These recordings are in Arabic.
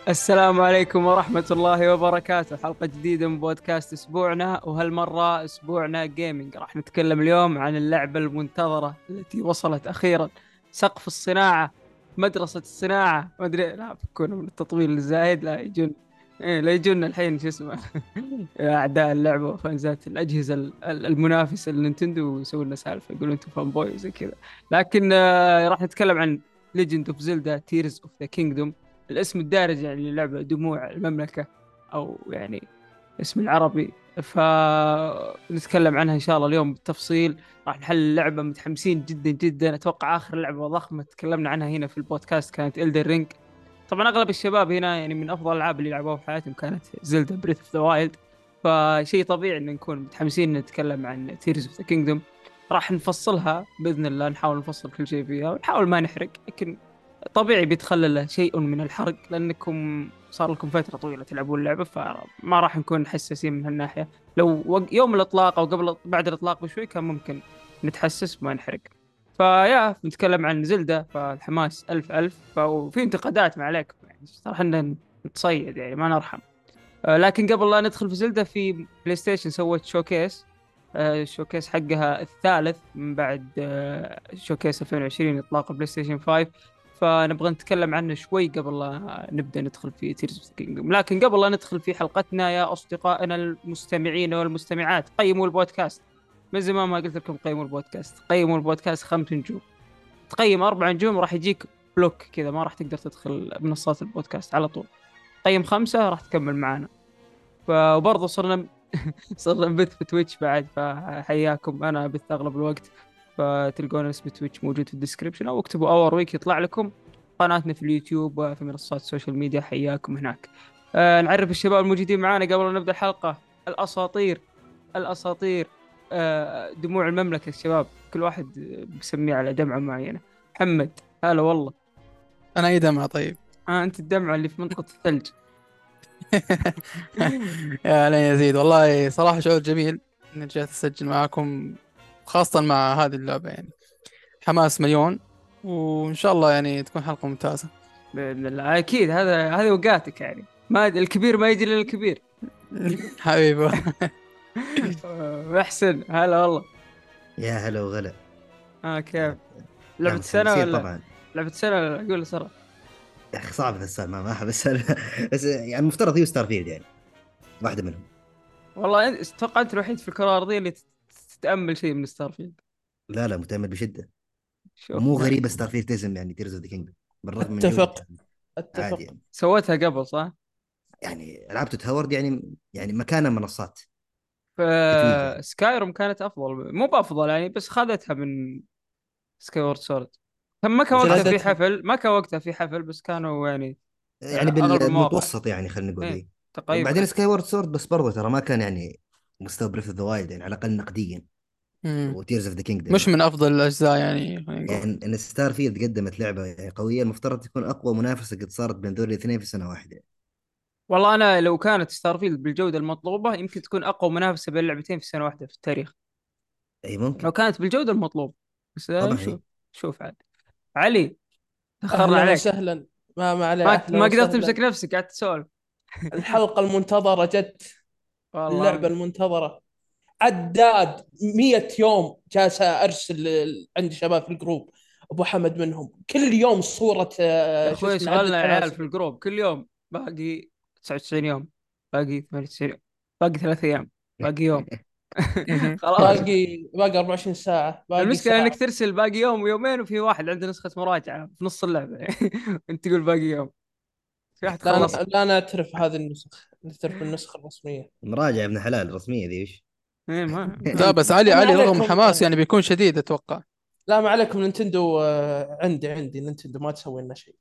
السلام عليكم ورحمة الله وبركاته. حلقة جديدة من بودكاست أسبوعنا، وهالمرة أسبوعنا جيمنج. راح نتكلم اليوم عن اللعبة المنتظرة التي وصلت أخيرا سقف الصناعة، مدرسة الصناعة. ما أدري، لا بكون من التطويل الزايد لا يجون. إيه، لا يجون الحين شو اسمه أعداء اللعبة وفانزات الأجهزة المنافسة للنينتندو، ويسوون لنا سالفة يقولون أنتم فان بوي وزي كذا. لكن راح نتكلم عن ليجند اوف زيلدا تيرز اوف ذا كينجدوم، الاسم الدارج يعني للعبة دموع المملكة، أو يعني اسم العربي. فنتكلم عنها إن شاء الله اليوم بالتفصيل. راح نحل اللعبة، متحمسين جدا جدا. أتوقع آخر لعبة ضخمة تكلمنا عنها هنا في البودكاست كانت إلدر رينج. طبعا أغلب الشباب هنا يعني من أفضل الألعاب اللي لعبوها في حياتهم كانت زلدا بريث اوف ذا وايلد. فشيء طبيعي إن نكون متحمسين نتكلم عن تيرز اوف ذا كينجدوم. راح نفصلها بإذن الله، نحاول نفصل كل شيء فيها ونحاول ما نحرق، لكن طبيعي بيتخلل شيء من الحرق لأنكم صار لكم فترة طويلة تلعبون اللعبة، فما راح نكون حساسين من هالناحية. لو يوم الإطلاق أو بعد الإطلاق بشوي كان ممكن نتحسس وما نحرق. نتكلم عن زلدة، فالحماس ألف ألف. وفي انتقادات ما عليكم يعني، صراحة إحنا نتصيد يعني ما نرحم. لكن قبل لا ندخل في زلدة، في بلاي ستيشن سوت شوكيس. الشوكيس حقها الثالث من بعد شوكيس 2020 إطلاق بلاي ستيشن 5. فنبغى نتكلم عنه شوي قبل لا نبدأ ندخل في تيرز اوف كينجدوم. لكن قبل لا ندخل في حلقتنا يا أصدقائنا المستمعين والمستمعات، قيموا البودكاست. من زمان ما قلت لكم قيموا البودكاست. قيموا البودكاست 5 نجوم. تقيم 4 نجوم راح يجيك بلوك كذا، ما راح تقدر تدخل منصات البودكاست على طول. قيم 5 راح تكمل معنا. وبرضه صرنا نبث في تويتش بعد، فحياكم. انا ابث اغلب الوقت، فتلقون اسم تويتش موجود في الديسكربشن، او اكتبوا اور ويك يطلع لكم. قناتنا في اليوتيوب وفي منصات السوشيال ميديا، حياكم هناك. نعرف الشباب الموجودين معانا قبل أن نبدأ الحلقة. الأساطير، الأساطير. دموع المملكة الشباب، كل واحد بسميه على دمعة معينة. محمد، هلا والله. انا اي دمعة طيب. أنت الدمعة اللي في منطقة الثلج. يا لين يزيد، والله صراحة شعور جميل اني رجعت اسجل معاكم، خاصة مع هذه اللعبة يعني. حماس مليون، وان شاء الله يعني تكون حلقة ممتازة. بإذن الله أكيد. هذه وقاتك يعني، ما الكبير ما يجي للكبير. حبيبي. محسن، هلا والله. يا هلا وغلا. كيف؟ يا لا، لعبة سنة متحمسين ولا؟ طبعا. لعبة سنة ولا قول سنة؟ يا اخي صعب ذا السؤال، ما احب اسال. بس يعني المفترض هي ستار فيلد يعني، واحده منهم. والله اتوقع انت الوحيد في الكرة الأرضية اللي تتأمل شيء من ستارفيلد. لا متامل بشده. شوف ومو معك. غريبه ستار فيلد تزم يعني تيرز اوف ذا كينجدوم بالرغم من اتفق جودتها. عادي اتفق. يعني. سويتها قبل صح؟ يعني العاب تتهورد يعني مكانها منصات في تتويج يعني. سكايروم كانت أفضل، مو بأفضل يعني، بس خذتها من سكاي وورد سورد. ما كان وقتها في شهادتها. حفل، ما كان وقتها في حفل، بس كانوا يعني يعني أغلب المواقع. بالمتوسط يعني خلينا نقول ايه، ايه. وبعدين تقريبا. سكاي وورد سورد بس برضه ترى ما كان يعني مستوى بريث اوف ذا وايلد يعني، على الاقل نقديا. مم. وتيرز اوف ذا كينجدوم مش يعني. من افضل الاجزاء يعني، خلينا نقول. يعني ان ستار فيلد قدمت لعبه يعني قويه، المفترض تكون اقوى منافسه قد صارت بين ذول الاثنين في سنه واحده يعني. والله انا لو كانت ستارفيلد بالجوده المطلوبه يمكن تكون اقوى منافسه بين لعبتين في سنه واحده في التاريخ، اي لو ممكن. كانت بالجوده المطلوبه. بس طبعا نشوف. اي. شوف عاد. علي، تاخرنا اهلا عليك. وسهلا. ما عليه، اهلا ما قدرت تمسك وسهلا. نفسك، قعدت تسولف. الحلقة المنتظرة جت. اللعبة والله. المنتظرة. عداد 100 يوم جالس ارسل عند شباب في الجروب. ابو حمد منهم كل يوم صورة، يا شو اخوي اسمه، عدد شغلنا عيال في تناسلي. الجروب كل يوم. باقي 99 يوم، باقي 98 يوم، باقي 3 ايام، باقي يوم. خلاص. باقي 24 ساعة، باقي المشكله انك ساعة. ترسل باقي يوم ويومين، وفي واحد عنده نسخه مراجعه في نص اللعبه. انت تقول باقي يوم، في واحد لا خلص. لا نعترف هذه النسخ، نعترف بالنسخة الرسمية. مراجع ابن حلال رسميه ذي وش. ايه ما لا بس علي، ما علي رغم عليكم. حماس يعني بيكون شديد اتوقع. لا ما عليكم، نينتندو عندي نينتندو ما تسوي لنا شيء.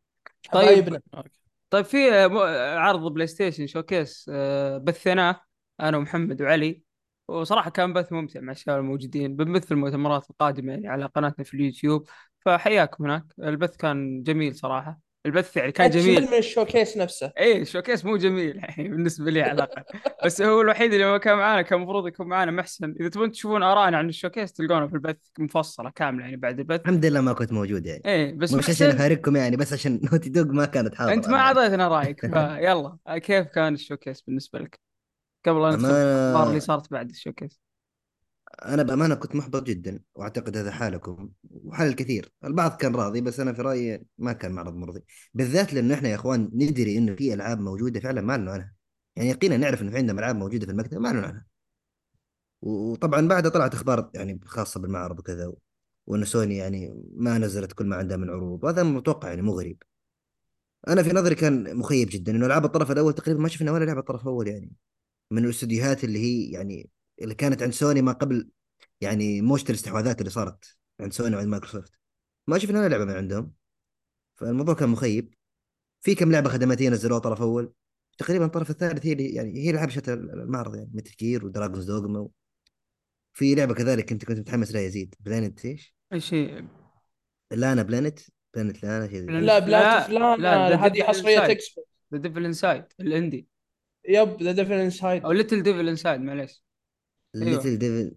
طيب. حبايبنا. طيب في عرض بلاي ستيشن شوكيس بثناه انا ومحمد وعلي. وصراحه كان بث ممتع مع الشباب الموجودين. بنبث المؤتمرات القادمه يعني على قناتنا في اليوتيوب، فحياكم هناك. البث كان جميل صراحه. البث يعني كان اجمل جميل. من الشوكيس نفسه. ايه الشوكيس مو جميل يعني بالنسبه لي على الاقل. بس هو الوحيد اللي ما كان معانا، كان المفروض يكون معانا محسن. اذا تبون تشوفون ارائنا عن الشوكيس تلقونه في البث مفصله كامله يعني بعد البث. الحمد لله ما كنت موجود يعني. ايه بس مش عشان محسن، افارقكم يعني، بس عشان نوتي دوغ ما كانت انت حاضره ما ابدا. اعطيتنا رايك فيلا. كيف كان الشوكيس بالنسبه لك قبل ان ندخل في الاخبار اللي أمانة، صارت بعد الشوكيس؟ أنا بأمانة كنت محبط جدا، وأعتقد هذا حالكم وحال الكثير. البعض كان راضي، بس أنا في رأيي ما كان معرض مرضي، بالذات لأنه إحنا يا إخوان ندري إنه في ألعاب موجودة فعلا ما لنا عنها. يعني يقينا نعرف إنه في عندنا ألعاب موجودة في المكتب ما لنا عنها. وطبعا بعدها طلعت أخبار يعني خاصة بالمعرض وكذا، وإنه سوني يعني ما نزلت كل ما عندها من عروض، وهذا متوقع يعني مو غريب. أنا في نظري كان مخيب جدا إنه ألعاب الطرف الأول تقريبا ما شفنا ولا لعبة طرف أول يعني، من الاستديوهات اللي هي يعني اللي كانت عند سوني ما قبل، يعني موجة الاستحواذات اللي صارت عند سوني وعند مايكروسوفت، ما شفنا ولا لعبة من عندهم. فالموضوع كان مخيب. في كم لعبة خدماتية نزلوها طرف أول، تقريبا الطرف الثالث هي اللي يعني هي اللي حبشت المعرض، يعني مثل جير ودراجونز دوغما. في لعبة كذلك كنت متحمس لها يزيد، بلانت ايش؟ اي شيء. لانا بلانت، بلانت لانا شيء زي كذا. لا بلانت لا فلان، لا، ذا هذه ديفل حصريه انسايد. اكسبو. ذا ديفل انسايد الاندي. يب ذا ديفل او انسايد. ليتل ديفل انسايد، معليش. ايوه ليتل ديفل.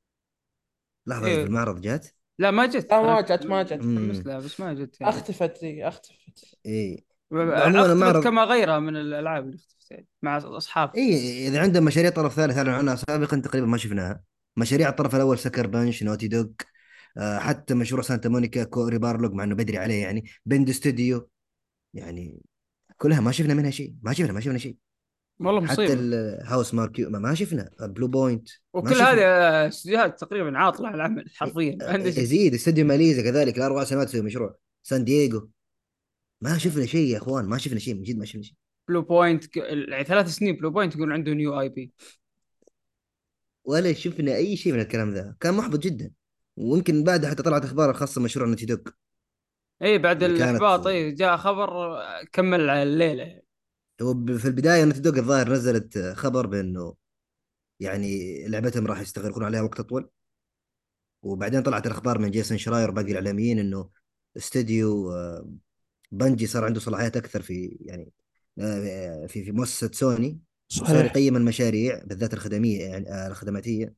لحظة، في ايوه. المعرض جات؟ لا ما جت، لا انا ما كنت جت ما جت. متحمس امم لها بس ما جت يعني. اختفت ذي اختفت. اي. عموما اختفت المعرض، كما غيرها من الالعاب اللي اختفت يعني مع اصحاب. اي اذا عندهم مشاريع طرف ثالث اعلنوا عنها سابقا تقريبا ما شفناها. مشاريع الطرف الاول سكر بنش، نوتي دوغ، حتى مشروع سانتا مونيكا كوري بارلوج مع انه بدري عليه يعني، بند ستوديو، يعني كلها ما شفنا منها شيء، ما شفنا شيء. والله حتى مصيبه. الهاوس ماركيو ما شفنا، بلو بوينت ما وكل هذه شفنا. استديوهات تقريبا عاطله عن العمل حرفيا، ما عنده شيء. يزيد استوديو ماليزا كذلك له 4 سنوات يسوي مشروع. سان دييغو، ما شفنا شيء يا اخوان، ما شفنا شيء من جد، ما شفنا شيء. بلو بوينت يعني 3 سنين بلو بوينت يقول عنده نيو اي بي. ولا شفنا اي شيء من الكلام ذا، كان محبط جدا. ويمكن بعدها حتى طلعت اخبار خاصه مشروع نوتي دوغ اي بعد اللي كانت. الاحباط اي جاء خبر كمل على الليله. هو في البدايه نوتي دوغ الظاهر نزلت خبر بانه يعني لعبتهم راح يستغرقون عليها وقت اطول، وبعدين طلعت الاخبار من جيسون شراير وباقي الاعلاميين انه استوديو بنجي صار عنده صلاحيات اكثر في يعني في مؤسسه سوني، وصار صحيح. يقيم المشاريع بالذات الخدميه يعني الخدماتيه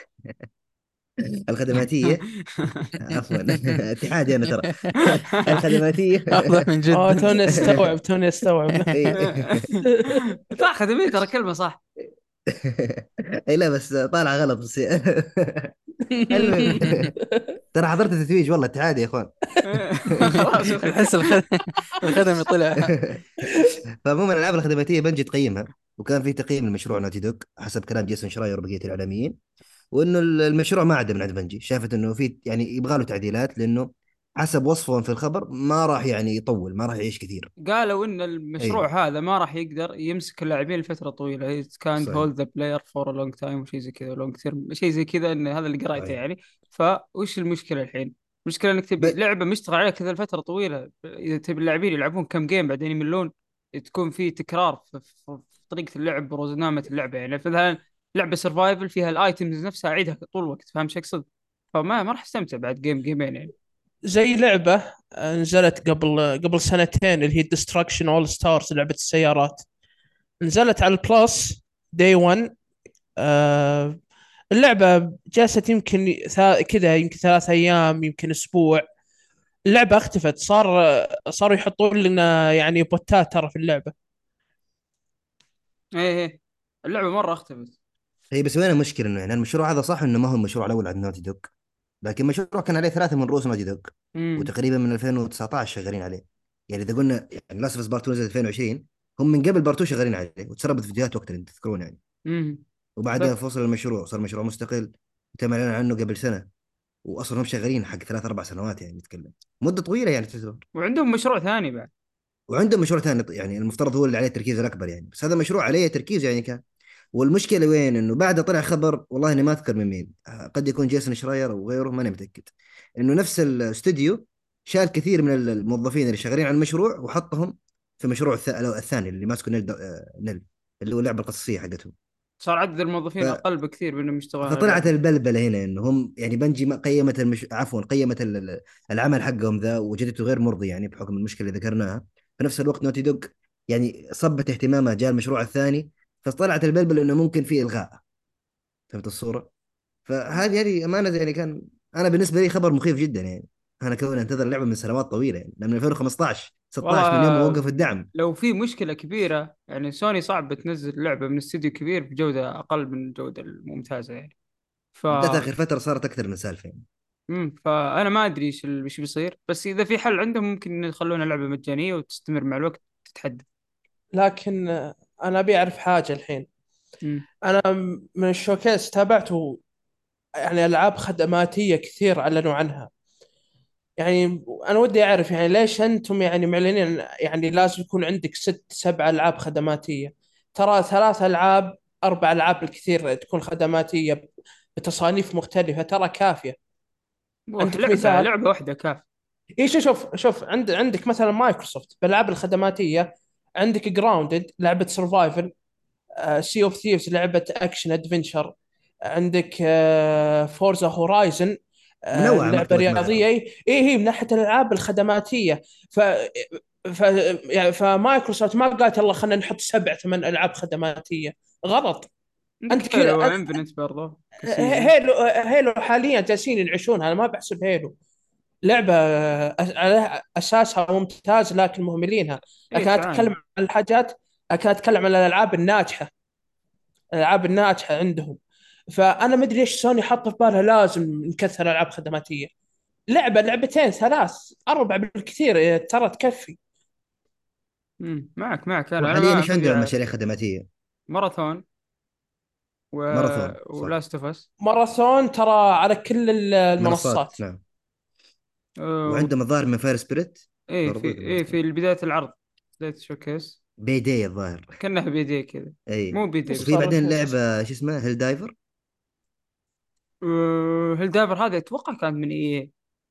الخدماتيه. عفوا اتحادي انا ترى. الخدماتيه. أفضل من اه جد. توني استوعب توني استوعب. صح خدمية ترى كلمة صح. اي لا بس طالع غلط بس. المهم، ترى حضرت التتويج والله اتحادي يا اخوان. خلاص الحس الخدمي طلع. فعموما الالعاب الخدماتيه بنجي تقيمها، وكان في تقييم لمشروع نوتي دوغ حسب كلام جيسون شراير وبقيه الاعلاميين، وانه المشروع ما عدا من عند بنجي، شافت انه في يعني يبغى له تعديلات، لانه حسب وصفهم في الخبر ما راح يعني يطول، ما راح يعيش كثير. قالوا ان اي المشروع هذا ما راح يقدر يمسك اللاعبين لفترة طويلة. It can't صحيح. hold the player for a long time وشيء زي كذا long term، شيء زي كذا، ان هذا اللي قريته صحيح. يعني. فوش المشكلة الحين؟ المشكلة انك ب... تبي لعبة مشتغل عليها كذا لفترة طويلة، اذا تبي اللاعبين يلعبون كم جيم بعدين يملون، تكون في تكرار في طريقة اللعب ورزنامة اللعبة يعني. مثلا لعبة سرفايفل فيها الايتمز نفسها اعيدها طول الوقت، فاهم شو اقصد؟ فما راح استمتع بعد جيمين يعني. زي لعبة نزلت قبل سنتين اللي هي ديستركشن اول ستارز، لعبة السيارات. نزلت على البلس داي 1. اللعبة جلست يمكن كذا، يمكن 3 أيام، يمكن أسبوع. اللعبة اختفت. صاروا يحطون لنا يعني بوتات ترى في اللعبة. ايه ايه. اللعبة مرة اختفت. هي بس وين المشكله؟ انه يعني المشروع هذا صح انه ما هو المشروع الاول عند نوتي دوغ، لكن مشروع كان عليه 3 من رؤوس نوتي دوغ، امم. وتقريبا من 2019 شغالين عليه. يعني اذا قلنا يعني لاست اوف بارت 2 نزل 2020، هم من قبل بارت 2 شغالين عليه وتسربت فيديوهات وقتها انت تذكرون يعني. امم. وبعدها فصل المشروع صار مشروع مستقل، تم الاعلان عنه قبل سنه، واصلا هم شغالين حق 3 4 سنوات يعني نتكلم، مده طويله يعني تعتبر. وعندهم مشروع ثاني بعد. وعندهم مشروع ثاني يعني المفترض هو اللي عليه التركيز الاكبر يعني، بس هذا مشروع عليه تركيز يعني كان. والمشكله وين؟ انه بعد طلع خبر والله اني ما اذكر من مين، قد يكون جيسون شراير او غيره ماني متاكد، انه نفس الاستوديو شال كثير من الموظفين اللي شغالين على المشروع وحطهم في مشروع الثاني اللي ماسكه نيل نيل، اللي هو اللعبه القصصيه حقتهم. صار عدد الموظفين ف... اقل بكثير من انهم يشتغلون على فطلعت اللعبه. البلبله هنا انه هم يعني بنجي عفوا قيمت العمل حقهم ذا وجدته غير مرضي يعني بحكم المشكله اللي ذكرناها. في نفس الوقت نوتي دوغ يعني صبت اهتمامها جاء المشروع الثاني، فطلعت البلبل انه ممكن في الغاء. فهمت الصوره؟ فهذه امانه يعني كان، انا بالنسبه لي خبر مخيف جدا يعني. انا كوني انتظر اللعبه من سنوات طويله يعني، من 2015 16 من يوم ما والله وقف الدعم. لو في مشكلة كبيرة يعني سوني صعب تنزل لعبة من استوديو كبير بجودة أقل من الجودة الممتازة يعني. ف بالذات اخر فتره صارت اكثر من سالفه يعني. فأنا ما أدري إيش بيصير، بس إذا في حل عندهم ممكن يخلونها لعبة مجانية وتستمر مع الوقت تتحدث. لكن انا ابي اعرف حاجه الحين. امم انا من الشوكيس تابعته، يعني العاب خدماتيه كثير اعلنوا عنها. يعني انا ودي اعرف يعني ليش انتم يعني معلنين يعني لازم يكون عندك 6 7 العاب خدماتيه؟ ترى 3 العاب 4 العاب بالكثير تكون خدماتيه بتصانيف مختلفه، ترى كافيه. عندك لعبة مثال، لعبة واحدة كاف. ايش، شوف عندك مثلا مايكروسوفت بالالعاب الخدماتيه. عندك جراوندد لعبه سرفايفل، سي اوف ثيفز لعبه اكشن ادفنشر، عندك فورزا هورايزن منوعه لعبه مكتبه رياضيه. مايكرو. هي من ناحيه الالعاب الخدماتيه. ف يعني فمايكروسوفت ما قالت يلا خلينا نحط 7 8 العاب خدماتيه. غلط. انت عندك كذا هيلو انفنت برضه كسيزون. هيلو حاليا جالسين ينعشونها، انا ما بحسب هيلو لعبه على اساسها ممتاز لكن مهملينها. ايه لكن تعاني. اتكلم عن الحاجات، اتكلم عن الالعاب الناجحه، الالعاب الناجحه عندهم. فانا ما ادري ليش سوني حاطه في بالها لازم نكثر العاب خدماتيه. لعبه لعبتين 3 4 بالكثير ترى تكفي. معك انا وحاليا ما ايش ما ابي عندهم اعرف. مشاريع خدماتيه؟ ماراثون و... ماراثون صح. ولاست اوف اس. ماراثون ترى على كل منصات المنصات. نعم. أه... وعندهم الظاهر من فاير سبيريت. ايه برضو اذا ما في أخطأت. بدايه العرض، بدايه الشوكيس بي دي الظاهر. كانها بيدي كذا. اي. مو بيدي وفي بس. وصار بعدين لها اسم. لعبه شو اسمها هيل دايفر. هل دايفر هذا اتوقع كانت من ايه،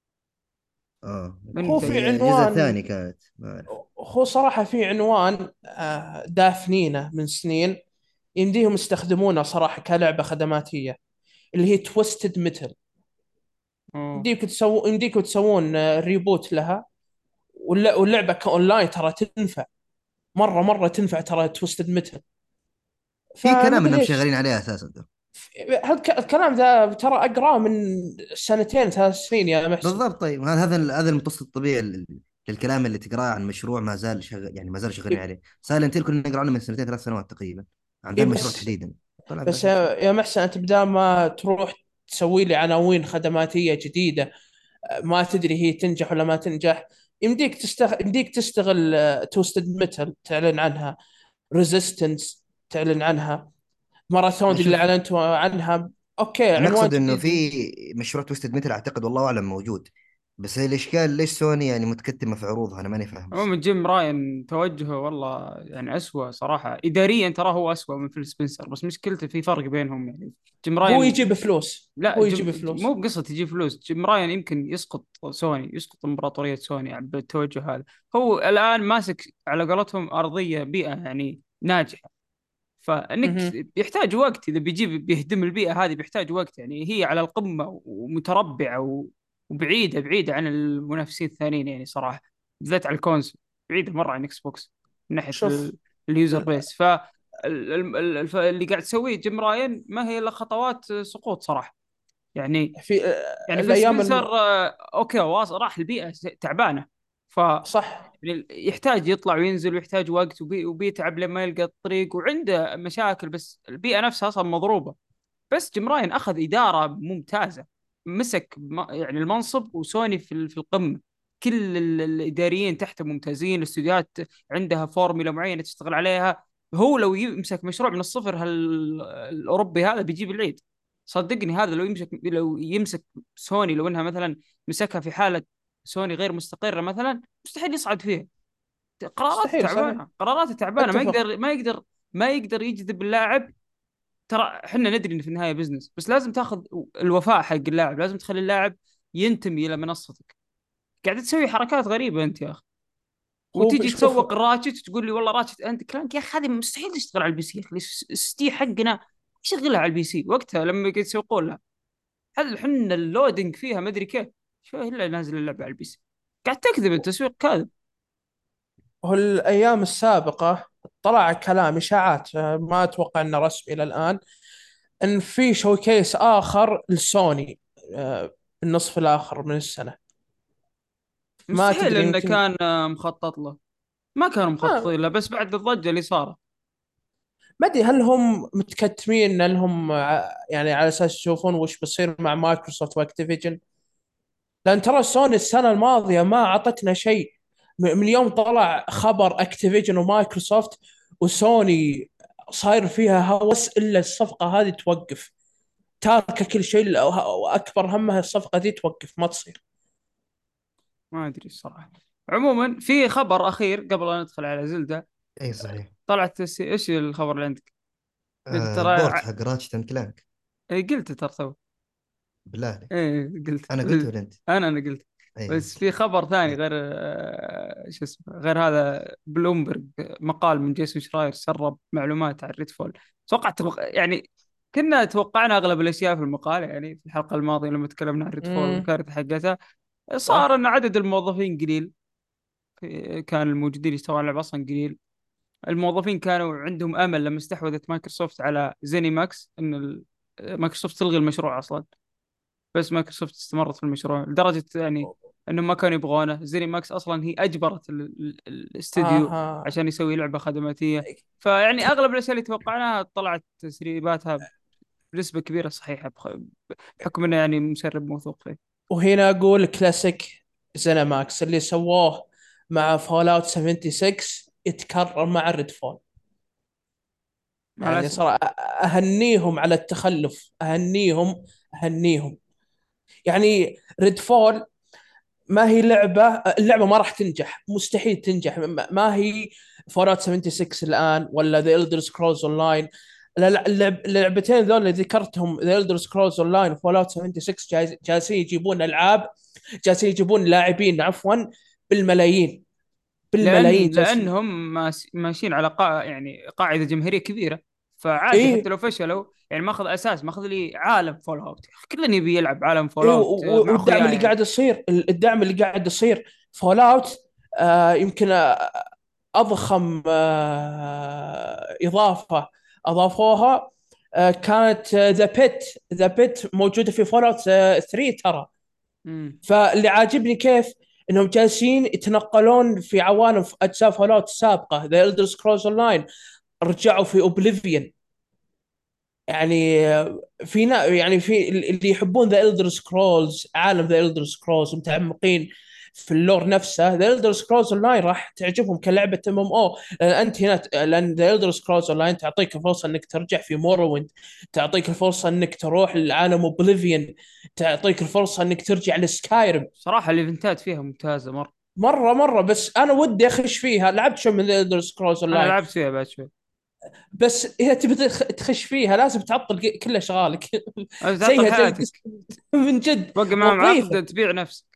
اه من هو في بث... هي الجزء عنوان، الثاني كانت ما اعرف. هو صراحة في عنوان دافنينه من سنين، يمديهم يستخدمونه صراحة كلعبة خدماتية، اللي هي تويستد ميتل. أوه. يمديكم تسوون ريبوت لها. واللعبة كأونلاين ترى تنفع، مرة تنفع ترى تويستد ميتل. في كلام فمدري انهم ليش شغالين عليها اساسا. الكلام ذا ترى أقراه من 2 3 سنين يا محسن. بالضبط. طيب هذا المتصل الطبيعي للكلام اللي تقراه عن مشروع ما زال شغال، يعني ما زال شغالين عليه. سايلنت هيل كنا نقرا عنه من سنتين 3 سنوات تقريبا، عن ذا إيه المشروع بس، تحديدا. طلع بس بآخر شيء. يا محسن انت بدال ما تروح تسوي لي عناوين خدماتيه جديده ما تدري هي تنجح ولا ما تنجح، يمديك تستغل توستد ميتال تعلن عنها، ريزيستنس تعلن عنها، ماراثون دي اللي شوف، اعلنت عنها. اوكي انا عنوان اقصد انه جديد. في مشروع تويستد ميتل اعتقد والله اعلم موجود، بس هي الاشكال ليش سوني يعني متكتمه في عروضها، انا ماني فاهم عموما الصراحه. جيم راين توجهه والله يعني أسوأ صراحة، إداريا ترى هو أسوأ من فيل سبنسر، بس مشكلته في فرق بينهم يعني. جيم هو راين يجيب فلوس، لا هو يجيب فلوس. مو بقصة يجيب فلوس. جيم راين يمكن يسقط سوني، يسقط إمبراطورية سوني بالتوجه هذا. هو الآن ماسك على قولتهم أرضية بيئة يعني ناجحة، فانك مهم. يحتاج وقت اذا بيهدم البيئه هذه، بيحتاج وقت يعني. هي على القمه ومتربعه وبعيده عن المنافسين الثانيين يعني صراحه، بالذات على الكونسول بعيده مره عن اكس بوكس من ناحيه شوف اليوزر بيس. اللي قاعد تسويه جيم راين ما هي الا خطوات سقوط صراحه يعني. في يعني فيل الايام سبنسر اوكي راح البيئه تعبانه، ف صح. يعني يحتاج يطلع وينزل ويحتاج وقت وبيتعب لما يلقى الطريق وعنده مشاكل، بس البيئة نفسها أصلا مضروبة. بس جيم راين أخذ إدارة ممتازة، مسك يعني المنصب وسوني في القمة. كل الإداريين تحته ممتازين، الاستوديوهات عندها فورمولا معينة تشتغل عليها. هو لو يمسك مشروع من الصفر الأوروبي هذا بيجيب العيد. صدقني هذا لو يمسك سوني، لو انها مثلا مسكها في حالة سوني غير مستقرة مثلا، مستحيل يصعد فيها. قراراته مستحيل صحيح. تعبانه، قراراته تعبانه، ما اتفق. يقدر ما يقدر ما يقدر يجذب اللاعب. ترى احنا ندري انه في النهايه بزنس، بس لازم تاخذ الوفاء حق اللاعب، لازم تخلي اللاعب ينتمي الى منصتك. قاعد تسوي حركات غريبه انت يا اخي، هو وتيجي شوف، تسوق الراتشت وتقول لي والله راتشت انت كلامك يا اخي، هذه مستحيل تشتغل على البي سي يا اخي. الستي حقنا يشغلها على البي سي وقتها لما قد يسوقون لها. هل احنا اللودنج فيها ما ادري كيف، شو الا نازل اللعبه على البي سي. قاعد تكذب، التسويق كاذب. هو الأيام السابقة طلع كلام إشاعات، ما أتوقع أنه رسمي إلى الآن، أن في شوكيس آخر لسوني بالنصف الآخر من السنة. ما مستحيل تدري، انه يمكن. كان مخطط له. ما كانوا ما مخططين له، بس بعد الضجة اللي صارت. ما أدري هل هم متكتمين أنهم يعني على أساس يشوفون وش بيصير مع مايكروسوفت وأكتيفيجن. لأن ترى سوني السنة الماضية ما أعطتنا شيء. من يوم طلع خبر أكتيفيجن ومايكروسوفت وسوني صاير فيها هوس إلا الصفقة هذه توقف. تاركه كل شيء، واكبر همها الصفقه دي توقف ما تصير. ما ادري الصراحة. عموما في خبر اخير قبل ان ندخل على زلدة. اي صحيح. طلعت ايش الخبر اللي عندك؟ قلت ترى البورت حق راتشت اند كلانك. إيه، قلت ترى تو. بالله عليك. ايه قلت. انا قلت ولا انت؟ انا قلت. اي. بس في خبر ثاني غير شو اسمه، غير هذا بلومبرج. مقال من جيسون شراير سرب معلومات عن ريدفول. يعني كنا توقعنا اغلب الاشياء في المقال، يعني في الحلقه الماضيه لما تكلمنا عن ريدفول امم والكارثه حقتها. صار صح. ان عدد الموظفين قليل. كان الموجودين يشتغلون على اللعبه اصلا قليل. الموظفين كانوا عندهم امل لما استحوذت مايكروسوفت على زيني ماكس ان مايكروسوفت تلغي المشروع اصلا. بس مايكروسوفت استمرت في المشروع لدرجة يعني انهم ما كانوا يبغونه. زيني ماكس اصلا هي اجبرت الاستديو اها. عشان يسوي لعبة خدماتية. فيعني اغلب الاشياء اللي توقعناها طلعت تسريباتها بنسبة كبيرة صحيحة، بحكم انه يعني مسرب موثوق فيه. وهنا اقول كلاسيك زينماكس اللي سووه مع فول اوت 76 يتكرر مع ريدفول. مع يعني الاسف. صراحه اهنيهم على التخلف، اهنيهم، اهنيهم. يعني ريدفول ما هي اللعبه ما راح تنجح، مستحيل تنجح. ما هي فول اوت 76 الان ولا ذا إلدر سكرولز اون لاين. اللعبتين ذول اللي ذكرتهم، ذا إلدر سكرولز اون لاين وفول اوت 76، جالسين يجيبون العاب، جالسين يجيبون لاعبين عفوا بالملايين، بالملايين جالسين. لانهم ماشيين على يعني قاعدة جماهيرية كبيرة. فعادي حتى ايه. لو فشلوا، يعني ماخذ اساس، ماخذ لي عالم فول اوت. كلنا يبي يلعب عالم فول ايه، اوت مع والدعم اخوياه اللي يعني. قاعد يصير، الدعم اللي قاعد يصير فول اوت. يمكن اضخم اضافه اضافوها كانت ذا بيت موجوده في فول اوت 3 ترى. امم. فاللي عاجبني كيف انهم جالسين يتنقلون في عوالم، في اجزاء فول اوت السابقه ذا إلدر سكرولز اون لاين، رجعوا في اوبليفيون. يعني يعني في اللي يحبون ذا إلدر سكرولز، عالم ذا إلدر سكرولز، متعمقين في اللور نفسه، ذا إلدر سكرولز اون لاين راح تعجبهم كلعبه ام ام او. لان انت هنا، لان ذا إلدر سكرولز اون لاين تعطيك الفرصه انك ترجع في مورويند، تعطيك الفرصه انك تروح لعالم اوبليفيون، تعطيك الفرصه انك ترجع لسكايرم. صراحة الايفنتات فيها ممتازة مرة. مره بس انا ودي اخش فيها. لعبت شو من ذا إلدر سكرولز اون انا لاين، لعبت فيها بعد شوي. بس اذا تبي تخش فيها لازم تعطل كل اشغالك. تعطل زيها زي حياتك. الديسك. من جد. توقع معهم وظيفه عقد تبيع نفسك.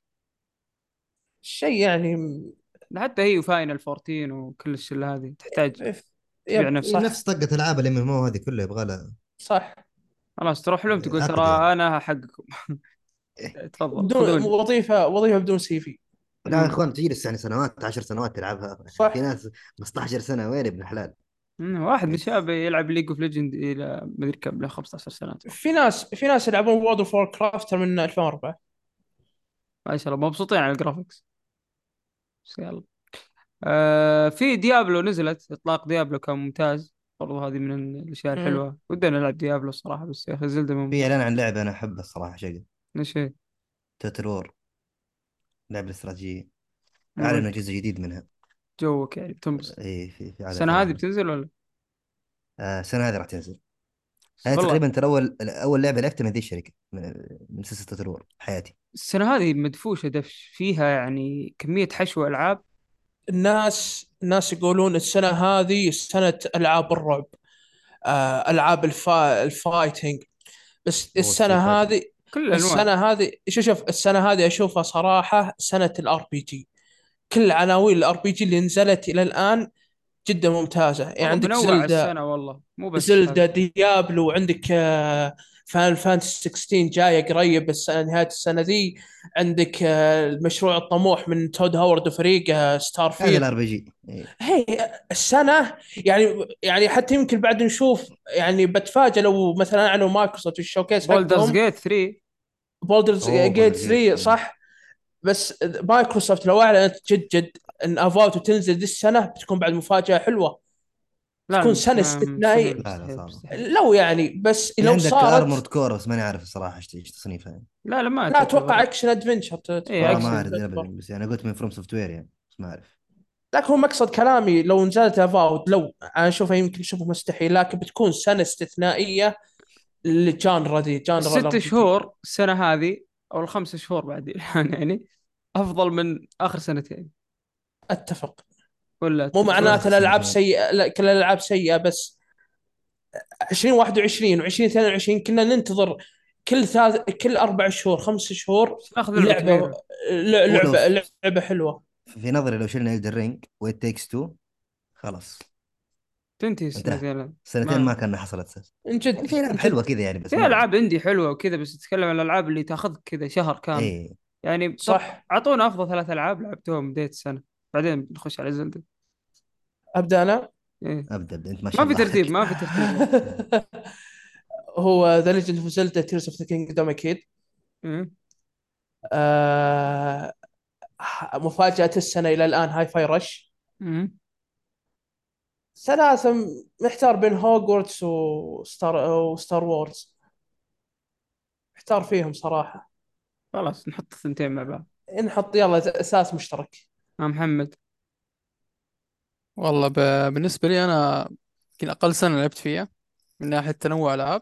شيء يعني. حتى هي وفاينل 14 وكل الشله هذه تحتاج تبيع يب إيه، نفسك. نفس صح. طقة العاب الام ام او هذه كلها يبغى لها صح. خلاص تروح لهم تقول عقد يعني. ترى انا حقكم. إيه. تفضل بدون خذوني. وظيفه بدون سي في. لا يا امم. اخوان تجلس يعني سنوات 10 سنوات تلعبها. في صح. ناس 15 سنة وين ابن الحلال. واحد من الشباب يلعب ليج اوف ليجند الى مدري كم، له 15 سنه اتوقع. في ناس يلعبون وورد اوف وور كرافت من 2004. ما شاء الله مبسوطين على الجرافكس. بس يلا. في ديابلو نزلت، اطلاق ديابلو كان ممتاز. برضو هذه من الاشياء امم الحلوه، ودنا نلعب ديابلو الصراحه، بس يا اخي زلده في ممتع. اعلان عن لعبة انا احبها الصراحة شقة. ايش هي؟ توتال وور، لعبة الاستراتيجية. اعلنوا ود جزء جديد منها. جوك يعني بتنبسط. اي في السنه هذه اعلان. بتنزل ولا؟ السنة هذه راح تنزل. هذه والله تقريبا ترى اول لعبة لعبتها من ذي الشركة، من سلسلة توتال وور حياتي. السنة هذه مدفوشة دفش فيها، يعني كمية حشو ألعاب. الناس يقولون السنه هذه سنه العاب الرعب، العاب الفايتنج. بس وستريت السنه فايتر. هذه كل الأنواع. السنه هذه شوف السنه هذه اشوفها صراحه سنه الار بي جي. كل عناوين الار بي جي اللي نزلت الى الان جدا ممتازه. يعني والله عندك منوع زلدا، السنة والله، مو بس هذا. ديابلو، وعندك فان فانتسي 16 جايه قريب بس نهايه السنه دي. عندك المشروع الطموح من تود هاورد وفريقه ستار هذا فيلد. الار بي جي. هي السنه يعني حتى يمكن بعد نشوف، يعني بتفاجئ لو مثلا اعلنوا مايكروسوفت الشوكيس بولدرز حقهم. جيت 3. بولدرز اوه جيت بولدرز جيت. 3 صح. بس مايكروسوفت لو اعلنت جد جد ان افاوتو تنزل دي السنه بتكون بعد مفاجاه حلوه. لا تكون سنه مستحيل استثنائيه. لا لا مستحيل صعبة. مستحيل. لو يعني بس في لو عندك ارمورد صارت. كور، بس ماني عارف الصراحة ايش تصنيفها يعني. لا لا ما لا اتوقع تعتبر. اكشن ادفنشر اي والله ما اكشن. اعرف ابدا، بس يعني قلت من فروم سوفت وير يعني، بس ما اعرف. لكن هو مقصد كلامي لو نزلت افاوت، لو انا اشوفها يمكن اشوفه مستحيل، لكن بتكون سنه استثنائيه للجانرا دي، جانرا الست الار بي جي. شهور السنة هذه او الخمس شهور بعد الان يعني افضل من اخر سنتين. اتفق. ولا مو شو تتفق؟ معناته اخر الالعاب سنتين؟ سيئه، لا كل الالعاب سيئه، بس 2021 و2022 كنا ننتظر كل 4 شهور 5 شهور بس ناخذ لعبة لعبه. كبيرة. هو لو لعبه حلوه. في نظري لو شلنا إلدر رينج ويت تيكس تو، خلاص تنتهي انتهى. السنتين. سنتين ما ما كان حصلت سنة. من يعني جد في العاب من حلوه جد. كذا يعني، في بس ما ادري. العاب اندي حلوة وكذا، بس تتكلم عن الالعاب اللي تاخذ كذا شهر كامل. ايه. يعني طب صح. اعطونا افضل ثلاث العاب لعبتهم بداية السنة، بعدين بنخش على زلدة. ابدا انا. ايه. ابدا انت، ما ما شاء في الله ترتيب عليك. ما في ترتيب لا. هو ذا ليجند اوف زلدا تيرز اوف ذا كينجدوم اكيد. إيه. آه... مفاجأة السنة إلى الآن هاي فاي رش. إيه. ثلاثة محتار بين هوجورتس وستار وورز. محتار فيهم صراحة. خلاص نحط الثنتين مع بعض. نحط يلا أساس مشترك. محمد. والله بالنسبة لي أنا يمكن أقل سنة لعبت فيها من ناحية تنوع ألعاب.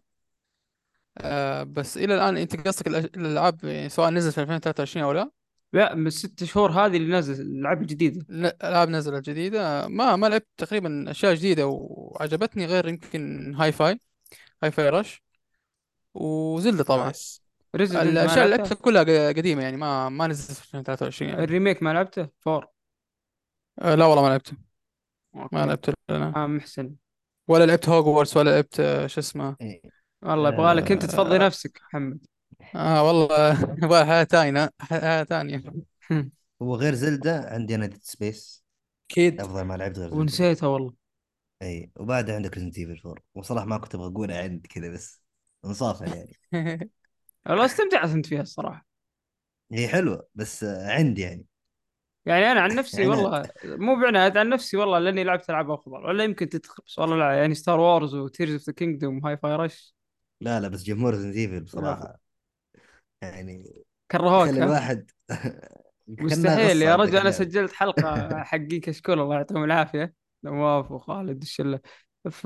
بس إلى الآن أنت قصدك الألعاب يعني سواء نزلت في 2023 أو لا. لا من الست شهور هذه اللي نزل الالعاب الجديدة. ألعاب نزلت جديدة ما لعبت تقريبا أشياء جديدة وعجبتني غير يمكن هاي فاي رش وزلدة طبعا. نايس. ريزيدنت ما الأشياء اللي لعبتها. لعبتها كلها قديمة يعني ما نزلت في 2023 يعني. الريميك ما لعبته فور. لا والله ما لعبته. ما اوكي. لعبت أنا. محسن. ولا لعبت هوجورتس ولا لعبت شو اسمه. إيه. والله يبغى لك انت تفضي آه, نفسك محمد. والله يبغى حياة تانية حياة تانية. هو غير زلدة عندي انا ديد سبيس، أكيد. افضل ما لعبت غير زلدة. ونسيتها والله. اي، وبعدها عندك ريزنت ايفل 4، وصراحه ما كنت ابغى اقولها عند كذا بس انصافا يعني. والله استمتعت انت فيها الصراحة. هي حلوه بس عندي يعني. يعني انا عن نفسي عناد. والله مو بعناد، عن نفسي والله لاني لعبت العاب افضل، ولا يمكن تدخل بس والله لا، يعني ستار وورز وتيرز اوف ذا كينجدوم وهاي فاي رش. لا لا، بس جمهور ريزنت ايفل لا بصراحه يعني كرهوك خلي ها. الواحد خلنا مستحيل غصه يا عندك رجل، انا اللعب. سجلت حلقة حقين كشكول الله يعطيهم العافية، نواف وخالد الشلة. ف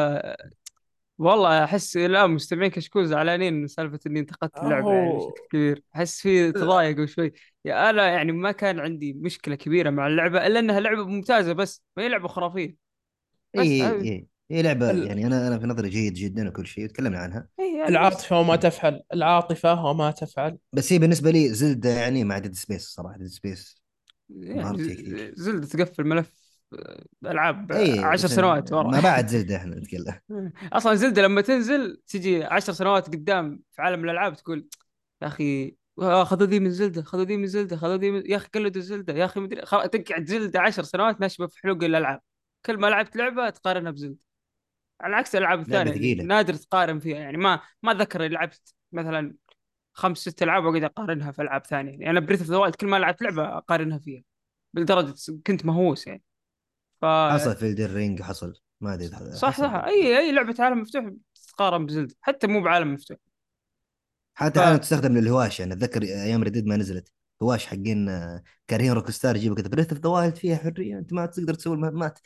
والله احس الان مستمعين كشكول زعلانين من سالفه اني انتقدت اللعبه يعني هو بشكل كبير، احس في تضايقوا شوي. يا انا يعني ما كان عندي مشكله كبيره مع اللعبه الا انها لعبه ممتازه، بس ما هي لعبه خرافيه. اي بس اي، هي لعبه ال- يعني، انا في نظري جيد جدا وكل شيء وتكلمنا عنها. هي يعني بس العاطفة وما تفعل، العاطفة وما تفعل. بس هي بالنسبه لي زلدة يعني مع ديد سبيس، صراحه ديد سبيس يعني انبهرت فيها كثير. زلدة تقفل ملف العاب اي 10 بس سنوات ورا. ما بعد زلدة احنا نتكلم. اصلا زلدة لما تنزل تجي 10 سنوات قدام في عالم الالعاب تقول يا اخي خذوا ذي من زلدة، خذوا ذي من زلدة، خذوا ذي من... يا اخي قلدوا زلدة يا اخي مدري تقعد زلدة 10 سنوات ناشبه في حلوق الالعاب. كل ما لعبت لعبة تقارنها بزلدة، على عكس الالعاب لعبه الثانية اللي ثقيله. نادر تقارن فيها. يعني ما ذكر إني لعبت مثلا خمس ست العاب واقعد اقارنها في العاب ثانية. يعني انا بريث اوف ذا وايلد كل ما لعبت لعبة اقارنها فيها بالدرجة، كنت مهووس يعني. ف حصل في الرينج، حصل ما ادري صح حصل صح، بعد. اي لعبة عالم مفتوح تتقارن بزلدة حتى مو بعالم مفتوح. حتى احيانا ف تستخدم للهواش يعني، اتذكر ايام رديد ما نزلت هواش حقين كارهين روك ستار يجيبوا كذا بريث اوف ذا وايلد فيها حريه، انت ما تقدر تسوي المهمات.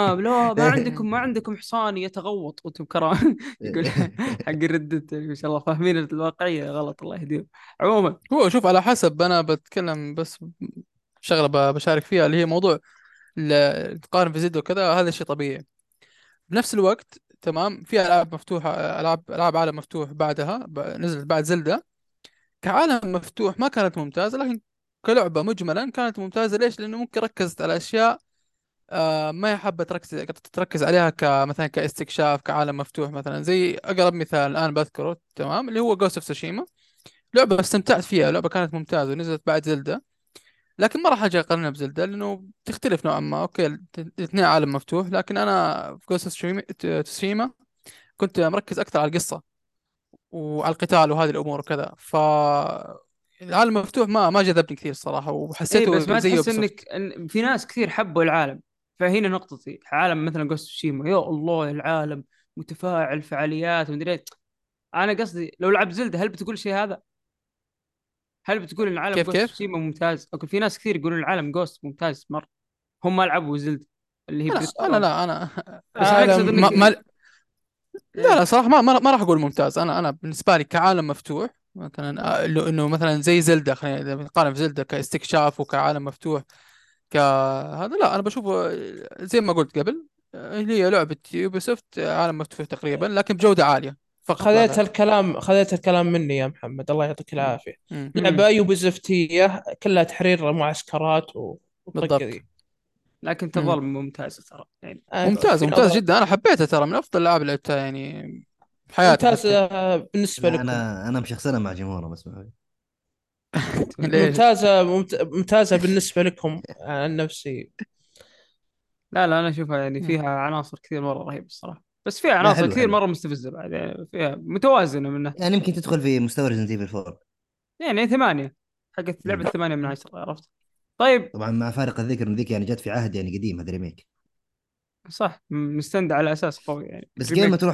ما عندكم حصان يتغوط وانتم كرام. يقول حق الردة ما شاء الله فاهمين الواقعية غلط الله يهديهم. عموما هو شوف على حسب أنا بتكلم بس شغلة بشارك فيها اللي هي موضوع تقارن في زد وكذا، هذا شيء طبيعي. بنفس الوقت تمام في ألعاب مفتوحة، ألعاب عالم مفتوح بعدها نزلت بعد زلدة كعالم مفتوح ما كانت ممتازة، لكن كلعبة مجملا كانت ممتازة. ليش؟ لأنه ممكن ركزت على أشياء ما حابة تركز عليها كمثلا كاستكشاف كعالم مفتوح. مثلا زي أقرب مثال الآن بذكره تمام اللي هو Ghost of Tsushima. لعبة استمتعت فيها، لعبة كانت ممتازة ونزلت بعد زلدة. لكن ما راح أجي أقارنها بزلدة لأنه تختلف نوعا ما. أوكي الاثنين عالم مفتوح، لكن أنا في Ghost of Tsushima كنت مركز أكثر على القصة وعلى القتال وهذه الأمور وكذا. العالم المفتوح ما جذبني كثير الصراحة، اي بس وحسيته ما زي تحس يوبي انك سوفت. إن في ناس كثير حبوا العالم؟ فهنا نقطتي، عالم مثلا جوست شيما، يا الله العالم متفاعل، فعاليات ومدري إيه. انا قصدي لو لعبت زلدة هل بتقول شيء هذا؟ هل بتقول ان عالم كيف جوست كيف؟ شيما ممتاز؟ اوكي في ناس كثير يقولون العالم جوست ممتاز مره، هم ما لعبوا زلدة اللي هي أنا بريث أنا وايلد. لا أنا بس انا اقصد عالم انك لا إيه. لا صراحة ما راح أقول ممتاز. أنا بالنسبة لي كعالم مفتوح مثلا إنه مثلا زي زلدة، خلينا إذا بنقارن في زلدة كاستكشاف وكعالم مفتوح كهذا، لا أنا بشوفه زي ما قلت قبل، هي لعبة يوبي سوفت عالم مفتوح تقريبا لكن بجودة عالية فقط لا غير. خذيت الكلام مني يا محمد، الله يعطيك مم. العافيه. مم. لعبه يوبيزفتيه كلها تحرير معسكرات والطقه بالضبط. ذي. لكن مم. تظل ممتازه ترى يعني. ممتاز في ممتاز نظر جدا، أنا حبيتها ترى، من أفضل الألعاب اللي لعبتها يعني في حياتي حتى. ممتازه بالنسبه لا لكم. انا مشخصنها مع جمهورها بس ما في. ليش؟ ممتازه بالنسبه لكم عن نفسي. لا لا انا اشوفها يعني مم. فيها عناصر كثير مره رهيبه الصراحه، بس فيها لا عناصر حلو كثير حلو. مره مستفزه بعد، يعني فيها متوازنه منها. يعني يمكن تدخل في مستوى ريزنت ايفل 4. يعني ثمانية، حقت لعبة مم. 8/10 عرفت. طيب. طبعا مع فارق الذكر ان ذيك يعني جت في عهد يعني قديم، هذا ريميك. صح، مستند على أساس قوي يعني بس قبل ما ريميك. تروح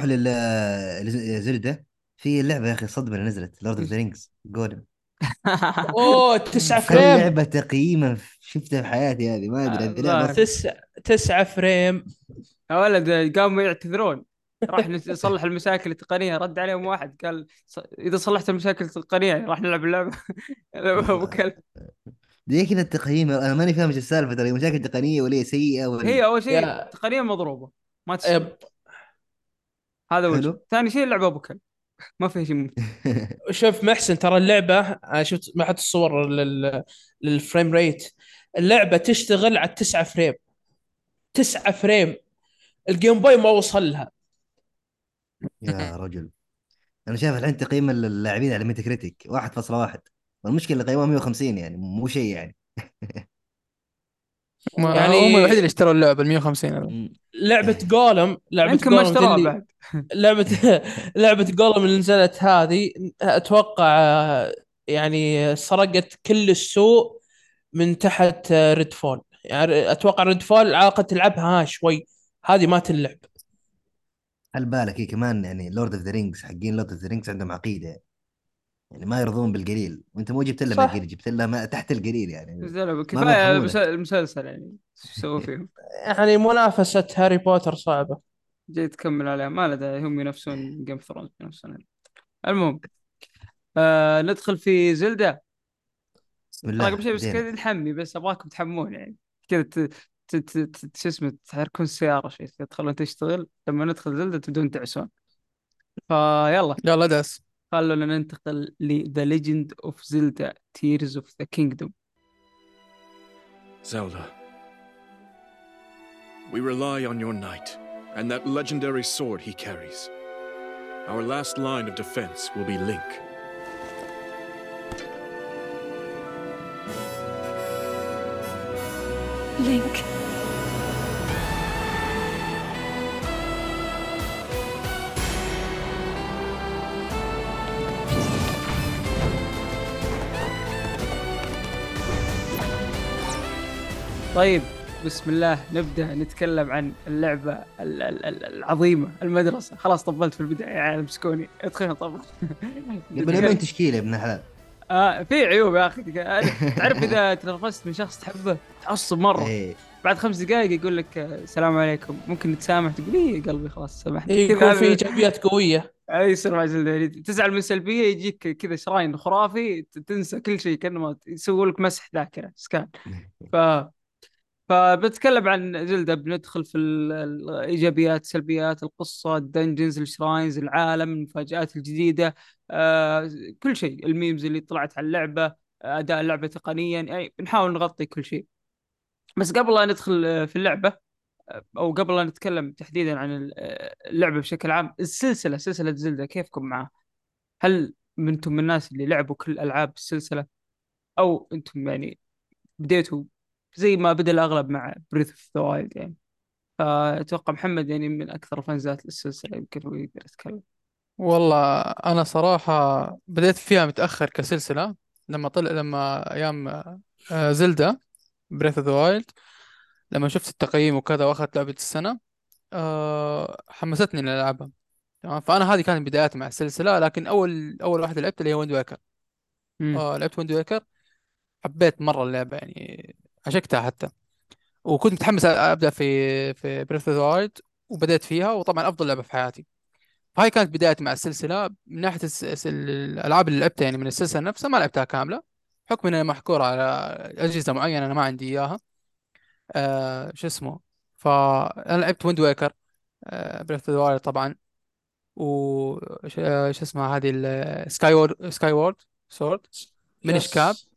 لزلدة، في اللعبة يا اخي الصدمة اللي نزلت لورد اوف ذا رينجز جولم. اوه 9 فريم. لعبة تقييما شفتها في حياتي، هذه ما ادري هذه لعبة الله. اصلا. 9 فريم. يا ولد قاموا يعتذرون، راح نصلح المشاكل التقنية، رد عليهم واحد قال إذا صلحت المشاكل التقنية راح نلعب اللعبة. أبو كلب. دي كذا التقييم، انا ماني فاهم ايش السالفة، ترى مشاكل تقنية ولا هي سيئة ولا. هي أول شيء يا تقنيا مضروبة، ما تشتغل. يب. هذا وجه. حلو. ثاني شيء اللعبة أبو كلب، ما فيها شيء ممتع. شوف محسن، ترى اللعبه أنا شفت ما حط الصور للفريم ريت. اللعبه تشتغل على 9 فريم. 9 فريم. الجيم بوي ما وصل لها. يا رجل، انا شايف الحين تقييم اللاعبين على ميتا كريتيك 1.1، والمشكله قيمها 150، يعني مو شيء يعني. هم يعني الوحيد اللي اشتروا اللعبة ال 150 هذا. مم. لعبه يمكن ما جولم ذي اشتراها اللي بعد. لعبه لعبه جولم اللي نزلت هذه، اتوقع يعني سرقت كل السوق من تحت ريد فول. يعني اتوقع ريد فول علاقه تلعبها شوي، هذه ما تلعب. هل بالك هي كمان يعني لورد اوف ذا رينجز، حقين لورد اوف ذا رينجز عندهم عقيده، يعني ما يرضون بالقليل، وانت مو جبت لها من صح. القليل، جبت لها ما تحت القليل يعني. نزلوا ما كفاية بيرحمونك. المسلسل يعني، شو يسووا فيهم؟ يعني منافسه هاري بوتر صعبه. جاي تكمل عليها ما له داعي، هم ينافسون جيم اوف ثرونز بنفسهم. المهم ندخل في زلدة. بسم ترى قبل الله شيء بس بدينا. كذا نحمي، بس ابغاكم تحمون يعني كذا شو اسمه، تحركون السيارة شيء تدخلون تشتغل، لما ندخل زلدة تبدون تعسون. فيلا يلا داس. خلونا ننتقل ل The Legend of Zelda Tears of the Kingdom. Zelda, we rely on your knight and that legendary sword he carries. Our last line of defense will be Link. Link. طيب بسم الله نبدأ نتكلم عن اللعبة العظيمة، المدرسة. خلاص طبلت في البداية يا عالم سكوني، ادخل طبل. قبل يومين تشكيله يا ابن الحلال. في عيوب يا اخي. تعرف اذا تنرفزت من شخص تحبه تعصب مره، ايه بعد 5 دقائق يقول لك السلام عليكم ممكن نتسامح، تقول ايه يا قلبي خلاص سامحني إيه، كذا. يكون في هذا ايجابيات قويه. يصير مع زلدة يعني. تزعل من سلبيه يجيك كذا شراين خرافي تنسى كل شيء، كانه ما يسوي لك مسح ذاكره سكان. ف فبتكلم عن زلدة، بندخل في الإيجابيات، سلبيات القصة، الدنجنز، الشراينز، العالم، المفاجآت الجديدة، آه كل شيء، الميمز اللي طلعت على اللعبة، أداء اللعبة تقنيا، يعني بنحاول نغطي كل شيء. بس قبل لا ندخل في اللعبة او قبل لا نتكلم تحديدا عن اللعبه بشكل عام، سلسله زلدة كيفكم معها؟ هل انتم من الناس اللي لعبوا كل العاب السلسله، او انتم يعني بديتوا زي ما بدأ الاغلب مع بريث اوف ذا وايلد يعني؟ فاتوقع محمد يعني من اكثر الفانزات للسلسله، يمكن هو يقدر يتكلم. والله انا صراحه بديت فيها متاخر كسلسله، لما ايام زلدا بريث اوف ذا وايلد، لما شفت التقييم وكذا واخذت لعبه السنه، حمستني اني العبها. تمام، فانا هذه كانت بداياتي مع السلسله. لكن اول واحده لعبت اللي هي ويند ويكر. امم. لعبت ويند ويكر، حبيت مره اللعبه يعني، عشقتها حتى. وكنت متحمس ابدا في بريث اوف ذا وايلد، وبدأت فيها، وطبعا افضل لعبه في حياتي. فهاي كانت بدايتي مع السلسله. من ناحيه الالعاب اللي لعبتها يعني من السلسله نفسها، ما لعبتها كامله بحكم انها محكوره على اجهزه معينه انا ما عندي اياها. شو اسمه. فانا لعبت ويند ويكر، بريث اوف ذا وايلد طبعا، شو اسمها هذه سكاي وورد سورد، مينيش كاب، يس.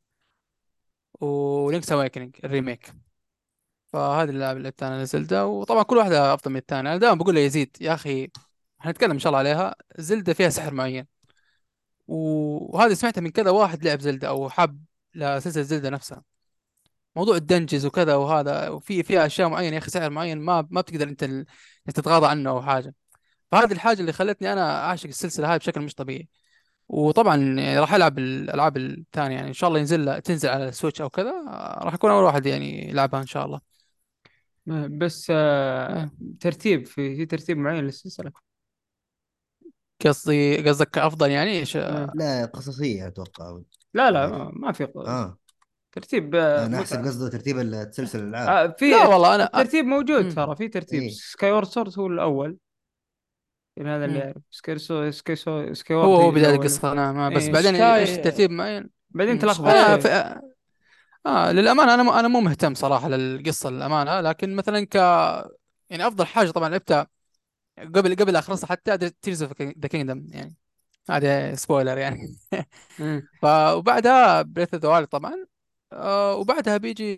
ولينكس اواكننج الريميك. فهذه اللعبه اللي لعبتها انا زلدة. وطبعا كل واحده افضل من الثانيه. انا دائما بقول ليزيد يا اخي، حنتكلم ان شاء الله عليها، زلدة فيها سحر معين. وهذا سمعته من كذا واحد لعب زلدة او حب لسلسله زلدة نفسها، موضوع الدنجز وكذا وهذا، وفي فيها اشياء معينه يا اخي، سحر معين ما بتقدر انت إنك تتغاضى عنه او حاجه. فهذه الحاجه اللي خلتني انا اعشق السلسله هاي بشكل مش طبيعي. وطبعا يعني راح العب الالعاب الثانيه يعني، ان شاء الله تنزل على السويتش او كذا، راح اكون اول واحد يعني يلعبها ان شاء الله. بس آه، ترتيب، في ترتيب معين للسلسله؟ قصدك افضل يعني ايش؟ آه. لا، قصصية اتوقع. لا لا، ولا ما في اه ترتيب انا احسب متعه. قصده ترتيب السلسلة الالعاب. لا في والله انا الترتيب موجود، مم. ترى في ترتيب. ايه. سكاي وورد سورد هو الاول، يعني هذا اللي مم. يعرف. سكاي هو وورد هو هي بداية الاول. القصة نعم، بس ايه. بعدين ايش سكاي الترتيب معين. بعدين تلخبط انا شوي. في للامانة انا مو مهتم صراحة للقصة للامانة. لكن مثلا يعني افضل حاجة طبعا لعبتها قبل اخلصها حتى تيرز اوف ذا كينجدم يعني، هذا سبويلر يعني. مم. وبعدها بريث اوف ذا وايلد طبعا. وبعدها بيجي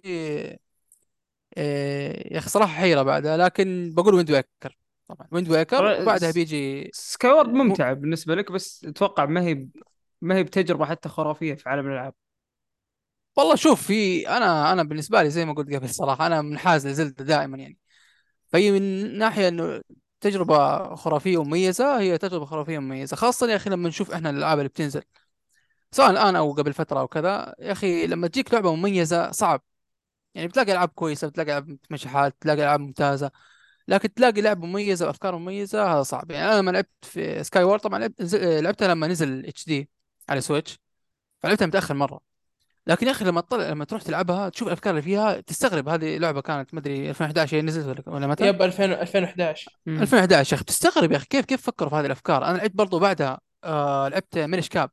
يا اخي صراحة حيرة بعدها، لكن بقول ويند ويكر. طبعا ويند ويكر، وبعدها بيجي سكاي وورد ممتعة بالنسبة لك، بس اتوقع ما هي بتجربة حتى خرافية في عالم الالعاب. والله شوف، انا بالنسبه لي زي ما قلت قبل صراحه، انا منحاز لزلدة دائما يعني. فهي من ناحيه انه تجربه خرافيه ومميزه، هي تجربه خرافيه مميزه، خاصه يا اخي لما نشوف احنا الالعاب اللي بتنزل سواء الان او قبل فتره او كذا. يا اخي لما تجيك لعبه مميزه صعب يعني، بتلاقي العاب كويسه، بتلاقي العاب بتمشي حال، تلاقي العاب ممتازه، لكن تلاقي لعبه مميزه وافكار مميزه هذا صعب يعني. انا لما لعبت في سكاي وورد طبعا لعبتها لما نزل اتش دي على سويتش، فلعبتها متاخر مره. لكن يا اخي لما تروح تلعبها تشوف الافكار اللي فيها تستغرب. هي لعبه كانت ما ادري 2011 هي نزلت ولا متى. يب 2000 2011. مم. 2011 يا اخي، تستغرب يا اخي كيف فكروا في هذه الافكار. انا لعبت برضو بعدها، لعبت مينيش كاب.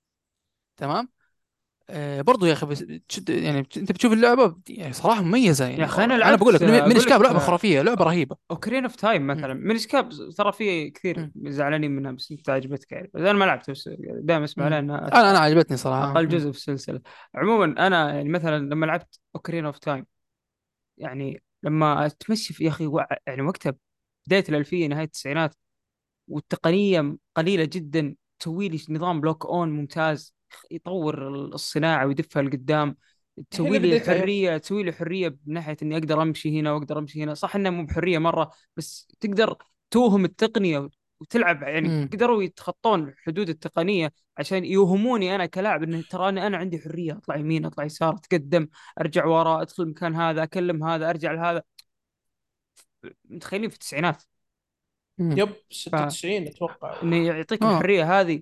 تمام. برضو يا اخي يعني انت بتشوف اللعبه يعني صراحه مميزه يا يعني. اخي انا انا بقول لعبت، لك اقول مينيش كاب لك لعبه خرافيه، لعبه رهيبه. اوكرين اوف تايم مم. مثلا. مينيش كاب ترى في كثير مم. زعلانين منها، بس انت عجبتك يعني. بس انا ما لعبت، بس دائما اسمع لها مم. انها انا عجبتني صراحه. اقل مم. جزء في السلسله. عموما انا يعني مثلا لما لعبت اوكرين اوف تايم، يعني لما تمشي في يا اخي يعني وقتها بدايه الالفيه نهايه التسعينات، والتقنيه قليله جدا، تسوي لي نظام بلوك اون ممتاز يطور الصناعه ويدفها لقدام. هنا بديتها يب. تسوي لي حريه من ناحيه اني اقدر امشي هنا واقدر امشي هنا. صح انها مو بحريه مره، بس تقدر توهم التقنيه وتلعب يعني. مم. قدروا يتخطون حدود التقنيه عشان يوهموني انا كلاعب ان تراني انا عندي حريه، اطلع يمين اطلع يسار اتقدم ارجع ورا، ادخل المكان هذا اكلم هذا ارجع لهذا. متخيلين في التسعينات مم. يب 96 اتوقع. انه يعطيك اه الحريه هذه؟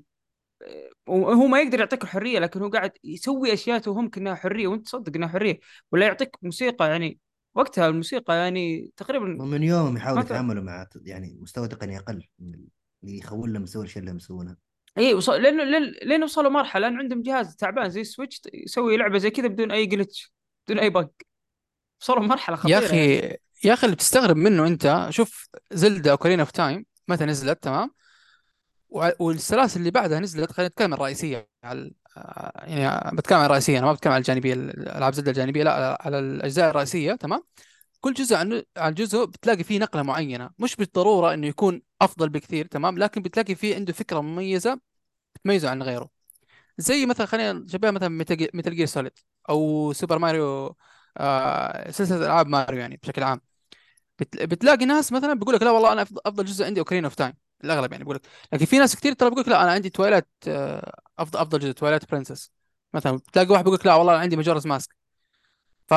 وهو ما يقدر يعطيك الحريه، لكن هو قاعد يسوي اشياء توهمك انها حريه وانت تصدق انها حريه. ولا يعطيك موسيقى يعني، وقتها الموسيقى يعني تقريبا ومن يوم يحاولوا ما كان. يتعاملوا مع يعني مستوى تقني اقل من اللي يخول لهم يسوون الشيء اللي مسوونه. اي لين وصلوا مرحله ان عندهم جهاز تعبان زي السويتش يسوي لعبه زي كذا بدون اي جلتش، بدون اي بق. وصلوا مرحله يا خطيره يا اخي، اخي. اللي بتستغرب منه انت شوف زلدا اوكارين اوف تايم متى نزلت. تمام. والسلاسل اللي بعدها نزلت، خلينا نتكلم عن الرئيسيه يعني بتكلم عن الرئيسيه، انا ما بتكلم عن الجانبيه، العاب زلدا الجانبيه لا، على الاجزاء الرئيسيه. تمام. كل جزء عن جزء بتلاقي فيه نقلة معينة، مش بالضرورة انه يكون افضل بكثير، تمام، لكن بتلاقي فيه عنده فكرة مميزة بتميزه عن غيره. زي مثلا خلينا نشبهها مثلا ميتال جير سوليد، او سوبر ماريو، سلسلة العاب ماريو يعني بشكل عام. بتلاقي ناس مثلا بيقول لك لا والله انا افضل جزء عندي اوكرين اوف تايم، الاغلب يعني بيقول لك. لكن في ناس كثير ترى بيقول لك لا انا عندي تويلايت، افضل جزء تويلايت برنسس. مثلا بتلاقي واحد بيقول لك لا والله انا عندي ماجورز ماسك. ف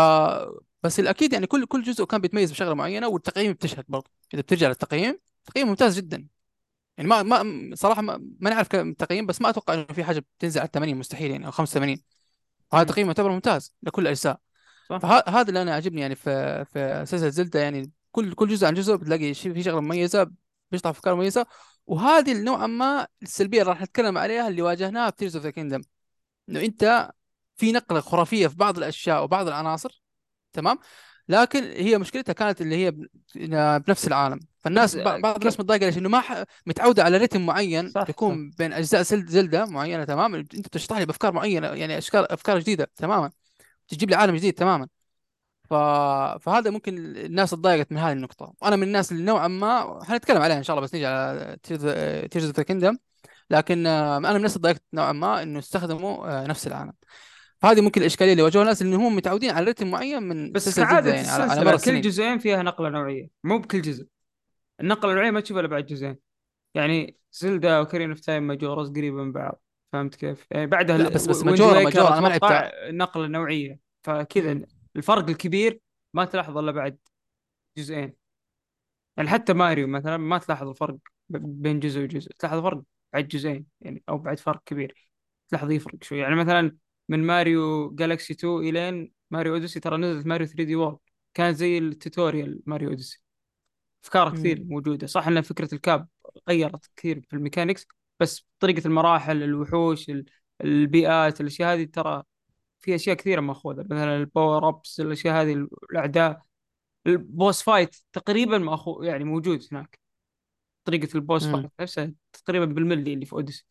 بس الاكيد يعني كل جزء كان بيتميز بشغله معينه، والتقييم بتشهد برضه. اذا بترجع للتقييم، تقييم ممتاز جدا. يعني ما صراحه ما نعرف كم التقييم، بس ما اتوقع انه في حاجه بتنزل على 80 مستحيل يعني، او 85. وهذا مم. تقييم يعتبر ممتاز لكل الاجزاء. صح. فهذا اللي انا عاجبني يعني في سلسله زلدة. يعني كل جزء عن جزء بتلاقي شيء في شغله مميزه، بيشرح افكار مميزه. وهذه نوعا ما السلبيه اللي راح نتكلم عليها اللي واجهناها في تيرز اوف ذا كيندم، انه انت في نقله خرافيه في بعض الاشياء وبعض العناصر، تمام، لكن هي مشكلتها كانت اللي هي بنفس العالم. فالناس بس بعض الناس متضايقه ليش انه ما متعوده على رتم معين صح صح. بيكون بين اجزاء زلدة معينه، تمام، انت بتشرح لي بافكار معينه يعني افكار جديده تماما، تجيب لي عالم جديد تماما. ف... فهذا ممكن الناس اتضايقت من هذه النقطة، وأنا من الناس اللي نوعا ما حنتكلم عليها إن شاء الله، بس نيجي على تيرز اوف ذا كيندم. لكن أنا من الناس اتضايقت نوعا ما إنه استخدموا نفس العالم. فهذه ممكن الإشكالية اللي واجهوا الناس، إنهم متعودين على رتم معين من بس سلسلة زلدة كعادة يعني على مر السلسلة كل السنين. جزئين فيها نقلة نوعية، مو بكل جزء. النقلة النوعية ما تشوفها إلا بعد جزئين. يعني زلدا وكرين اوف تايم ماجورز قريبة من بعض، فهمت كيف؟ يعني بعدها لا بس ويند ويكر ماجورا أنا ما اتوقع لعبتها. نقلة نوعية، فكذا مم. الفرق الكبير ما تلاحظ الا بعد جزئين. يعني حتى ماريو مثلا ما تلاحظ الفرق بين جزء وجزء، تلاحظ فرق بعد جزئين يعني، او بعد فرق كبير تلاحظ يفرق شوي. يعني مثلا من ماريو جالكسي 2 الين ماريو اوديسي ترى نزلت ماريو 3 دي وورلد، كانت زي التوتوريال ماريو اوديسي. افكار مم. كثير موجوده، صح ان فكره الكاب غيرت كثير في الميكانيكس، بس طريقه المراحل، الوحوش، البيئات، الاشياء هذه ترى في اشياء كثيره ماخوذه، مثلا الباور ابس، الاشياء هذه، الاعداء، البوس فايت تقريبا ماخو يعني موجود هناك. طريقه البوس مم. فايت نفسها تقريبا بالملي اللي في اوديسي،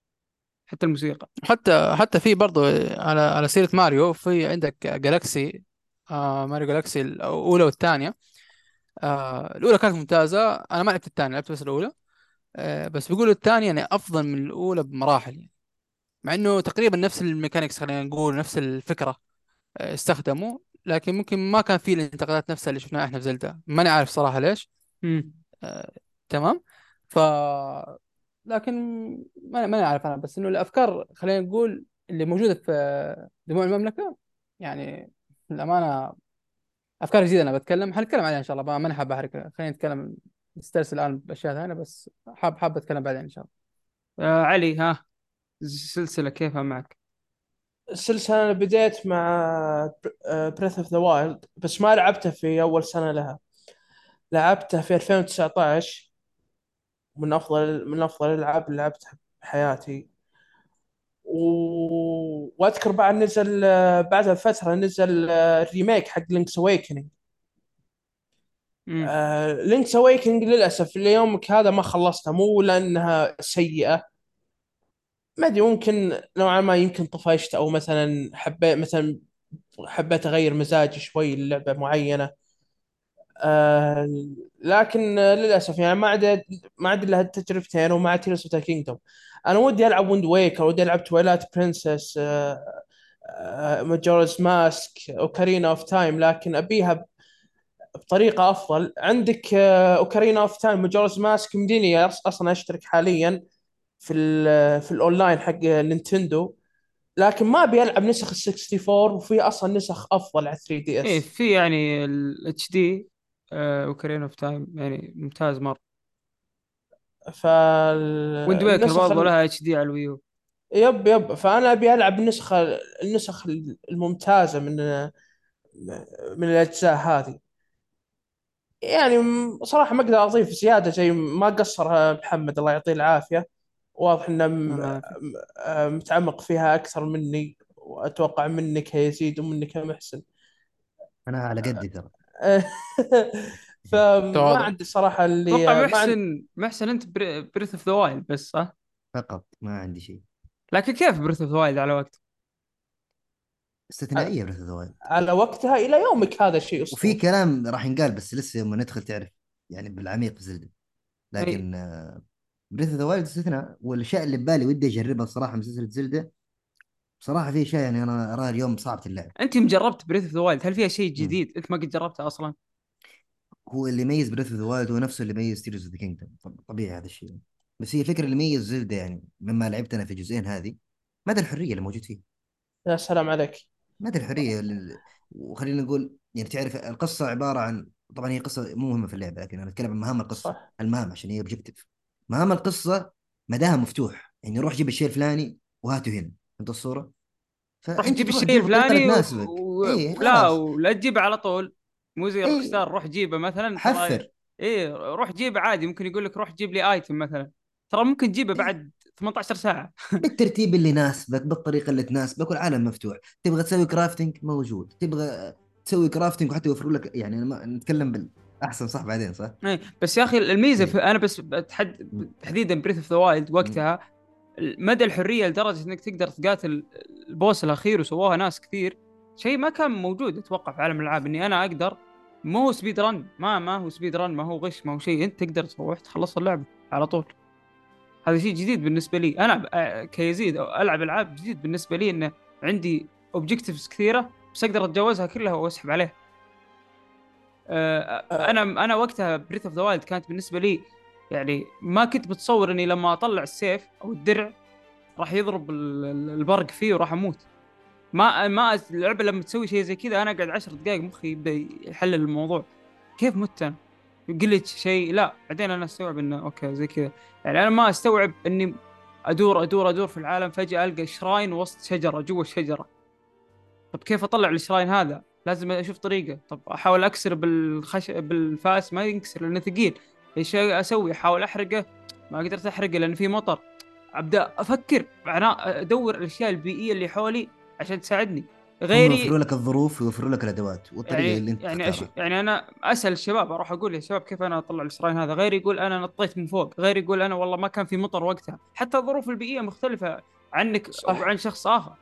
حتى الموسيقى. حتى في برضو على سيرة ماريو، في عندك جالاكسي، ماريو جالاكسي الأولى والثانية. الأولى كانت ممتازة، أنا ما لعبت الثانية، لعبت بس الأولى. بس بيقولوا الثانية يعني أفضل من الأولى بمراحل يعني. مع إنه تقريبا نفس الميكانيكس، خلينا نقول نفس الفكرة استخدموا، لكن ممكن ما كان فيه الانتقادات نفسها اللي شفناها إحنا في زلدة، ماني عارف صراحة ليش. امم آه، تمام. ف لكن ما أعرف أنا، بس إنه الأفكار خلينا نقول اللي موجودة في دموع المملكة يعني، للأمانة أفكار جديدة. أنا بتكلم حنتكلم عليها إن شاء الله، ما حاب أحرق، خلينا نتكلم نسترسل الآن بأشياء ثانية، بس حاب أتكلم بعدين إن شاء الله. علي، ها، السلسله كيفها معك؟ السلسلة أنا بديت مع بريث اوف ذا وايلد، بس ما لعبتها في أول سنة لها. لعبتها في 2019، من أفضل الألعاب اللي لعبتها بحياتي. وأذكر بعد نزل بعدها بفترة نزل الريميك حق لينكس أويكننج. امم لينكس أويكننج للأسف ليومك هذا ما خلصتها، مو لأنها سيئة، ما أدري، ممكن نوعا ما يمكن طفشت، أو حبيت أغير مزاجي شوي للعبة معينة. آه لكن للاسف يعني ما عاد الا هالتجربتين، ومع تيرز اوف ذا كينجدوم. انا ودي العب ويند ويكر، ودي العب تويلايت برنسس، ماجورز ماسك، اوكارينا اوف تايم، لكن ابيها بطريقه افضل. عندك اوكارينا اوف تايم ماجورز ماسك مديني اصلا اشترك حاليا في الاونلاين حق نينتندو، لكن ما ابي العب نسخ ال 64، وفي اصلا نسخ افضل على 3 دي ايه، اس. في يعني الاتش دي وكرين اوف تايم يعني ممتاز مره. ويند ويكر فالنسخ برضه لها اتش دي على الويو. يب فانا ابي العب النسخ الممتازه من الاجزاء هذه. يعني صراحه ما اقدر اضيف زياده، زي ما قصر محمد الله يعطيه العافيه. واضح انه الله يعافيك. متعمق فيها اكثر مني، واتوقع منك يا يزيد ومنك يا محسن. انا على قدي ترى. فما تواضع. عندي صراحه اتوقع اللي ما عندي. محسن انت بريث اوف ذا وايلد بس، صح؟ فقط ما عندي شيء. لكن كيف بريث اوف ذا وايلد على وقت؟ استثنائيه بريث اوف ذا وايلد. على وقتها الى يومك هذا شيء وفي اسطوري. كلام راح ينقال بس لسه لما ندخل تعرف يعني بالعميق في زلده. اي لكن بريث اوف ذا وايلد استثناء. والاشياء اللي ببالي ودي اجربها الصراحه من سلسله زلده. بصراحه في اشياء يعني انا اراها اليوم صعبه اللعب. انت مجربت بريث اوف ذا وايلد؟ هل فيها شيء مم. جديد انت ما قد جربته اصلا؟ هو اللي يميز بريث اوف ذا وايلد هو نفسه اللي يميز تيرز اوف ذا كينجدم. طبيعي هذا الشيء. بس هي الفكره اللي يميز زلده يعني مما لعبت انا في الجزئين هذه مدى الحريه اللي موجود فيه. يا سلام عليك. مدى الحريه وخلينا نقول يعني تعرف القصه عباره عن، طبعا هي قصه مو مهمه في اللعبه لكن انا اتكلم عن مهام القصه. صح. المهام عشان هي اوبجيكتيف. مهام القصه مداها مفتوح يعني روح جيب الشيء الفلاني وهاته هنا. فهمت الصوره؟ روح فانت تجيب تروح الشيء تجيبه بالطريقه اللي الفلاني تناسبك. ايه ولا خلاص. ولا تجيبه على طول، مو زي روك ايه ستار روح جيبه مثلا ترى. حفر. ايه روح جيبه عادي، ممكن يقول لك روح جيب لي ايتم مثلا، ترى ممكن تجيبه إيه. بعد 18 ساعة. بالترتيب اللي يناسبك بالطريقه اللي تناسبك والعالم مفتوح. تبغى تسوي كرافتنج موجود. تبغى تسوي كرافتنج وحتى يوفروا لك يعني أنا ما نتكلم بالاحسن صح بعدين صح. ايه بس يا اخي الميزة ايه. انا بس تحديدا بريث اوف ذا وايلد مم. وقتها مدى الحرية لدرجة انك تقدر تقاتل البوس الاخير وسووها ناس كثير، شيء ما كان موجود اتوقع في عالم الالعاب. اني انا اقدر، ما هو سبيد رن، ما هو سبيد رن، ما هو غش، ما هو شيء، انت تقدر تروح تخلص اللعبة على طول. هذا شيء جديد بالنسبه لي انا كيزيد، أو العب العاب جديد بالنسبه لي انه عندي اوبجكتيفز كثيره بس اقدر اتجاوزها كلها واسحب عليها. آه، انا وقتها بريث اوف ذا وايلد كانت بالنسبه لي يعني ما كنت متصور اني لما اطلع السيف او الدرع راح يضرب البرق فيه وراح اموت. ما اللعبه لما تسوي شيء زي كذا انا اقعد 10 دقائق مخي يبدا يحلل الموضوع. كيف مت انا؟ قلت شيء لا، بعدين انا استوعب انه اوكي زي كذا. يعني انا ما استوعب اني ادور في العالم فجأة القى شراين وسط شجرة جوا الشجرة. طب كيف اطلع الشراين هذا؟ لازم اشوف طريقة. طب احاول اكسر بالفاس ما ينكسر لانه ثقيل. ايش اسوي؟ احاول احرقه، ما قدرت احرقه لان في مطر. ابدا افكر معناه ادور الاشياء البيئية اللي حولي عشان تساعدني. هم غيري يوفروا لك الظروف ويوفروا لك الادوات والطريقه اللي انت تختارها. يعني انا اسال الشباب، اروح اقول يا شباب كيف انا اطلع الشراين هذا؟ غير يقول انا نطيت من فوق، غير يقول انا والله ما كان في مطر وقتها. حتى الظروف البيئيه مختلفه عنك صح. وعن شخص اخر.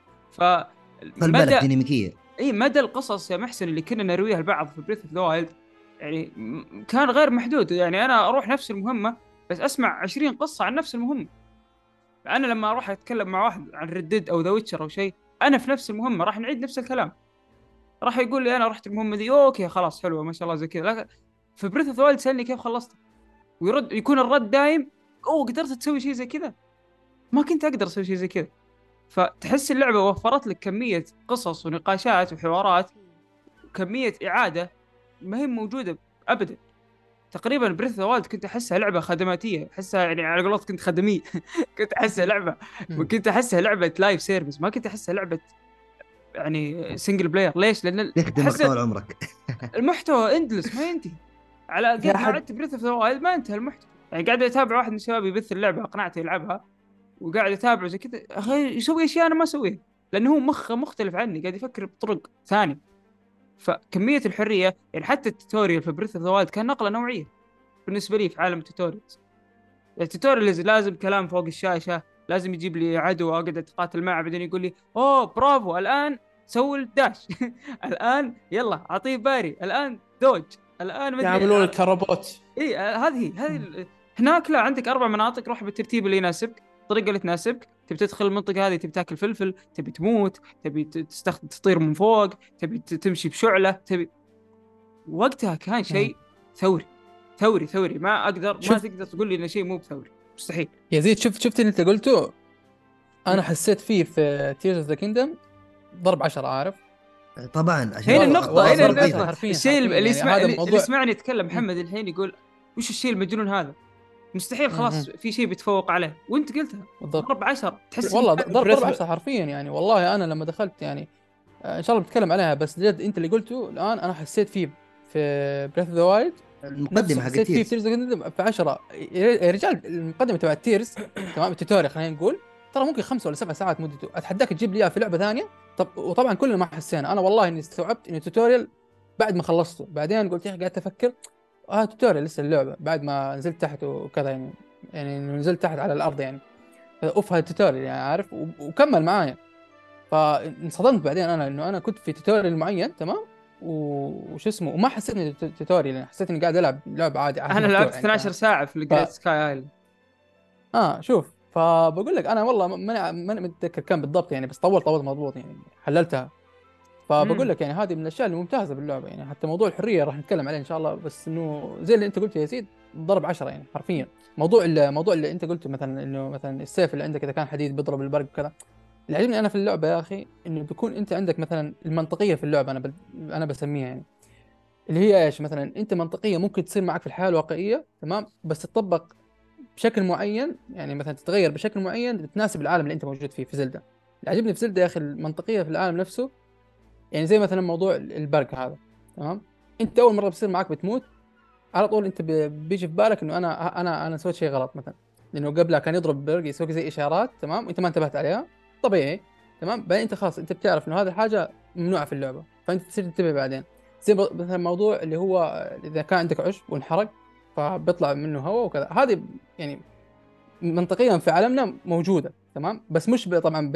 خل بالك فمدى ديناميكيه. اي مدى القصص يا محسن اللي كنا نرويها البعض في بريث اوف ذا وايلد يعني كان غير محدود. يعني انا اروح نفس المهمه بس اسمع 20 قصه عن نفس المهمه. انا لما اروح اتكلم مع واحد عن ردد او ذا ويتشر او شيء، انا في نفس المهمه راح نعيد نفس الكلام. راح يقول لي انا رحت المهمه دي اوكي خلاص حلوه ما شاء الله زي كذا. لكن في بريث اوف ذا وايلد سالني كيف خلصت، ويرد يكون الرد دايم اوه قدرت تسوي شيء زي كذا، ما كنت اقدر اسوي شيء زي كذا. فتحس اللعبه وفرت لك كميه قصص ونقاشات وحوارات وكميه اعاده ما هي موجوده ابدا. تقريبا بريث اوف ذا وايلد كنت احسها لعبه خدماتيه، احسها يعني على قولتك كنت خدميه. كنت احسها لعبه، مم. كنت احسها لعبه لايف سيرفيس، ما كنت احسها لعبه يعني سنجل بلاير. ليش؟ لان تخدمك احس طول عمرك. المحتوى اندلس ما ينتهي. على يا قد ما حد لعبت بريث اوف ذا وايلد ما انتهى المحتوى. يعني قاعد اتابع واحد من الشباب يبث اللعبه، اقنعته يلعبها وقاعد اتابعه زي كذا، اخي يسوي اشياء انا ما اسويها لانه هو مخه مختلف عني، قاعد يفكر بطرق ثانيه. فكميه الحريه يعني حتى التوتوريال في بريث اوف ذا وايلد كان نقله نوعيه بالنسبه لي في عالم التوتوريالز. التوتوريالز لازم كلام فوق الشاشه، لازم يجيب لي عدو اقعد اتقاتل معه بعدين يقول لي اوه برافو الان سوي الداش. الان يلا اعطيه باري، الان دوج، الان مدري يعملون الكروبوت. اي هناك لا، عندك 4 مناطق روح بالترتيب اللي يناسبك، الطريقه اللي تناسبك. تبي تدخل المنطقه هذه تبي تاكل فلفل، تبي تموت، تبي تطير من فوق، تبي تمشي بشعله، تبي. وقتها كان شيء ثوري ثوري ما اقدر، ما شوف تقدر تقول لي انه شيء مو بثوري، مستحيل. يزيد، شفت اللي انت قلته، انا حسيت فيه في تيرز اوف ذا كيندم ضرب 10 عارف. طبعا عشان هنا والله النقطة، والله هنا ضرب 10 النقطة. حرفيا الشيء حرفيا اللي يعني يسمع هذا اللي الموضوع. يسمعني يتكلم مم. محمد الحين يقول وش الشيء المجنون هذا؟ مستحيل، مم. خلاص في شيء بيتفوق عليه وانت قلتها. بالضبط. ضرب 10 تحس والله إني ضرب بريث 10 حرفيا يعني. والله انا لما دخلت يعني ان شاء الله بتكلم عليها، بس جد انت اللي قلته الان انا حسيت فيه في بريث اوف ذا وايلد، نفسه المقدمه حق حسيت فيه التيرز. في تيرز في 10. يا رجال المقدمه تبع التيرز تمام، التوتوريال خلينا نقول ترى ممكن 5 ولا 7 ساعات مدته. اتحداك تجيب لي اياها في لعبه ثانيه. طب وطبعا كلنا ما حسينا. انا والله اني استوعبت ان التوتوريال بعد ما خلصته، بعدين قلت يا اخي قاعد افكر توتوريال لسه اللعبه بعد ما نزلت تحت وكذا يعني نزلت تحت على الارض يعني اوف هذا التوتوريال يعني عارف، وكمل معايا. فانصدمت بعدين انا انه انا كنت في توتوريال معين، تمام، وش اسمه، وما حسيت اني توتوريال، يعني حسيت اني قاعد العب لعبه عادي، عالم انا مفتوح لعبت يعني 12 ساعه في ف... الجريت سكاي ايلاند. شوف، فبقول لك انا والله ماني متذكر كم بالضبط يعني، بس طولت مضبوط يعني، حللتها. فبقول لك يعني هذه من الاشياء الممتازه باللعبه يعني. حتى موضوع الحريه راح نتكلم عليه ان شاء الله، بس انه زي اللي انت قلت يا يزيد، ضرب 10 يعني حرفيا. موضوع اللي انت قلته مثلا، انه مثلا السيف اللي عندك اذا كان حديد بيضرب البرق وكذا. اللي عجبني انا في اللعبه يا اخي، انه بيكون انت عندك مثلا المنطقيه في اللعبه، انا بسميها يعني، اللي هي ايش، مثلا انت منطقيه ممكن تصير معك في الحياه الواقعيه، تمام، بس تطبق بشكل معين، يعني مثلا تتغير بشكل معين تناسب العالم اللي انت موجود فيه في زلدة. اللي عجبني في زلدة يا اخي المنطقيه في العالم نفسه، يعني زي مثلا موضوع البرق هذا، تمام. انت اول مره بتصير معك بتموت، على طول انت بيجي في بالك انه انا سويت شيء غلط مثلا، لانه قبلها كان يضرب برق يسوي زي اشارات، تمام، انت ما انتبهت عليها، طبيعي، تمام. بعدين انت خلاص انت بتعرف انه هذه الحاجه ممنوعه في اللعبه، فانت تصير تنتبه بعدين. زي مثلا موضوع اللي هو اذا كان عندك عشب وانحرق فبيطلع منه هواء وكذا، هذه يعني منطقيا في عالمنا موجوده، تمام، بس مش طبعا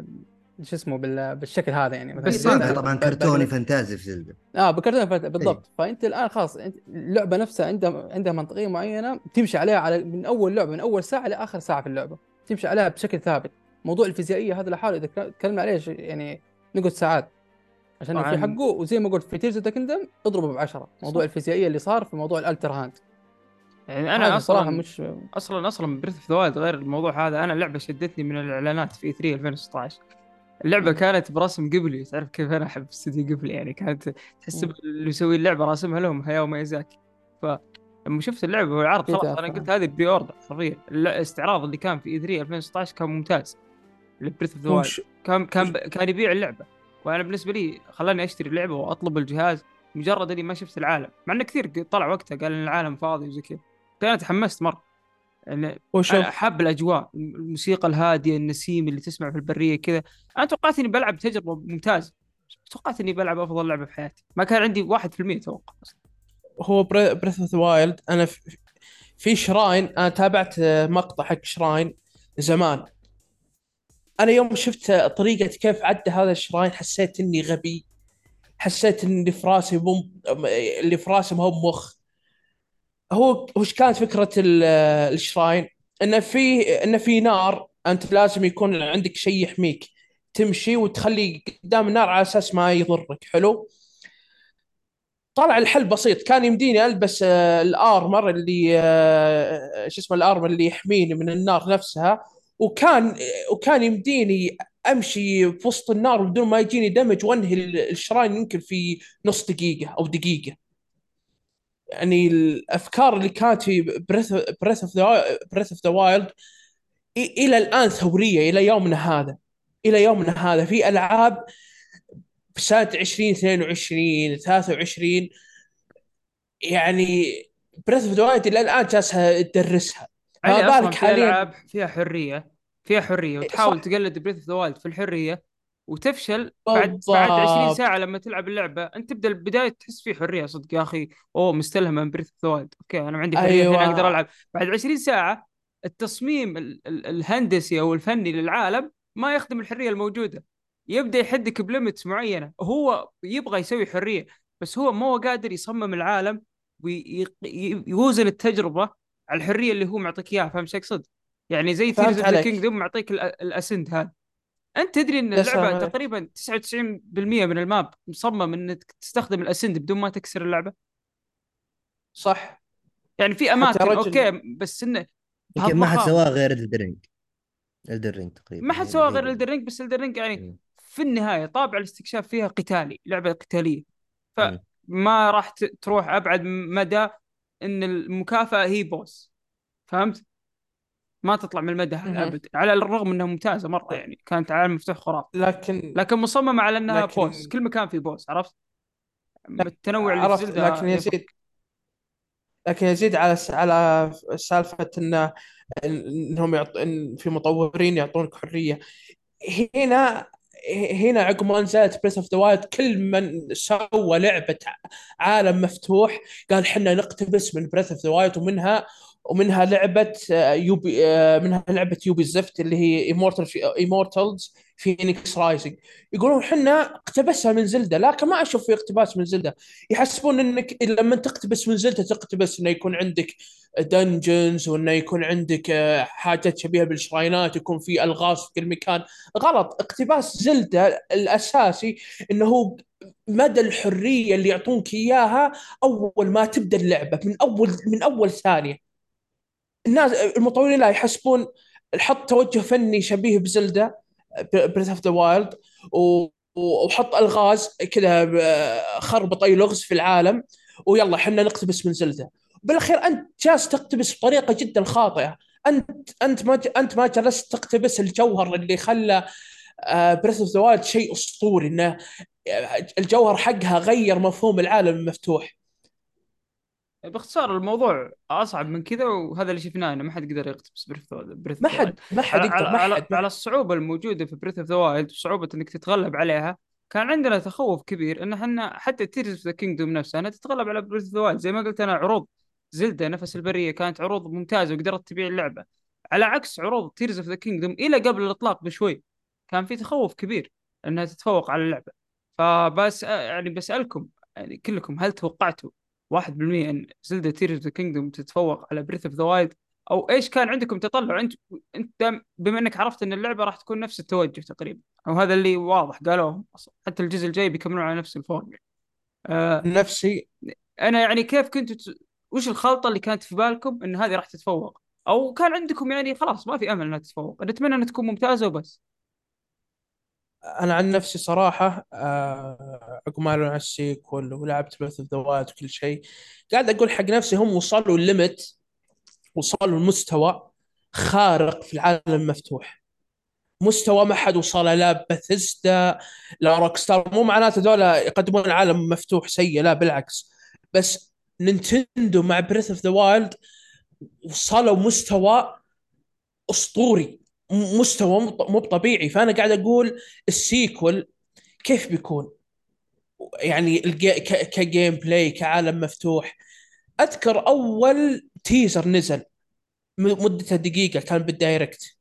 شو اسمه بالشكل هذا يعني، مثلا هي بس اذا طابع انت طبعا باقي كرتوني لك. فانتازي في زلدة. بكرتون اي بالضبط. فانت الان خلاص، انت اللعبه نفسها عندها منطقيه معينه تمشي عليها، على من اول لعبه، من اول ساعه لاخر ساعه في اللعبه تمشي عليها بشكل ثابت. موضوع الفيزيائيه هذا لحاله اذا تكلمنا عليه يعني نقعد ساعات، عشانه في طبعا حقه. وزي ما قلت في تيرز اوف ذا كingdom اضربه ب10، موضوع صح. الفيزيائيه اللي صار في موضوع الالتر هاند، يعني انا حاجه صراحه اصلا مش. اصلا بريث اوف ذا وايلد غير الموضوع هذا، انا اللعبه شدتني من الاعلانات في 3 2016. اللعبه مم. كانت برسم قبلي، تعرف كيف انا احب استوديو قبلي يعني، كانت تحس مم. اللي يسوي اللعبه راسمها لهم هياو ميازاكي. فلما شفت اللعبه والعرض في خلاص انا تاثر. قلت هذه بري اوردر حرفيا. الاستعراض اللي كان في اي 3 2016 كان ممتاز لبريث اوف ذا وايلد، وش كان يبيع اللعبه. وانا بالنسبه لي خلاني اشتري اللعبه واطلب الجهاز مجرد اني ما شفت العالم، مع انه كثير طلع وقتها قال ان العالم فاضي وزي كذا. انا تحمست مره يعني. انا وشوف احب الاجواء، الموسيقى الهاديه، النسيم اللي تسمع في البريه كذا. انا توقعت اني بلعب تجربه ممتازه، توقعت اني بلعب افضل لعبه في حياتي، ما كان عندي 1% توقع. هو بريث اوف ذا وايلد، انا في شراين، انا تابعت مقطع حق شراين زمان. انا يوم شفت طريقة كيف عدى هذا الشراين حسيت اني غبي، حسيت ان اللي في راسي اللي في راسي ما هو مخ. هو وش كانت فكرة الشراين؟ انه في نار، انت لازم يكون عندك شيء يحميك، تمشي وتخلي قدام النار على اساس ما يضرك. حلو. طلع الحل بسيط، كان يمديني البس الارمر اللي شو اسمه، الارمر اللي يحميني من النار نفسها. وكان وكان يمديني امشي في وسط النار بدون ما يجيني دمج، وانهي الشراين يمكن في نص دقيقة او دقيقة. يعني الافكار اللي كانت في بريث اوف ذا وايلد الى الان ثوريه، الى يومنا هذا. الى يومنا هذا في العاب في سنه 2022 23 يعني بريث اوف ذا وايلد الى الان جالسه تدرسها، فما علي بالك اصلا في حاليا. العاب فيها حريه، فيها حريه، وتحاول صح، تقلد بريث اوف ذا وايلد في الحريه وتفشل بعد 20 بالضبط. ساعه لما تلعب اللعبه. انت تبدا البدايه تحس فيه حريه صدق يا اخي، اوه مستلهمه من بريث اوف ذا وايلد، اوكي انا عندي حريه الحين اقدر ايوه، العب. بعد 20 ساعه التصميم الهندسي او الفني للعالم ما يخدم الحريه الموجوده، يبدا يحدك بليمتس معينه. هو يبغى يسوي حريه بس هو ما هو قادر يصمم العالم ويوزن التجربه على الحريه اللي هو معطيك اياها. فاهم ايش اقصد؟ يعني زي ثيرز فهمت اوف ذا عليك. كينجدوم معطيك الاسند هذا. انت تدري ان يا سلام اللعبه عليك. تقريبا 99% من الماب مصمم انك تستخدم الاسند بدون ما تكسر اللعبه. صح. يعني في حتى اماكن رجل. اوكي بس انه يمكن ما حد سواها بهالضخامه. غير الدرينج. الدرينج ما تقريبا حد هي سوى غير الوحيدة اللي. الدرينج، بس الدرينج يعني مم. في النهايه طابع الاستكشاف فيها قتالي، لعبه قتاليه، مم. فما راح تروح ابعد مدى ان المكافاه هي بوس. فهمت؟ ما تطلع من المدى هذا مهم. ابدا، على الرغم انها ممتازه مره يعني، كانت عالم مفتوح خرافي، لكن لكن مصممه على انها بوس، لكن كل مكان فيه بوس. عرفت؟ التنوع اللي في عرفت. زلدة يفرق. لكن يزيد على سالفه انهم إن في مطورين يعطونك حريه. هنا هنا عقب ما نزلت بريس اوف ذا وايلد، كل من سوى لعبه عالم مفتوح قال حنا نقتبس من بريس اوف ذا وايلد، ومنها لعبه يوبي، منها لعبه يوبي زفت اللي هي ايمورتالز فينيكس رايزنج، يقولون حنا اقتبسها من زلدة، لكن ما اشوف في اقتباس من زلدة. يحسبون انك لما تقتبس من زلدة تقتبس انه يكون عندك دنجنز، وانه يكون عندك حاجات شبيهه بالشراينات، يكون في الغاز في كل مكان. غلط. اقتباس زلدة الاساسي انه هو مدى الحريه اللي يعطونك اياها اول ما تبدا اللعبه، من اول ثانيه. الناس المطورين لا يحسبون، حط توجه فني شبيه بزلدة بريث اوف ذا وايلد، وحط الغاز كذا، خربط اي لغز في العالم، ويلا حنا نقتبس من زلدة. بالاخير انت جالس تقتبس بطريقه جدا خاطئه. انت ما جلست تقتبس الجوهر اللي خلى بريث اوف ذا وايلد شيء اسطوري، انه الجوهر حقها غير مفهوم العالم المفتوح. باختصار الموضوع اصعب من كذا، وهذا اللي شفناه انه ما حد قدر يقتبس بريث ما اوف ذا وايلد. حد ما حد على يقدر، ما حد على الصعوبه الموجوده في بريث اوف ذا وايلد وصعوبه انك تتغلب عليها، كان عندنا تخوف كبير ان احنا حتى تيرز اوف ذا كينجدوم نفسها انها تتغلب على بريث اوف ذا وايلد. زي ما قلت انا، عروض زلدة نفس البريه كانت عروض ممتازه وقدرت تبيع اللعبه، على عكس عروض تيرز اوف ذا كينجدوم الى قبل الاطلاق بشوي كان في تخوف كبير انها تتفوق على اللعبه. فبس يعني بسالكم يعني كلكم، هل توقعتوا 1% ان زلدا تيرز اوف ذا كينجدوم تتفوق على بريث اوف ذا وايلد؟ او ايش كان عندكم تطلع انت بما انك عرفت ان اللعبه راح تكون نفس التوجه تقريبا، او هذا اللي واضح قالوه اصلا، حتى الجزء الجاي بيكملون على نفس الفورمولا. آه نفسي. انا يعني كيف كنتوا وش الخلطه اللي كانت في بالكم ان هذه راح تتفوق، او كان عندكم يعني خلاص ما في امل انها تتفوق، نتمنى انها تكون ممتازه وبس؟ انا عن نفسي صراحه، عقب ما اعلنوا عن السيكول ولعبت بث اوف ذا وايلد وكل شيء، قاعد اقول حق نفسي هم وصلوا الليمت، وصلوا لمستوى خارق في العالم المفتوح. مستوى ما حد وصل، لا بثزدا لا روك ستار. مو معناته دولة يقدمون عالم مفتوح سيء، لا بالعكس. بس نينتندو مع بريث اوف ذا وايلد وصلوا مستوى اسطوري، مستوى مو طبيعي. فانا قاعد اقول السيكول كيف بيكون، يعني كجيم بلاي، كعالم مفتوح. اذكر اول تيزر نزل مدته دقيقه كان بالدايركت،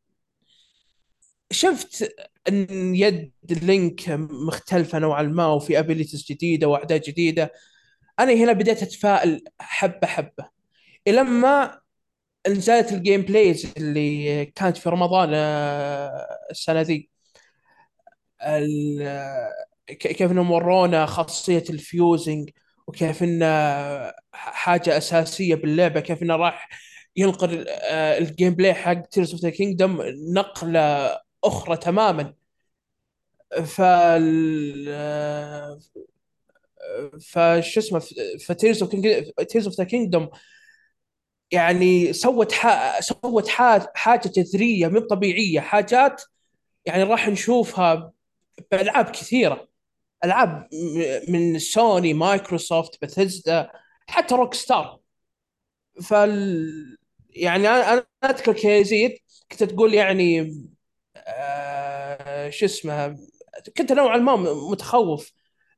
شفت ان يد لينك مختلفه نوعا ما، وفي ابيليتيز جديده واعداء جديده. انا هنا بديت اتفائل حبه حبه، الى ما نزلت الجيم بلايز اللي كانت في رمضان السنه ذي. كيف انهم ورونا خاصيه الفيوزنج، وكيف انه حاجه اساسيه باللعبه، كيف انه راح ينقل الجيم بلاي حق تيرز اوف ذا كينجدم نقله اخرى تماما. فال فشو اسمه، فتيرز اوف ذا كينجدم يعني حاجه جذريه مو طبيعيه، حاجات يعني راح نشوفها بالعاب كثيره، العاب من سوني، مايكروسوفت، بثزدا، حتى روك ستار. يعني انا اذكر كيزيد كنت تقول يعني شو اسمه، كنت نوعا ما متخوف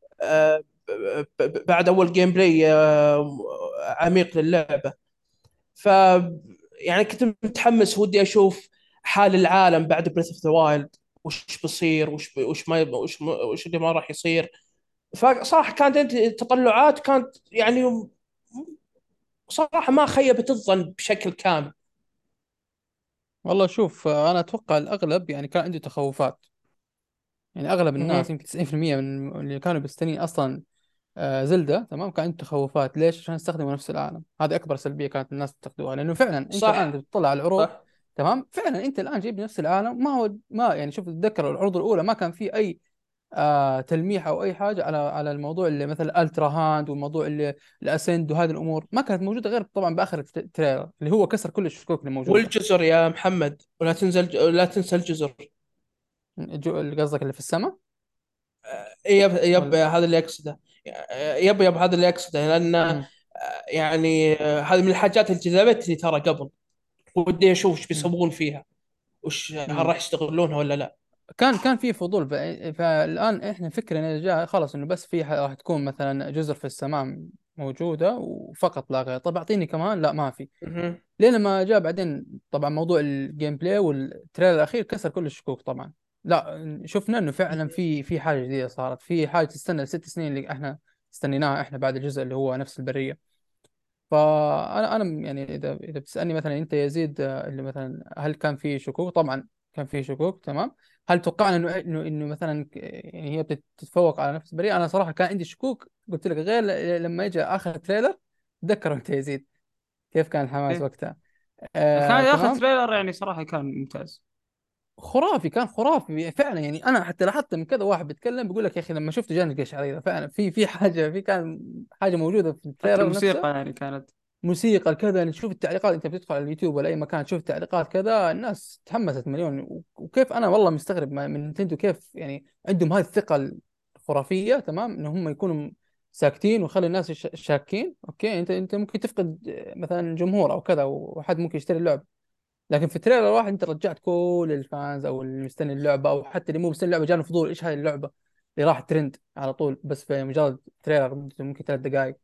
بعد اول جيم بلاي عميق للعبه. ف يعني كنت متحمس، ودي اشوف حال العالم بعد بريث اوف ذا وايلد، وش بيصير، وش اللي ما راح يصير. فصراحه كانت عندي تطلعات، كانت يعني صراحه ما خيبت الظن بشكل كامل. والله شوف، انا اتوقع الاغلب يعني كان عنده تخوفات. يعني اغلب الناس مهم. يمكن 90% من اللي كانوا مستنيين اصلا زلدة، تمام، كان عنده تخوفات. ليش؟ عشان يستخدموا نفس العالم. هذه اكبر سلبيه كانت الناس بتاخذوها، لانه فعلا انت الان صح. بتطلع على العروض، صح. تمام، فعلا انت الان جايب نفس العالم. ما هو ما يعني شوف، تتذكر العروض الاولى ما كان في اي تلميح او اي حاجه على الموضوع اللي مثلا الترا هاند، والموضوع اللي الاسند، وهذه الامور ما كانت موجوده غير طبعا باخر التريلر اللي هو كسر كل الشكوك اللي موجوده. والجزر يا محمد، ولا تنسى الجزر. اللي قصدك اللي في السماء يب ولا؟ هذا اللي اقصده. يب هذا اللي اقصده، لان مم. يعني هذه من الحاجات اللي جذبتني ترى قبل. ودي اشوف ايش مم. بيسوون فيها، هل مم. راح يستغلونها ولا لا. كان في فضول، فالان احنا فكرنا جاء خلاص انه بس في راح تكون مثلا جزر في السماء موجوده وفقط لا غير. طب اعطيني كمان، لا ما في. مهم. لين ما جاء بعدين طبعا موضوع الجيم بلاي والتريلر الاخير كسر كل الشكوك طبعا. لا شفنا انه فعلا في حاجه جديده صارت، في حاجه تستنى ال6 سنين اللي احنا استنيناها احنا بعد الجزء اللي هو نفس البريه. فانا يعني اذا بتسالني مثلا انت يا يزيد، اللي مثلا هل كان في شكوك؟ طبعا كان في شكوك، تمام. هل توقعنا انه مثلا يعني هي بتتفوق على نفس البريه؟ انا صراحه كان عندي شكوك، قلت لك، غير لما اجى اخر تريلر. تذكروا انت يا يزيد كيف كان الحماس إيه. وقتها؟ كان يا اخي تمام. تريلر يعني صراحه كان ممتاز. خرافي، كان خرافي فعلا. يعني انا حتى لاحظت من كذا واحد بيتكلم بيقول لك يا اخي لما شفته جاني قشعريره فعلا، في حاجه، كان حاجه موجوده في حتى التريلر نفسه. الموسيقى يعني كانت. موسيقى كذا، يعني تشوف التعليقات، انت بتدخل على اليوتيوب ولا اي مكان تشوف التعليقات كذا، الناس تحمست مليون. وكيف انا والله مستغرب من نتندو، كيف يعني عندهم هذه الثقة الخرافية، تمام، ان هم يكونوا ساكتين ويخلي الناس شاكين. اوكي، انت ممكن تفقد مثلا جمهور او كذا، وحد ممكن يشتري اللعبة، لكن في تريلر واحد انت رجعت كل الفانز او اللي مستني اللعبة، او حتى اللي مو مستني اللعبة جاني فضول ايش هاي اللعبة اللي راح ترند على طول بس في مجرد تريلر مدته ممكن 3 دقائق.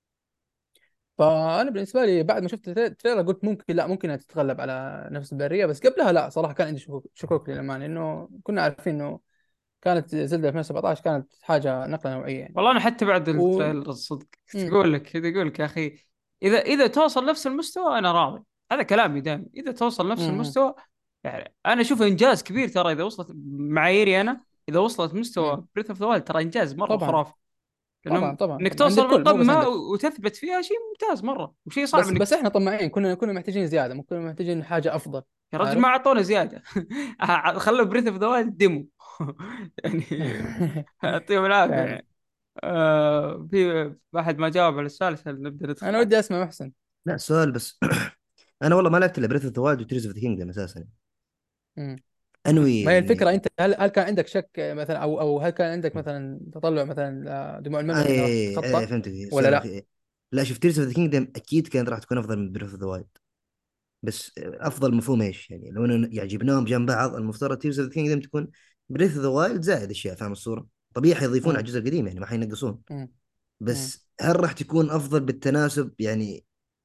فانا بالنسبه لي بعد ما شفت التريلر قلت ممكن، لا ممكن تتغلب على نفس البريه، بس قبلها لا صراحه كان عندي شكوك للامانه، انه كنا عارفين انه كانت زلدة 2017 كانت حاجه نقله نوعيه يعني. والله انا حتى بعد و التريلر الصدق مم. تقول لك يا اخي، اذا توصل نفس المستوى انا راضي. هذا كلامي دائما، اذا توصل نفس مم. المستوى يعني انا اشوف انجاز كبير ترى. اذا وصلت معاييري انا، اذا وصلت مم. مستوى بريث اوف ذا وايلد ترى انجاز مره طبعا خرافي. طبعا لانه طبعا انك طبعا عند توصل الكل مو بس بالقمه عندك. وتثبت فيها شيء ممتاز مره، وشيء صعب بس انك. احنا طماعين، كنا محتاجين زياده، ممكن كنا محتاجين حاجه افضل. يا رجل ما عارف. اعطونا زياده. خلوا بريث اوف ذا وايلد ديمو. يعني يعطيهم العافيه فعلا. يعني. في واحد ما جاوب على السؤال عشان نبدا ندخل انا على. ودي اسمع محسن. لا سؤال بس. انا والله ما لعبت الا بريث اوف ذا وايلد وتيرز اوف ذا كينجدم اساسا. مم. انوي ما هي يعني. الفكره، انت هل كان عندك شك مثلا، او هل كان عندك مثلا تطلع مثلا دموع الملل انها راح اي تتخطى فهمتك ولا السالفه في لا؟ إيه؟ لا شوف تيرز اوف ذا كينجدم اكيد كانت راح تكون افضل من بريث اوف ذا وايلد. بس افضل مفهوم ايش يعني لو انه يعجبناهم جنب بعض المفترض تيرز اوف ذا كينجدم تكون بريث اوف ذا وايلد زائد اشياء، فاهم الصوره؟ طبيعي حيضيفون على مم. الجزء القديم يعني ما حينقصون. مم. مم. بس هل راح تكون افضل بالتناسب يعني؟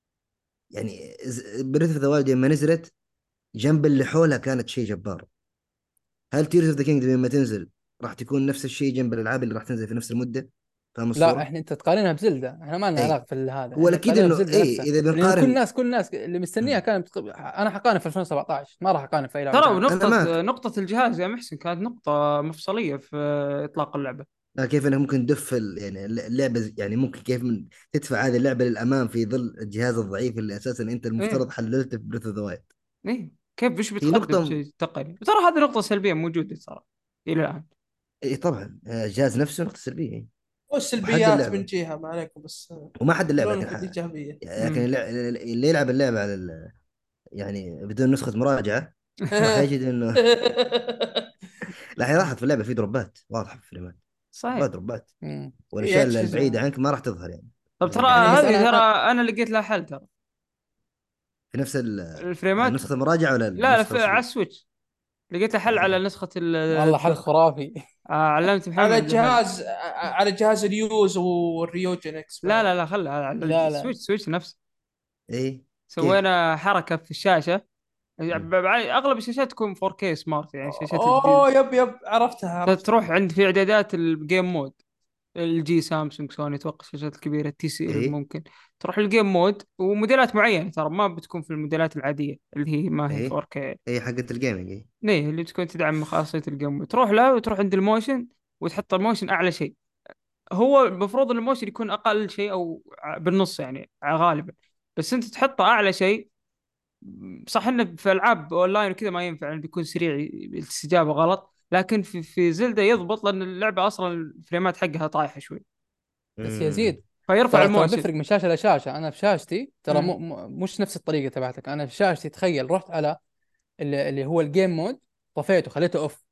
بريث اوف ذا وايلد لما نزلت جنب اللي حولها كانت شيء جبار. هل تيرز اوف ذا كينجدم لما تنزل راح تكون نفس الشيء جنب الالعاب اللي راح تنزل في نفس المده؟ فاهم لا الصوره؟ انت تقارنها بزلدة، احنا ما لنا اي علاقه في هذا، هو احنا الاكيد تقارنها انه بزلدة اي نفسها. اذا لان كل بنقارن. الناس كل الناس اللي مستنيها انا حقارن في 2017، ما راح اقارن في اي لعبه ترى ثانيه. انا نقطة معك. نقطة الجهاز يا محسن كانت نقطة مفصلية في إطلاق اللعبة. كيف انك ممكن تدف يعني اللعبه يعني ممكن كيف من تدفع هذه اللعبه للامام في ظل الجهاز الضعيف اللي اساسا انت إيه. المفترض حللته في بريث اوف ذا وايلد. إيه كيف وش هي بتقدم نقطه. شيء تقني، وترى هذه نقطة سلبية موجودة صراحة إلى الآن. اي طبعا الجهاز نفسه نقطه سلبيه. وحد والسلبيات من اللعبه جهة ما عليكم بس. وما حد اللعبه خلونا لكن في الإيجابية. لكن امم. اللي يلعب اللعبه على يعني بدون نسخه مراجعه راح يجد انه لا هي راحت في اللعبه في دروبات واضحه في الفريمات. صحيح. دروبات مم. في والاشياء البعيده أجهزة عنك ما راح تظهر يعني. طب ترى يعني بس هذه ترى انا أنا لقيت لها حل ترى. في نفس الفريمات. نسخه المراجعه ولا لا لا، النسخه على الاصليه؟ السويتش لقيت لها حل على إيه. نسخة والله حل خرافي. علمت على محمد لها. الجهاز، على جهاز اليوز والريوجينكس لا بعد. لا لا، خلها على لا لا. السويتش نفسه. ايه كيف؟ سوينا حركة في الشاشة. مم. اغلب الشاشات تكون 4K سمارت، يعني الشاشات الجديده. اوه يب عرفتها. تروح عند في اعدادات الجيم مود، الجي سامسونج سوني اتوقع الشاشات الكبيره التي سيريز ايه ممكن. تروح الجيم مود وموديلات معينه ترى ما بتكون في الموديلات العاديه اللي هي ما هي ايه 4K. ايه حقت الجيمنج ايه. ليه اللي بتكون تدعم خاصيه الجيم مود، تروح لها وتروح عند الموشن وتحط الموشن اعلى شيء. هو المفروض ان الموشن يكون اقل شيء او بالنص يعني غالبا، بس انت تحطه اعلى شيء. صح انه في العاب اونلاين وكذا ما ينفع لانه بيكون سريع الاستجابه غلط، لكن في زلدة يضبط لان اللعبه اصلا الفريمات حقها طايحه شوي، بس يا مم. زيد، فيرفع ترى الموشن. بيفرق من شاشه لشاشه. انا في شاشتي ترى امم. مش نفس الطريقه تبعتك. انا في شاشتي تخيل رحت على اللي هو الجيم مود، طفيته خليته اوف،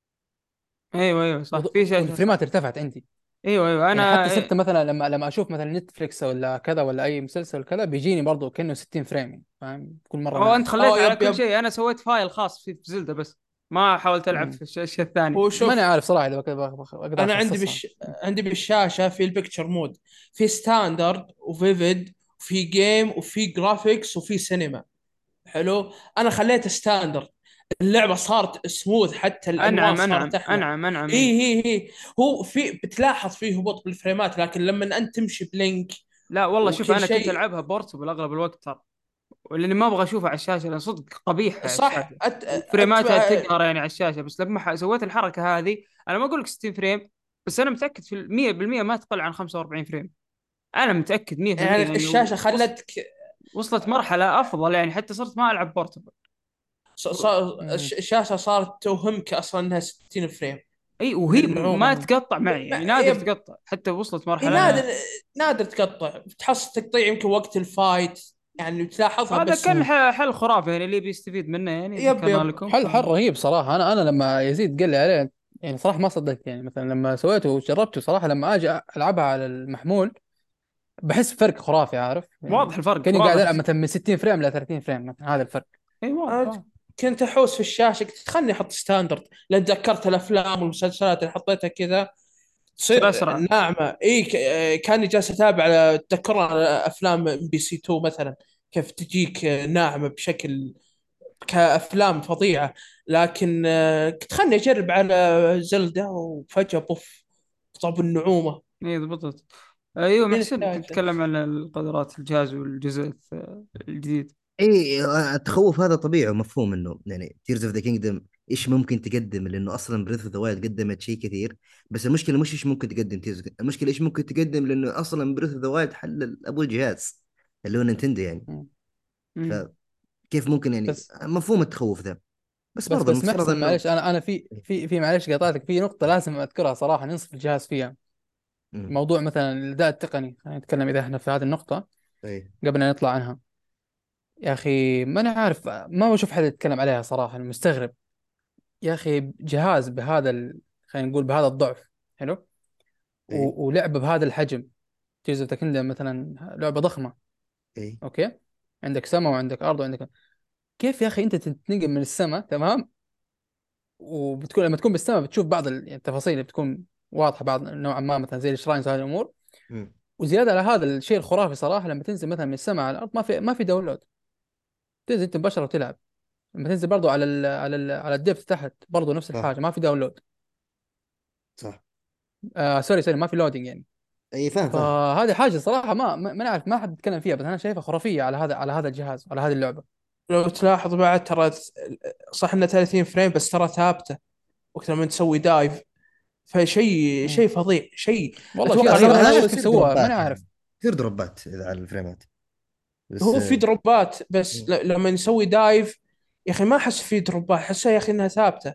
ايوه ايوه صح، في شاشه صح. والفريمات ارتفعت عندي. ايوه ايوه يعني حتى انا صرت مثلا لما اشوف مثلا نتفليكس ولا كذا ولا اي مسلسل كذا بيجيني برضه كانه 60 فريم، يعني فاهم كل مره او انت نازل. خليت اه على كل يب. شيء، انا سويت فايل خاص في زلدة بس ما حاولت العب مم. في الشاشه الثانيه. هو ماني شوف، عارف صراحه اذا اقدر انا اخصصها. عندي بالشاشه في البيكتشر مود، في ستاندرد وفيفيد وفي جيم وفي جرافيكس وفي سينما. حلو. انا خليته ستاندرد. اللعبه صارت سموث، حتى الانوار انعم صارت انعم احلى. انعم انعم، اي اي. هي هي هو في بتلاحظ فيه هبوط بالفريمات، لكن لما انت تمشي بلينك لا والله شوف، وكل انا كنت شيء العبها بورتبل اغلب الوقت ترى، لاني ما ابغى اشوفها على الشاشه، لان صدق قبيحه على صح. الشاشه وفريماتها تقهر يعني على الشاشه. بس لما سويت الحركه هذه، انا ما اقول لك 60 فريم، بس انا متاكد في 100% ما تقل عن 45 فريم. انا متاكد 100% يعني يعني. الشاشه خلتك وصلت مرحله افضل يعني، حتى صرت ما العب بورتبل. مم. الشاشه صارت توهمك اصلا انها 60 فريم اي، من وهي ما النعومه. تقطع معي يعني، نادر تقطع، حتى وصلت مرحله نادر، انا. نادر تقطع، تحصل تقطيع يمكن وقت الفايت يعني تلاحظها هذا بس. كان حل خرافي يعني، اللي بيستفيد منه يعني يب ذكرنا يب. لكم حل رهيب صراحة. أنا لما يزيد قال لي عليه يعني صراحة ما صدقت. يعني مثلا لما سويته وجربته صراحة، لما أجي ألعبها على المحمول بحس بفرق خرافي، عارف واضح يعني. الفرق، كأني قاعد واضح ألعب مثلا من 60 فريم ل 30 فريم مثلا، هذا الفرق. اي واضح أنا واضح. كنت احوس في الشاشه، قلت خلني احط ستاندرد، لان تذكرت الافلام والمسلسلات اللي حطيتها كذا تصير تصير اسرع. ناعمه. اي كاني جالس اتابع على تذكرنا افلام ام بي سي 2 مثلا، كيف تجيك ناعمه بشكل كافلام فظيعه. لكن كنت خلني اجرب على زلدة وفجاه بوف، طب النعومه. اي ضبطت. ايوه من محسن، انت الشاشه. تتكلم عن القدرات الجهاز والجزء الجديد. اي التخوف هذا طبيعي ومفهوم، انه يعني تيرز اوف ذا كينجدم ايش ممكن تقدم، لانه اصلا بريث اوف ذا وايلد قدمت شيء كثير. بس المشكله مش ايش ممكن تقدم تيرز، المشكله ايش ممكن تقدم، لانه اصلا بريث اوف ذا وايلد حل ابو الجهاز اللي هو نينتندو يعني. مم. امم فكيف ممكن يعني بس مفهوم التخوف ذا. بس بس برضه بس المفترض محسن انه معلش، أنا في معلش قطعتك في نقطة لازم أذكرها صراحة، ننصف الجهاز فيها. مم. موضوع مثلا الأداء التقني، خلينا نتكلم إذا إحنا في هذه النقطة اي قبل أن نطلع عنها. يا أخي ما أنا عارف، ما بشوف حد يتكلم عليها صراحة، أنا مستغرب. يا أخي جهاز بهذا خلينا نقول بهذا الضعف، حلو، اي ولعبة بهذا الحجم، تيرز اوف ذا كيندم مثلا لعبة ضخمة، اي اوكي، عندك سماء وعندك ارض وعندك، كيف يا اخي انت تتنقل من السماء تمام، وبتكون لما تكون بالسماء بتشوف بعض يعني التفاصيل اللي بتكون واضحة بعض نوعا ما، مثلا زي الشراينز وهذه الامور. مم. وزيادة على هذا الشيء الخرافي صراحة، لما تنزل مثلا من السماء على الارض ما في داونلود، تنزل انت مباشرة وتلعب. لما تنزل برضو على الديبث تحت برضو نفس صح الحاجة، ما في داونلود. صح. سوري ما في لودينج يعني. اي فاهم فاهم. فهذه حاجة صراحة ما نعرف، ما حد يتكلم فيها، بس انا شايفها خرافية على هذا الجهاز، على هذه اللعبة. لو تلاحظ بعد ترى، صح انها 30 فريم بس ترى ثابته وقت لما تسوي دايف، فشيء مم. شيء فظيع شيء. والله شيء اتوقع غريب، غالبا انا اغلب ما هذا ادري الناس، كيف يصير سووها، ما دروبات عارف. يعني، يصير دروبات اذا على الفريمات بس. هو في دروبات بس مم. لما يسوي دايف يا اخي ما احس في دروبات، احسها يا اخي انها ثابته.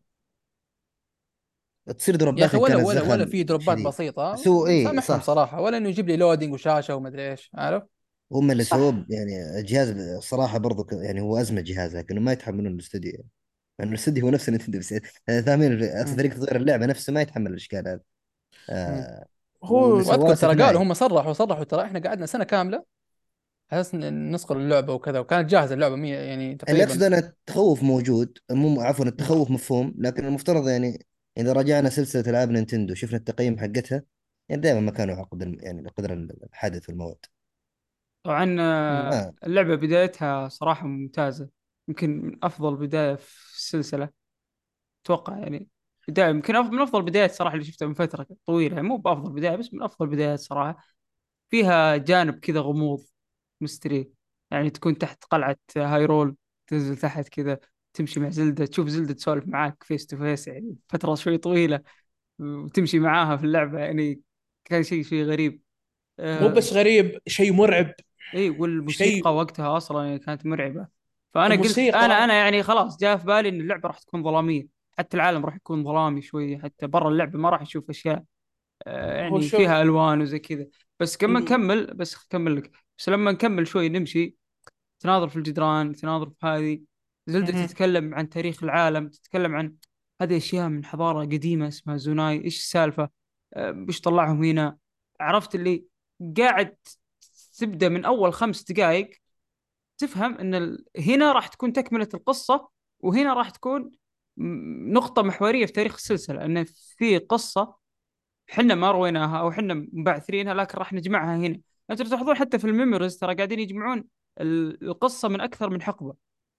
تصير يا دروبات اخي ان ولا كان ولا ولا الزخم في دروبات شديد. بسيطة، سو اي سامحهم صح. صراحة، ولا انه يجيب لي لودينج وشاشة وما ادري ايش، عارف. هم اللي سووه صح. يعني الجهاز الصراحه برضو يعني هو ازمه جهاز، لكنه ما يتحملون الاستوديو يعني. لانه الاستوديو هو نفس نينتندو، بس فاهمين مم. طريقه تطوير اللعبه نفسه ما يتحمل الاشكال هذا. مم. واللي هو سواه واذكر ترى قالوا استثنائي. هم صرحوا ترى احنا قعدنا سنة كاملة على اساس نسقل اللعبة وكذا، وكانت جاهزة اللعبة مية يعني اللي اقصد تقريبا. انا التخوف موجود، مو عفوا مم. التخوف مفهوم، لكن المفترض يعني اذا رجعنا سلسله العاب نينتندو شفنا التقييم حقتها، يعني دائما ما كانوا يعقد يعني قدر الحدث والمواد. طبعا مم. آه. اللعبه بدايتها صراحه ممتازه، يمكن من افضل بدايه في السلسله، اتوقع يعني. بدايه يمكن من افضل البدايات صراحه اللي شفتها من فتره طويله يعني، مو بافضل بدايه بس من افضل البدايات صراحه. فيها جانب كذا غموض، مستري، يعني تكون تحت قلعة هايرول، تنزل تحت كذا، تمشي مع زلدة، تشوف زلدة تسولف معاك فيس تو فيس يعني فترة شوي طويلة، وتمشي معاها في اللعبة يعني. كان شيء غريب. مو آه. بس غريب، شيء مرعب. اي، والموسيقى شيء وقتها اصلا يعني كانت مرعبة. فانا قلت انا الموسيقى. يعني خلاص جاء في بالي ان اللعبة راح تكون ظلامية، حتى العالم راح يكون ظلامي شوية، حتى برا اللعبة ما راح يشوف اشياء هو يعني شوف. فيها الوان وزي كذا. بس كم نكمل، بس اكمل لك. بس لما نكمل شوي نمشي، تناظر في الجدران، تناظر في هذه زلدة، مهم. تتكلم عن تاريخ العالم، تتكلم عن هذه أشياء من حضارة قديمة اسمها زوناي، إيش السالفة، إيش طلعهم هنا. عرفت اللي قاعد تبدأ من أول 5 دقائق تفهم أن هنا راح تكون تكملة القصة، وهنا راح تكون نقطة محورية في تاريخ السلسلة، أن في قصة حنا ما رويناها او حنا مبعثرينها، لكن راح نجمعها هنا. انتم تلاحظون حتى في الميموريز ترى قاعدين يجمعون القصه من اكثر من حقبه.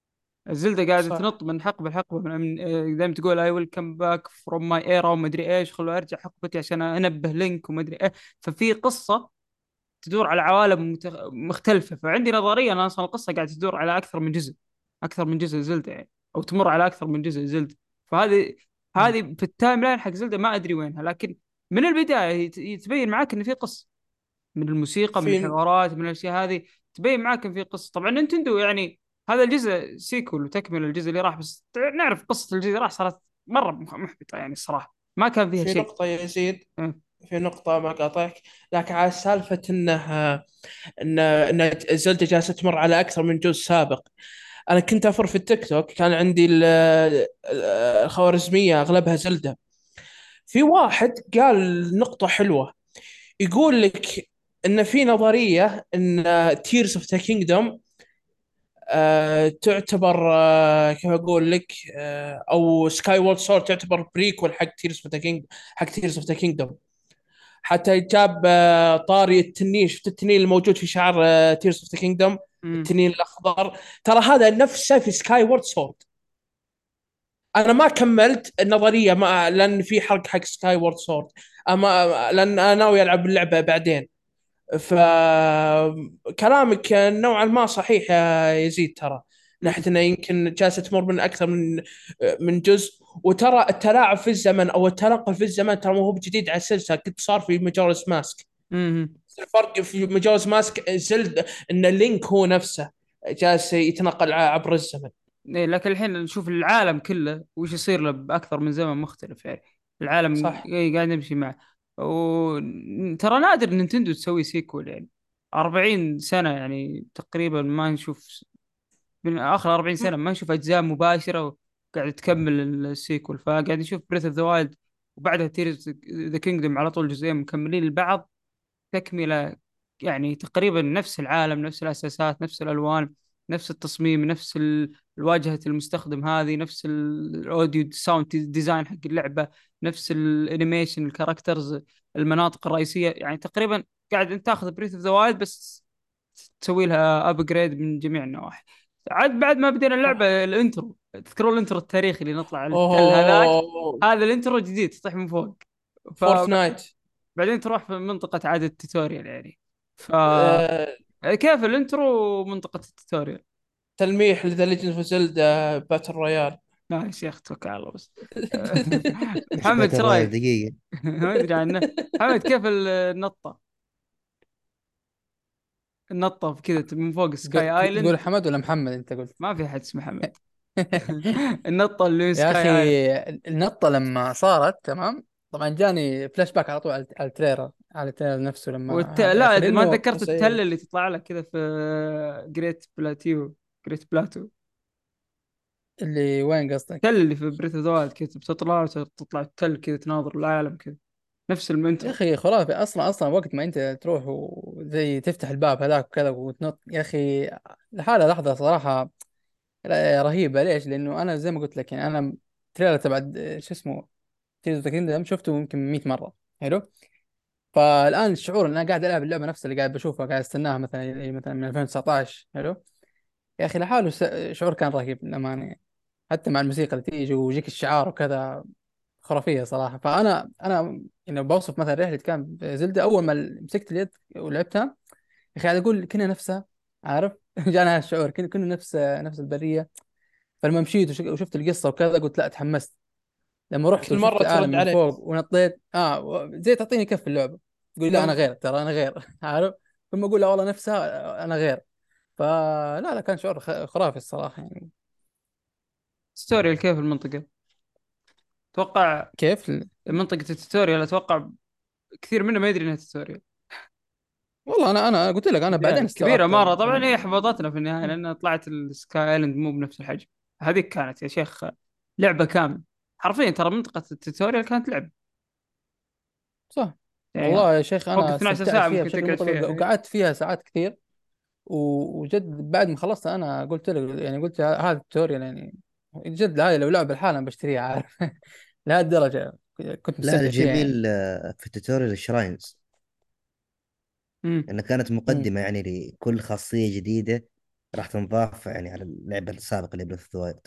زلدة قاعدة صح. تنط من حقبة لحقبة، دائما تقول اي ويل كم باك فروم ماي ايرا وما ادري ايش، خلوا ارجع حقبتي عشان انبه لينك وما ادري ايه. ففي قصة تدور على عوالم مختلفة. فعندي نظرية أن أصلا القصة قاعدة تدور على أكثر من جزء، أكثر من جزء زلدة يعني، أو تمر على أكثر من جزء زلدة. فهذه مم. هذه في التايم لاين حق زلدة ما أدري وينها، لكن من البداية يتبين معك إن في قصة، من الموسيقى، من في الحوارات، من الأشياء هذه تبين معك إن في قصة. طبعا نينتندو يعني هذا الجزء سيكول وتكمل الجزء اللي راح، بس نعرف قصة الجزء اللي راح صارت مرة محبطة يعني الصراحة، ما كان فيها في شيء. نقطة يا يزيد، أه. في نقطة ما قاطعك، لكن على سالفة إن زلدة جالسة تمر على أكثر من جزء سابق. أنا كنت أفر في التيك توك، كان عندي الخوارزمية أغلبها زلدة. في واحد قال نقطة حلوة، يقول لك إن في نظرية إن تيرز اوف ذا كينجدوم تعتبر كيف اقول لك، او سكاي وورد سورد تعتبر بريكول حق تيرز اوف ذا كينج، حق تيرز اوف ذا كينجدوم. حتى جاب طاري التنين، شفت التنين الموجود في شعر تيرز اوف ذا كينجدوم، أمم. التنين الاخضر، ترى هذا نفسه في سكاي وورد سورد. انا ما كملت النظريه ما لان في حرق حق سكاي وورد سورد، اما لان انا ناوي العب اللعبه بعدين. فكلامك نوعا ما صحيح يا يزيد، ترى ناحيه انه يمكن جالسه تمر من اكثر من جزء. وترى التلاعب في الزمن او التنقل في الزمن ترى مو هو بجديد على السلسله، قد صار في ماجورس ماسك. أمم. الفرق في ماجورس ماسك زلد ان لينك هو نفسه جالس يتنقل عبر الزمن. إيه، لكن الحين نشوف العالم كله وش يصير له بأكثر من زمن مختلف يعني. العالم صح. قاعد نمشي معه. وترى نادر نينتندو تسوي سيكول يعني، 40 سنة يعني تقريبا ما نشوف، من آخر 40 سنة ما نشوف أجزاء مباشرة وقاعد تكمل السيكول. فقاعد نشوف بريث اوف ذا وايلد وبعدها تيرز ذا كينجدوم على طول، جزئين مكملين البعض، تكملة يعني تقريبا نفس العالم، نفس الأساسات، نفس الألوان، نفس التصميم، نفس الواجهة المستخدم هذه، نفس الأوديو ساوند ديزاين حق اللعبة، نفس الانيميشن، الكاركترز، المناطق الرئيسية، يعني تقريبا قاعد انت تاخذ بريث اوف ذا وايلد بس تسوي لها ابجريد من جميع النواحي. عاد بعد ما بدينا صح. اللعبة الانترو، تذكرون الانترو التاريخي اللي نطلع على التل هذاك؟ اوه. هذا الانترو جديد تطيح من فوق. فورتنايت. بعدين تروح في منطقة عادة التوتوريال يعني. ف آه، كيف الانترو منطقة التوتوريال؟ تلميح لذا ليجند اوف زلدا باتل رويال. لا يا شيخ توكل على الله بس. ايش محمد باتل ايش رويال رايك؟ دقيقة؟ ما ادري عنه. محمد كيف النطة، النطة في كذا من فوق سكاي تقول ايلاند؟ حمد ولا محمد انت قلت؟ ما في حد اسمه محمد. النطة اللي يا سكاي اخي ايلاند. النطه لما صارت تمام، طبعا جاني فلاش باك على طول على التريلر، على التريلر نفسه لما هذا يا اخي لا ما لانه تذكرت التل زين. اللي تطلع لك كذا في جريت بلاتيو، جريت بلاتو. اللي وين قصدك؟ التل اللي في بريث اوف ذا وايلد كذا بتطلع وتطلع التل كذا تناظر العالم كذا، نفس يا المنترو. اخي خرافي، اصلا وقت ما انت تروح وزي تفتح الباب هذاك وكذا وتنط يا اخي، لحالها لحظه صراحه رهيبه. ليش؟ لانه انا زي ما قلت لك يعني انا تريلر تبع شو اسمه تيرز اوف ذا كيندم شفته يمكن 100 مره. حلو. فالان الشعور ان انا قاعد العب اللعبه نفسها اللي قاعد بشوفها قاعد استناها مثلا من 2019. حلو. يا اخي لحاله شعور كان رهيب للامانه يعني. حتى مع الموسيقى اللي تيجي ويجيك الشعار وكذا، خرافيه صراحه. فانا يعني بوصف مثلا رحله كان في زلدة اول ما مسكت اليد ولعبتها، يا اخي قاعد اقول كنا نفسها، عارف؟ جانا هالشعور كنا نفس البريه. فلما مشيت وشفت القصه وكذا قلت لا تحمست. لما رحت كل وشفت مره العالم ترد من عليك. فوق ونطيت زي تعطيني كف اللعبه، تقول لا انا نعم. غير، ترى انا غير. عارف؟ ثم اقول لا والله نفسها انا غير. لا كان شعور خرافي الصراحه يعني. ستوريال كيف المنطقة؟ اتوقع كيف منطقة التوتوريال اتوقع كثير منه ما يدري انها توتوريال. والله انا قلت لك انا بعدين كبيرة استوعبت مرة طبعا، هي يعني. حفظتنا في النهاية لان طلعت السكاي ايلاند مو بنفس الحجم. هذيك كانت يا شيخ لعبة كاملة حرفيا، ترى منطقة التوتوريال كانت لعبة صح. يعني، والله يا شيخ فوق انا 12 استمتعت ساعة فيها ممكن بشكل تقعد مو طبيعي فيها. وقعدت فيها ساعات كثير. وجد بعد ما خلصت انا قلت لك يعني قلت هذا التوريال يعني جد هاي لو لعبه لحالها بشتريها، عارف؟ لهذه الدرجه كنت لا، مستمتع فيها يعني. الجميل في التوتوريال الشراينز، امم. انها كانت مم. مقدمة يعني لكل خاصية جديدة راح تنضاف يعني على اللعبة السابقة اللي بريث اوف ذا وايلد.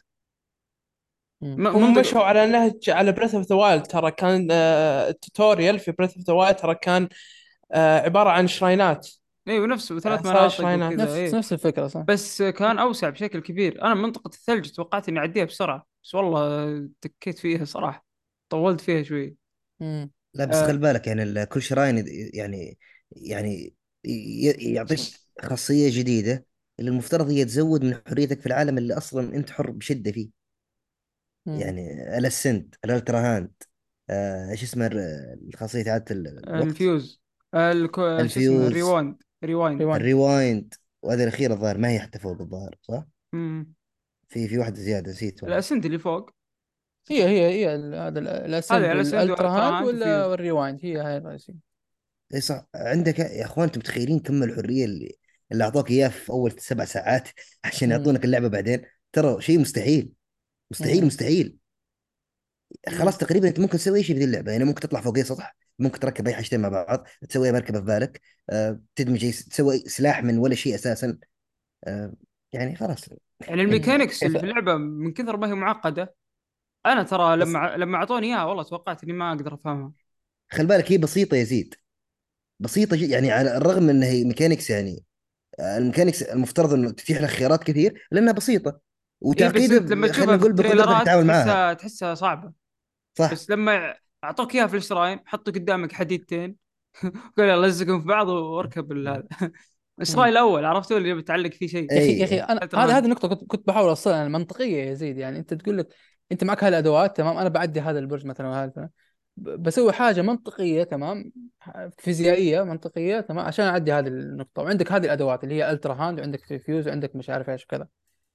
هم منطق. مشوا على نهج على بريث اوف ذا وايلد، ترى كان التوتوريال في بريث اوف ذا وايلد ترى كان عبارة عن شراينات. ايوه نفس 3 صار مناطق شراينات. وكذا نفس ايه. نفس الفكرة صح. بس كان اوسع بشكل كبير. انا منطقة الثلج توقعت اني اعديها بسرعة، بس والله تكيت فيها صراحة، طولت فيها شوي. مم. لا بس آه خلي بالك يعني كل شراين يعني يعني يعطيك خاصية جديدة، اللي المفترض هي تزود من حريتك في العالم اللي أصلا أنت حر بشدة فيه. مم. يعني الاسنت، الالترا هاند، ايش اسمه الخاصية إعادة الوقت، الفيوز، شو اسمه، الفيوز، ريوايند. ريوان. الريوايند، وهذه الأخيرة الظاهر ما هي حتى فوق الظاهر صح؟ مم. في واحدة زيادة نسيت والله. الاسند اللي فوق، هي هذا هذه الاسند الاسند والالترا والترا هاند هاند ولا وفيوز. والريوايند، هاي الرئيسية. اي صح، عندك يا اخوان انتم متخيلين كم الحرية اللي اعطوك اياه في اول 7 ساعات عشان مم. يعطونك اللعبة بعدين؟ ترى شيء مستحيل، مستحيل مم. مستحيل. مم. خلاص تقريبا انت ممكن تسوي اي شيء في ذي اللعبه، يعني ممكن تطلع فوق اي سطح، ممكن تركب اي حاجتين مع بعض، تسوي مركبه في بالك، تدمج تسوي سلاح من ولا شيء اساسا. آه، يعني خلاص. يعني مم. الميكانكس اللي كيف. في اللعبة من كثر ما هي معقدة، انا ترى بس لما اعطوني اياها والله توقعت اني ما اقدر افهمها. خل بالك هي بسيطه يزيد، بسيطه يعني على الرغم من انها هي ميكانكس يعني، الميكانكس المفترض انه تتيح لك خيارات كثير لانها بسيطه اي بس انت لما وتعقيده، تشوفها خلينا في نقول بقدرتك التريلرات تتعامل معاها. تحسها صعبة. صح. بس لما اعطوك اياها في الشراين، حطوا قدامك حديدتين قال يلا لزقهم في بعض واركب هذا. الشراي مم. الاول عرفتوا اللي بتعلق فيه شيء. يا اخي اي انا هذه التران. النقطه كنت بحاول اوصلها المنطقيه يا زيد. يعني انت تقول لك انت معك هالادوات تمام، انا بعدي هذا البرج مثلا وهذا، بسوي حاجه منطقيه تمام، فيزيائيه منطقيه تمام عشان اعدي هذه النقطه، وعندك هذه الادوات اللي هي الترا هاند، وعندك فيوز، وعندك مش عارف ايش وكذا.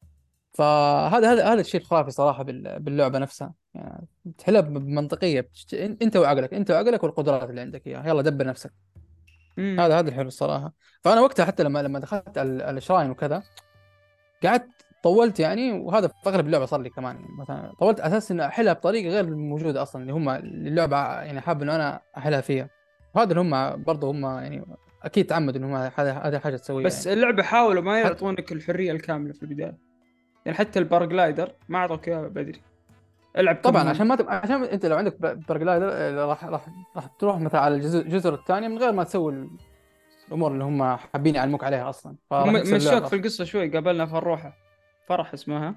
فهذا الشيء الخرافي صراحه باللعبه نفسها. يعني تحلها بمنطقيه انت وعقلك والقدرات اللي عندك اياها، يلا دبر نفسك. امم هذا الحلو الصراحه. فانا وقتها حتى لما دخلت الشراين وكذا، قعدت طولت يعني. وهذا في اغلب اللعبه صار لي كمان، يعني مثلا طولت اساس اني احلها بطريقه غير الموجوده اصلا، اللي هم اللعبه يعني حاب انه انا احلها فيها. وهذا اللي هم برضه هم يعني اكيد تعمدوا انهم هذه حاجه تسويها بس يعني. اللعبة حاولوا ما حتى يعطونك الحرية الكاملة في البداية. يعني حتى الباراجلايدر ما اعطوك اياه بدري. العب كم طبعا مهمة. عشان انت لو عندك بارجلايدر راح تروح مثلا على الجزر الثانيه من غير ما تسوي الامور اللي هم حابين يعلموك عليها اصلا، فراح يكسر مشوك اللعبه. في القصة شوي. قابلنا فروحة، فرح اسمها،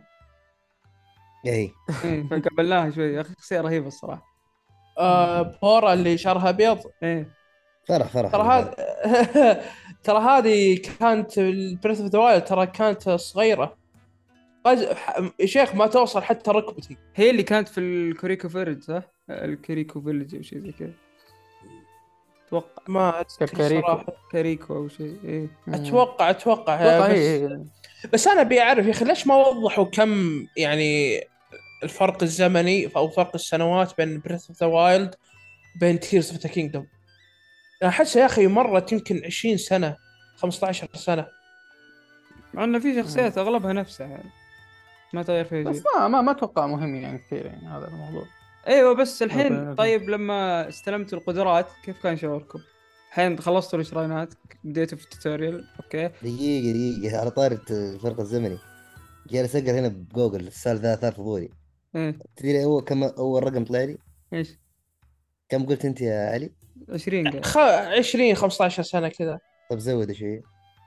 اي ايه فقابلناها شوي يا اخي، شخصية رهيبة الصراحة. بورا اللي شعرها ابيض. ايه فرح ترى اللي هذا قال. ترى هذه كانت بريث اوف ذا وايلد، ترى كانت صغيره. يا شيخ ما توصل حتى ركبتي. هي اللي كانت في الكوريكو فيرج صح؟ الكوريكو فيلج او شيء زي كذا اتوقع. ما اذكر كاريكو. صراحه. كاريكو او شيء ايه. اتوقع اتوقع بس. هي. بس انا ابي اعرف يا اخي ليش ما وضحوا كم يعني الفرق الزمني او فرق السنوات بين بريث اوف ذا وايلد بين تيرز اوف ذا كينجدوم. احس يا اخي مرت يمكن 20 سنه، 15 سنه. مع انه في مم. شخصيات اغلبها نفسها يعني ما تغير فيها بس شيء. ما اتوقع مهم يعني كثير يعني هذا الموضوع. ايوه بس لو الحين بينك. طيب لما استلمتوا القدرات كيف كان شعوركم؟ الحين خلصتوا الشراينات، بديتوا في التوتوريال اوكي. دقيقة على طارة الفرق الزمني، جالس اقرا هنا بجوجل السؤال ذا ثار فضولي. ايه تدري هو كم اول رقم طلع لي؟ ايش؟ كم قلت انت يا علي؟ 20 قال. 20 15 سنه كذا. طب زود شوي.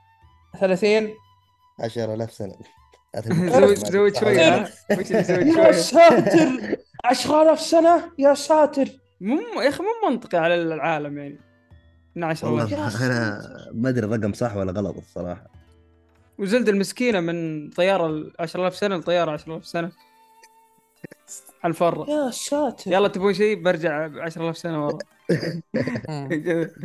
30. 10,000 سنة. هذا يا زود الماثماتيك زود صح ولا شويه لا؟ ساتر، ها، وش اللي زود يا شويه؟ ساتر، 10,000 سنه يا ساتر. يا اخي مو منطقي على العالم يعني انه 10,000. والله يا انا ساتر. ما ادري الرقم صح ولا غلط الصراحة. وزلد المسكينه من طياره 10,000 سنه لطياره 10,000 سنه على الفره. يا ساتر. يلا تبون شيء برجع 10,000 سنه ورا. مم.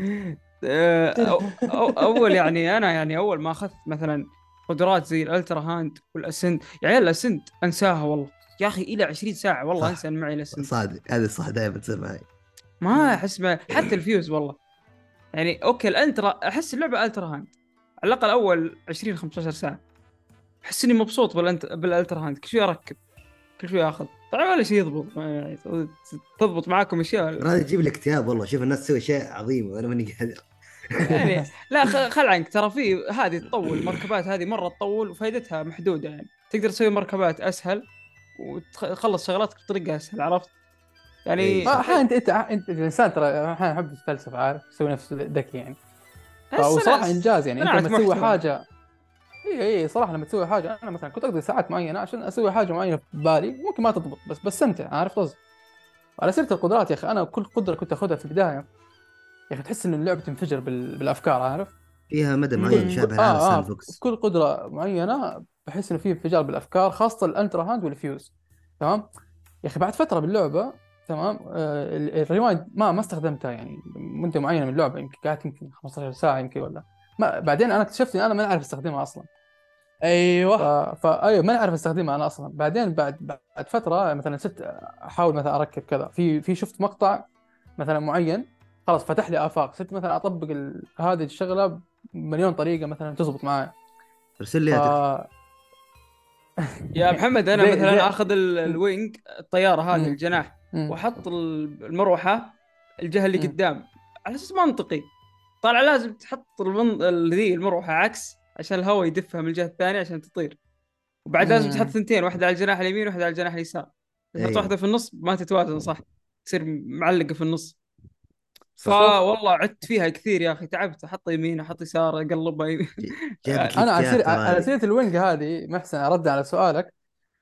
اول يعني انا يعني اول ما اخذت مثلا قدرات زي الالترا هاند والاسنت، يعني الاسنت انساها والله يا اخي الى 20 ساعه والله انسى صح، ان معي الاسنت. صادق هذا صح، دائما تصير معي. ما احس حتى الفيوز والله. يعني اوكي الالترا احس اللعبه الترا هاند على الاقل اول 20 15 ساعه احس اني مبسوط بالالترا هاند، كل شوي اركب كل شوي اخذ طبعا ولا شيء يضبط يعني تضبط معاكم اشياء. ترى هذا يجيب لك اكتئاب والله، شوف الناس تسوي اشياء عظيمة وانا ماني قادر. يعني لا خل عنك، ترى في هذه تطول، المركبات هذه مره تطول وفائدتها محدوده، يعني تقدر تسوي مركبات اسهل وتخلص شغلاتك بطريقه اسهل، عرفت اي يعني. ما صح. احيانا انت الانسان ترى احيانا يحب يتفلسف، عارف، يسوي نفسه ذكي يعني. فصراحه انجاز يعني، انت صناعه لما تسوي محتوى يعني. حاجه. اي صراحه لما تسوي حاجه، انا مثلا كنت اقضي ساعات معينه عشان اسوي حاجه معينه في بالي، ممكن ما تضبط بس بستمتع، عارف قصدي. على سيره القدرات يا اخي، انا كل قدره كنت اخذها في البدايه يا اخي تحس ان اللعبه تنفجر بالافكار، عارف. فيها مدى معين كل امم يشابه العاب الساند بوكس. كل قدره معينه بحس انه في انفجار بالافكار، خاصه الالترا هاند والفيوز. تمام. يا اخي بعد فتره باللعبه، تمام، الريوايند ما استخدمتها يعني مده معينه من اللعبه، يمكن قعدت يمكن 15 ساعه يمكن، ولا ما بعدين انا اكتشفت اني انا ما اعرف استخدمها اصلا. ايوه. ايوه ما نعرف استخدمها انا اصلا. بعدين بعد فتره مثلا صرت احاول مثلا اركب كذا في شفت مقطع مثلا معين، خلاص فتح لي افاق، صرت مثلا اطبق هذه الشغله بمليون طريقه مثلا تزبط معايا. ارسل ف لي هاتف. يا محمد انا زي مثلا اخذ الوينج، الطياره هذه امم الجناح، امم واحط المروحه الجهه اللي امم قدام، على اساس منطقي. طالع لازم تحط ذي المروحه عكس عشان الهواء يدفها من الجهه الثانيه عشان تطير، وبعد لازم تحط امم ثنتين، واحده على الجناح اليمين وواحده على الجناح اليسار. تحط اي واحده في النص ما تتوازن صح، تصير معلقه في النص. صح. شوف، فوالله عدت فيها كثير يا اخي، تعبت احط يمين احط يسار اقلبها يمين. جابت لي انا على اكتئاب سيره ترى على هذه. سيره الوينج هذه محسن، ارد على سؤالك.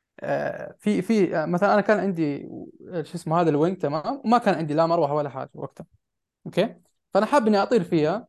في مثلا انا كان عندي شو اسمه هذا الوينج، تمام، وما كان عندي لا مروحه ولا حاجه وقتها. اوكي. فانا حاب اني اطير فيها،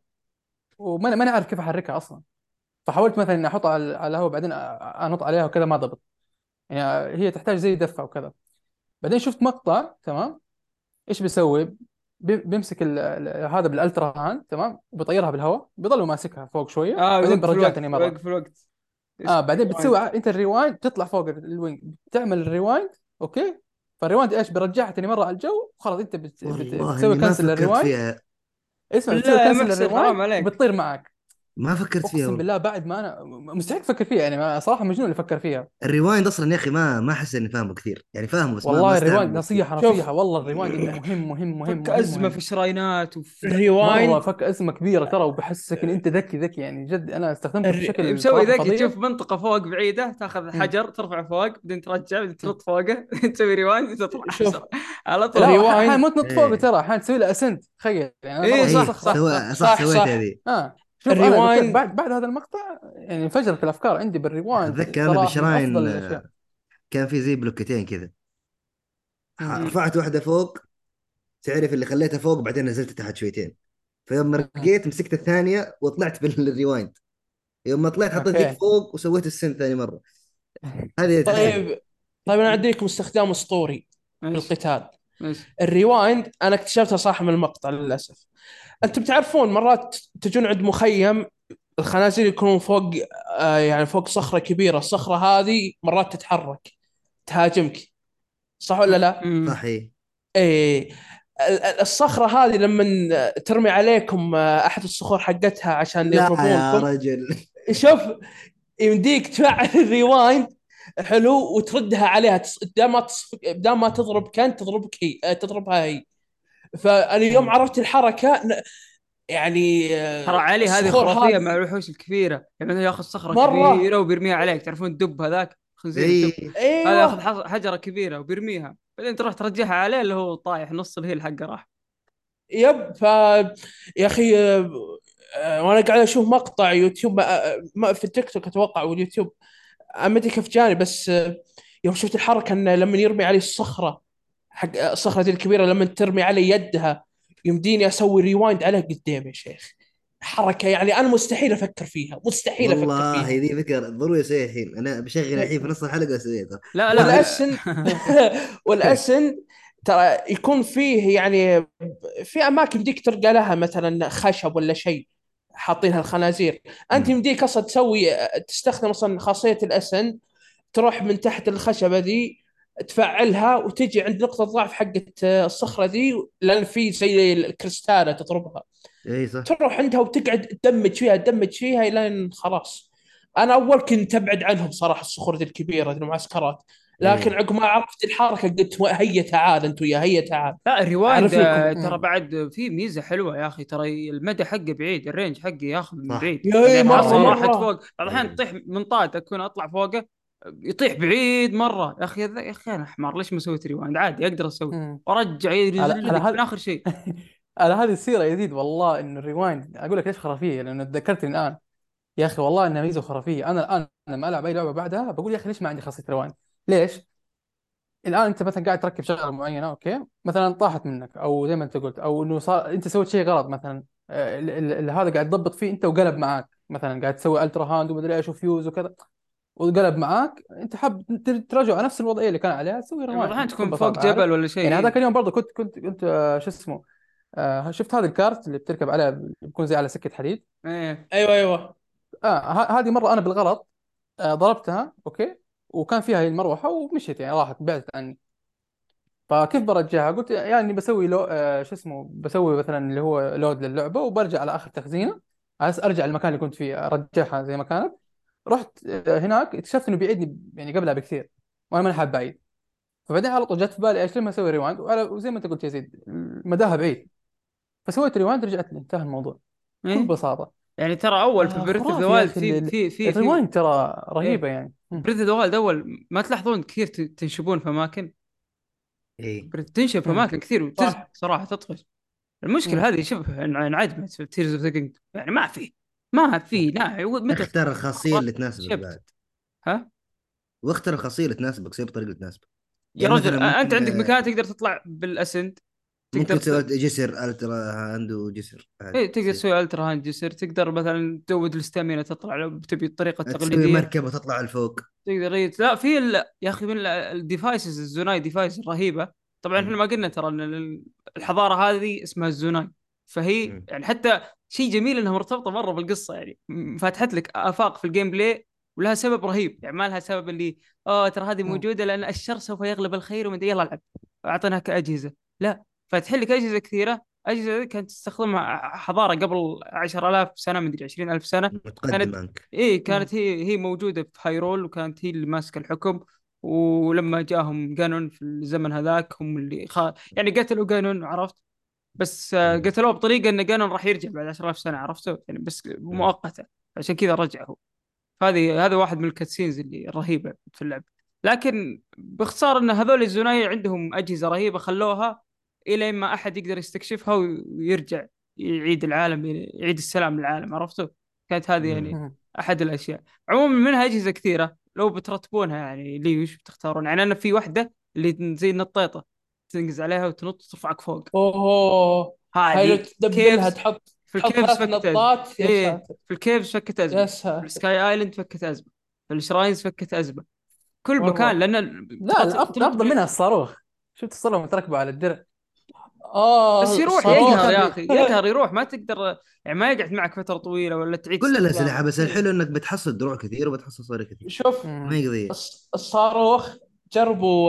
وما اعرف كيف احركها اصلا. فحاولت مثلا اني احطها على الهواء، بعدين انط عليها وكذا ما ضبط. يعني هي تحتاج زي دفه وكذا. بعدين شفت مقطع، تمام، ايش بيسوي؟ بيمسك هذا بالالترا هاند، تمام، وبيطيرها بالهواء، بيضل ماسكها فوق شويه، اه بعدين يوقف برجعها الوقت ثاني مره. يوقف الوقت. اسمه بعدين بتسوي ريوايند. انت الريوايند، تطلع فوق الوينج، تعمل الريوايند. اوكي. فالريوايند ايش؟ برجعها ثاني مره على الجو، وخلاص انت والله بتسوي اني ما كنسل فكرت للريوايند. فيها. اسمع، بتسوي بالله يا كنسل محسن للريوايند حرام عليك. وبتطير معك. ما فكرت فيها اقسم والله. بالله بعد ما انا مستحيل افكر فيها يعني، صراحه مجنون اللي فكر فيها. الريوايند اصلا يا اخي ما احس اني فاهمه كثير، يعني فاهمه بس ما والله الريوايند استوعبه كثير. نصيحه شوف، نصيحه، والله الريوايند مهم مهم مهم فك مهم ازمه في مهم. شراينات مره الريوايند فك ازمه كبيره ترى، وبحسسك ان انت ذكي ذكي يعني، جد انا استخدمته بشكل مسوي صراحه ذكي، فظيع. تشوف منطقه فوق بعيده تاخذ مم. حجر ترفعه فوق بعدين ترجع بعدين مم. تنط فوقه تسوي ريوايند تطلع شوف على طول. لا احيانا الريوايند ما تنط فوق ايه ترى، احيانا تسوي له اسنت، تخيل يعني انا مره ايه مسوي صح ايه صخره. صح صح. صح صح سويتها صح. ذي. شوف انا قلت لك الريوايند بعد هذا المقطع يعني انفجرت الافكار عندي بالريوايند، اتذكر انا صراحه من افضل بشراين الاشياء. كان في زي بلوكتين كذا، مم. مم. رفعت واحده فوق، تعرف اللي خليتها فوق بعدين نزلت تحت شويتين، فيوم ما مم. رقيت مسكت الثانيه وطلعت بالريوايند، يوم ما طلعت حطيت ذيك اوكي. فوق وسويت السن ثاني مره. هذه تحدي. طيب. طيب انا اعطيكم استخدام اسطوري في ايش القتال. ايش الريوايند انا اكتشفتها صح من المقطع للاسف. انتم تعرفون مرات تجون عند مخيم، الخنازير يكونون فوق، يعني فوق صخرة كبيرة، الصخرة هذه مرات تتحرك تهاجمك، صح ولا لا؟ مم. صحيح. ايه. الصخرة هذه لما ترمي عليكم احد الصخور حقتها عشان لا يا يضربونكم، رجل. شوف، يمديك تفعل الريوايند حلو وتردها عليها، بدل ما تضرب كانت تضربك هي، تضربها هي. فانا يوم مم. عرفت الحركة يعني ترى علي هذه الصخور خرافيه مع هذه الوحوش الكبيره، يعني مثلا ياخذ صخره مرة. كبيره وبيرميها عليك، تعرفون الدب هذاك خنزير الدب، اي هذا ياخذ ايوه. حجره كبيره وبيرميها بعدين تروح ترجعها عليه اللي هو طايح نص الهيل حقه راح. يب. يا اخي، وانا قاعد اشوف مقطع يوتيوب، في التيك توك اتوقع واليوتيوب، ما ادري كيف جاني، بس يوم شفت الحركه انه لما يرمي علي الصخره، حق الصخره دي الكبيره لما ترمي علي يدها، يمديني اسوي ريوايند عليه قدام يا شيخ. حركه يعني انا مستحيل افكر فيها، مستحيل افكر والله فيها. ذي فكره ضروري اسويها الحين، انا بشغل الحين في نص الحلقه اسويها ترى. لا لا والاسن والاسن ترى يكون فيه يعني في اماكن يمديك تلقى لها مثلا خشب ولا شيء حاطينها الخنازير. انت أمم. يمديك اصلا تسوي، تستخدم اصلا خاصيه الاسن، تروح من تحت الخشبه دي تفعلها وتجي عند نقطه ضعف حقت الصخره دي، لان في زي الكريستاله تضربها، اي صح. تروح عندها وتقعد تدمج فيها تدمج فيها لين خلاص. انا اول كنت ابعد عنهم صراحه، الصخور ذي الكبيره ذي المعسكرات، لكن ايه عقب ما عرفت الحركه قلت هيا تعال انت ويا هيا تعال لا الريوايند اعرف لكم. ترى بعد في ميزه حلوه يا اخي، ترى المدى حقه بعيد، الرينج حقه ياخذ من صح بعيد. يا اي بعدين مره مره حصل ايه راحت مره. فوق، بعض الاحيان ايه تطيح من طاقه اكون اطلع فوقه يطيح بعيد مره. يا اخي يا اخي انا حمار، ليش ما سويت ريوايند؟ عادي اقدر اسوي مم. وارجع على ينزل على لك من هذا اخر شيء. على هذه السيره يزيد، والله انه الريوايند اقول لك ليش خرافيه، لانه تذكرتني الان. يا اخي والله انها ميزه خرافيه. انا الان لما العب اي لعبه بعدها بقول يا اخي ليش ما عندي خاصيه ريوايند؟ ليش؟ الان انت مثلا قاعد تركب شغله معينه، اوكي، مثلا طاحت منك او زي ما انت قلت، او انه صار انت سويت شيء غلط مثلا، هذا قاعد تضبط فيه انت وقلب معاك، مثلا قاعد تسوي الترا هاند ومدري ايش وفيوز وكذا، وقلب معاك، انت حاب ترجع على نفس الوضعيه اللي كان عليها، تسوي يعني بعض ريوايند الاحيان بكل تكون فوق بساطه، عارف؟ جبل ولا شيء يعني هذاك إيه. اليوم برضه كنت شو اسمه، شفت هذا الكارت اللي بتركب عليه بيكون زي على سكه حديد. ايه ايوه ايوه. هذه مره انا بالغلط ضربتها، اوكي، وكان فيها هي المروحه ومشيت، يعني راحت بعدت عني. فكيف برجعها؟ قلت يعني بسوي لو شو اسمه، بسوي مثلا اللي هو لود للعبه وبرجع على اخر تخزينه، ارجع المكان اللي كنت فيه ارجعها زي ما كانت. رحت هناك اكتشفت انه بيعيدني يعني قبلها بكثير، وانا ما حاب بعيد. فبعدين على طول جت في بالي ايش لما اسوي ريوايند، وزي ما انت قلت يا زيد مداها بعيد، فسويت ريوايند رجعت لي، انتهى الموضوع بكل ايه. بساطه. يعني ترى اول في بريث اوف ذا خرافي يا وايلد اخي في الريوايند ترى رهيبه ايه يعني. بريث اوف ذا وايلد اول ما تلاحظون كثير تنشبون في اماكن، ايه تنشب في مم. اماكن كثير وتزهق صح. صراحه تطفش. المشكله مم. هذه شبه انعدمت في تيرز اوف ذا كينجدم، يعني ما في لا متى اختار تلعب الخاصيه مره اللي تناسبك شبت. بعد، ها واختار الخاصيه اللي تناسبك، سير بالطريقه اللي تناسبك. يا يعني رجل مثلا انت ممكن عندك مكان تقدر تطلع بالاسنت، تقدر ممكن تسوي جسر الترا، عنده جسر عادي ايه تقدر تصير. تسوي الترا هاند جسر، تقدر مثلا تزود الاستامينا تطلع لو بتبي الطريقه تسوي التقليديه. مركبه تطلع لفوق. تقدر لا يا اخي من الديفايسز الزوناي ديفايس رهيبه. طبعا احنا مم. ما قلنا ترى ان الحضاره هذه اسمها الزوناي، فهي مم. يعني حتى شيء جميل انها مرتبطه مره بالقصه، يعني فاتحت لك افاق في الجيم بلاي ولها سبب رهيب، يعني ما لها سبب اللي ترى هذه مم. موجوده لان الشر سوف يغلب الخير ومن يلا العب اعطيناك اجهزه. لا، فاتح لك اجهزه كثيره، اجهزه كانت تستخدمها حضاره قبل 10,000 سنه، مدري 20,000 سنه. متقدم كانت عنك. كانت مم. هي موجوده في هايرول، وكانت هي اللي ماسكه الحكم. ولما جاهم قانون في الزمن هذاك هم اللي يعني قتلوا قانون، عرفت؟ بس مم. قتلوه بطريقه ان قانون راح يرجع بعد 10,000 سنه، عرفته يعني، بس مم. مؤقته. عشان كذا رجعه. هذا واحد من الكاتسينز اللي الرهيبه في اللعبه. لكن باختصار ان هذول الزنايع عندهم اجهزه رهيبه خلوها الى ما احد يقدر يستكشفها ويرجع يعيد العالم، يعيد السلام للعالم، عرفته؟ كانت هذه مم. يعني مم. احد الاشياء. عموما منها اجهزه كثيره، لو بترتبونها يعني لي وش بتختارون؟ يعني انا في واحده اللي زي النطيطه، تنقز عليها وتنط ترفعك فوق. اوه. هاي لو هذه تدبلها كيفز، تحط في تحط الكيفز ثلاث فكت ازمه. نطات يا ايه ساتر. في الكيفز فكت يا ازمه، في ساتر. السكاي ايلاند فكت ازمه، في الشراينز فكت ازمه، كل مكان مره. لان لا تنط الافضل منها الصاروخ. شفت الصاروخ متركبه على الدرع؟ بس يروح يعني في يقهر مكان الصاروخ. يا اخي، يقهر يروح ما تقدر، يعني ما يقعد معك فتره طويله ولا تعيد كل استخدامه. الاسلحه، بس إيه. الحلو انك بتحصل دروع كثير وبتحصل صواريخ كثير، شوف ما هي قضيه. الصاروخ جربوا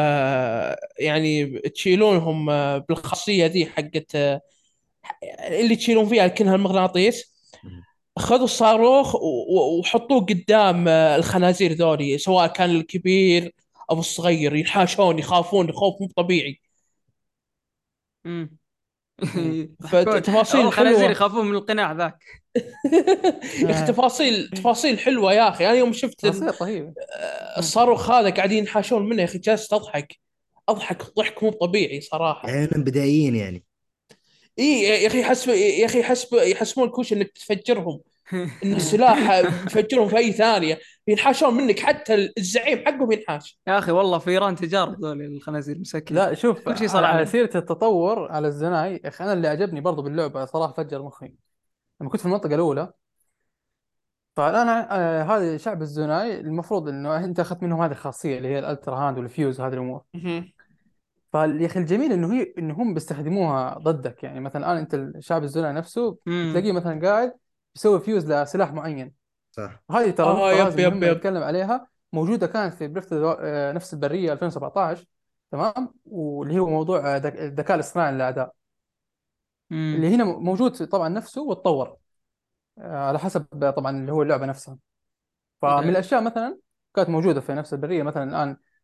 يعني تشيلونهم بالخاصيه ذي حقت اللي تشيلون فيها كأنها المغناطيس. مم. خذوا الصاروخ وحطوه قدام الخنازير ذولي، سواء كان الكبير او الصغير، ينحاشون يخافون خوف مو طبيعي. امم مم. يضحكون والله، فتفاصيل الخنازير حلوه. يخافون من القناع ذاك. يا اخي آه. تفاصيل حلوه يا اخي. انا يوم شفت تفاصيل رهيبه. مم. الصاروخ هذا قاعدين ينحاشون منه، يا اخي جالس اضحك ضحك مو طبيعي صراحه. يعني أنا بدائيين يعني. اي يا اخي يحسبون كوش انك تفجرهم، ان السلاح بيفجرهم في اي ثانيه، ينحاشون منك، حتى الزعيم حقهم ينحاش. يا اخي والله في ايران تجارب ذول الخنازير مسكين، لا شوف، كل شيء صار على عليه. سيره التطور على الزناي يا اخي، انا اللي عجبني برضو باللعبه صراحه فجر مخي لما كنت في المنطقه الاولى. فالان هذا شعب الزناي المفروض انه انت اخذت منهم هذه الخاصيه اللي هي الالترا هاند والفيوز وهذه الامور. مهم. فيا اخي الجميل انهم بيستخدموها ضدك، يعني مثلا الان انت الشعب الزناي نفسه امم بتلاقيه مثلا قاعد بيسوي فيوز لسلاح معين. صح. هذه ترى اه نقطة يب لازم يب مهمة يب. نتكلم عليها، موجودة كانت في بريف نفس البرية 2017، تمام، واللي هو موضوع الذكاء الاصطناعي للأعداء، اللي امم هنا موجود طبعا نفسه واتطور على حسب طبعا اللي هو اللعبة نفسها. فمن الأشياء مثلا كانت موجودة في نفس البرية مثلا الآن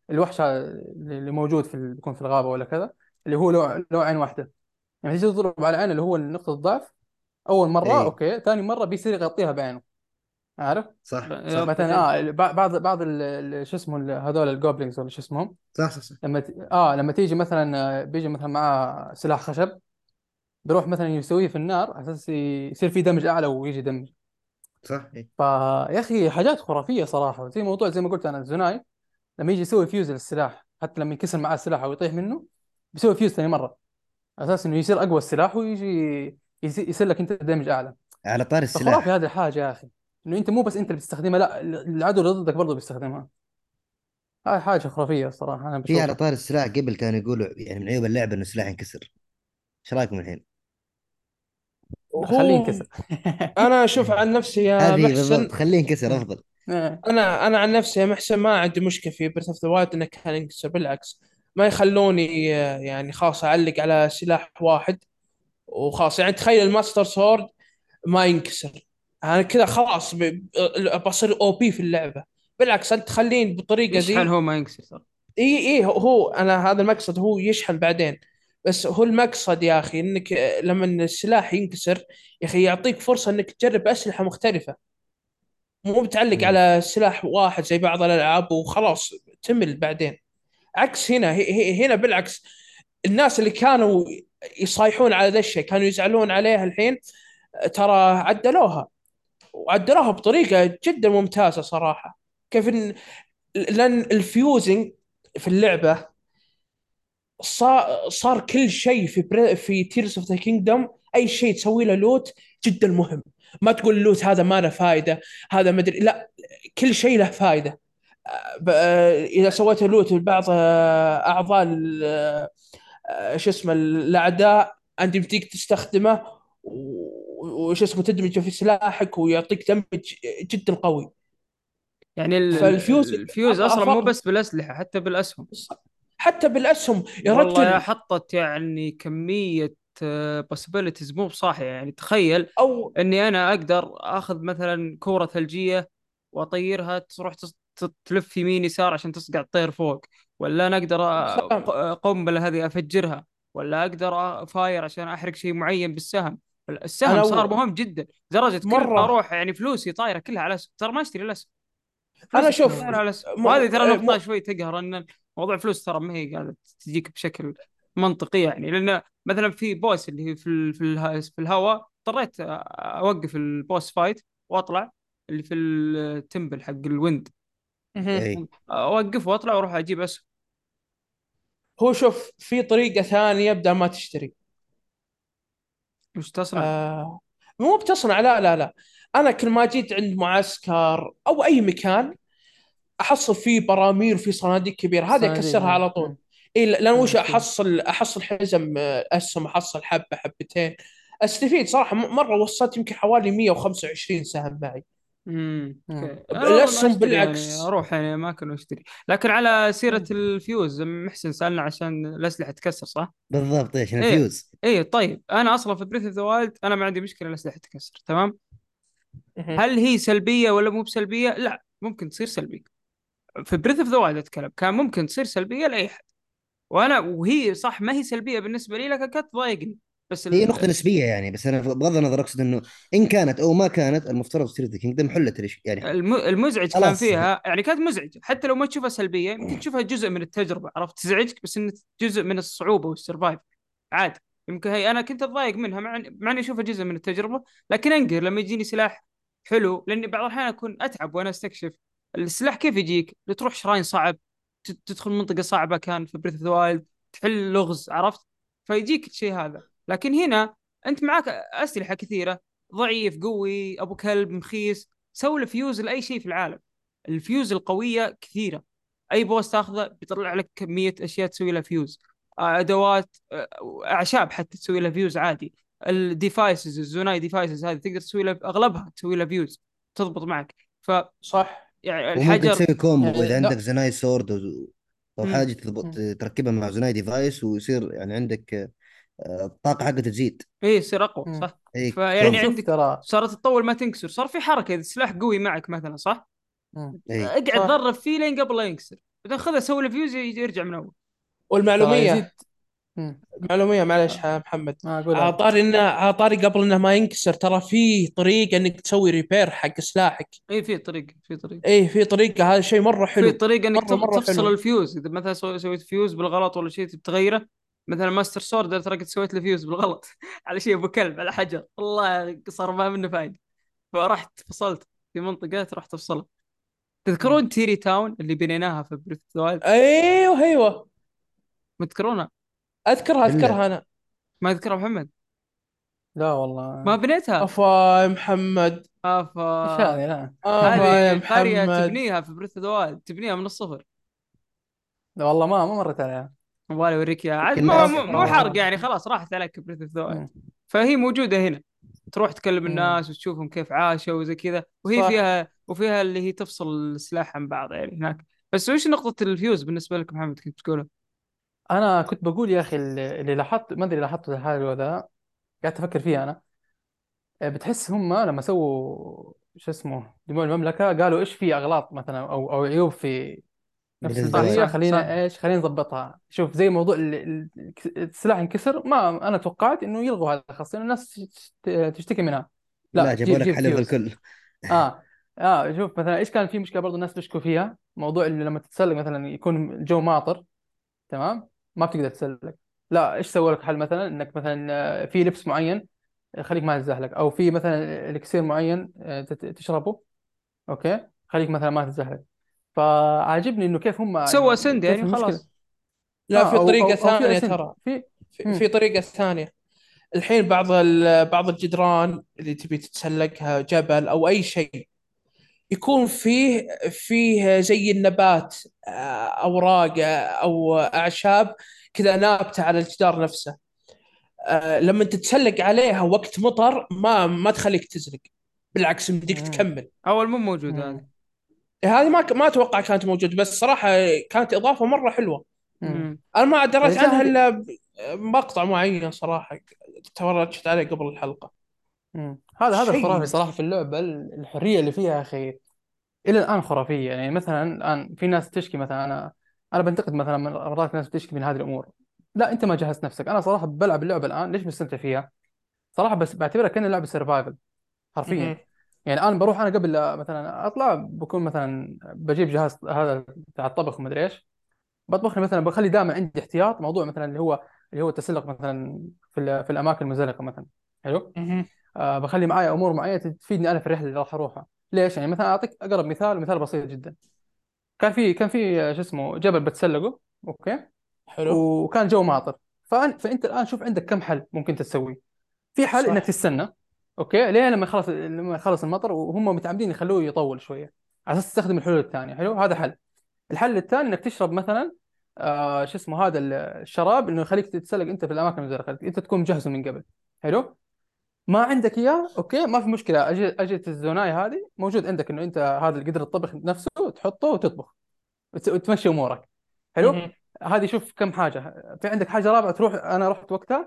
الوحش اللي موجود بيكون في الغابة ولا كذا، اللي هو له عين واحدة. يعني تيجي تضرب على العين اللي هو نقطة الضعف، أول مرة اي أوكي، ثاني مرة بيصير يغطيها بعينه، عارف؟ صح يب صح مثلا فهمت. بعض شو اسمه هذول الجوبلينجز ولا شو اسمهم، صح صح صح لما تيجي مثلا بيجي مثلا معاه سلاح خشب، بيروح مثلا يسويه في النار على اساس يصير في دمج اعلى ويجي دمج. صح اي فيا اخي حاجات خرافيه صراحه، زي موضوع زي ما قلت انا الزناي، لما يجي يسوي فيوز للسلاح، حتى لما ينكسر معاه السلاح او يطيح منه بيسوي فيوز ثاني مره على اساس انه يصير اقوى السلاح ويجي يصير لك انت دمج اعلى. على طار فخرافي السلاح، هذه الحاجه يا اخي، انه انت مو بس انت اللي بتستخدمها، لا العدو اللي ضدك برضه بيستخدمها. هاي حاجه خرافيه الصراحه انا في على بشوفها. طار السلاح قبل كانوا يقولوا يعني من عيوب اللعبه انه السلاح ينكسر. ايش رايكم الحين؟ خليه هو ينكسر. انا اشوف عن نفسي يا هذه بالضبط، محسن، خليه ينكسر افضل. انا عن نفسي يا محسن ما عندي مشكله في بريث اوف ذا وايلد انه كان ينكسر، بالعكس ما يخلوني يعني خلاص اعلق على سلاح واحد وخلاص. يعني تخيل الماستر سورد ما ينكسر، انا كذا خلاص بصير او بي في اللعبه. بالعكس انت تخلين بالطريقه يشحن ذي. هو ما ينكسر ترى. اي هو انا هذا المقصد، هو يشحن بعدين. بس هو المقصد يا اخي انك لما السلاح ينكسر يا اخي يعطيك فرصه انك تجرب اسلحه مختلفه، مو بتعلق مم. على سلاح واحد زي بعض الالعاب وخلاص تمل بعدين. عكس هنا، هنا بالعكس. الناس اللي كانوا يصايحون على ذا الشيء كانوا يزعلون عليها، الحين ترى عدلوها، وعدلوها بطريقه جدا ممتازه صراحه. كيف لان الفيوزنج في اللعبه صار كل شيء في تيرز اوف ذا كينجدوم، اي شيء تسوي له لوت جدا مهم. ما تقول اللوت هذا ما له فائده، هذا ما ادري، لا، كل شيء له فائده. اذا سويت لوت لبعض اعضاء شو اسمه الاعداء، انت بتيجي تستخدمه وش اسمه تدمجه في سلاحك ويعطيك دمج جدا قوي. يعني فالفيوز الفيوز اصلا مو افاق بس بالاسلحه، حتى بالاسهم. حتى بالاسهم يا والله يا رجل. حطت يعني كميه possibilities مو بصاحيه. يعني تخيل او اني انا اقدر اخذ مثلا كوره ثلجيه واطيرها تروح تلف يمين يسار عشان تصقع الطير فوق، ولا انا اقدر فاهم قنبله هذه افجرها، ولا اقدر فاير عشان احرق شيء معين بالسهم. السهم انا صار مهم جدا لدرجه كل ما مره اروح يعني فلوسي طايره كلها على اسهم، ترى ما اشتري الاسهم، انا فلوسي كلها شوف طايره على اسهم. م... وهذه ترى نقطه م... شوي تقهر، ان موضوع فلوس ترى ما هي قاعده تجيك بشكل منطقي. يعني لان مثلا في بوس اللي هي في الهواء اضطريت اوقف البوس فايت واطلع، اللي في التمبل حق الويند، مهم. اي اوقف واطلع واروح اجيب اسهم. هو شوف في طريقه ثانيه بدل ما تشتري. وش تصنع؟ مو بتصنع، لا لا لا. انا كل ما جيت عند معسكر او اي مكان احصل فيه براميل وفي صناديق كبيره، هذه صناديق اكسرها هذه. على طول. اي لان وش اشتري. احصل حزم اسهم، احصل حبه حبتين، استفيد صراحه. مره وصلت يمكن حوالي 125 سهم معي. اوكي. انا والله الاسهم اشتري يعني بالعكس. اروح يعني اماكن واشتري. لكن على سيره الفيوز، محسن سالنا عشان الاسلحه تكسر صح؟ بالضبط، ايش ايه الفيوز؟ ايه. طيب انا اصلا في بريث اوف ذا وايلد انا ما عندي مشكله الاسلحه تكسر، تمام. مهم. هل هي سلبيه ولا مو بسلبيه؟ لا، ممكن تصير سلبيه. في بريث اوف ذا وايلد اتكلم، كان ممكن تصير سلبيه لاي حد، وهي صح ما هي سلبيه بالنسبه لي، لكن كانت تضايقني. بس هي نقطة نسبية يعني، بس أنا بغض النظر أقصد إنه إن كانت أو ما كانت المفترض تصير ذا كينجدم حلت يعني. المزعج كان خلاص. فيها يعني كانت مزعجه، حتى لو ما تشوفها سلبيه يمكن تشوفها جزء من التجربه، عرفت؟ تزعجك بس انه جزء من الصعوبه والسرفايف عادي. يمكن هي انا كنت اتضايق منها مع اني اشوفها جزء من التجربه، لكن انقهر لما يجيني سلاح حلو، لاني بعض الاحيان اكون اتعب وانا استكشف السلاح كيف يجيك. تروح شراين صعب، تدخل منطقه صعبه كان في بريث اوف ذا وايلد، تحل لغز، عرفت؟ فيجيك الشيء هذا. لكن هنا انت معك اسلحه كثيره، ضعيف قوي ابو كلب مخيس، سوي له فيوز لاي شيء في العالم. الفيوز القويه كثيره، اي بوس تاخذه بيطلع لك كميه اشياء تسوي لها فيوز، ادوات، اعشاب حتى تسوي لها فيوز عادي. الديفايسز الزوناي ديفايسز هذه تقدر تسوي لها اغلبها تسوي لها فيوز تضبط معك. ف صح. يعني وممكن الحجر. تسوي كومبو يعني إذا عندك لا. زناي سورد أو مم. حاجة تضبط مم. تركبها مع زناي ديفايس ويصير يعني عندك الطاقة حقته تزيد. ايه يصير اقوى مم. صح. أي فيعني شوف فعلا. عندك ترى. صارت تطول ما تنكسر، صار في حركه اذا السلاح قوي معك مثلا صح، مم. أي اقعد صح. ضرب فيه لين قبل لا ينكسر. تاخذها سوي له فيوز يرجع من اول. ترى والمعلوميه، يزيد. مم. معلوميه معلش يا محمد، ما اقولها. عطاري قبل انه ما ينكسر، ترى في طريقه انك تسوي ريبير حق سلاحك. اي في طريقه، في طريقه، ايه في طريقه، هذا شيء مره في حلو، طريقه انك مره مره تفصل حلو. الفيوز. اذا مثلا سويت فيوز بالغلط ولا شيء تبي تغيره، مثلا ماستر سورد ترى قد سويت له فيوز بالغلط على شيء ابو كلب على حجر، والله صار ما منه فايده. فرحت فصلت في منطقه، رحت افصلها. مم. تذكرون تيري تاون اللي بنيناها في بريث وايلد؟ ايوه ايوه، ما تذكرونها؟ اذكرها الا اذكرها انا. ما اذكرها محمد؟ لا ما والله. بنيتها. افا يا محمد، ايش افا. هذه؟ لا. افا يا هذه قريه محمد. تبنيها في بريث وايلد، تبنيها من الصفر. لا والله ما مرت عليها. والله اوريك اياها عاد، يمكن مو ناسها. مو حرق افا. يعني، خلاص راحت عليك بريث اوف ذا وايلد. مم. فهي موجوده هنا، تروح تكلم مم. الناس وتشوفهم كيف عاشوا وزي كذا، وهي صح. وفيها اللي هي تفصل السلاح عن بعض يعني هناك. بس وش نقطة الفيوز بالنسبة لك محمد كنت تقوله؟ انا كنت بقول يا اخي، اللي لاحظت، ما ادري لاحظت الحاجه ولا لا، قاعد افكر فيها انا. بتحس هم لما سووا شو اسمه دموع المملكه، قالوا ايش في اغلاط مثلا او عيوب في نفس بريز صح البريه، وايلد. صح صح. خلينا ايش، خلينا نظبطها. شوف زي موضوع السلاح انكسر، ما انا توقعت انه يلغوا هذا الخاصيه، الناس تشتكي منها. لا لا، جابوا لك جيب حلول فيوز. الكل. اه. شوف مثلا ايش كان في مشكله برضو الناس بيشكوا فيها، موضوع اللي لما تتسلق مثلا يكون الجو ماطر، تمام، ما بتقدر تتسلق. لا، ايش سووا لك حل؟ مثلا انك مثلا في لبس معين خليك ما تتزحلق، او في مثلا الكسير معين تشربه، اوكي، خليك مثلا ما تتزحلق. فعاجبني انه كيف هم سوى يعني سند كيف يعني المشكله. خلاص. لا في طريقه او في ثانيه اسنت ترى، في. في طريقه ثانيه. الحين بعض الجدران اللي تبي تتسلقها، جبل او اي شيء، يكون فيه زي النبات، اوراق، او اعشاب كذا نابته على الجدار نفسه. لما تتسلق عليها وقت مطر ما تخليك تزلق، بالعكس يمديك مم. تكمل. اول مو موجودة هذه. مم. هذه ما اتوقع كانت موجوده، بس صراحه كانت اضافه مره حلوه. مم. امم. انا ما دريت الاشياء عنها هذه. الا مقطع معين صراحه، تفرجت عليه قبل الحلقه. هذا الخرافي شيء. صراحه في اللعبه، الحريه اللي فيها يا اخي الى الان خرافيه. يعني مثلا الان في ناس تشكي، مثلا انا بنتقد مثلا مرات ناس بتشكي من هذه الامور. لا، انت ما جهزت نفسك. انا صراحه بلعب اللعبه الان ليش مستمتع فيها صراحه، بس بعتبرها كأنها لعبه سرفايفل مهم. حرفيا. يعني الان بروح انا قبل مثلا اطلع، بكون مثلا بجيب جهاز هذا بتاع الطبخ ومدري ايش، بطبخ لي مثلا، بخلي دائما عندي احتياط موضوع مثلا اللي هو التسلق مثلا في الاماكن المزلقه مثلا. حلو. مهم. بخلي معي امور معينه تفيدني انا في الرحله اللي راح اروحها. ليش؟ يعني مثلا اعطيك اقرب مثال بسيط جدا. كان في شو اسمه جبل بتسلقه، اوكي، حلو. وكان جو ماطر. فانت الان شوف عندك كم حل ممكن تسويه. في حل انك صح. تستنى، اوكي، لين لما يخلص المطر، وهم متعمدين يخلوه يطول شويه على اساس تستخدم الحلول الثانيه. حلو، هذا حل. الحل الثاني انك تشرب مثلا شو اسمه هذا الشراب، انه يخليك تتسلق انت في الاماكن المزرقه، انت تكون مجهزه من قبل. حلو. ما عندك اياه، اوكي، ما في مشكله. اجهزه الزوناي هذه موجود عندك، انه انت هذا القدر الطبخ نفسه تحطه وتطبخ وتمشي امورك. حلو. مهم. هذه شوف كم حاجه. في عندك حاجه رابعه تروح، انا رحت وقتها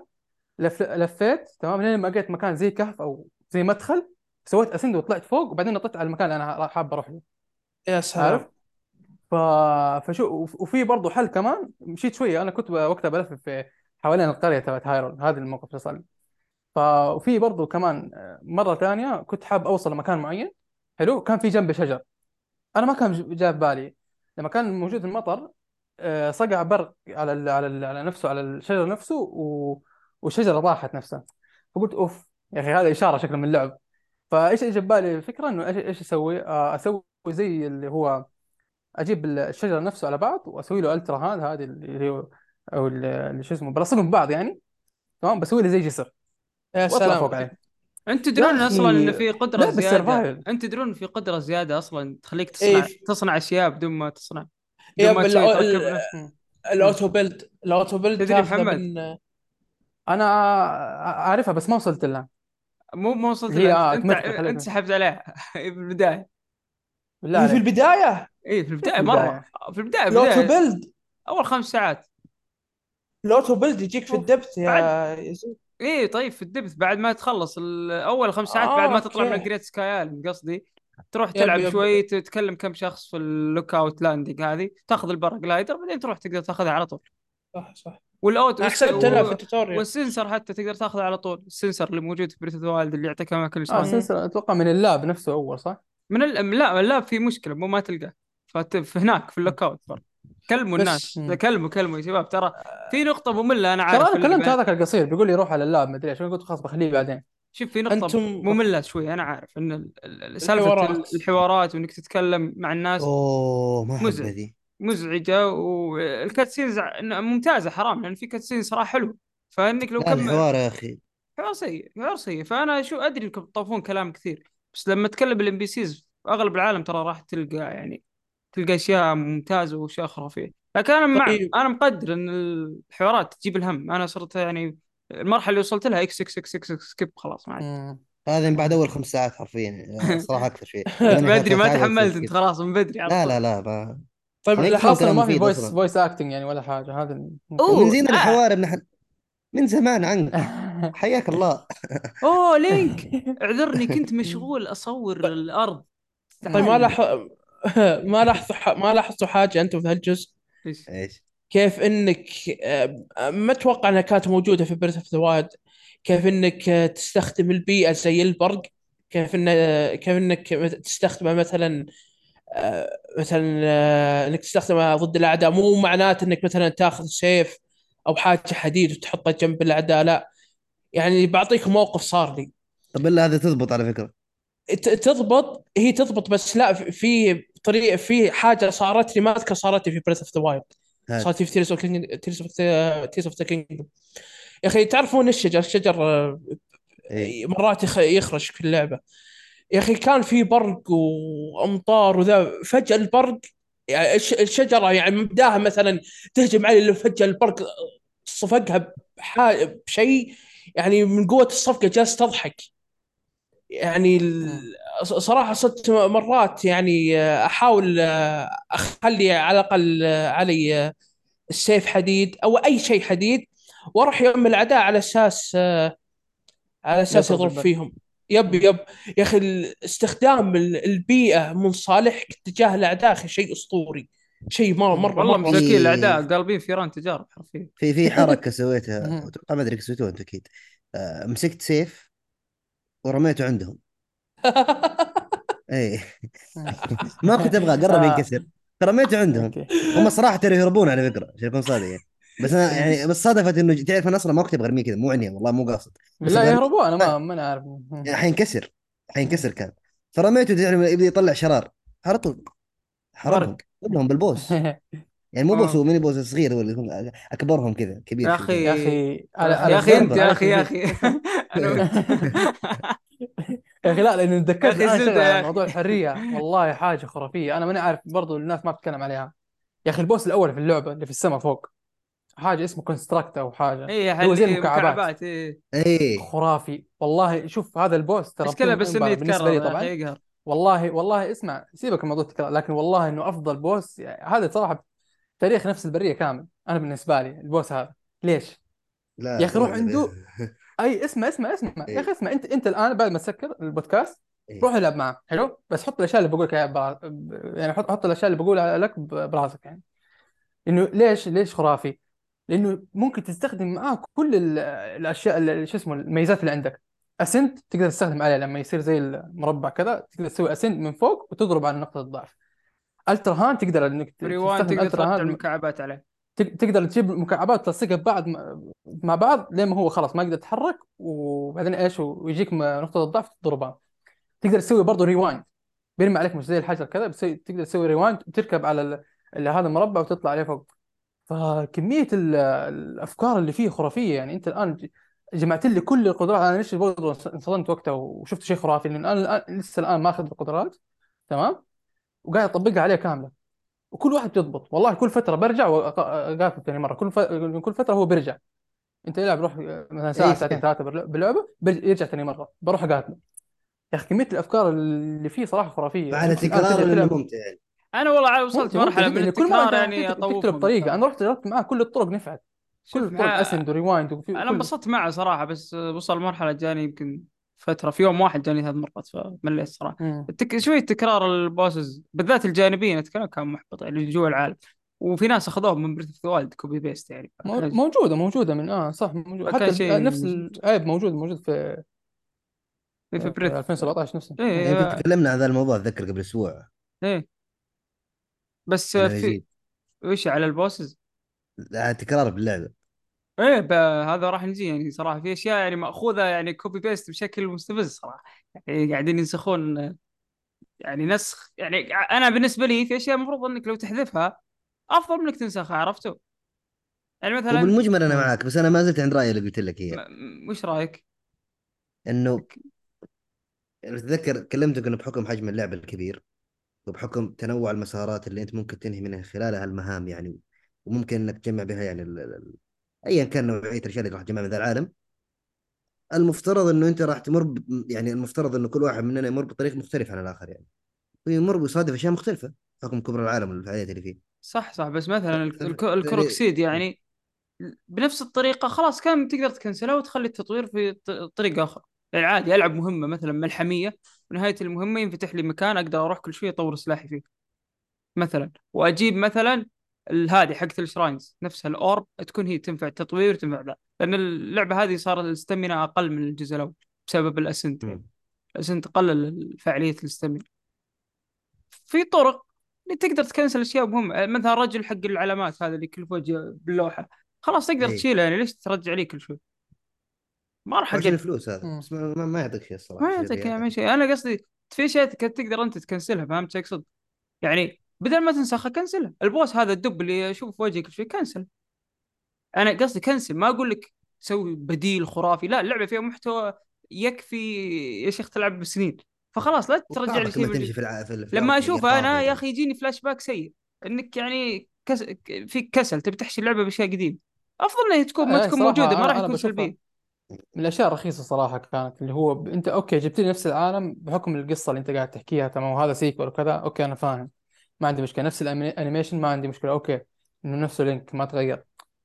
لفيت تمام لين ما لقيت مكان زي كهف او زي مدخل، سويت اسند وطلعت فوق، وبعدين نطيت على المكان اللي انا حاب اروح له. يا سلام. عارف. ف... وفي برضه حل كمان، مشيت شويه، انا كنت وقتها بلف في حوالين القريه تبعت هايرون، هذا الموقف اللي صار لي. وفي برضه كمان مره ثانيه كنت حاب اوصل لمكان معين. حلو. كان في جنبي شجر، انا ما كان جاء في بالي لما كان موجود المطر، صقع برق على نفسه، على الشجر نفسه، والشجره راحت نفسها. فقلت اوف يا اخي، هذا اشاره شكله من اللعب. فايش اجى ببالي فكره انه ايش اسوي، اسوي زي اللي هو اجيب الشجره نفسه على بعض، واسوي له الترا هذه اللي هو، او اللي شو اسمه بلصقهم ببعض يعني، تمام، بسوي له زي جسر يا واطلع سلام. فوق عليه. انت يا تدرون اصلا اخي ان في قدرة لعبه زيادة، سرفايفل. انت تدرون في قدرة زيادة اصلا تخليك ايه تصنع اشياء بدون ما تصنع، بدون يا ما تسوي تركب نفس. الاوتو بيلد تدري تاخذه محمد، من. انا عارفها بس ما وصلت لها. مو وصلت اللي لها، هي انت اوتوماتيك انت خليتها. سحبت عليها في البداية. بالله هي في عليك. البدايه. اي في كيف في البداية مرة، البدايه؟ في البداية الاوتو بداية بيلد اول 5 ساعات. الاوتو بيلد يجيك في اوف. الدبث بعد يا يزيد. ايه طيب في الدبث بعد ما تخلص اول 5 ساعات بعد ما تطلع من اوكي. الجريت سكاي ايلاند قصدي. تروح يب تلعب يب شوي، تتكلم كم شخص في اللوك اوت لاندنج هذه، تاخذ الباراجلايدر بعدين تروح تقدر تاخذها على طول. صح صح. والاوت انا حسبت انا في التوتوريال. والسنسر حتى تقدر تاخذه على طول، السنسر اللي موجود في بريث اوف ذا وايلد اللي يعطيك اماكن السباون. سنسر اتوقع من اللاب نفسه اول صح؟ لا اللاب في مشكله، مو ما تلقاه. في هناك في اللوك اوت برا. كلموا بس الناس، كلموا يا شباب، ترى في نقطه ممله انا ترى عارف في انا كلمت اللعبه. هذاك القصير بيقول لي روح على اللاب مدري ايش، قلت خلاص بخليه بعدين. شوف في نقطه انتم ممله شوي، انا عارف ان سالفه الحوارات. الحوارات وانك تتكلم مع الناس اوه ما احب مزعج، ذي. مزعجه. والكاتسينز ممتازه، حرام لان في كاتسين صراحه حلو. فانك لو لا الحوار يا اخي. حوار سيء، حوار سيء. فانا شو ادري انكم تطوفون كلام كثير، بس لما تكلم الام بي سيز في اغلب العالم ترى راح تلقى يعني تلقى اشياء ممتازه واشياء خرافيه. لكن طيب انا مقدر ان الحوارات تجيب الهم. انا صرت يعني المرحله اللي وصلت لها اكس اكس اكس اكس سكيب خلاص ما عاد. هذا من بعد اول 5 ساعات حرفيا، صراحه اكثر شيء. انت ثاني بدري 3 ما ساعات تحملت انت، سكيب. خلاص من بدري على لا طول. لا لا ما. طيب احنا يكفون خلاص انا كلام ما في مفيد فويس اصلا. فويس اكتنج يعني ولا حاجه، هذا من اوه زين لا. الحوار نحن من زمان عنك. حياك الله. اوه لينك، اعذرني كنت مشغول اصور الارض. طيب تعال لي. ما لاحظتوا حاجه انتم في هالجزء؟ ايش؟ ايش؟ كيف انك ما اتوقع انها كانت موجوده في بيرث اوف ذا وايلد. كيف انك تستخدم البيئه زي البرق. كيف انك تستخدمها مثلا انك تستخدمها ضد الاعداء، مو معناته انك مثلا تاخذ سيف او حاجه حديد وتحطها جنب الاعداء، لا. يعني بعطيك موقف صار لي. طب الا هذا تضبط على فكره. تضبط بس لا، في طريقه، في حاجه صارت لي ما اذكر صارت لي في بريث اوف ذا وايلد. هات. صارت لي في تيرز اوف ذا كينجدوم. يا اخي تعرفون الشجر اي مرات يخرج في اللعبه. يا اخي كان في برق وامطار وذا، فجاه البرق يعني الشجره يعني مبداها مثلا تهجم علي، اللي فجاه البرق صفقها بشيء، يعني من قوه الصفقه جالس تضحك. يعني صراحة صرت مرات يعني أحاول أخلي على الأقل علي السيف حديد أو أي شيء حديد، وأروح يم الأعداء على أساس يضرب يضرب البرق. فيهم. يب يب. يا أخي استخدام البيئة من صالحك تجاه الأعداء أخي شيء أسطوري، شيء مرة مرة والله مرة. مساكين في الاعداء قلبين فيران تجارب حرفيا. في حركه سويتها، اتوقع ما ادري إنك سويتوها انت اكيد. مسكت سيف ورميته عندهم. اي. ما كنت ابغى اقرب آه. ينكسر، فرميته عندهم. اوكي. هم الصراحه ترى يهربون على فكره عشان اكون صادق يعني. بس انا يعني بس صادفت انه تعرف انا اصلا ما كنت ابغى ارميه كذا، مو عني والله، مو قاصد. بس لا ابغى ارميه يهربوا، انا ما أنا عارف. يعني حينكسر. حينكسر كان. فرميته يعني يبدا يطلع شرار على طول. حرقهم برق. كلهم بالبوس. يعني مو بوس، هو ميني بوس صغير، هو اللي يكون اكبرهم كذا، كبير يا شوي كذا. يا اخي، اخي على يا اخي الزبط انت، اصبر. يا عليك اخي يا زي اخي انا وانت. يا اخي لا، لان يا تذكرت اخي الان الزبده شغله يا عن اخي. موضوع الحريه، والله حاجه خرافيه، انا ماني عارف برضو الناس ما بتتكلم عليها. يا اخي البوس الاول في اللعبه اللي في السماء فوق، حاجه اسمه كونستراكت او حاجه، اي اللي هو زي حلي المكعبات. مكعبات اي. ايه. خرافي والله. شوف هذا البوس ترى مشكله بدون بس انه مبالغه بالنسبه لي يتكرر يا طبعا. اخي، يقهر. والله اسمع، سيبك من موضوع التكرار، لكن والله انه افضل بوس يعني هذا صراحه تاريخ نفس البريه كامل. انا بالنسبه لي البوس هذا ليش؟ يا لا اخي روح هو عنده. اي اسمع يا اخي، ايه اسمع انت الان بعد ما تسكر البودكاست ايه روح العب معه حلو، بس حط الاشياء اللي بقول لك اياها يعني حط الاشياء اللي بقولها لك براسك يعني. انه ليش خرافي؟ لانه ممكن تستخدم معاه كل الاشياء شو اسمه الميزات اللي عندك. اسنت تقدر تستخدم عليه لما يصير زي المربع كذا، تقدر تسوي اسنت من فوق وتضرب على نقطة الضعف. الترا هان تقدر انك فريوان تستخدم تقدر الترا ترجع هان، المكعبات عليه. تقدر تجيب مكعبات تلصقها ببعض مع بعض لين ما هو خلاص ما يقدر يتحرك، وبعدين ايش ويجيك نقطة الضعف تضربها. تقدر تسوي برضه ريوايند، بيرمي عليك مش زي الحجر كذا، بس تقدر تسوي ريوايند وتركب على هذا المربع وتطلع عليه فوق. فكمية الأفكار اللي فيه خرافية يعني. أنت الآن جمعت لي كل القدرات. أنا ليش برضه انصدمت وقتها وشفت شيء خرافي، لأن أنا لسه الآن ماخذ القدرات تمام وقاعد أطبقها عليه كاملة، وكل واحد بتضبط. والله كل فترة برجع وأقاتل ثاني مرة، كل فترة هو بيرجع. أنت يلعب روح مثلا ايه ساعة ساعتين صحيح. ثلاثة باللعبة، يرجع ثاني مرة بروح أقاتله. يا أخي كمية الأفكار اللي فيه صراحة خرافية. فعلى أنت الآن تكرار ترجع انه تلعب. ممتع يعني. انا والله وصلت ممتع مرحله جدا، من لأن كل مرة التكرار أنت يعني بتقتله اطوفهم بطريقة. صراحه. أنا رحت جربت معاه كل الطرق نفعت، كل شوف الطرق اسند وريوايند انا وكل. انبسطت معه صراحه، بس وصل مرحله جاني يمكن فتره في يوم واحد جاني 3 مرات فمليت صراحه. مم. شويه تكرار البوسز بالذات الجانبيين اتكلم كان محبط يعني اللي جوا العالم. وفي ناس اخذوهم من بريث اوف ذا وايلد كوبي بيست يعني موجودة من صح، موجود فكان حتى شيء نفس العيب موجود في في بريث. 2017 نفسه. يعني يمكن ايه تكلمنا عن هذا الموضوع اتذكر قبل اسبوع. ايه بس انه في يزيد وش على البوسز. تكرار باللعبه. ايه هذا راح نجي يعني صراحه في اشياء يعني ماخوذه يعني كوبي بيست بشكل مستفز صراحه. يعني قاعدين ينسخون يعني نسخ يعني انا بالنسبه لي في اشياء المفروض انك لو تحذفها افضل منك تنسخها عرفتوا. يعني مثلا وبالمجمل انا مم. معك، بس انا ما زلت عند رايي اللي قلت لك هي وش رايك؟ انه تتذكر كلمتك انه بحكم حجم اللعبه الكبير وبحكم تنوع المسارات اللي انت ممكن تنهي منها خلالها المهام يعني، وممكن انك تجمع بها يعني ايا كان نوعيه الاشياء اللي راح تجمعها من ذا العالم. المفترض انه انت راح تمر يعني المفترض انه كل واحد مننا يمر بطريق مختلف عن الاخر يعني، ويمر بيصادف اشياء مختلفه بحكم كبر العالم والفعاليات اللي فيه. صح صح بس مثلا بالتالي الكروكسيد يعني بنفس الطريقه خلاص كان تقدر تكنسلها وتخلي التطوير في طريق اخر. يعني عادي العب مهمه مثلا ملحميه ونهايه المهمه ينفتح لي مكان اقدر اروح كل شويه اطور سلاحي فيه مثلا واجيب مثلا هذه حقت الشراينز نفسها الاورب تكون هي تنفع التطوير وتنفع ذا لان اللعبه هذه صار الاستمنة اقل من الجزء الاول بسبب الاسنت يعني مم. الاسنت قلل فعاليه الاستمنة. في طرق اللي تقدر تكنسل اشياء مهمه مثلا رجل حق العلامات هذا اللي كل وجه باللوحه خلاص تقدر اي تشيله يعني ليش ترجع لي كل شوي ما راح وعشان اقدر. الفلوس هذا، مم. بس ما يعطيك شيء الصراحه ما تشتري يعطيك ريال يا يعني. شيء انا قصدي في اشياء تقدر انت تكنسلها فهمت ايش اقصد. يعني بدل ما تنسخها كنسلها البوس هذا الدب اللي اشوف في وجهك شوي كنسل. انا قصدي كنسل ما اقول لك سوي بديل خرافي لا اللعبه فيها محتوى يكفي يا شيخ تلعب بسنين فخلاص لا ترجع لي وصعبه شيء كمان من تمشي الجديد. في الارض لما تلاقيها اشوفه انا يا فاضيه. اخي يجيني فلاش باك سيء انك يعني في كسل تبي تحشي اللعبه باشياء قديمه افضل انها تكون ما تكون موجوده صراحة ما راح أنا يكون بشوفها سلبيه. من الأشياء الرخيصة صراحة، كانت اللي هو أنت أوكي جبت لي نفس العالم بحكم القصة اللي أنت قاعد تحكيها، تمام، وهذا سيكول وكذا، أوكي أنا فاهم، ما عندي مشكلة، نفس الأنيميشن ما عندي مشكلة، أوكي إنه نفسه لينك ما تغير.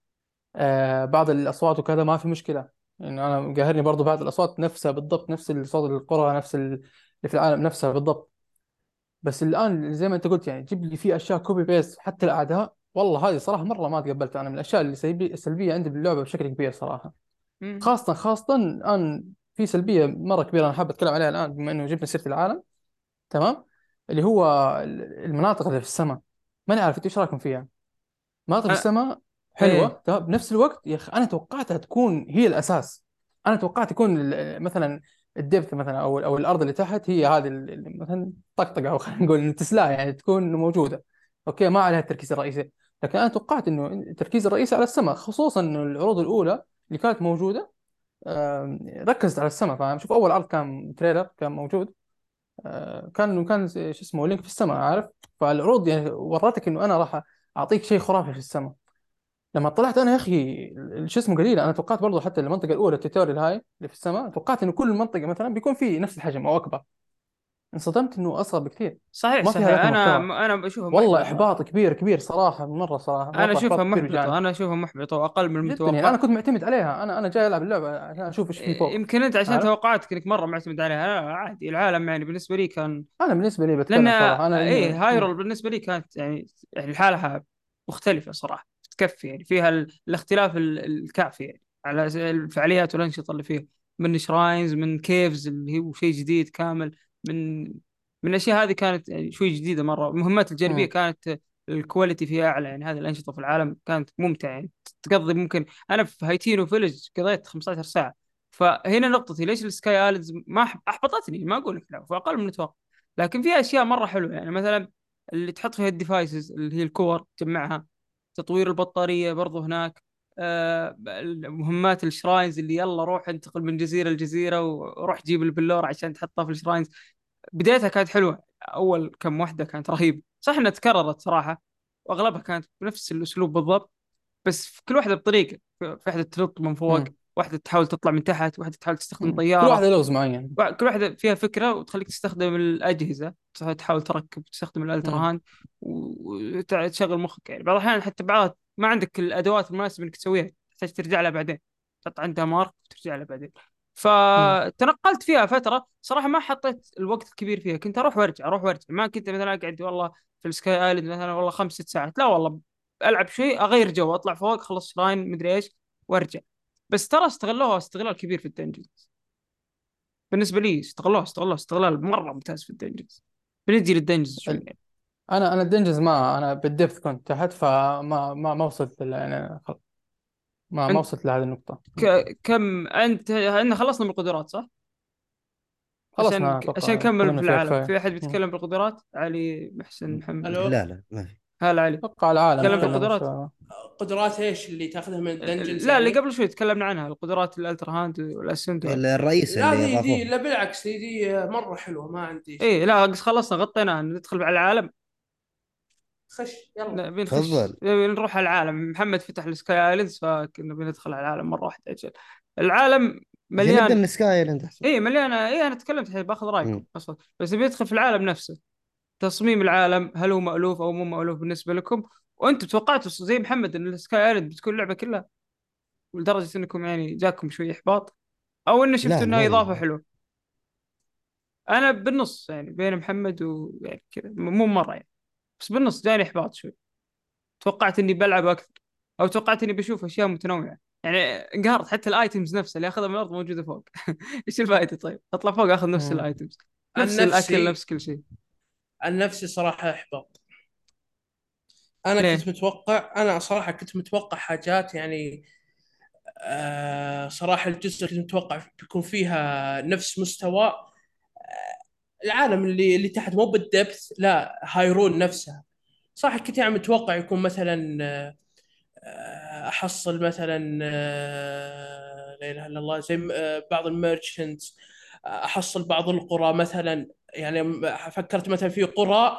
بعض الأصوات وكذا ما في مشكلة، يعني أنا قاهرني برضو بعض الأصوات نفسها بالضبط، نفس صوت القرى، نفس اللي في العالم نفسها بالضبط. بس الآن زي ما أنت قلت يعني جيب لي فيه أشياء كوبي بيست حتى الأعداء، والله هذه صراحة مرة ما تقبلتها، أنا من الأشياء اللي السلبية عندي باللعبة بشكل كبير صراحة. مم. خاصة الآن في سلبية مرة كبيرة أنا حابب أتكلم عليها الآن بما إنه جبنا سيرة العالم، تمام، اللي هو المناطق اللي في السماء، ماني عارف أنتوا إيش رأيكم فيها. مناطق في أه. السماء ايه حلوة تمام، بنفس الوقت يا أخي أنا توقعتها تكون هي الأساس. أنا توقعت يكون مثلا الدبث مثلا أو الأرض اللي تحت هي هذه مثلا طقطقة، أو خلينا نقول التسلاح يعني تكون موجودة، أوكي ما عليها التركيز الرئيسي. لكن أنا توقعت إنه التركيز الرئيسي على السماء، خصوصا إنه العروض الأولى اللي كانت موجودة ركزت على السماء، فاهم، شوف اول عرض كان تريلر كان موجود، كان شو اسمه لينك في السماء، عارف، فالعروض يعني ورتك انه انا راح اعطيك شيء خرافي في السماء. لما طلعت انا يا اخي شو اسمه قليل، انا توقعت برضو حتى المنطقه الاولى التوتوريال هاي اللي في السماء، توقعت انه كل منطقه مثلا بيكون في نفس الحجم او اكبر، انصدمت انه اصغر بكثير، صحيح ما فيها صحيح ذاك المحتوى. انا بشوفها والله محبطه. احباط كبير كبير صراحه، مره صراحه انا مره اشوفها احباط كبير محبطه وجعني. انا اشوفها محبطه واقل من جدا يعني انا المتوقع. كنت معتمد عليها، انا جاي العب اللعبه عشان اشوف ايش في فوق، يمكن انت عشان عارف. توقعاتك انك مره معتمد عليها لا عادي العالم يعني بالنسبه لي كان انا بالنسبه لي لان بتكلم صراحه انا انه ايه هايرول بالنسبه لي كانت يعني الحالة مختلفه صراحه تكفي يعني فيها الاختلاف الكافي يعني على الفعاليات والانشطه اللي فيها من شراينز من كيفز اللي هو شيء جديد كامل من من الاشياء هذه كانت يعني شوي جديده مره المهمات الجانبيه مم. كانت الكواليتي فيها اعلى يعني هذه الانشطه في العالم كانت ممتعه يعني تقضي ممكن انا في هايتينو فيلج قضيت 15 ساعه. فهنا نقطتي ليش السكاي ايلاندز ما احبطتني ما اقول لك لا في اقل من المتوقع. لكن في اشياء مره حلوه يعني مثلا اللي تحط فيها الديفايسز اللي هي الكور تجمعها تطوير البطاريه برضو هناك. مهمات الشراينز اللي يلا روح انتقل من جزيره لجزيره وروح جيب البلور عشان تحطها في الشراينز. بدايتها كانت حلوه اول كم واحده كانت رهيبه صح انها تكررت صراحه واغلبها كانت بنفس الاسلوب بالضبط بس في كل واحده بطريقه في واحده تنط من فوق مم. واحده تحاول تطلع من تحت واحده تحاول تستخدم كل طياره. واحدة لغز معين. كل واحدة فيها فكرة وتخليك تستخدم الأجهزة تحاول تركب تستخدم الألترا مم. هاند وتشغل مخك يعني بعض الأحيان حتى بعض ما عندك الأدوات المناسبة إنك تسويها تحتاج ترجع لها بعدين تحط عندها مارك وترجع لها بعدين. مم. فتنقلت فيها فتره صراحه، ما حطيت الوقت الكبير فيها، كنت اروح وارجع اروح وارجع، ما كنت مثلا اقعد والله في السكاي ايلاند مثلا والله 5 6 ساعات، لا والله العب شيء اغير جو، اطلع فوق اخلص شراين مدري ايش وارجع. بس ترى استغلوها استغلال كبير في الدنجنز، بالنسبه لي استغلوها استغلال مره ممتاز في الدنجنز. بنجي للدنجنز شوي ال- يعني. انا الدنجز، ما انا بالدبث كنت تحت، فما وصلت يعني ما انت وصلت لهذه النقطة. مم. كم انت عندنا خلصنا من القدرات صح؟ خلصنا عشان اتوقع، نكمل تكلمنا في فيها العالم، كفاية. في احد مم. بيتكلم بالقدرات؟ علي، محسن، محمد. الو. لا ما في. هلا علي، اتوقع العالم تكلم تكلم بالقدرات. الشباب. قدرات ايش اللي تاخذها من الدنجنز لا، اللي يعني؟ قبل شوي تكلمنا عنها، القدرات الالترا هاند والاسنت الرئيس لا اللي دي اضافوه. لا بالعكس، دي مره حلوه، ما عندي ايه شيء. لا بس خلصنا غطيناها، ندخل على العالم. خش يلا. بنخش تفضل. نروح على العالم. محمد فتح السكاي ايلاندز فكنا بندخل على العالم مره واحده اجل. العالم عشان نبدا مليان. من سكاي ايلاند احسن. ايه مليانه، ايه انا تكلمت الحين باخذ رايكم مم. اصلا، بس بيدخل في العالم نفسه. تصميم العالم هل هو مألوف او مو مألوف بالنسبه لكم؟ وانتم توقعتوا زي محمد ان السكاي ايلاند بتكون اللعبه كلها، ولدرجه انكم يعني جاكم شوي احباط، او ان شفتوا لا انها ما اضافه ادري. حلوه؟ انا بالنص يعني بين محمد ويعني كذا، مو مره يعني، بس بالنص جاني احباط شوي. توقعت اني بلعب اكثر، او توقعت اني بشوف اشياء متنوعه، يعني انقهرت حتى الايتمز نفسها اللي اخذها من الارض موجوده فوق. ايش الفائده؟ طيب اطلع فوق اخذ نفس مم. الايتمز، عن نفس الاكل، نفسي نفس كل شيء. عن نفسي صراحه احباط. انا كنت ليه؟ متوقع انا صراحه كنت متوقع حاجات يعني. صراحه الجزء اللي كنت متوقع بيكون فيها نفس مستوى العالم اللي تحت، مو بالدبث، لا هايرون نفسها. صح كنت يعني متوقع يكون مثلا احصل مثلا لا اله الا الله، زي بعض الميرشنتس، احصل بعض القرى مثلا. يعني فكرت مثلا في قرى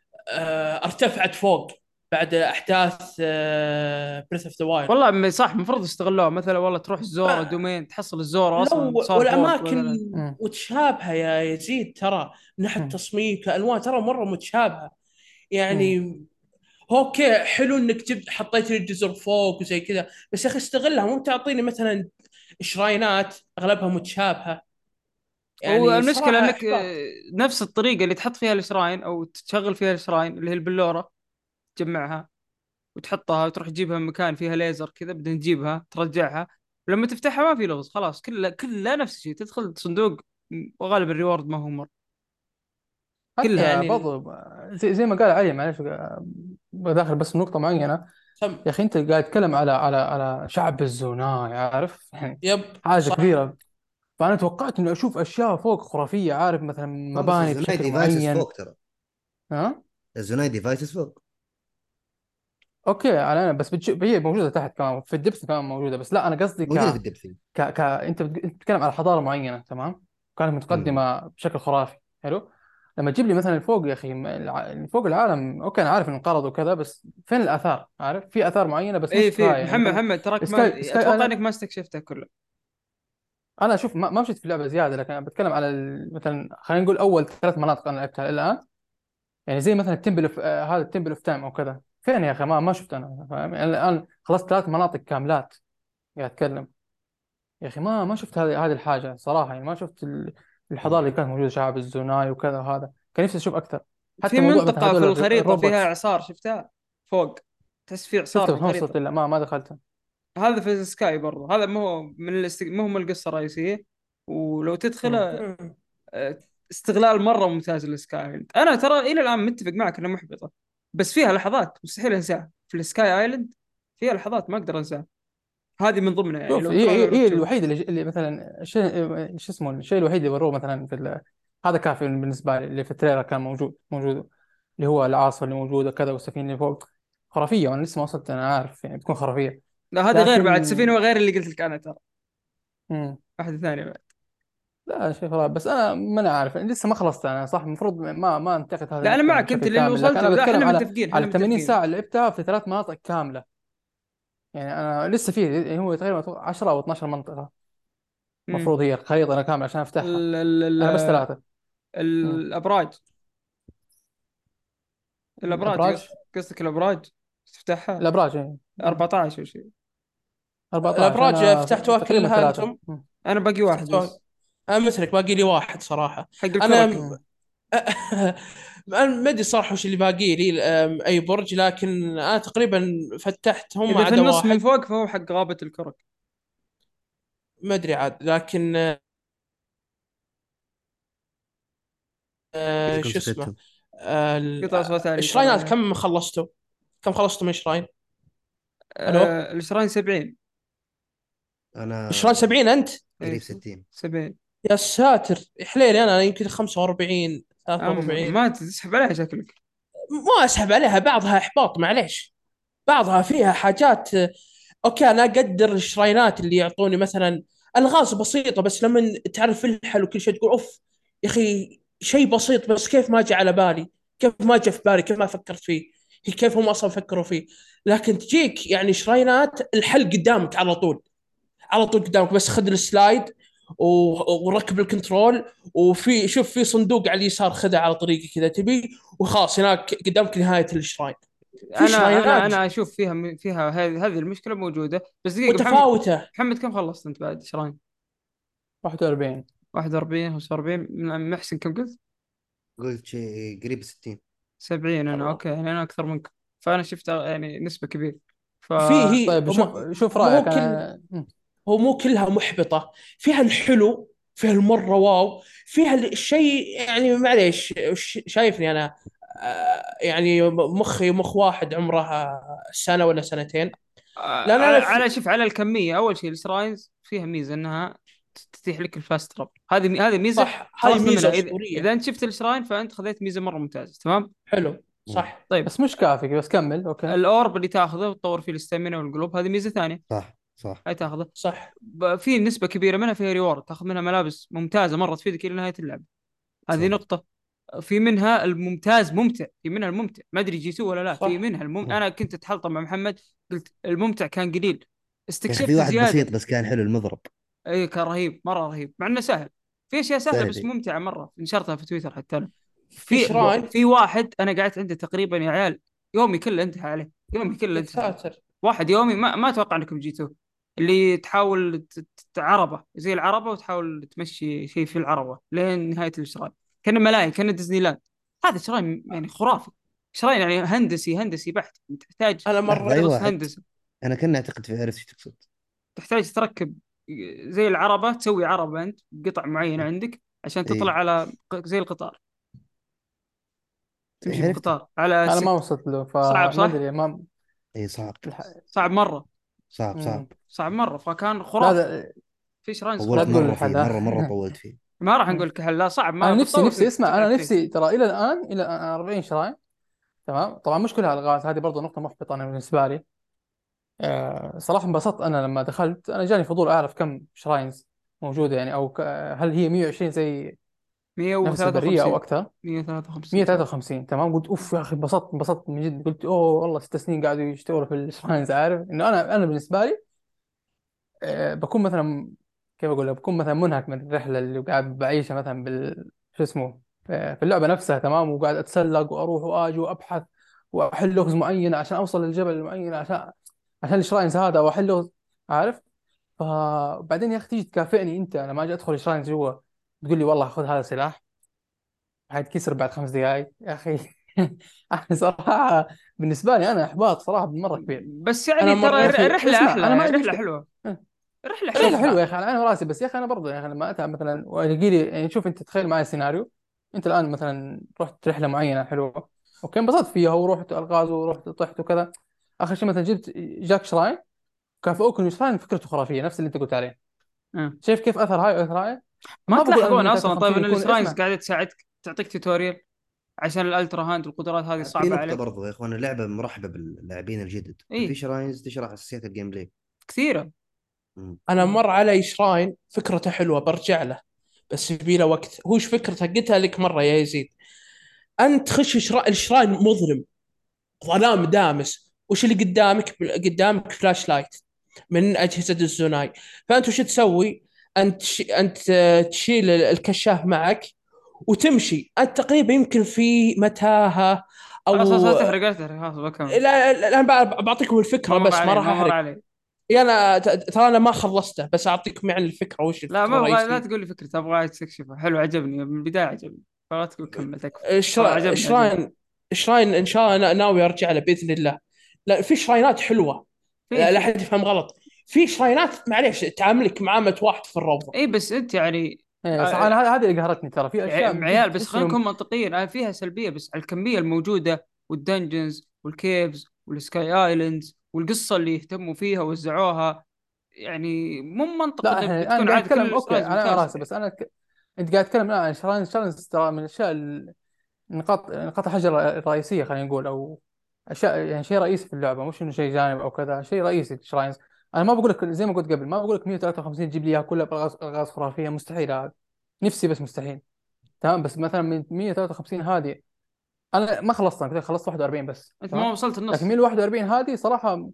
ارتفعت فوق بعد احداث بريث اوف ذا وايلد. والله صح، المفروض يستغلوها مثلا، والله تروح الزورة دومين تحصل الزورة لو اصلا صار فوق والاماكن مثلا. مم. متشابهه يا يزيد، ترى من ناحيه مم. تصميم كالوان ترى مره متشابهه مم. يعني. اوكي حلو انك جبت حطيت لي الجزر فوق وزي كذا، بس يا اخي استغلها، مو تعطيني مثلا شراينات اغلبها متشابهه يعني. والمشكلة صراحه انك احباط. نفس الطريقة اللي تحط فيها الشراين او تشغل فيها الشراين اللي هي البلورة، تجمعها وتحطها وتروح تجيبها من مكان فيها ليزر كذا، بعدين تجيبها ترجعها، ولما تفتحها ما في لغز، خلاص كلها نفس الشيء، تدخل صندوق وغالبا الريورد ما هو مر، حتى كلها. يعني برضو زي ما قال علي، معلش بداخل بس نقطة معينة. تم. يا أخي أنت قاعد تتكلم على شعب الزوناي، عارف يعني، يب. حاجة صح. كبيرة. فأنا توقعت إني أشوف أشياء فوق خرافية، عارف، مثلا خلاص مباني الزوناي بشكل ديفايسز معين. فوق ترى. ها؟ الزوناي ديفايسز فوق. أوكي، على أنا بس هي موجودة تحت كمان، في الدبس كمان موجودة، بس لا أنا قصدي موجوده في الدبث. أنت بتتكلم على حضارة معينة، تمام، كانت متقدمة بشكل خرافي. حلو. لما تجيب لي مثلا الفوق، يا اخي فوق العالم، اوكي انا عارف انه انقرض وكذا، بس فين الاثار؟ عارف في اثار معينه بس ايه مش في كفايه يعني، محمد، مثلا محمد تراك ما سكاي اتوقع ايلاند. انك ما استكشفتها كلها. انا اشوف ما مشيت في اللعبه زياده، لكن انا بتكلم على مثلا خلينا نقول اول 3 مناطق انا لعبتها الان. يعني زي مثلا التمبل اوف هذا التمبل اوف تايم او كذا، فين يا اخي؟ ما شفت انا، فاهم يعني؟ الان خلصت 3 مناطق كاملات قاعد اتكلم. يا اخي ما شفت هذه الحاجه صراحه، يعني ما شفت الحضاره اللي كانت موجوده، شعب الزوناي وكذا، وهذا كان نفسي اشوف اكثر. في حتى موضوع مثلا منطقة في هذول الخريطة فيها الروبوتس. إعصار شفتها فوق، تحس في إعصار شفته في بس ما الخريطة. وصلت، الا ما دخلته. هذا في سكاي برضو، هذا مو من القصة الرئيسية، ولو تدخله مم. استغلال مرة ممتاز للسكاي. أنا ترى إلى الآن متفق معك إنها محبطة، بس فيها لحظات مستحيل أنساها في السكاي آيلاند، فيها لحظات ما أقدر أنساها، هذه من ضمنها يعني، شوف، لو هي تروح هي لو هي تشوفها. الوحيده اللي مثلا شو اسمه الشيء الوحيد اللي وروه مثلا هذا كافي بالنسبه لي، اللي في التريلر كان موجود، اللي هو العاصفه اللي موجوده كذا، والسفينه اللي فوق خرافيه، وانا لسه ما وصلت، انا عارف يعني بتكون خرافيه. لا هذه غير بعد لكن سفينة، وغير اللي قلت لك أنا ترى مم. واحدة ثانية بعد. لا شيء خرافي، بس انا ما انا عارف لسه ما خلصت، انا صح المفروض ما انتقد هذه لا أنا النقطه معك، أنت بشكل اللي كامل، لكن وصلت له، انا لا بتكلم إحنا على متفقين، إحنا على 80 متفقين. ساعه اللي لعبتها في 3 مناطق كامله. يعني انا لسه فيه، هو تقريبا 10 او 12 منطقه امم المفروض هي الخريطه انا كامله عشان افتحها. ال ال ال انا بس 3. الأبراج، الابراج الابراج. قصدك الابراج تفتحها؟ الابراج يعني 14 او شيء. 14 الابراج انا فتحتوها تقريبا كلها 3. انتم؟ انا باقي واحد بس. انا مثلك باقي لي واحد صراحه. حق انا الكرة. انا ما ادري صراحه وش اللي باقي لي اي برج، لكن انا تقريبا فتحتهم ما اذا في عدا النص من واحد. فوق فهو حق غابة الكرك. ما ادري عاد، لكن كلكم شو اسمه، سكتتم. قطع صوت عالي ترى الشراينات عليه. كم خلصتوا؟ كم خلصتوا من شراين؟ الو، الشراين 70. الشراين انا 70 انت؟ اي قريب 60. 70. يا ساتر يا حليلي، انا يمكن 45 اما 43. ما تسحب عليها شكلك. ما اسحب عليها، بعضها احباط معليش، بعضها فيها حاجات. اوكي انا اقدر الشراينات اللي يعطوني مثلا الغاز بسيطه، بس لما تعرف الحل وكل شيء تقول اوف يا اخي شيء بسيط، بس كيف ما جاء على بالي، كيف ما جاء في بالي، كيف ما فكرت فيه، كيف هم اصلا فكروا فيه. لكن تجيك يعني شراينات الحل قدامك على طول، على طول قدامك، بس خذ السلايد وركب الكنترول، وفي شوف في صندوق على اليسار خذه على طريقي كذا تبي، وخلاص هناك قدامك نهايه الشراين. في شراينات انا اشوف فيها هذه المشكله موجوده. بس دقيقه محمد. متفاوته. محمد كم خلصت انت بعد شراين؟ 41. 41 او 40. محسن كم قلت؟ قلت شيء قريب 60. 70 انا. الله. اوكي يعني انا اكثر منك. فانا شفت يعني نسبه كبيره. ف فيه طيب شوف ما هو رايك كل انا. هو مو كلها محبطة، فيها الحلو، فيها المرة واو، فيها الشيء يعني معليش شايفني أنا يعني مخي مخ واحد عمره سنة ولا سنتين. لأن على أنا في على الكميه. اول شيء الشراينز فيها ميزه انها تتيح لك الفاست تراب. هذه ميزه. صح، هذه خلصنا ميزة منها. اذا أسطورية. انت شفت الشراين فانت خذيت ميزه مره ممتازه. تمام. حلو مم. صح. طيب. بس مش كافي، بس كمل اوكي. الاورب اللي تاخذه وتطور فيه الاستامينا والقلوب هذه ميزه ثانيه. صح صح. هاي تاخذه. صح في نسبه كبيره منها فيها ريورد. تاخذ منها ملابس ممتازه مره تفيدك الى نهايه اللعبه. هذه صح. نقطه. في منها الممتاز ممتع. في منها الممتع ما ادري جي 2 ولا لا. في صح. منها مم. انا كنت اتحلطم مع محمد. قلت الممتع كان قليل. يا اخي في استكشفت واحد زياده. بسيط بس كان حلو، المضرب. اي كان رهيب مره رهيب مع انه سهل. في اشياء سهله بس سهل. ممتعه مره. نشرتها في تويتر حتى انا. في شراين. في واحد انا قعدت عنده تقريبا يا عيال يومي كله انتهى عليه. يومي كله يا انتهى عليه. ساتر. واحد يومي ما اتوقع انكم جيتوا. اللي تحاول عربه زي العربه وتحاول تمشي شيء في العربه لين نهايه الشراين. كان ملاهي كان ديزني لاند. هذا شراين يعني خرافي. شراين يعني هندسي بحت. تحتاج أنا لحظة، أي تدرس مريت. واحد؟ هندسه. أنا كنا أعتقد في عرفت ايش تقصد. تحتاج تركب زي العربة. تسوي عربة أنت بقطع معينة عندك عشان تطلع إيه على زي القطار. تمشي عرفته. بقطار على انا ما وصلت له صعب فما صح؟ ادري ما. إيه صعب. الح... صعب مرة. صعب صعب. مم. صعب مرة فكان لا خرافي. في شراينز لا طولت خرافية. تقول مرة فيه، الحلا. مرة طولت فيه. ما راح نقول لك لا صعب. ما انا نفسي بتطول فيه اسمع، تقعد انا فيه. نفسي ترى الى الان 40 شراين. تمام، طبعا مش كلها الغاز، هذه برضو نقطه محبطه انا بالنسبه لي. صراحه انبسطت انا لما دخلت، انا جاني فضول اعرف كم شراينز موجوده يعني، او هل هي 120 زي نفس البريه او 153. اكثر. 153 صح. 153 تمام. قلت اوف يا اخي، انبسطت من جد. قلت اوه والله 6 سنين قاعدوا يشتغلوا في الشراينز. عارف انه انا بالنسبه لي بكون مثلا، كيف اقول لك، بكون مثلا منهك من الرحله اللي قاعد بعيشها مثلا شو اسمه في اللعبه نفسها. تمام، وقاعد اتسلق واروح واجي وابحث واحل لغز معين عشان اوصل للجبل المعين، عشان الشراينز هذا، واحل لغز. عارف. فبعدين يا اخي تيجي تكافئني انت لما اجي ادخل الشراينز جوا، تقول لي والله خذ هذا السلاح حيتكسر بعد 5 دقائق يا اخي. انا صراحه بالنسبه لي انا احباط صراحه بالمره كبير. بس أنا يعني ترى يا مريت. اخي الرحلة اسمع، انا أحلى. ما عندي رحلة مشكله. حلوة. رحلة رحله حلوة. حلوه رحلة. يا اخي على عيني وراسي، بس يا اخي انا برضه يا اخي لما اتعب مثلا ويجي لي يعني، شوف انت تخيل معي سيناريو. انت الان مثلا رحت رحله معينه حلوه، اوكي انبسطت فيها ورحت الغاز ورحت طحت وكذا، اخر شيء مثلا جاك شراين، كافئوك انه شراين فكرته خرافيه نفس اللي انت قلت عليه. أه. شايف كيف اثر هاي واثر هاي. ما ما بقول انا تلاحظون أصلا طيب 153 أن يكون الشراينز اسمع. قاعدة تساعدك تعطيك توتوريال عشان الالترا هاند والقدرات هذه في الصعبة نقطة عليك. برضو يا إخوان، اللعبة مرحبة باللاعبين الجدد، ففي إيه شراينز تشرح أساسيات الجيم بلاي. كثيرة. مم. أنا مر علي شراين فكرته حلوة برجع له، بس يبي له وقت. هو ايش فكرته؟ قلتها لك مرة يا يزيد. أنت تخش الشراين مظلم، ظلام دامس. وش اللي قدامك؟ قدامك فلاش لايت من أجهزة الزوناي. فأنت وش تسوي؟ أنت تشيل الكشاف معك وتمشي. أنت تقريبا يمكن في متاهة خلاص خلاص أو لا تحرق لا تحرق. خلاص بكمل. لا. أنا بعطيكم الفكرة بس ما راح ما مر أحرق. علي. انا ترى انا ما خلصته، بس اعطيكم يعني الفكره، وش لا الفكره ما ابغى، لا الرئيسيه. تقول لي فكرة، ابغى استكشفه. حلو، عجبني من البداية، عجبني. فلا تقول كمل تكفى. عجبني عجبني. شراين ان شاء الله أنا ناوي ارجع له باذن الله. لا، في شراينات حلوه. لا في حد يفهم غلط. في شراينات معليش تعاملك معامله واحد في الروضه. اي، بس انت يعني إيه صح، انا هذه اللي قهرتني ترى، في اشياء من جد عيال، بس تحس خلينا انهم. نكون منطقيين. فيها سلبيه، بس على الكميه الموجوده والدنجنز والكيفز والسكاي ايلاندز والقصه اللي يهتموا فيها وزعوها، يعني مو منطق لا انه احنا انا بتكون قاعد عادي كل اتكلم، اوكي الشرايز انا ممتازه راسي، يعني. بس انت قاعد تتكلم لا عن شراين ترى من الاشياء نقاط الحجر الرئيسيه، خلينا نقول، او اشياء يعني شيء رئيسي في اللعبه، مش انه شيء جانب او كذا، شيء رئيسي الشراينز. انا ما بقول لك زي ما قلت قبل، ما بقول لك 153 تجيب لي اياها كلها بالغاز خرافيه، مستحيل هذا. نفسي بس مستحيل. تمام، بس مثلا من 153 هذه انا ما خلصت، انا خلصت 41 بس، انت ما تمام. وصلت لكن النص. من 41 هذه صراحه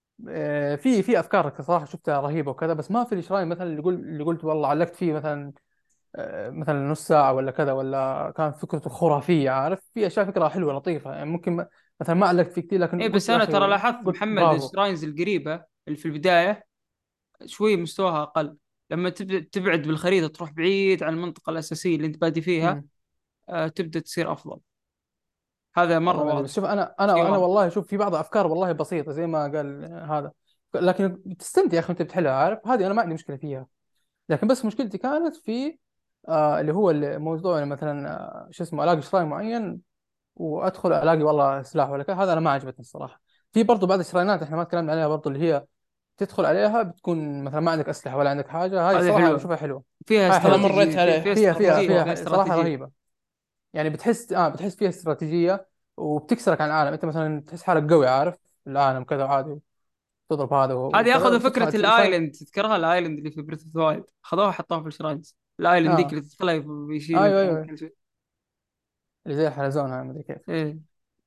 في افكار صراحه شفتها رهيبه وكذا، بس ما في الشراين مثلا اللي قلت والله علقت فيه مثلا مثلا نص ساعه ولا كذا، ولا كان فكرته خرافيه. عارف، في اشياء فكره حلوه لطيفه يعني، ممكن مثلا ما علقت فيه كثير، ايه، لكن بس قلت يا انا ترى اخي، لاحظت قلت محمد برافو. الشراينز القريبه اللي في البدايه شوي مستواها اقل. لما تبعد بالخريطه، تروح بعيد عن المنطقه الاساسيه اللي انت بادي فيها، مم. تبدا تصير افضل. هذا مره والله ما ادري، واضح. بس شوف انا شيء انا واضح. والله شوف، في بعض افكار والله بسيطه زي ما قال هذا، لكن تستمتع يا اخي انت بتحلها. عارف، هذه انا ما عندي مشكله فيها. لكن بس مشكلتي كانت في اللي هو الموضوع يعني مثلا شو اسمه، الاقي شراي معين وادخل الاقي والله سلاح ولا كذا، هذا انا ما عجبتني الصراحه. في برضو بعض الشراينات احنا ما تكلمنا عليها برضو، اللي هي تدخل عليها بتكون مثلا ما عندك اسلحه ولا عندك حاجه، هذه هذه الصراحه انا حلوه، بشوفها حلوه. فيها هاي انا حلوه، مريت استراتيجيه، عليه. فيها فيها استراتيجيه، فيها صراحه استراتيجيه. رهيبه. يعني بتحس فيها استراتيجيه، وبتكسرك عن العالم. انت مثلا تحس حالك قوي، عارف، في العالم كذا عادي، تضرب هذا هذه وكذا، اخذوا وتدخل فكره على الشراين. الايلاند، تذكرها الايلاند اللي في بريث اوف وايلد، اخذوها حطوها في الشراينز. الايلاند ذيك اه اللي تدخلها يشيل ايوه لك ايوه، كل شيء. اللي زي الحلزون، هاي ما ادري كيف. ايه.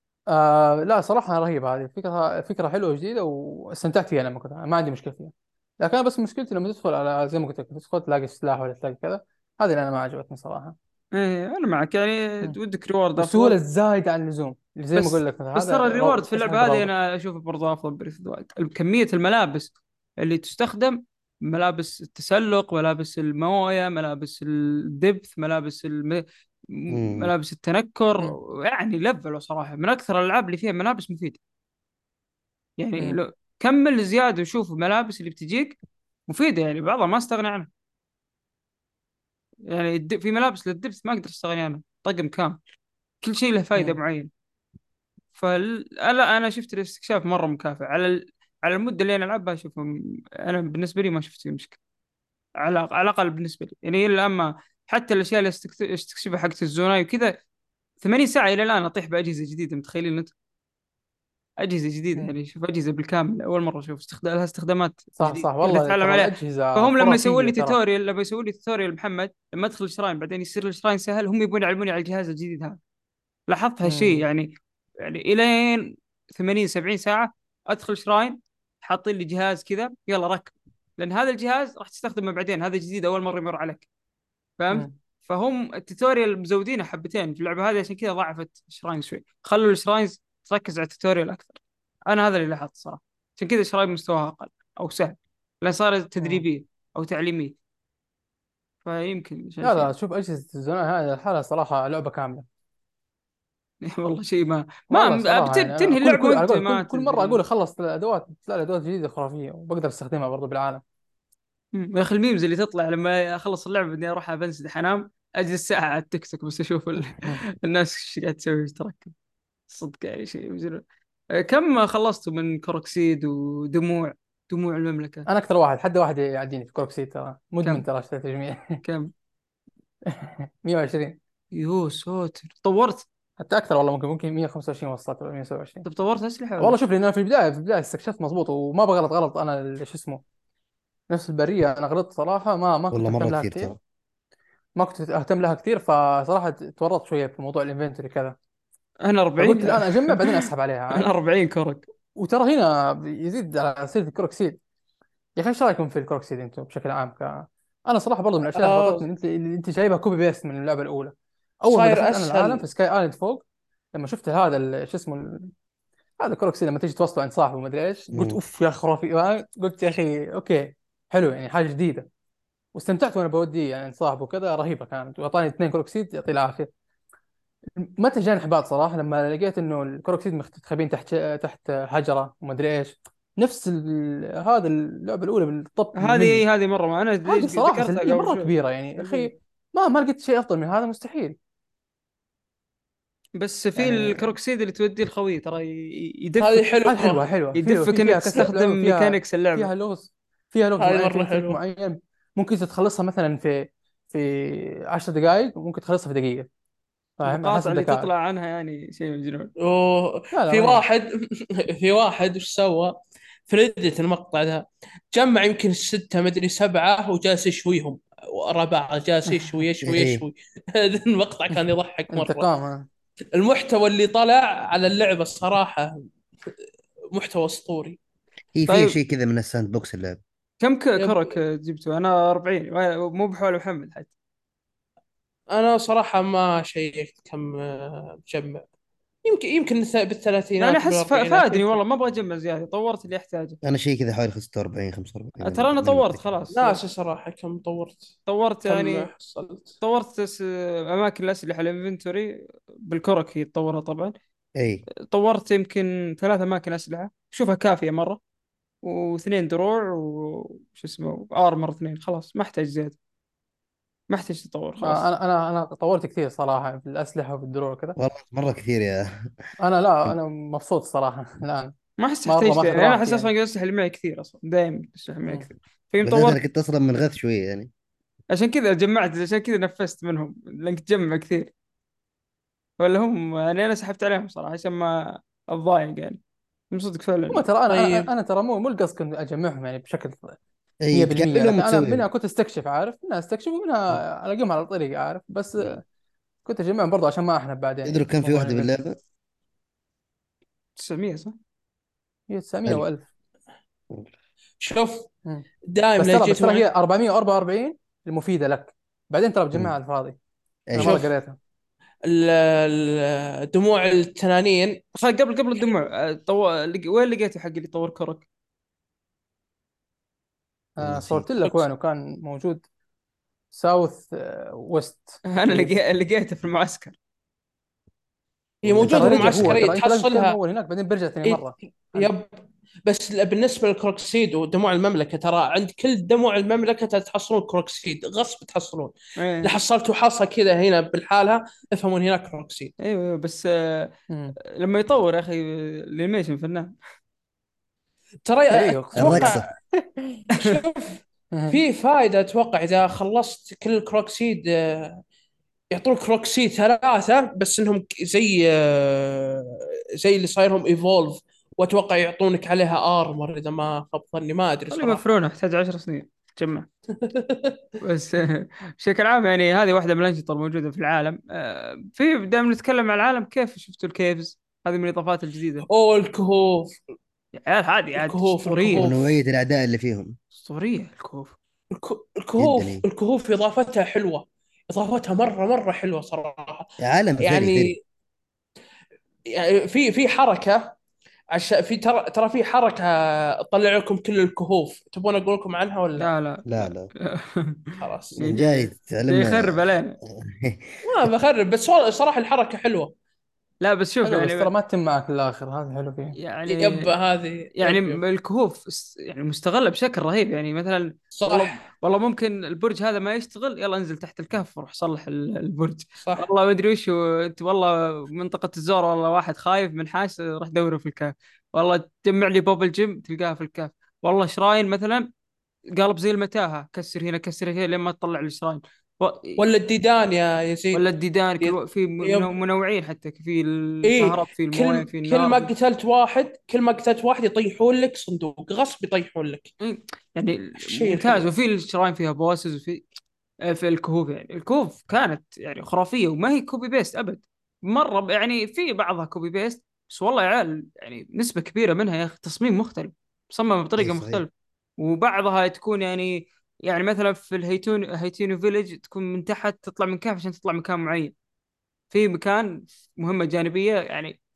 لا صراحة رهيبة هذه، فكرة حلوة وجديدة، واستمتعت فيها لما كنت ما عندي مشكلة فيها. لكن أنا بس مشكلتي لما تدخل على زي ما قلت لك، تدخل تلاقي سلاح ولا تلاقي كذا، هذه اللي أنا ما عجبتني صراحة. ايه انا معك يعني. مم. ودك ريورد والسهولة افضل. الزايدة عن اللزوم، اللي زي ما أقول بس لك مثلا بس ترى هذا الريورد في تحس اللعبه حاجة هذه راوضة. انا اشوفه برضه افضل بريث اوف وايلد. كميه الملابس اللي تستخدم، ملابس التسلق، ملابس المويه، ملابس الدبث، امم ملابس التنكر. مم. يعني لفلوا صراحه، من اكثر الالعاب اللي فيها ملابس مفيده. يعني مم. لو كمل زياده وشوف الملابس اللي بتجيك مفيده، يعني بعضها ما استغني عنها. يعني في ملابس للدبس ما اقدر استغني عنها، طقم كامل، كل شيء له فائده مم. معينه. فلا انا شفت الاستكشاف مره مكافئ على المده اللي انا العبها. اشوف انا بالنسبه لي ما شفت فيه مشكله، على الاقل بالنسبه لي يعني. الى اما حتى الاشياء اللي استكشفها حقت الزوناي وكذا، 80 ساعه الى الان اطيح باجهزه جديده. متخيلين انت؟ اجهزه جديده مم. يعني، شوف اجهزه بالكامل اول مره اشوف لها استخدامات صح جديده صح، كلها والله اتعلم ترى عليها. الأجهزة فهم خرافية ترى. لما يسوي لي توتوريال محمد، لما ادخل الشراين بعدين يصير الشراين سهل، هم يبون يعلموني على الجهاز الجديد هذا. لاحظت هالشيء مم. يعني. يعني الين 80 70 ساعه ادخل شراين، حاطين لي جهاز كذا يلا ركب، لان هذا الجهاز راح تستخدمه بعدين، هذا جديد اول مره يمر عليك. فهمت؟ مم. فهم التوتوريال مزودينه حبتين في اللعبه هذه، عشان كذا ضعفت شراين شوي، خلوا الشراينز تركز على التوتوريال اكثر. انا هذا اللي لاحظت صراحه. عشان كذا شراين مستواها اقل او سهل، لان صارت مم. تدريبيه او تعليميه. فيمكن عشان لا شيء. لا، شوف أجهزة الزمان هذه الحالة صراحة لعبة كاملة. والله شيء والله صراحة يعني أنا تنهي كل اللعبه كل وانت أقول ما كل مرة تدري. أقول أخلص الأدوات، تلاقي الأدوات جديدة خرافية وبقدر أستخدمها برضو بالعالم. يا اخي الميمز اللي تطلع لما اخلص اللعبه بدي اروح بنسدح انام، اجلس ساعه على التيك توك بس اشوف الناس ايش قاعد تسوي، ايش تركب. صدق يعني شيء مجنون. كم خلصتوا من كروكسيد ودموع، دموع المملكه؟ انا اكثر واحد، حد واحد يعديني في كروكسي، ترى مدمن، كم ترى اشتري تجميع. كم 120. يو ساتر، طورت؟ حتى اكثر والله، ممكن 125 وصلت ولا 127. طب طورت اسلحه والله ولا؟ شوف، لان انا في البدايه استكشفت مضبوط، وما بغلط غلط انا شو اسمه، نفس البريه انا غلطت صراحه، ما كنت والله اهتم مرة لها كثير كثير. ترى. ما كنت اهتم لها كثير، فصراحه تورطت شويه في موضوع الانفنتوري كذا. انا 40. فقلت الان اجمع بعدين اسحب عليها، انا عارف. 40 كرك. وترى هنا يزيد على سيره الكروكسيد. يا اخي ايش رايكم في الكروكسيد انتم بشكل عام انا صراحه برضو من الاشياء اللي آه احبطتني، اللي انت جايبها كوبي بيست من اللعبه الاولى. اول ما صاير دخلت انا العالم في اسهل. سكاي ايلاند فوق، لما شفت هذا شو اسمه هذا كروكسي لما تيجي توصله عند صاحبه ما ادري ايش، قلت مم. اوف يا خرافي. قلت يا اخي اوكي حلو، يعني حاجه جديده. واستمتعت وانا بوديه يعني عند صاحبه كذا، رهيبه كانت، واعطاني 2 كروكسيد يعطيه العافيه. متى جاني احباط صراحه لما لقيت انه الكروكسيد مختبين تحت حجره وما ادري ايش. نفس هذا اللعبه الاولى بالضبط ممل. هذه مره، ما انا ليش هذه صراحه ذكرتها سلبيه قبل مره شوي. كبيره يعني يا سلبيه. اخي. ما لقيت شيء افضل من هذا، مستحيل بس في يعني. الكروكسيد اللي توديه الخوي ترى هذه يدفك، هذه حلوه حلوة. حلوه، يدفك انك فيها كسر تستخدم لعبه، ميكانيكس اللعبه. فيها لغز، فيها لغز هذه معين، مرة فيها تريك حلوة. معين. ممكن تخلصها مثلا في 10 دقائق، وممكن تخلصها في دقيقه، فاهم؟ على المقاطع حسب اللي تطلع ذكائك. عنها يعني شيء مجنون. لا لا في رهيبه. واحد في واحد وش سوى في ريدت المقطع ذا، جمع يمكن 6 مدري 7 وجالس يشويهم ورا بعض، جالس يشوي يشوي ايه يشوي. هذا المقطع كان يضحك مرة. انتقام المحتوى اللي طلع على اللعبة الصراحة محتوى أسطوري. هي فيها طيب شيء كذا من الساند بوكس اللعب. كم يب. كرك جبته؟ انا 40، مو بحول محمد حتى. أنا صراحة ما شيكت كم مجمع، يمكن لا انا بالثلاثينات احس بالأربعينات فادني يمكن. والله، ما ابغى اجمع زياده، طورت اللي احتاجه. انا شيء كذا حوالي 46 45 ترى انا ماني طورت متذكر. خلاص. ناسي صراحة كم طورت. طورت كم يعني، حصلت. طورت اماكن الاسلحه الانفنتوري بالكرك، هي تطورها طبعا. اي طورت يمكن 3 اماكن اسلحه، شوفها كافيه مره، واثنين دروع وش اسمه ارمر اثنين، خلاص ما احتاج زياده، ما احتاج تطور خلاص. انا طورت كثير صراحه في الاسلحه وفي الدروع وكذا. والله مره كثير يا لا انا مبسوط صراحه الان. ما احس مره تحتاج ماخذ يعني، انا احس راحتي اصلا يعني. الاسلحه اللي معي كثير، اصلا دائما الاسلحه اللي معي مم. كثير. فيوم بس انا طورت، كنت اصلا من غث شويه يعني. عشان كذا جمعت، عشان كذا نفست منهم لانك تجمع كثير. ولا هم يعني انا سحبت عليهم صراحه عشان ما اتضايق يعني، من صدق هم فعلا. ترى طيب. انا ترى مو القصد كنت اجمعهم يعني بشكل اي 100%، تقابلهم لكن انا وتسوي. منها كنت استكشف، عارف، منها استكشف ومنها الاقيهم على الطريق، عارف، بس كنت اجمعهم برضه عشان ما احنب بعدين تدروا يعني كم في موضوع واحده النت. باللعبه؟ 900 صح؟ هي 900 1000. و1000. شوف، بس دائما ترى بس جيتوا ترى عند. هي 444 المفيده لك، بعدين ترى بتجمعها على الفاضي. انا اي مره شوف قريتها. دموع التنانين. قبل الدموع، وين لقيته حق اللي يطور كرك؟ نسيت. صورت لك وين وكان موجود. ساوث ويست انا تقريبا. لقيته في المعسكر. هي ترى موجودة في رجع هو، المعسكرية ترى انت لازم تكلم تحصلها. اول هناك بعدين بيرجع ثاني إيه، مره. يب. بس بالنسبة للكروكسيد ودموع المملكة، ترى عند كل دموع المملكة تحصلون كروكسيد غصب تحصلون. اللي ايه حصلته حصة كذا هنا بالحالها، افهمون هناك كروكسيد. ايوه بس امم لما يطور يا اخي الانيميشن فنان. ترى ايوه خصوصا. الرقصه. اتوقع. شوف، في فائدة اتوقع اذا خلصت كل الكروكسيد، يعطونك كروكسيد 3 بس انهم زي اللي صايرهم ايفولف. واتوقع يعطونك عليها ارمر اذا ما خاب ظني، ما ادري والله صراحة. مفرونه، احتاج 10 سنين تجمع. بس بشكل عام يعني هذه واحدة من الأنشطة الموجودة في العالم. في دائما نتكلم عن العالم، كيف شفتوا الكيفز؟ هذه من الإضافات الجديدة. اوه الكهوف. يا عيال هذه عاد الكهوف أسطورية، ونوعيه الكهوف الاعداء اللي فيهم أسطورية الكوف. جدا الكهوف يعني. الكهوف اضافتها حلوة. اضافتها مرة حلوة صراحة. عالم ثري. يعني في حركة، عشان ترى في حركة تطلع لكم كل الكهوف، تبون اقول لكم عنها ولا؟ لا لا لا لا. لا، خلاص. جاي جاي تعلمنا. يخرب علينا. ما بخرب، بس صراحة الحركة حلوة. لا بس شوف حلو، بس ترى يعني، ما تتم معك الاخر، هذا حلو فيه. يعني يب هذه يعني يب. الكهوف يعني مستغلة بشكل رهيب يعني. مثلا والله صح والله ممكن البرج هذا ما يشتغل، يلا انزل تحت الكهف وروح صلح البرج. صح. والله ما ادري وش انت، والله منطقة الزور والله واحد خايف من حاش، روح دوره في الكهف. والله تجمع لي بوبل جيم تلقاها في الكهف. والله شراين مثلا قالب زي المتاهة، كسر هنا كسر هنا لين ما تطلع الشراين. و... ولا الديدان يا ولا يزيد. الديدان، في يب. منوعين حتى، في ايه، الكهرب، في المويه، كل في كل ما النار. قتلت واحد، كل ما قتلت واحد يطيحون لك صندوق غصب، يطيحون لك. إيه، يعني الشيء ممتاز. الحلو. وفي الشراين فيها بوسز، وفي في الكهوف، يعني الكهوف كانت يعني خرافيه، وما هي كوبي بيست ابد. مره يعني في بعضها كوبي بيست، بس والله يا عيال يعني نسبه كبيره منها يا اخي تصميم مختلف، مصممه اي بطريقه صحيح. مختلفه. وبعضها تكون يعني مثلا في هيتينو فيلج تكون من تحت تطلع من كهف عشان تطلع مكان معين، في مكان مهمه جانبيه يعني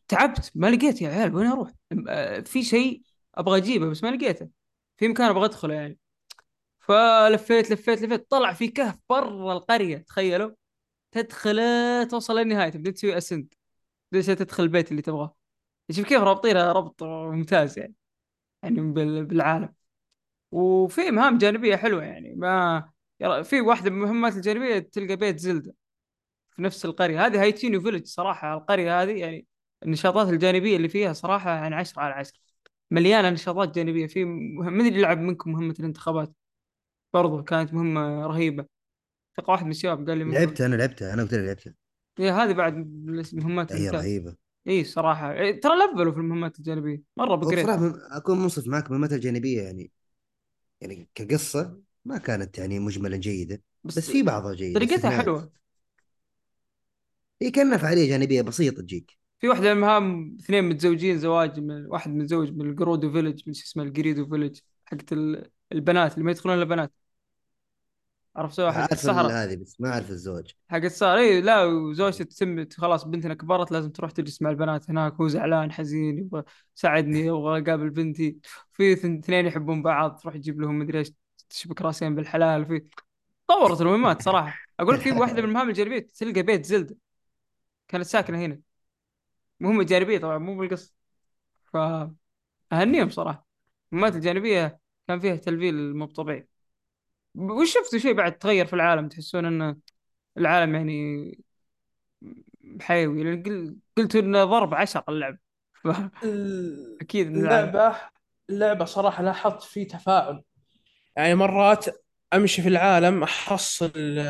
تعبت ما لقيت يا عيال، وين اروح؟ في شيء ابغى اجيبه بس ما لقيته، في مكان ابغى ادخله يعني. فلفيت لفيت لفيت، طلع في كهف برا القريه، تخيلوا. تدخل توصل للنهايه، تبدا تسوي اسنت، تبدا تدخل البيت اللي تبغاه. شوف كيف رابطينها ربط ممتاز يعني، يعني بالعالم. وفي مهام جانبيه حلوه يعني. ما في واحده من المهمات الجانبيه تلقى بيت زلدة في نفس القريه هذه، هايتينو فيلج. صراحه القريه هذه يعني النشاطات الجانبيه اللي فيها صراحه يعني 10 على 10، مليانه نشاطات جانبيه. في من اللي لعب منكم مهمه الانتخابات؟ برضو كانت مهمه رهيبه. اتوقع واحد من الشباب قال لي مهمه. لعبتها، انا لعبتها، انا قلت لك لعبتها. هي هذه بعد من المهمات هي الممتازه. رهيبه. اي صراحه ترى لفلوا في المهمات الجانبيه مره هو بجريد. بصراحه اكون منصف معك، المهمات الجانبيه يعني، يعني كقصه ما كانت يعني مجملا جيده، بس بس في بعضها جيده، طريقتها استثناءات. حلوه. هي كانها فعاليه جانبيه بسيطه تجيك. في واحده من المهام اثنين متزوجين زواج، من واحد متزوج من القرودو فيلج، من شو اسمه القريدو فيلج، حقت البنات اللي ما يدخلون الا بنات. عرفتوها حقت عارف الصحراء؟ هذه بس ما اعرف الزواج. حق الصار اي لا، وزوجته تتم خلاص، بنتنا كبرت لازم تروح تجلس مع البنات هناك، هو زعلان حزين يبغى ساعدني، يبغى اقابل بنتي. في اثنين يحبون بعض، تروح تجيب لهم مدري ايش، تشبك راسين بالحلال. في طورت المهمات صراحه. اقول لك في واحده من المهام الجانبيه تلقى بيت زلدة كانت ساكنه هنا، مهمه جانبيه طبعا مو بالقصه. فاهنيهم صراحه. المهمات الجانبيه كان فيها تلفيل مو طبيعي. وش شفتوا شيء بعد تغير في العالم، تحسون ان العالم يعني حيوي؟ لأن قلت انه ضرب 10 اللعب، فاكيد ان العالم. اللعبة اللعبة صراحة لاحظت فيه تفاعل. يعني مرات أمشي في العالم أحصل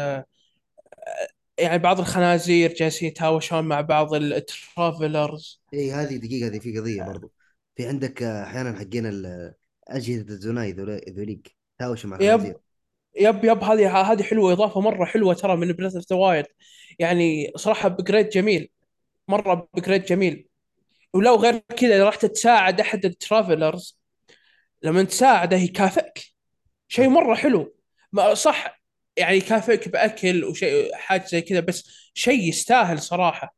يعني بعض الخنازير جالسين يتهاوشون مع بعض الترافلرز. اي هذه دقيقه، هذه في قضيه برضو. في عندك احيانا حقين اجهزه الزناي ذوليك تهاوشوا مع يب الخنازير. يب هذه حلوة، إضافة مرة حلوة ترى من بريث اوف ذا وايلد. يعني صراحة بجريد جميل، مرة بجريد جميل. ولو غير كذا راح تساعد أحد الترافلرز، لما تساعده يكافئك، شيء صح. مرة حلو. ما صح، يعني يكافئك بأكل وشيء حاجة زي كذا، بس شيء يستاهل صراحة.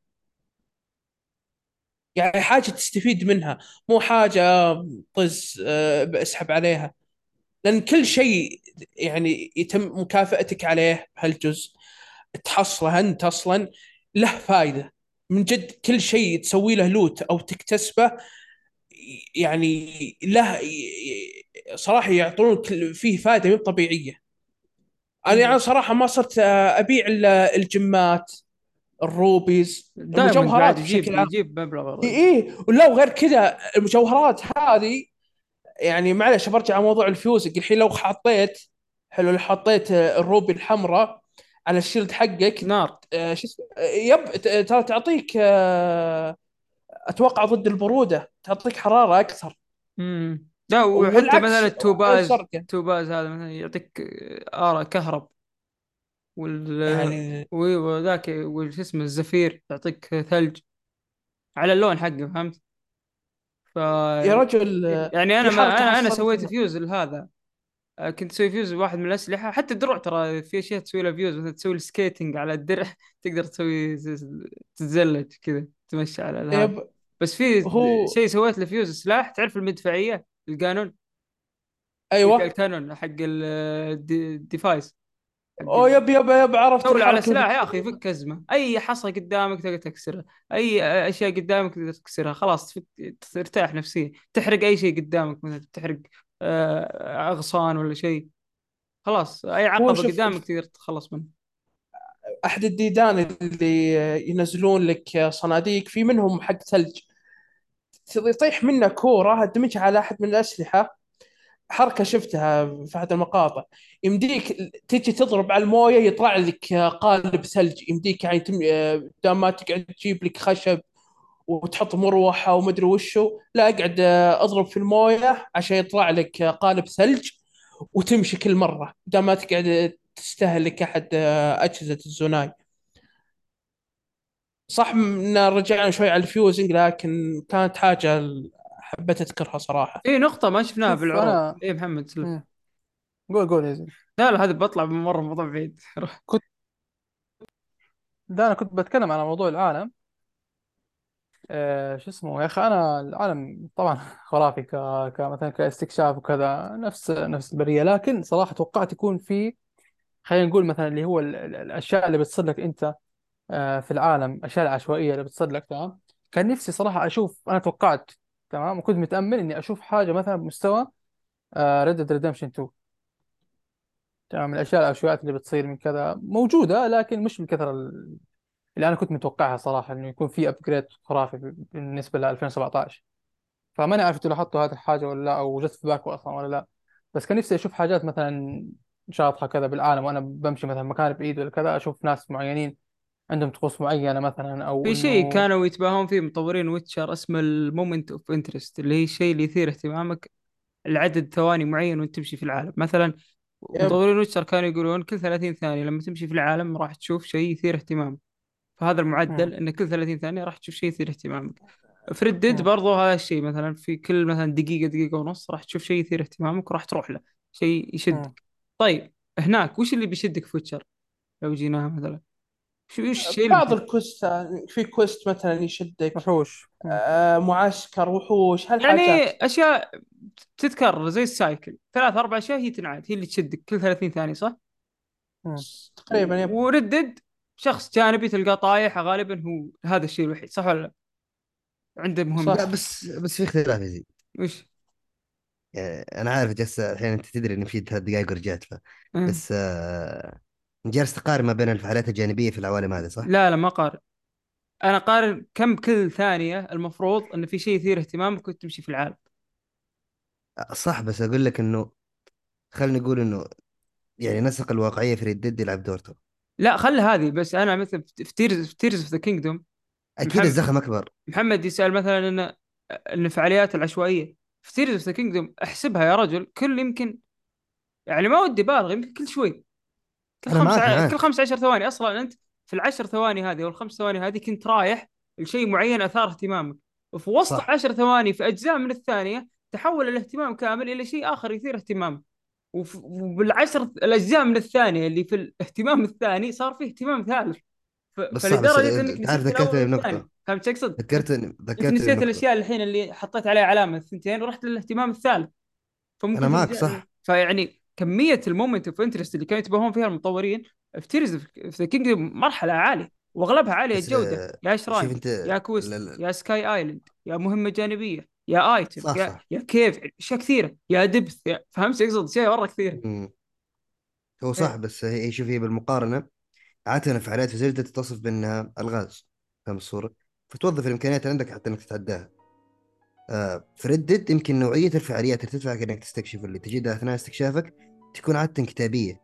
يعني حاجة تستفيد منها، مو حاجة طز اسحب عليها. لأن كل شيء يعني يتم مكافأتك عليه بهالجزء، تحصله أنت أصلا له فائدة. من جد كل شيء تسوي له لوت أو تكتسبه يعني له صراحة يعطونك فيه فائدة مو طبيعية. أنا يعني صراحة ما صرت أبيع الجمات، الروبيز، دائما بعد المجوهرات يجيب بشكل عام. يجيب مبلغ. إيه ولا وغير كذا المجوهرات هذه. يعني معلش برجع على موضوع الفيوزنج الحين. لو حطيت حلو، لو حطيت الروبي الحمراء على الشيلد حقك، نار. شو اسمه يب ترى تعطيك اتوقع ضد البروده، تعطيك حراره اكثر. لا وحتى مثلا والعكس على التوباز، الزرقاء. توباز هذا مثلا يعطيك آراء كهرب. وال يعني وذاك وش اسمه الزفير يعطيك ثلج على اللون حقه، فهمت؟ ف يا رجل يعني انا في ما حركه انا سويت حصلتها. فيوز لهذا. كنت اسوي فيوز لواحد من الاسلحه، حتى الدروع ترى في اشياء تسوي لها فيوز، مثلا تسوي السكيتنج على الدرع تقدر تسوي تتزلج كذا تمشي على هذا. يب بس في هو شيء سويت له فيوز سلاح، تعرف المدفعيه القانون، ايوه. الكانون حق الديفايس حق او يب عرفت دولة على الحركه اللي سلاح يا اخي، بتسويها. فك ازمه، اي حصى قدامك تقدر تكسرها، اي اشياء قدامك تقدر تكسرها، خلاص ترتاح نفسيا. تحرق اي شيء قدامك، مثلا تحرق اغصان ولا شيء، خلاص اي هو عقبة شوف، قدامك تقدر تتخلص منه. احد الديدان اللي ينزلون لك صناديق في منهم حق ثلج، يطيح منه كوره تدمجها على احد من الاسلحه. حركه شفتها في احد المقاطع، يمديك تجي تضرب على المويه يطلع لك قالب ثلج. يمديك يعني بدل ما تقعد تجيب لك خشب وتحط مروحه ومدري وشو، لا اقعد اضرب في المويه عشان يطلع لك قالب ثلج، وتمشي كل مره بدل ما تقعد تستهلك احد اجهزه الزوناي. صح ان رجعنا شوي على الفيوزنج، لكن كانت حاجه حبيت اذكرها صراحه. في نقطة ما شفناها شوف بالعروض، انا. ايه محمد سلم. مم. قول يا زين. لا لا هذا بطلع من مرة موضوع بعيد. كنت ده انا كنت بتكلم على موضوع العالم. شو اسمه يا اخي، انا العالم طبعا خرافي كمثلا كاستكشاف وكذا، نفس البريه، لكن صراحه توقعت يكون في، خلينا نقول مثلا اللي هو الاشياء اللي بتصير لك انت في العالم، الاشياء العشوائيه اللي بتصير لك. تمام. كان نفسي صراحه اشوف، انا توقعت تمام وكنت متامل اني اشوف حاجه مثلا بمستوى ريد ديد ريدمشن 2. تمام. الاشياء العشوائيات اللي بتصير من كذا موجوده، لكن مش بالكثره اللي انا كنت متوقعها صراحه، انه يكون في ابجريد خرافي بالنسبه ل 2017. فماني عارف انتوا لاحظتوا هذه الحاجه ولا لا، او جت في بالكم اصلا ولا لا. بس كان نفسي اشوف حاجات مثلا شاطحه كذا بالعالم، وانا بمشي مثلا مكان بعيد ولا كذا، اشوف ناس معينين عندهم طقوس معينه مثلا، او في شيء انه كانوا يتباهون فيه مطورين ويتشر اسمه المومنت اوف انترست، اللي هي الشيء اللي يثير اهتمامك لعدد ثواني معين وانت تمشي في العالم. مثلا يب. مطورين ويتشر كانوا يقولون كل 30 ثانية لما تمشي في العالم راح تشوف شيء يثير اهتمامك. فهذا مم. المعدل ان كل 30 ثانية راح تشوف شيء يثير اهتمامك. في ردد مم. برضو هذا الشيء، مثلا في كل مثلا دقيقة دقيقة ونص راح تشوف شيء يثير اهتمامك وراح تروح له، شيء مم. يشدك. طيب هناك وش اللي بيشدك في ويتشر لو جيناها مثلا؟ وش الشيء اللي بعض بيشدك؟ الكوست، في كوست مثلا يشدك، وحوش. مم. معسكر وحوش يعني هالحاجات. اشياء تتكرر زي السايكل، ثلاث اربع اشياء هي تنعاد، هي اللي تشدك كل 30 ثانية صح؟ مم. تقريبا يب. وردد شخص جانبي تلقاه طايح غالبا، هو هذا الشيء الوحيد صح ولا لا؟ عنده مهمة. لا صح. بس في اختلاف يزيد. وش؟ يعني انا عارف جالس الحين، انت تدري ان في 3 دقائق ورجعت أه. بس جالس تقارن ما بين الفعاليات الجانبيه في العوالم هذه صح؟ لا ما قارن. انا قارن كم كل ثانية المفروض ان في شيء يثير اهتمامك وانت تمشي في العالم. صح، بس اقول لك انه خلينا نقول انه يعني نسق الواقعيه في ريد يلعب دور تو. لا خلي هذه بس، انا مثلا في تيرز اوف ذا كينجدوم، اكيد الزخم اكبر. محمد يسأل مثلا ان الفعاليات العشوائية في تيرز اوف ذا كينجدوم احسبها يا رجل كل يمكن، يعني ما ودي بالغ، يمكن كل شوي، انا معاك كل معاك 15 ثواني اصلا انت في العشر ثواني هذه او الخمس ثواني هذه كنت رايح لشيء معين اثار اهتمامك، وفي وسط صح. العشر ثواني في اجزاء من الثانيه تحول الاهتمام كامل الى شيء اخر يثير اهتمامك. وبالعشر الاجزاء من الثانيه اللي في الاهتمام الثاني صار فيه اهتمام ثالث. بس صح، بس فلدرجه انك تعرف نسيت الاول ذكرتني والثاني. بنقطه. فهمت شو اقصد؟ انت ذكرتني نسيت بنقطه. الاشياء الحين اللي حطيت عليها علامه الثنتين ورحت للاهتمام الثالث، انا فممكن معاك تلجأ. صح. فيعني كميه المومنت اوف انترست اللي كانوا يتباهون فيها المطورين في تيرز في ذا كينجدوم مرحله عاليه، واغلبها عاليه بس الجوده، يا شوف شراين انت. يا لا كويست لا. يا سكاي ايلاند يا مهمه جانبيه يا ايتم صح يا صح. كيف، اشياء كثيره يا دبث فهمت اقصد؟ اشياء مره كثيره. مم. هو صح، إيه. بس شوف هي بالمقارنه عادة فعاليات في زلدة تتصف بأنها ألغاز، فاهم الصورة؟ فتوظف الإمكانيات اللي عندك حتى إنك تتعداها. في ردد يمكن نوعية الفعاليات اللي تدفعك إنك تستكشف اللي تجدها أثناء استكشافك تكون عادة كتابية.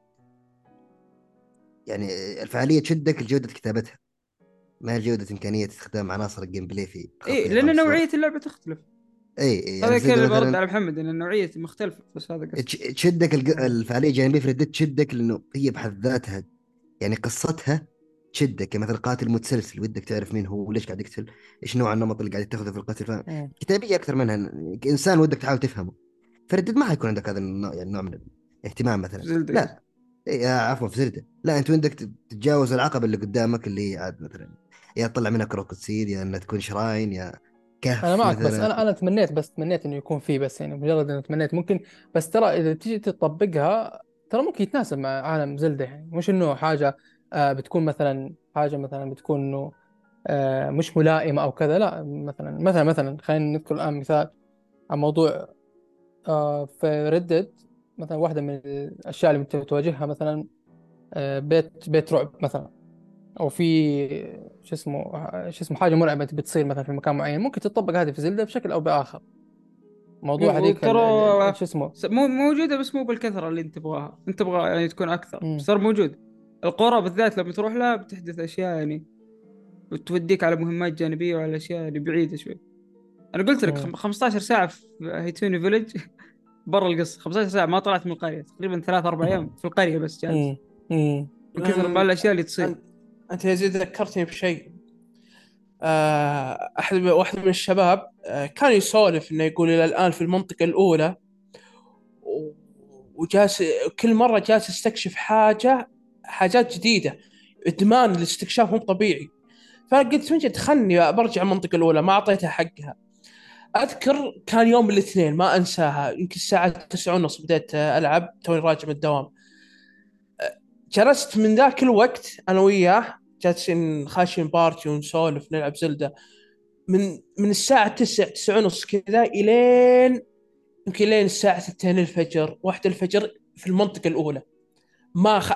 يعني الفعالية تشدك لجودة كتابتها، ما جودة إمكانية استخدام عناصر الجيم بلاي في ايه تخطيها، فاهم لان الصورة؟ نوعيه اللعبه تختلف. يعني هذا في كان زلدة اللي برد مثلا على محمد ان النوعيه مختلفه، بس هذا قصدي. تشدك مم. الفعالية الجانبية في ردد تشدك لأنه هي بحد ذاتها، يعني قصتها تشدك. يعني مثل قاتل متسلسل ودك تعرف مين هو وليش قاعد يقتل، ايش نوع النمط اللي قاعد يتخذه في القتل، مم. كتابية اكثر منها انسان ودك تحاول تفهمه. فردد ما حيكون عندك هذا النوع، يعني نوع من الاهتمام في مثلا. زلده قصدي. لا. عفوا في زردة، لا انت ودك تتجاوز العقبة اللي قدامك اللي هي عاد مثلا يا تطلع منها كروكود سيد، يا انها تكون شراين، يا انا كهف معك، بس مثلا. انا تمنيت انه يكون فيه، بس يعني مجرد انه تمنيت ممكن. بس ترى اذا تيجي تطبقها، ترى ممكن يتناسب مع عالم زلدة، يعني مش انه حاجه بتكون مثلا حاجه مثلا بتكون انه مش ملائمه او كذا. لا، مثلا خلينا نذكر الان مثال عن موضوع في ردد. مثلا واحده من الاشياء اللي انت بتواجهها مثلا بيت رعب مثلا، او في شو اسمه حاجه مرعبه بتصير مثلا في مكان معين، ممكن تطبق هذه في زلدة بشكل او باخر. موضوع هذيك ترى شو اسمه. مو موجوده بس مو بالكثره اللي انت تبغاها، انت تبغى يعني تكون اكثر، بس مم. صار موجود. القرى بالذات لما تروح لها بتحدث اشياء يعني، وتوديك على مهمات جانبيه وعلى اشياء يعني بعيده شوي. انا قلت لك مم. 15 ساعه في هيتوني فيلج برا القصه، 15 ساعه ما طلعت من القريه، تقريبا ثلاث اربع ايام في القريه بس جالس، مم. مم. من كثر ما الاشياء اللي تصير. انت انت يا زيد ذكرتني بشيء. واحد من الشباب كان يسولف انه يقول الى الان في المنطقه الاولى، و- وجالس كل مره جالس يستكشف حاجات جديده. ادمان الاستكشاف مو طبيعي. فقلت من جد خلني برجع المنطقة الأولى، ما أعطيتها حقها. أذكر كان يوم الاثنين ما أنساها، يمكن الساعة 9:30 بديت ألعب، توني راجع من الدوام. جلست من ذاك الوقت أنا وياه جالسين خاشين بارتي ونسولف نلعب زلدة من الساعة 9 ونص كذا إلين يمكن لين الساعة 2 الفجر 1 الفجر في المنطقة الأولى. ما خ...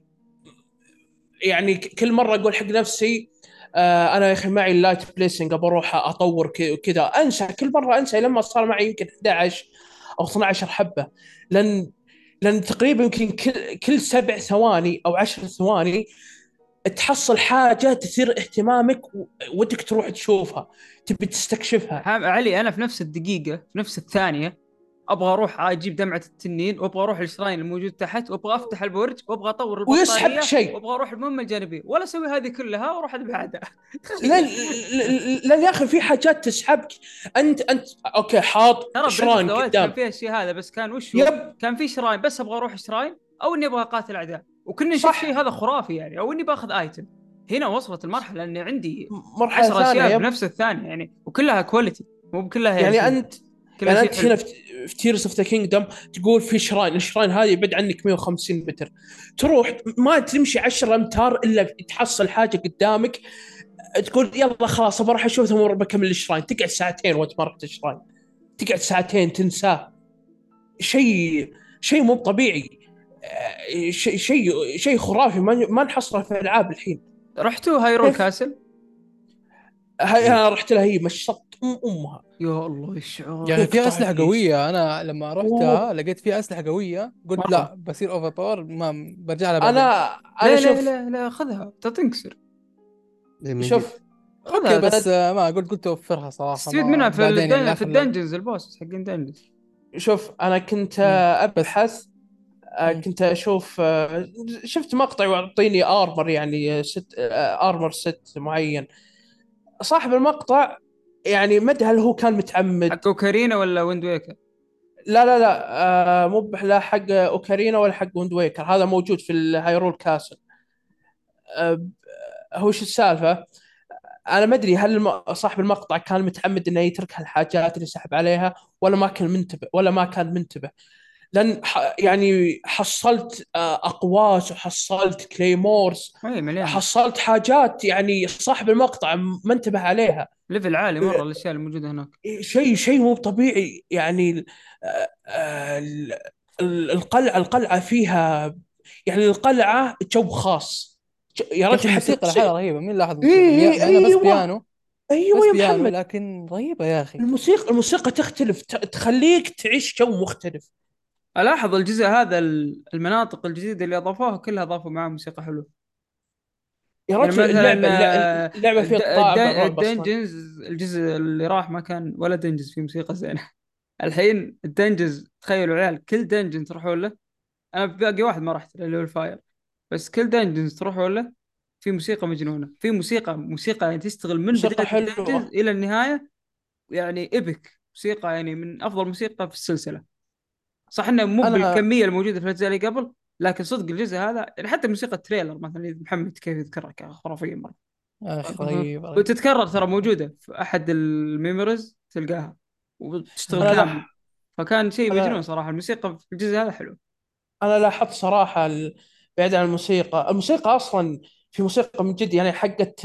يعني كل مرة أقول حق نفسي أنا يا أخي معي اللايت بليسنج أبى أروح أطور كذا، أنسى كل مرة أنسى لما صار معي يمكن 11 أو 12 حبة. لأن تقريبا يمكن كل 7 ثواني أو 10 ثواني تحصل حاجة تثير اهتمامك ودك تروح تشوفها، تبي تستكشفها. علي انا في نفس الدقيقه في نفس الثانيه ابغى اروح اجيب دمعه التنين، وابغى اروح الشراين الموجود تحت، وابغى افتح البرج، وابغى اطور ويسحبك البطاريه، شيء. وابغى اروح المهمه الجانبيه، ولا اسوي هذه كلها واروح اذبح اعداء. لن لن يا اخي في حاجات تسحبك. انت اوكي حاط ترى برنس اوف شراين ذا وايلد كان قدام. فيها الشيء هذا، بس كان وش هو؟ يب كان في شراين بس ابغى اروح شراين، او اني ابغى اقاتل اعداء، وكنا نشوف صح. شيء هذا خرافي يعني، او اني باخذ ايتم. هنا وصلت المرحله اني عندي مرحله 10 ثانيه اشياء يب. بنفس الثانيه يعني، وكلها كواليتي، مو بكلها يعني يعني شيء، انت كلها يعني شيء انت هنا حلو. في تيرز اوف ذا كينجدم تقول في شراين، الشراين هذه يبعد عنك 150 متر، تروح ما تمشي 10 امتار الا تحصل حاجه قدامك، تقول يلا خلاص بروح اشوف ثم بكمل الشراين، تقعد ساعتين وانت ما رحت الشراين، تقعد ساعتين تنساه. شيء مو طبيعي. شيء خرافي ما نحصله في العاب الحين. رحتوا هايرول كيف كاسل؟ هاي انا رحت لها، هي مشط امها. يا الله الشعور. يعني في يقطع اسلحه الريش. قويه، انا لما رحتها اوه. لقيت في اسلحه قويه، قلت مره. لا بصير اوفر باور، ما برجع لها بعدين. انا لا لا شوف لا لا، خذها تنكسر. من جد. شوف اوكي خذها بس انا ما قلت اوفرها صراحه، تستفيد ما منها في بعدين يعني في اخر الدنجنز، البوس حقين دنجنز. شوف انا كنت بس ابحث، كنت اشوف شفت مقطع يعطيني ارمر، يعني ست ارمر ست معين. صاحب المقطع يعني مدى هل هو كان متعمد؟ حق اوكارينا ولا ويند ويكر؟ لا مو لا حق اوكارينا ولا حق ويند ويكر، هذا موجود في الهايرول كاسل. آه، هو شو السالفه؟ انا ما ادري هل صاحب المقطع كان متعمد انه يترك هالحاجات اللي سحب عليها، ولا ما كان منتبه. لان يعني حصلت اقواس وحصلت كليمورز، اي مليان، حصلت حاجات يعني صاحب المقطع ما انتبه عليها. ليفل عالي مره الاشياء الموجوده هناك. شيء مو طبيعي يعني. القلعه فيها، يعني القلعه جو خاص. يا يا اخي رجل حتى الموسيقى لحالها رهيبه، مين لاحظ الموسيقى؟ ايه مع انها بس ايوه بيانو، ايوه بس يا بيانو محمد. لكن رهيبه يا اخي. الموسيقى تختلف، تخليك تعيش جو مختلف. الاحظ الجزء هذا المناطق الجديده اللي اضافوها كلها اضافوا معها موسيقى حلوه. يا يعني رجل مثلا اللعبه فيها طابع رعب اصلا. الدنجز الجزء اللي راح ما كان ولا دنجز فيه موسيقى زينه. الحين الدنجز تخيلوا عيال، كل دنجن تروحوا له، انا باقي واحد ما رحت اللي هو الفاير، بس كل دنجنز تروحوا له في موسيقى مجنونه، في موسيقى يعني تشتغل من موسيقى بدايه الدنجنز حلوه. الى النهايه، يعني ايبك، موسيقى يعني من افضل موسيقى في السلسله. صح انه مو انا بالكميه الموجوده في الاجزاء اللي قبل، لكن صدق الجزء هذا يعني حتى موسيقى التريلر مثلا إذا محمد كيف يذكرها كان خرافيه مره. يا اخي رهيبه رهيبه. وتتكرر ترى موجوده في احد الميموريز تلقاها وتشتغل انا كامله. لا فكان شيء مجنون انا صراحه، الموسيقى في الجزء هذا حلو. انا لاحظت صراحه بعيد عن الموسيقى اصلا في موسيقى من جد يعني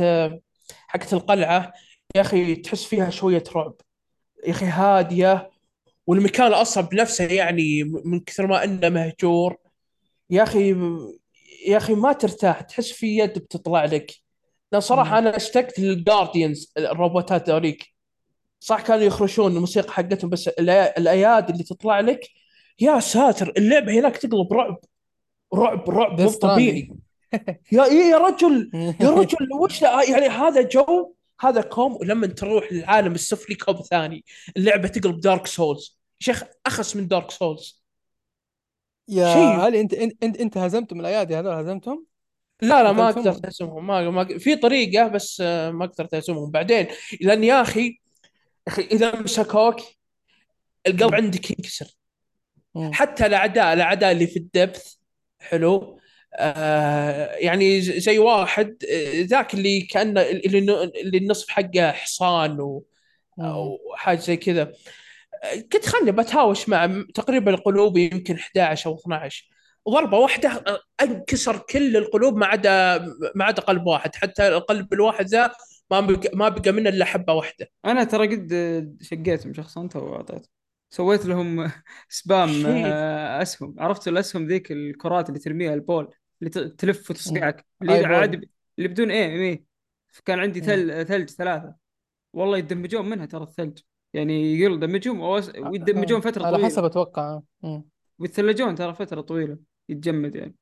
حقت القلعه. يا اخي تحس فيها شويه رعب، يا اخي هاديه، والمكان اصلا بنفسه يعني من كثر ما انه مهجور. يا اخي يا اخي ما ترتاح، تحس في يد بتطلع لك. لان صراحه انا اشتقت للجارديانز الروبوتات ذوليك. صح كانوا يخرشون الموسيقى حقتهم، بس الايادي اللي تطلع لك، يا ساتر اللعبه هناك تقلب رعب. رعب ذا مو ستراندنج. طبيعي. يا رجل، يا رجل وش يعني هذا جو، هذا كوم. ولما تروح للعالم السفلي كوم ثاني، اللعبه تقلب دارك سولز شيخ، اخس من دارك سولز. يا شيء. علي، انت هزمتم الايادي هذول، هزمتهم لا ما قتلتهم؟ قدرت اسمهم، في طريقه بس ما قدرت اسمهم بعدين. لان يا اخي اذا مسكوك القلب مم. عندك ينكسر. مم. حتى الاعداء اللي في الدبث حلو، يعني زي واحد ذاك اللي كأنه اللي النصف حقه حصان مم. أو حاجة زي كذا. كنت خلني بتهاوش مع تقريبا القلوب يمكن 11 او 12، ضربة واحدة انكسر كل القلوب ما عدا قلب واحد. حتى القلب الواحد ذا ما بقى منه الا حبة واحدة. انا ترى قد شقيتهم شخصنته واعطيته، سويت لهم سبام شيء. اسهم. عرفت الاسهم ذيك الكرات اللي ترميها البول، اللي تلف مم. وتصقعك، اي اللي بول. عادي اللي بدون ايه. كان عندي مم. ثلج ثلاثة، والله يدمجون منها ترى الثلج. يعني يقول دمجهم ويدمجون فترة على طويلة، حسب اتوقع. مم. ويتثلجون ترى فترة طويلة، يتجمد يعني.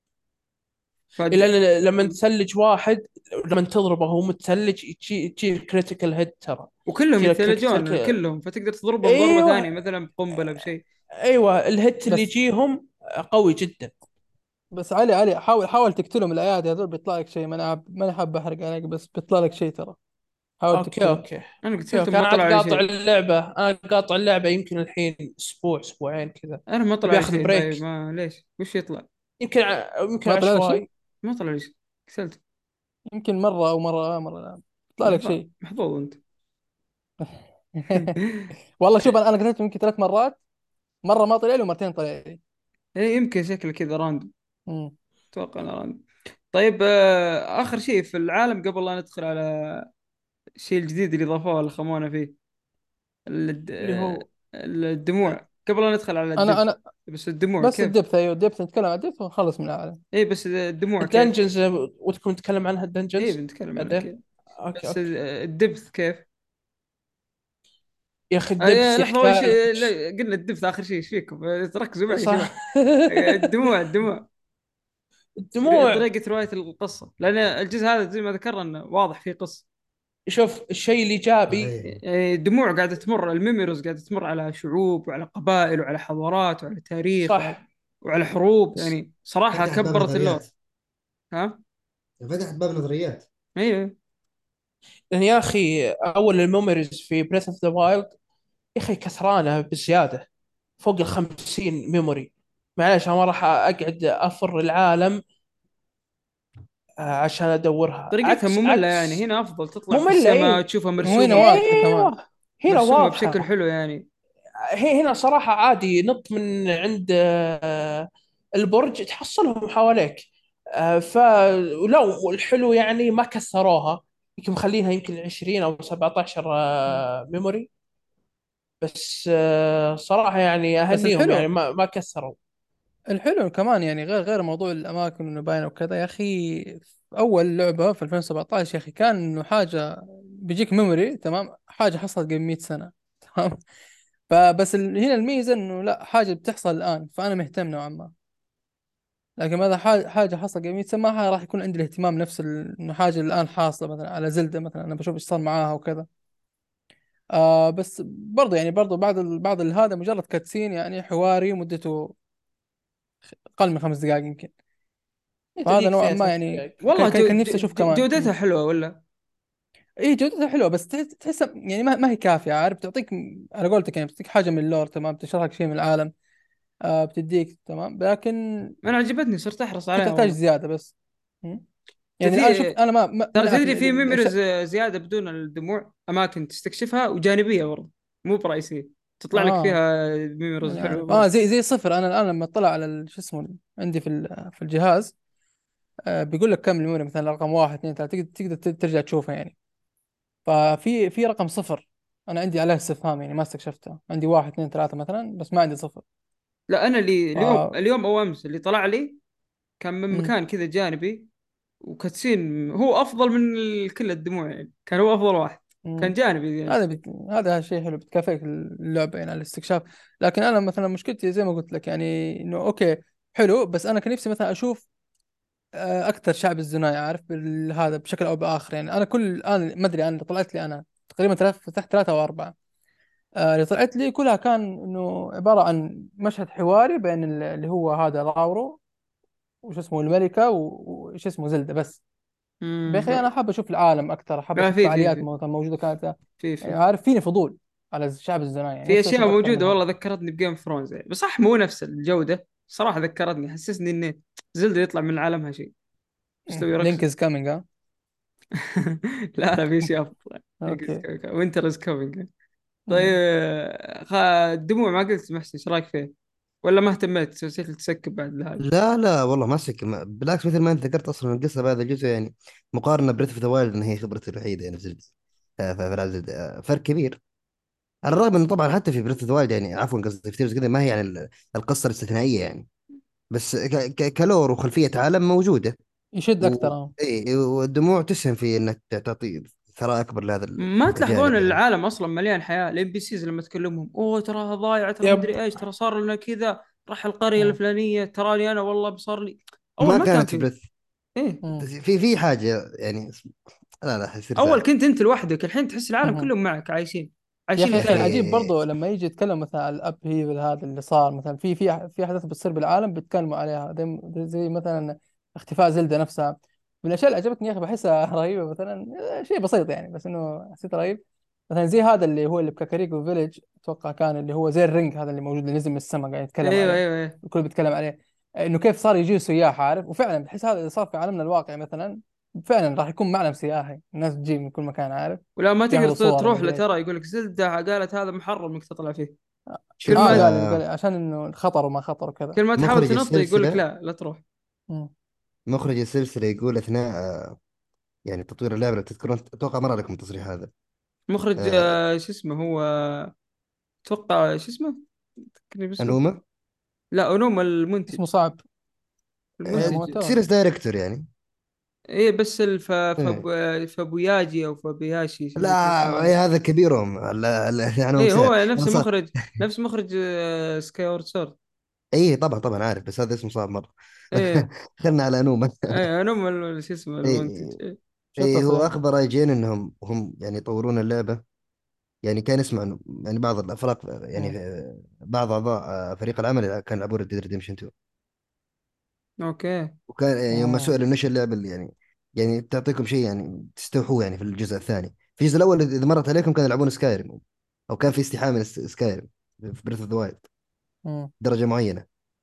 الا لما تثلج واحد، لما تضربه وهو متثلج تجي كريتيكال هيد ترى. وكلهم تجي لك يتثلجون كلهم، فتقدر تضربه بضربة ايوه، ثانية مثلا بقنبلة بشيء. ايوه الهيت اللي بس يجيهم قوي جدا. علي حاول تقتلهم الايادي هذول بيطلع لك شيء. ماني حاب احرق عليك، بس بيطلع لك شيء ترى. حاول اوكي تقتلهم. اوكي انا اوكي قتلتهم اوكي. ما انا طلع عاد لي قاطع شيء. اللعبه، انا قاطع اللعبه يمكن الحين اسبوع اسبوعين كذا. انا ما طلع ابي لي اخذ شيء. طيب بريك. ما ليش؟ وش يطلع؟ يمكن ما طلع لك شيء. عشوائي. ما طلع لي شيء، كسلت. يمكن مرة او مرة لا يطلع لك شيء. محظوظ انت. والله شوف، انا قتلته يمكن 3 مرات. مرة ما طلع لي ومرتين طلع لي. ايه يمكن شكله كذا راندوم. مم. اتوقع انه راندوم. طيب اخر شيء في العالم قبل لا ندخل على الشيء الجديد اللي ضافوه اللي خمونا فيه، الد- اللي آه، هو الدموع، قبل لا ندخل على الدبث. انا بس الدموع بس كيف؟ الدبث، ايوه الدبث، نتكلم عن الدبث ونخلص من العالم. ايه بس الدموع كيف؟ الدنجنز. وتكون نتكلم عنها ايه الدنجنز بنتكلم عنها بعدين. كيف. اوكي بس اوكي. الدبث كيف؟ يا اخي الدبس لحظة، أول يحتاج. شيء قلنا الدبث آخر شيء، إيش فيكم؟ تركزوا معي شباب. صح. الدموع. الدموع. طريقة رواية القصة، لأن الجزء هذا زي ما ذكرنا إنه واضح فيه قصة. شوف الشيء الايجابي. صحيح. يعني الدموع قاعدة تمر، الميموريز قاعدة تمر على شعوب وعلى قبائل وعلى حضارات وعلى تاريخ صح. وعلى حروب، يعني صراحة فتحت باب كبرت اللور. نظريات. ها؟ فتحت باب نظريات. ايوه. لان يا اخي اول الميموريز في بريث اوف ذا وايلد يا اخي كثرانه بزياده، فوق ال 50 ميموري. معليش انا ما راح اقعد افر العالم عشان ادورها. طريقتها عكس مملة يعني، عكس هنا افضل تطلع في ممله السماء ايه. تشوفها وهنا مرسومة. واضحة كمان. ايوه هنا مرسومة بشكل واضحه. حلو يعني. هنا صراحه عادي نط من عند البرج تحصلهم حواليك. فلو الحلو يعني ما كثروها، يمكن مخلينها يمكن 20 او 17 ميموري. بس صراحه يعني بس اهنيهم يعني الحلو، ما كثروا. كمان يعني غير موضوع الاماكن انه باينه وكذا يا اخي. في اول لعبه في 2017 يا اخي كان انه حاجه بيجيك ميموري، تمام، حاجه حصلت قبل 100 سنه. تمام. فبس هنا الميزه انه لا، حاجه بتحصل الان، فانا مهتم نوعا ما. لكن ماذا حاجه حصلت قبل 100 سنه، ما راح يكون عندي الاهتمام نفس انه حاجه الان حاصله مثلا على زلدة مثلا، انا بشوف ايش صار معاها وكذا. بس برضه يعني برضه بعض هذا مجرد كاتسين يعني حواري مدته اقل من 5 دقائق يمكن. فهذا دقيقتين نوعا ما 3 دقائق. يعني والله كان نفسي اشوف كمان. جودتها حلوة ولا؟ اي جودتها حلوه، بس تحس يعني ما هي كافيه، عارف، تعطيك على قولتك يعني بتعطيك حاجه من اللور، تمام، تشرح لك شيء من العالم. بتديك تمام، لكن انا عجبتني، صرت احرص كنت عليها تحتاج والله. زياده بس. م? يعني الان في شوف، انا ترى ماني عارف تدري في ميموريز زياده بدون الدموع، اماكن تستكشفها وجانبيه برضه، مو برئيسيه، تطلع لك اه فيها ميموريز ماني حلوه عارف. برضه. زي صفر. انا الان لما اطلع على شو اسمه عندي في في الجهاز، بيقول لك كم الميموري، مثلا رقم واحد اثنين ثلاثة، تقدر ترجع تشوفها يعني. ففي رقم صفر، انا عندي عليه استفهام يعني، ما استكشفته. عندي واحد اثنين ثلاثة مثلا، بس ما عندي صفر. لا انا اللي ف اليوم او امس اللي طلع لي كان من مم. مكان كذا جانبي، وكاتسين هو افضل من كل الدموع يعني، كان هو افضل واحد. كان مم. جانبي يعني. هذا شيء حلو، بتكافئك اللعبة يعني على الاستكشاف. لكن انا مثلا مشكلتي زي ما قلت لك يعني، انه اوكي حلو، بس انا كان نفسي مثلا اشوف اكثر شعب الزنايع، عارف، هذا بشكل او باخر يعني. انا كل الان ما ادري، انا اللي طلعت لي انا تقريبا فتحت 3 او 4. اللي طلعت لي كلها كان انه عبارة عن مشهد حواري بين اللي هو هذا لاورو، وش اسمه الملكة، وش اسمه زلدة بس. بأخي أنا لا حاب أشوف العالم أكثر، حاب لا، أشوف في في فعاليات في موجودة كانت. في يعني في عارف، فيني فضول على الشعب الزراعي يعني، في نفسي اشياء أشوف أكثر موجوده منها. والله، ذكرتني بجيم اوف ثرونز يعني. بس صح مو نفس الجوده صراحه، ذكرتني، حسسني اني زلدة يطلع من عالمها شيء، يستوي لينك ركض. از كامينج ها. لا لا، في شيء افضل. اوكي. وينتر از كومينج. طيب مم. الدموع ما قلت محسن، ايش رايك فيه؟ ولا ما اهتميت سلسلة تسكب بعد لهذا؟ لا لا والله ما شك، بالعكس مثل ما انت ذكرت اصلا القصه بهذا الجزء يعني مقارنه بريث اوف ذا وايلد ان هي خبرتي الوحيده يعني في زلدة. في ألعاب زلدة فرق كبير. على الرغم انه طبعا حتى في بريث اوف ذا وايلد يعني عفوا قصدي في تيرز كذا ما هي يعني القصه الاستثنائيه يعني. بس كلور وخلفيه عالم موجوده. يشد و... اكثر اه. والدموع تسهم في انك تعطي ثراء اكبر لهذا ما تلاحظون الجانب يعني. العالم اصلا مليان حياه؟ الام بي سيز لما تكلمهم، اوه تراها ضايعه، ترى يب. مدري ايش، ترى صار لنا كذا، راح القريه مم. الفلانيه، تراني انا والله صار لي. اول ما ما كان كانت في في. بريث. ايه. مم. في حاجه يعني لا لا يصير اول زعل. كنت انت لوحدك، الحين تحس العالم مم. كلهم معك عايشين، يا عايشين اخي الخير. العجيب اخي برضو لما يجي يتكلم مثلا عن الاب هي هذا اللي صار، مثلا في احداث بتصير بالعالم بيتكلموا عليها زي مثلا اختفاء زلدة نفسها. من الاشياء اللي عجبتني يا اخي بحسها رهيبه، مثلا شيء بسيط يعني بس انه حسيت رهيب. مثلا زي هذا اللي هو اللي بكاكاريكو فيليج اتوقع كان، اللي هو زي الرينج هذا اللي موجود اللي نزل من السماء قاعد يتكلم ايوه عليه، ايوه ايوه. الكل بيتكلم عليه. انه كيف صار يجي سياح عارف، وفعلا بحس هذا اللي صار في عالمنا الواقعي مثلا، فعلا راح يكون معلم سياحي، الناس تجي من كل مكان عارف، ولا ما تقدر ياخذوا صور تروح له، ومدري ايش. ترى يقول لك زلدة قالت هذا محرم انك تطلع فيه. كل شوف اه ما قال عشان انه خطر وما خطر وكذا. كل ما تحاول مخرج تنط يقول لك السلسله لا لا تروح. مم. مخرج السلسله يقول اثناء يعني تطوير اللعبه لو تذكرون اتوقع مر لكم التصريح هذا. مخرج آه شو اسمه هو، اتوقع شو اسمه، ذكرني باسمه. انوما. لا انوما المنتج. اسمه صعب. المنتج. بروموتور. سيريس دايركتور يعني. ايه بس إيه. فابوياجي او فابياشي شيء لا زي كذا اسمه. هذا كبيرهم انا ايه مساعد هو انا نفس صار. مخرج، نفس مخرج سكاي وورد سورد. اي طبعا طبعا عارف بس هذا اسمه صعب مره. ايه. خلنا على انوما. ايه انوما شو اسمه المنتج، اي إيه. شو اي هو التصريح؟ اخبر اي جين انهم هم يعني يطورون اللعبه. يعني كان يسمع إنه يعني بعض الافراق يعني مم. بعض اعضاء فريق العمل كانوا يلعبون ريد ريديمشن 2. اوكي. وكان يعني يوم مم. سئلوا ايش اللعبه اللي يعني تعطيكم شيء يعني تستوحوه يعني في الجزء الثاني. في الجزء الاول اذا مرت عليكم كانوا يلعبون سكايريم او كان في استيحاء من سكايريم في بريث اوف ذا وايلد مم. درجه معينه.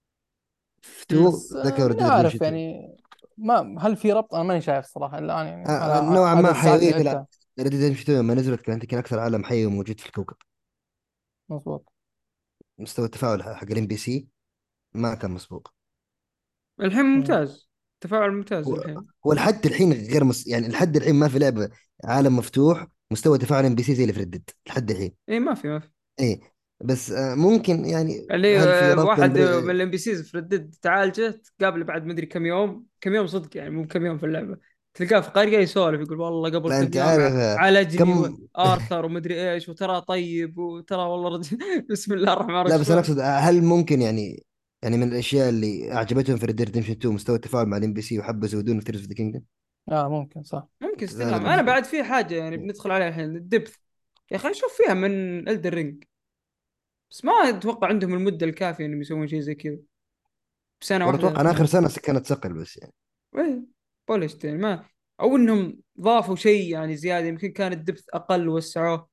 في امم. 2 بس ذكروا ريد ماني ريديمشن عارف 2. يعني، ما هل في ربط؟ انا ماني شايف الصراحه الان يعني على نوعا عدد ما الساعات اللي حيويه لعبتها. ريد ريديمشن 2 لما نزلت كانت يمكن اكثر عالم حي وموجود في الكوكب. مظبوط. مستوى التفاعل حق الام بي سي ما كان مسبوق. الحين مم. ممتاز، تفاعل ممتاز هو الحين. هو لحد الحين غير يعني لحد الحين ما في لعبه عالم مفتوح مستوى تفاعل ام بي سي زي اللي في ردد لحد الحين. ايه ما في. ايه بس ممكن يعني اللي هل في ربط بين واحد من الام بي سيز في ردد تعالجه، تقابله بعد مدري كم يوم، كم يوم صدق يعني مو كم يوم في اللعبه، تلقاه في قريه يسولف يقول والله قبل لا كم انت يوم عارف عالجني كم. ارثر ومدري ايش، وترى طيب، وترى والله بسم الله الرحمن الرحيم لا بس انا شلون. اقصد هل ممكن يعني من الاشياء اللي اعجبتهم في ريد ديد ريدمشن 2 مستوى التفاعل مع الام بي سي وحبوا يزودونه في تيرز اوف ذا كينجدم. اه ممكن صح. ممكن هذا استلام. انا بالنسبه بعد في حاجه يعني بندخل عليها الحين، الدبث. يا اخي اشوف فيها من الدر رينج، بس ما اتوقع عندهم المده الكافيه انهم يسوون شيء زي كذا بسنه وانا واحده اتوقع ان اخر تكون. سنه كانت ثقل بس يعني. ايه بولشت يعني ما، او انهم ضافوا شيء يعني زياده، يمكن كان الدبث اقل وسعوه.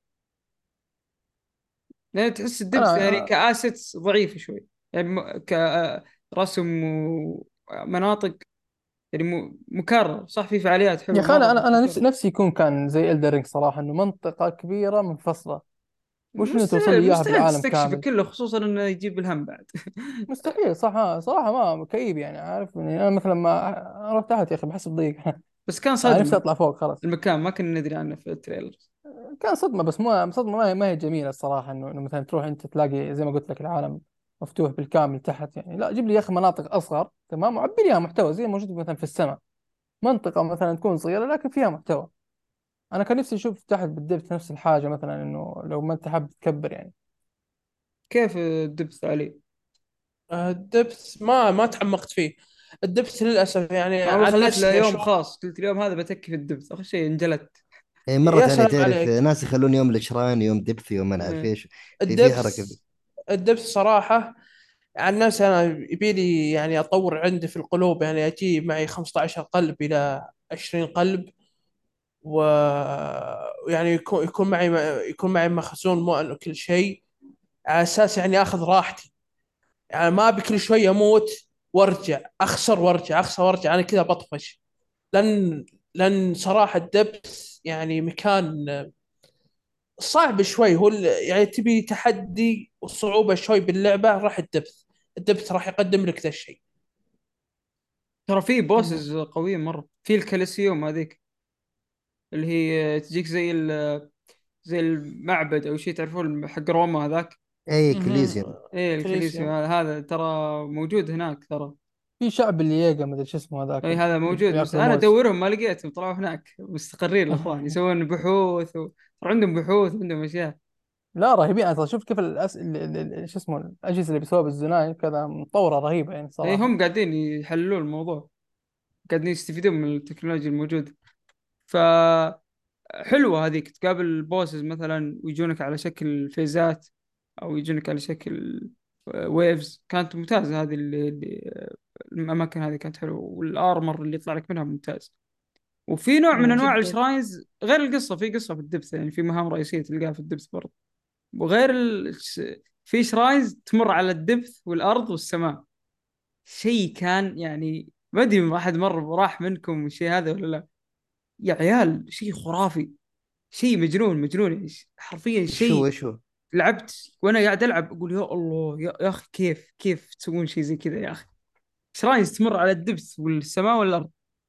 لان تحس الدبث يعني انا كاسيتس ضعيف شوي، يعني كرسم ومناطق، يعني مكرر صح، في فعاليات يا حلوه اخي مره انا بس نفسي مكرر. نفسي يكون كان زي إلدرينج صراحه، انه منطقه كبيره منفصله، وش انه توصل لي مستحيل اياها مستحيل بالعالم تستكشف كامل. كله، خصوصا انه يجيب الهم بعد. مستحيل صح. صراحه ما كئيب يعني عارف، يعني انا مثلا ما اروح تحت يا اخي بحس بضيق. بس كان انا نفسي صدمه، اطلع فوق خلاص. المكان ما كنا ندري عنه في التريلر. كان صدمة، بس مو صدمة، ما هي جميلة الصراحة، إنه مثلا تروح أنت تلاقي زي ما قلت لك العالم مفتوح بالكامل تحت، يعني لا جيب لي يا أخي مناطق أصغر تمام وعبي ليها محتوى زي موجود مثلا في السماء، منطقة مثلا تكون صغيرة لكن فيها محتوى. أنا كان نفسي أشوف تحت بالدبت نفس الحاجة، مثلا إنه لو ما أنت حاب تكبر يعني. كيف الدبث عليه؟ الدبث ما تعمقت فيه. الدبث للاسف يعني انا والله عن خليت له نفسي يوم اشوف. خاص، قلت اليوم هذا بتكي في الدبث، اخر شيء انجلت. يعني يا مرت علي سلام تعرف عليك. ناس يخلون يوم الاشران يوم دبث يوم ما نعرف إيه. ايش. في حركه الدبث الدبث صراحة عن نفسي أنا يبي لي يعني أطور عندي في القلوب، يعني أجي معي 15 قلب إلى 20 قلب، و يعني يكون معي مخزون مو كل شيء، على أساس يعني آخذ راحتي. يعني ما أبي كل شوي أموت وارجع اخسر وارجع اخسر وارجع، انا كذا بطفش. لان صراحه الدبث يعني مكان صعب شوي. يعني تبي تحدي وصعوبه شوي باللعبه، راح الدبث راح يقدم لك ذا الشيء. ترى في مم. بوسز قوية مرة في الكاليسيوم هذيك، اللي هي تجيك زي المعبد او شيء، تعرفون حق روما هذاك. اي مهم. كليزيوم. ايه الكاليسيوم كاليسيوم. هذا ترى موجود هناك ترى. في شعب اللي ييغا مدري شو اسمه هذاك اي هذا اللي موجود، بس بياكل انا موز. ادورهم ما لقيتهم، طلعوا هناك مستقرين الاخوان يسوون بحوث ترى عندهم بحوث عندهم اشياء. لا رهيبين. انا شوف كيف شو اسمه الاجهزه اللي بيسووها بالزناي كذا مطوره رهيبه يعني اي صراحه. هم قاعدين يحللون الموضوع، قاعدين يستفيدون من التكنولوجيا الموجودة. فحلوة هذيك، تقابل البوسز مثلا ويجونك على شكل فيزات او يجونك على شكل ويفز. كانت ممتازة هذه الاماكن هذه كانت حلوة، والارمر اللي يطلع لك منها ممتاز. وفي نوع من انواع جدا. الشراينز غير القصة، في قصة في الدبث يعني، في مهام رئيسية تلقاها في الدبث برضه. وغير في شراينز تمر على الدبث والارض والسماء. شيء كان يعني ما ادري ما احد مر راح منكم الشيء هذا ولا لا. يا عيال شيء خرافي، شيء مجنون مجنون يعني، حرفيا شو شيء. شو لعبت وانا قاعد العب اقول يا الله يا اخي، كيف تسوون شيء زي كذا يا اخي. شراينز تمر على الدبث والسماء والارض.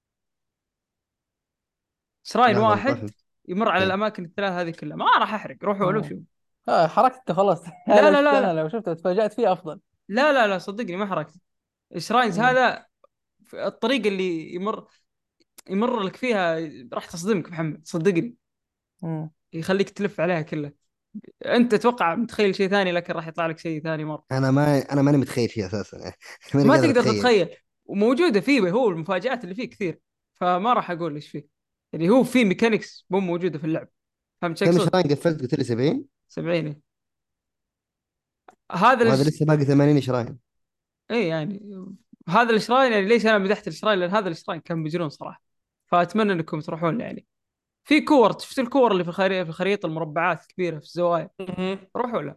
شراين لحظة ما واحد فهمت. يمر على إيه. الاماكن الثلاث هذه كلها. ما راح احرق، روحوا ولو مم. شو. حركته خلاص. لا هذا لا شفت لا انا لا لو شفته تفاجأت فيه افضل. لا صدقني ما حركت. الشراينز مم. هذا الطريقه اللي يمر لك فيها راح تصدمك محمد صدقني. مم. يخليك تلف عليها كلها. انت تتوقع متخيل شيء ثاني، لكن راح يطلع لك شيء ثاني مره. انا ماني متخيل شيء اساسا ماني ما قادر تقدر اتخيل. تتخيل. وموجوده فيه، هو المفاجآت اللي فيه كثير، فما راح اقول ايش فيه. يعني هو في ميكانيكس مو موجوده في اللعب. فهمت شو كم اقصد؟ شراين قفلت قلت لي 70؟ 70. هذا وهذا لسه باقي 80 شراين. ايه يعني هذا الشراين يعني، ليش انا مدحت الشراين؟ لان هذا الشراين كان مجنون صراحه. فاتمنى انكم تروحون له يعني. في كور، شفت الكور اللي في الخريطه المربعات الكبيره في الزوايا؟ مهم. روحوا له،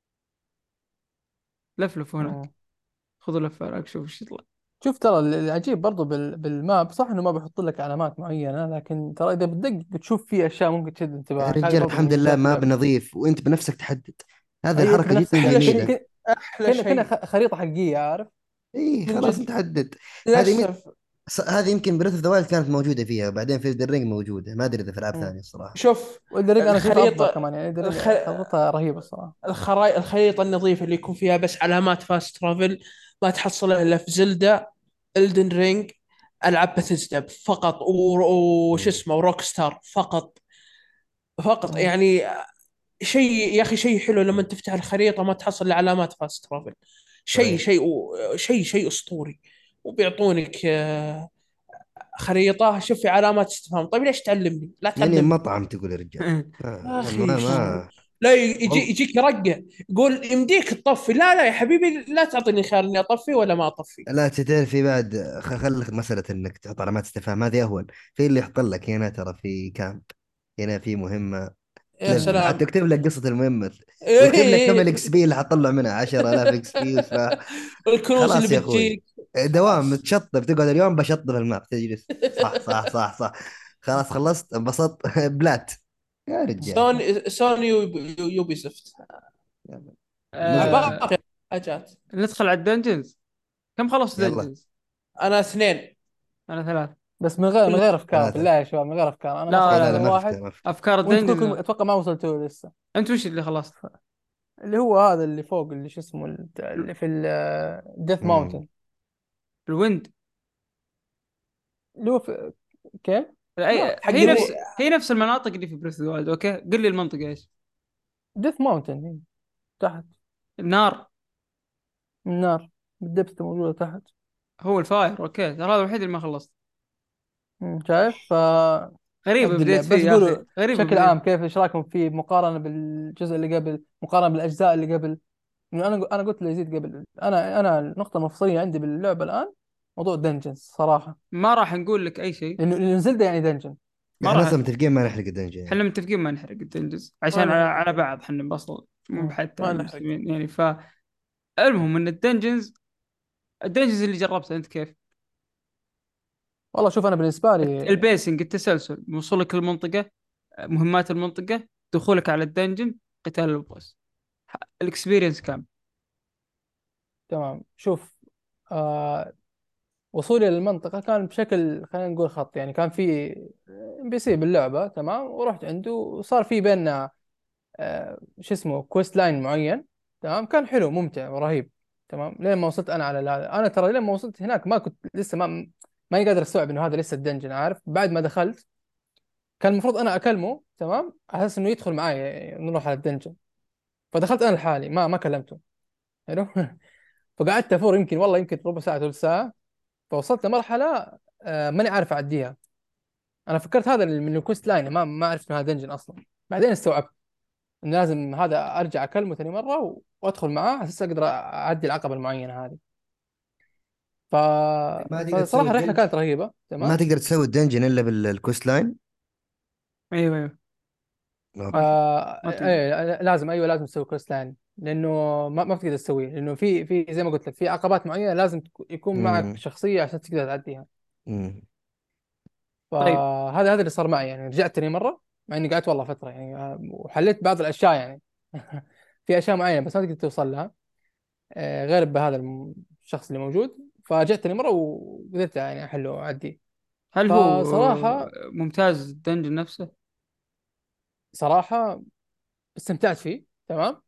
لفلفوا هناك، مم. خذوا لفه هناك شوف ايش يطلع. شوف ترى العجيب برضو بالماب، صح انه ما بيحط لك علامات معينه، لكن ترى اذا بتدقق بتشوف فيه اشياء ممكن تشد يا انتباهك. هذه رجال برضو من الحمد لله مميزات ما اللعبه. بنظيف وانت بنفسك تحدد. هذه اي انت الحركة بنفسك جدا احلى جميلة. شيء، احلى كأنها شيء خريطه حقيقيه، عارف. اي من خلاص جد. انت حدد. هذه مي... للاسف. هذه يمكن بريث اوف ذا وايلد كانت موجودة فيها، بعدين في الرينج موجودة، ما ادري اذا في العاب مم. ثانية الصراحة. شوف والدرينج انا اشوفها افضل الخريطه كمان يعني. الخ... الدرينج خريطتها رهيبه الصراحه. الخريطه النظيفه اللي يكون فيها بس علامات فاست ترافل، ما تحصلها الا في زلدا، الدن رينج، العاب بثزدا فقط، وش مم. اسمه وروك ستار فقط. فقط مم. يعني. شيء يا اخي، شيء حلو لما تفتح الخريطه ما تحصل علامات فاست ترافل. شيء صحيح. شيء شيء اسطوري. وبيعطونك خريطه شوف في علامات استفهام. طيب ليش تعلمني؟ لا يعني تعلمني مطعم تقول يا رجال. يا ما اخي. ما, ما. لا والله يجيك يرقع، يقول يمديك تطفي. لا يا حبيبي، لا تعطيني خيار اني اطفي ولا ما اطفي. لا تعرف في بعد خلك مسألة انك تحط علامات استفهام هذه اهون. في اللي يحط لك هنا ترى في كامب، هنا في مهمة، يا حتى سلام. يكتب لك قصة المهمة، ويكتب لك كم إيه. الاكس بي اللي حطلع منها 10000 اكس بي الكنوز اللي خلاص يا اخوي، بتجيك. دوام خلاص. تشطب، تقعد اليوم بشطب الماب تجلس صح صح صح صح. خلاص خلصت انبسطت بلات يا رجال. سوني يوبي سوفت. نزلت. باقي حاجات. ندخل على الدنجنز. كم خلصت يلا دنجنز؟ انا اثنين. انا ثلاث. بس من غير افكار بالله ثلاثة. يا شباب، من غير افكار. انا لا مثلا لا لا لا، دنجن ما في واحد، افكار ما في افكار. افكار وانت الدنجنز كلكم لا. اتوقع ما وصلتوا لسه. انت وش اللي خلصت؟ اللي هو هذا اللي فوق اللي شو اسمه اللي في الديث مم. ماونتن. الويند. اللي هو في كيف؟ لا حق هي نفس المناطق اللي في بريث وايلد. اوكي قل لي المنطقه ايش. ديث ماونتن تحت النار. النار، الدبث موجودة تحت. هو الفاير. اوكي ترى هذا الوحيد اللي ما خلصت. شايف غريبة ابدي بديت اللعب. بس فيه يا اخي، قولوا غريبة بشكل عام بديت. كيف، ايش رايكم فيه مقارنة بالجزء اللي قبل، مقارنة بالاجزاء اللي قبل. يعني انا قلت ليزيد قبل، انا النقطة المفصلية عندي باللعبة الان موضوع الدنجنز صراحة. ما راح نقول لك اي شيء. لانه زلدة يعني دنجن. ما احنا راح. اصلا متفقين ما نحرق الدنجن احنا يعني. متفقين ما نحرق الدنجز ما عشان نحرق. على بعض احنا اصلا، مو بحتى مم. على ما نحرق. المسلمين يعني. فالمهم ان الدنجنز الدنجز اللي جربتها انت كيف؟ والله شوف انا بالنسبه لي البيسنج، التسلسل، وصولك للمنطقة، مهمات المنطقة، دخولك على الدنجن، قتال البوس، الاكسبيرينس كام؟ تمام. شوف، آه وصولي للمنطقه كان بشكل خلينا نقول خط، يعني كان في بي سي باللعبه، تمام، ورحت عنده وصار في بيننا شو اسمه كويست لاين معين، تمام، كان حلو ممتع ورهيب. تمام، لين ما وصلت انا على هذا. انا ترى لين ما وصلت هناك ما كنت لسه ما قادر استوعب انه هذا لسه الدنجن، عارف؟ بعد ما دخلت كان المفروض انا اكلمه، تمام، على اساس انه يدخل معي يعني نروح على الدنجن. فدخلت انا لحالي ما كلمته. حلو. فقعدت افور يمكن والله يمكن ربع ساعه ثلث ساعه. فوصلت لمرحله ماني عارف اعديها. انا فكرت هذا من الكوست لاين، ما عرفت انه هذا دنجن اصلا. بعدين استوعبت انه لازم هذا ارجع اكلمه ثاني مره وادخل معاه على اساس اقدر اعدي العقبه المعينه هذه. ف... ما تقدر تسوي فصراحه الرحله الدنج، كانت رهيبه، ما تمام. تقدر تسوي الدنجن الا بالكوست لاين. ايوه ايوه. اوكي. ما تقدر. لازم، ايوه لازم تسوي كوست لاين، لانه ما بتقدر تسويه، لانه في زي ما قلت لك في عقبات معينه لازم يكون معك امم شخصيه عشان تقدر تعديها. امم طيب، فهذا اللي صار معي، يعني رجعت تاني مره مع اني قعدت والله فتره يعني، وحليت بعض الاشياء يعني. في اشياء معينه بس ما تقدر توصل لها غير بهذا الشخص اللي موجود. فجأت تاني مره وقدرت يعني احله واعديه. هل هو فصراحه ممتاز الدنجن نفسه؟ صراحه استمتعت فيه، تمام،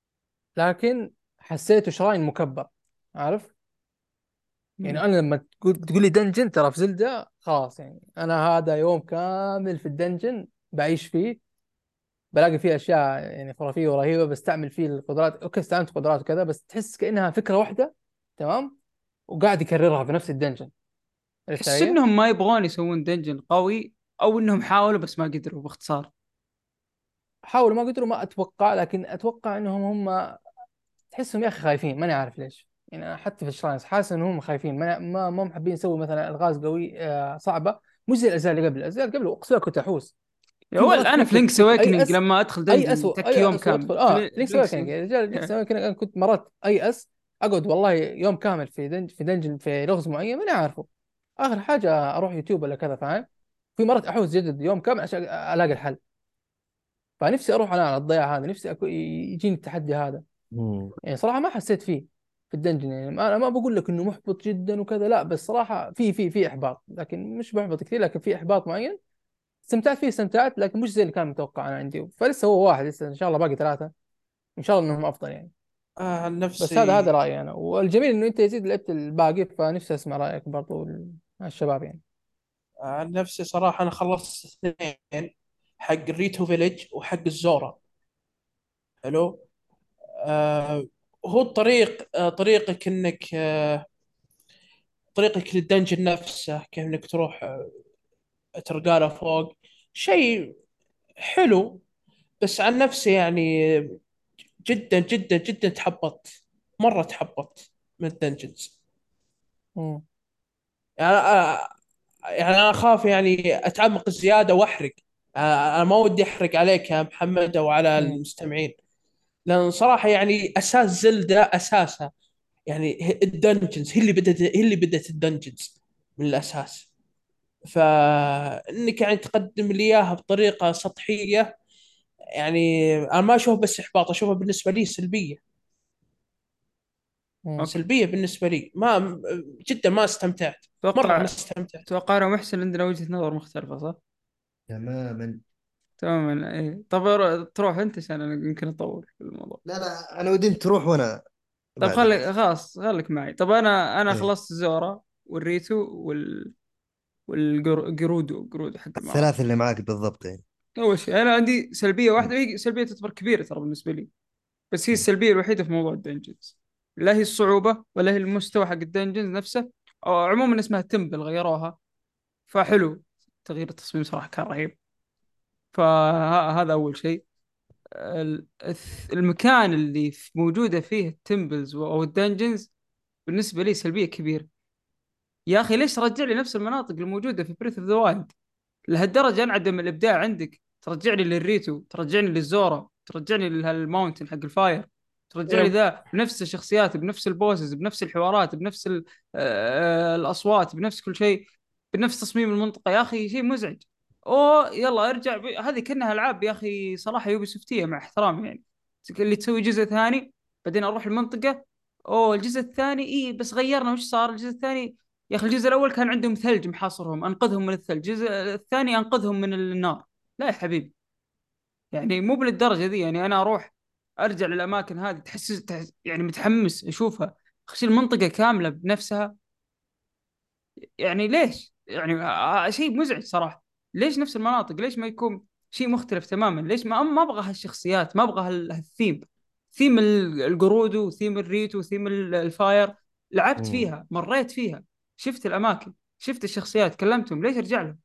لكن حسيته شراين مكبر، عارف؟ يعني مم. انا لما تقول لي دنجن ترى في زلدة خلاص، يعني انا هذا يوم كامل في الدنجن بعيش فيه، بلاقي فيه اشياء يعني خرافيه ورهيبه، بستعمل فيه القدرات. اوكي استعملت قدرات وكذا بس تحس كانها فكره واحده، تمام، وقاعد يكررها في نفس الدنجن. عرفت تحس علي؟ انهم ما يبغون يسوون دنجن قوي، او انهم حاولوا بس ما قدروا باختصار؟ حاولوا ما قدروا ما اتوقع، لكن اتوقع انهم هم تحسهم يا اخي خايفين، ماني عارف ليش. يعني أنا حتى في الشراينز حاسس انهم خايفين، ما محبين يسووا مثلا الغاز قوي صعبه، مش زي الاجزاء اللي قبل. الاجزاء اللي قبل اقسم لك كنت احوس يا في ولد، مرات انا كثير في لينكس كنت اويكننج ايأس. لما ادخل اي دنجن اسوء تك اي يوم اسوء كامل ادخل لينكس لينكس. اوكينج يا رجال. لينكس اوكينج انا كنت مرات ايأس، اقعد والله يوم كامل في دنجن في لغز معين ماني عارفه. اخر حاجه اروح يوتيوب ولا كذا، فاهم؟ في مرات احوس جدد يوم كامل عشان الاقي الحل. فنفسي اروح انا على الضياع هذا، نفسي يجيني التحدي هذا. امم يعني صراحه ما حسيت فيه في الدنجن. يعني انا ما بقول لك انه محبط جدا وكذا، لا، بس صراحه في احباط، لكن مش محبط كثير، لكن في احباط معين. استمتعت فيه استمتعت، لكن مش زي اللي كان متوقع انا عندي. فلسه هو واحد، لسه ان شاء الله باقي ثلاثه، ان شاء الله انهم افضل يعني. عن بس هذا نفسي، رايي انا، والجميل انه انت يزيد لعبت الباقي، فنفسي اسمع رايك برضو مع الشباب يعني. صراحة أنا خلصت اثنين، حق الريتو فيليج وحق الزورا. حلو. آه هو الطريق، طريقك إنك طريقك للدنجن نفسه، كيف إنك تروح ترقاله فوق، شيء حلو. بس عن نفسي يعني جدا جدا جدا تحبطت، مرة تحبطت من الدنجنز. مم. يعني يعني انا اخاف يعني اتعمق زياده واحرق. انا ما ودي احرق عليك يا محمد او على مم. المستمعين، لان صراحه يعني اساس زلدة اساسها يعني الدنجنز، هي اللي بدت الدنجنز من الاساس. فانك يعني تقدم لي اياها بطريقه سطحيه، يعني انا ما اشوف بس احباط، اشوفها بالنسبه لي سلبيه. مم. اوكي. سلبيه بالنسبه لي، ما جدا ما استمتعت، مره ما اتوقع استمتعت. اتوقع انا ومحسن عندنا وجهة نظر مختلفة، صح؟ تماما. تماما. ايه طب تروح انت عشان انا يمكن اطول في الموضوع. لا لا، انا ودي انت تروح وانا طب بعدك. خلاص خليك معي. طب انا ايه، خلصت زورا والريتو والجرودو حق المعركة. الثلاث اللي معاك بالضبط يعني. اول شيء انا عندي سلبية مم. واحدة، هي سلبية تعتبر كبيرة ترى بالنسبة لي، بس هي السلبية الوحيدة في موضوع الدنجنز. لا هي الصعوبة ولا هي المستوى حق الدنجنز نفسه، أو عموما اسمها تمبل غيروها، فحلو. تغيير التصميم صراحة كان رهيب. فهذا أول شيء. المكان اللي موجودة فيه التمبلز أو الدنجنز بالنسبة لي سلبية كبيرة. يا أخي ليش رجع لي نفس المناطق الموجودة في بريث اوف ذا وايلد؟ لهالدرجة انعدم الإبداع عندك؟ ترجعني للريتو، ترجعني للزورا، ترجعني للماونتن حق الفاير. ترجع لي ذا بنفس الشخصيات، بنفس البوسز، بنفس الحوارات، بنفس الأصوات، بنفس كل شيء، بنفس تصميم المنطقة. يا أخي شيء مزعج. أوه يلا ارجع هذه كأنها ألعاب يا أخي صراحة يوبي سوفتية، مع احترامي يعني، اللي تسوي جزء ثاني بعدين أروح المنطقة، أوه الجزء الثاني إيه بس غيرنا وش صار الجزء الثاني. يا أخي الجزء الأول كان عندهم ثلج محاصرهم، أنقذهم من الثلج. الجزء الثاني أنقذهم من النار. لا يا حبيبي، يعني مو بالدرجة ذي. يعني أنا أروح أرجع للأماكن هذه يعني متحمس أشوفها، أخشي المنطقة كاملة بنفسها. يعني ليش يعني شيء مزعج صراحة. ليش نفس المناطق؟ ليش ما يكون شيء مختلف تماما؟ ليش ما أبغى هالشخصيات، ما أبغى هالثيم، ثيم القرود وثيم الريت وثيم الفاير. لعبت مم. فيها، مريت فيها، شفت الأماكن، شفت الشخصيات، كلمتهم، ليش أرجع لهم؟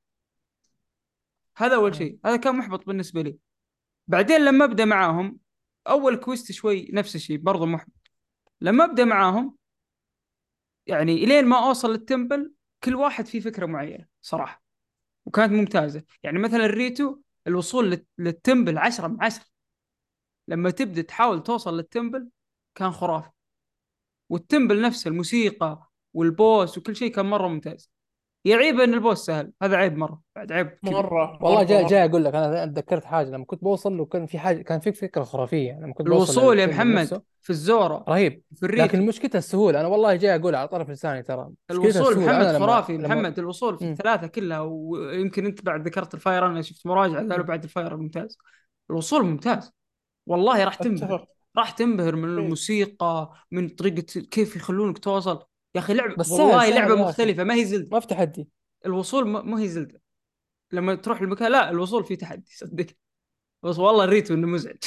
هذا أول شيء، هذا كان محبط بالنسبة لي. بعدين لما ابدا معاهم، اول كويست شوي نفس الشيء برضه محبط. لما ابدا معاهم يعني الين ما اوصل للتمبل، كل واحد فيه فكره معينه صراحه، وكانت ممتازه. يعني مثلا الريتو، الوصول للتمبل 10/10. لما تبدا تحاول توصل للتمبل كان خرافي، والتمبل نفسه الموسيقى والبوس وكل شيء كان مره ممتاز. يعيب ان البوس سهل، هذا عيب مره، بعد عيب كبير. مره والله مره جاي مره. اقول لك، انا تذكرت حاجه لما كنت بوصل، وكان في حاجه، كان في فكره خرافيه لما كنت بوصل الوصول يا للتمبل محمد نفسه. في الزورة، رهيب. في لكن الريتو. مشكلتها السهوله، انا والله جاي اقول على طرف لساني، ترى مشكلتها الوصول السهوله. محمد انا لما خرافي محمد، الوصول في مم. الثلاثة كلها، ويمكن أنت بعد ذكرت الفاير، أنا شفت مراجعة قالوا مم. بعد الفاير ممتاز. الوصول ممتاز والله، راح تنبهر. اتفق. راح تنبهر من إيه. الموسيقى، من طريقة كيف يخلونك توصل. يا أخي لعبة بس سهل والله، سهل لعبة يا اخي، مختلفة، ما هي زلدة. ما في تحدي. الوصول ما هي زلدة. لما تروح المكان، لا الوصول فيه تحدي صدق. بس والله الريتو انه مزعج.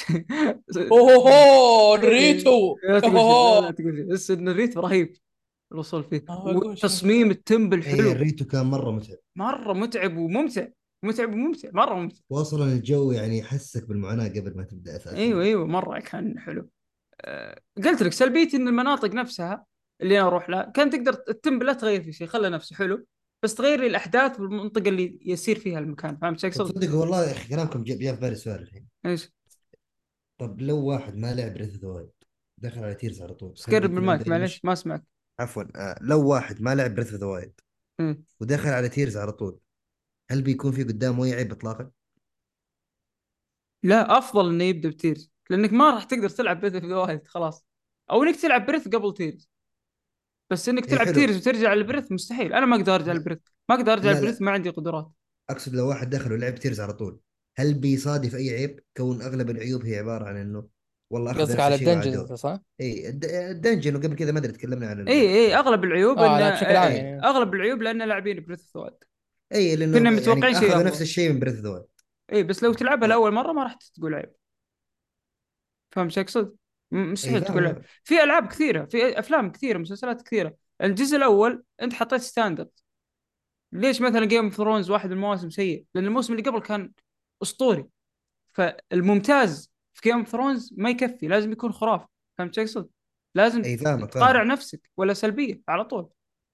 اوه إيه، ريتو لا تقول شيء، لا اوه. تقول شيء، بس انه الريتو رهيب. الوصول فيه اقول شيء. وتصميم التمبل اي حلو، الريتو كان مره متعب، مره متعب وممتع. متعب وممتع، مره ممتع. واصلا الجو يعني يحسك بالمعاناه قبل ما تبدا اساسا. ايوه ايوه مره كان حلو. قلت لك سلبيتي ان المناطق نفسها اللي انا اروح لها كان تقدر التمبل لا تغير في شيء، خلى نفسه حلو، بس تغير لي الاحداث والمنطقه اللي يسير فيها المكان. فهمت ايش طب اقصد؟ صدق والله يا اخي كلامكم جاء في بالي سؤال الحين. ايش؟ طب لو واحد ما لعب بريث اوف ذا وايلد دخل على تيرز على طول، بس هل قرب من بيكون عنده المايك اي معلش ما اسمعك. عفوا لو واحد ما لعب بريث اوف ذا وايلد إيه. ودخل على تيرز على طول، هل بيكون في قدامه اي عيب اطلاقا؟ لا افضل انه يبدا بتيرز، لانك ما راح تقدر تلعب بريث في واحد خلاص، او انك تلعب بريث قبل تيرز. بس انك اي تلعب حلو. تيرز وترجع للبريث مستحيل، انا ما اقدر ارجع لا للبريث، ما اقدر ارجع لا للبريث، لا، ما عندي قدرات. اقصد لو واحد دخل ولعب تيرز على طول، هل بيصادف اي عيب؟ كون اغلب العيوب هي عباره عن انه والله اخذ قصدك نفس على الشيء الدنجنز وعادوه. صح؟ اي الدنجن، وقبل كذا ما ادري تكلمنا عن اي اي اغلب العيوب اه ان لا بشكل عام اي يعني. اغلب العيوب لان لاعبين بريث اوف ذا، اي كنا لانه متوقعين يعني شيء اخذوا نفس افضل. الشيء من بريث اوف ذا اي بس لو تلعبها لاول مره ما راح تقول عيب. فاهم شو اقصد؟ اي مستحيل تقول عيب. فاهم. في العاب كثيره، في افلام كثيره، مسلسلات كثيره. الجزء الاول انت حطيت ستاندرد. ليش مثلا جيم اوف ثرونز واحد من المواسم سيء؟ لان الموسم اللي قبل كان اسطوري. فالممتاز في جيم اوف ثرونز ما يكفي، لازم يكون خرافي. فهمت شو اقصد؟ لازم اي فاهمك تقارع فاهمك. نفسك ولا سلبيه على طول.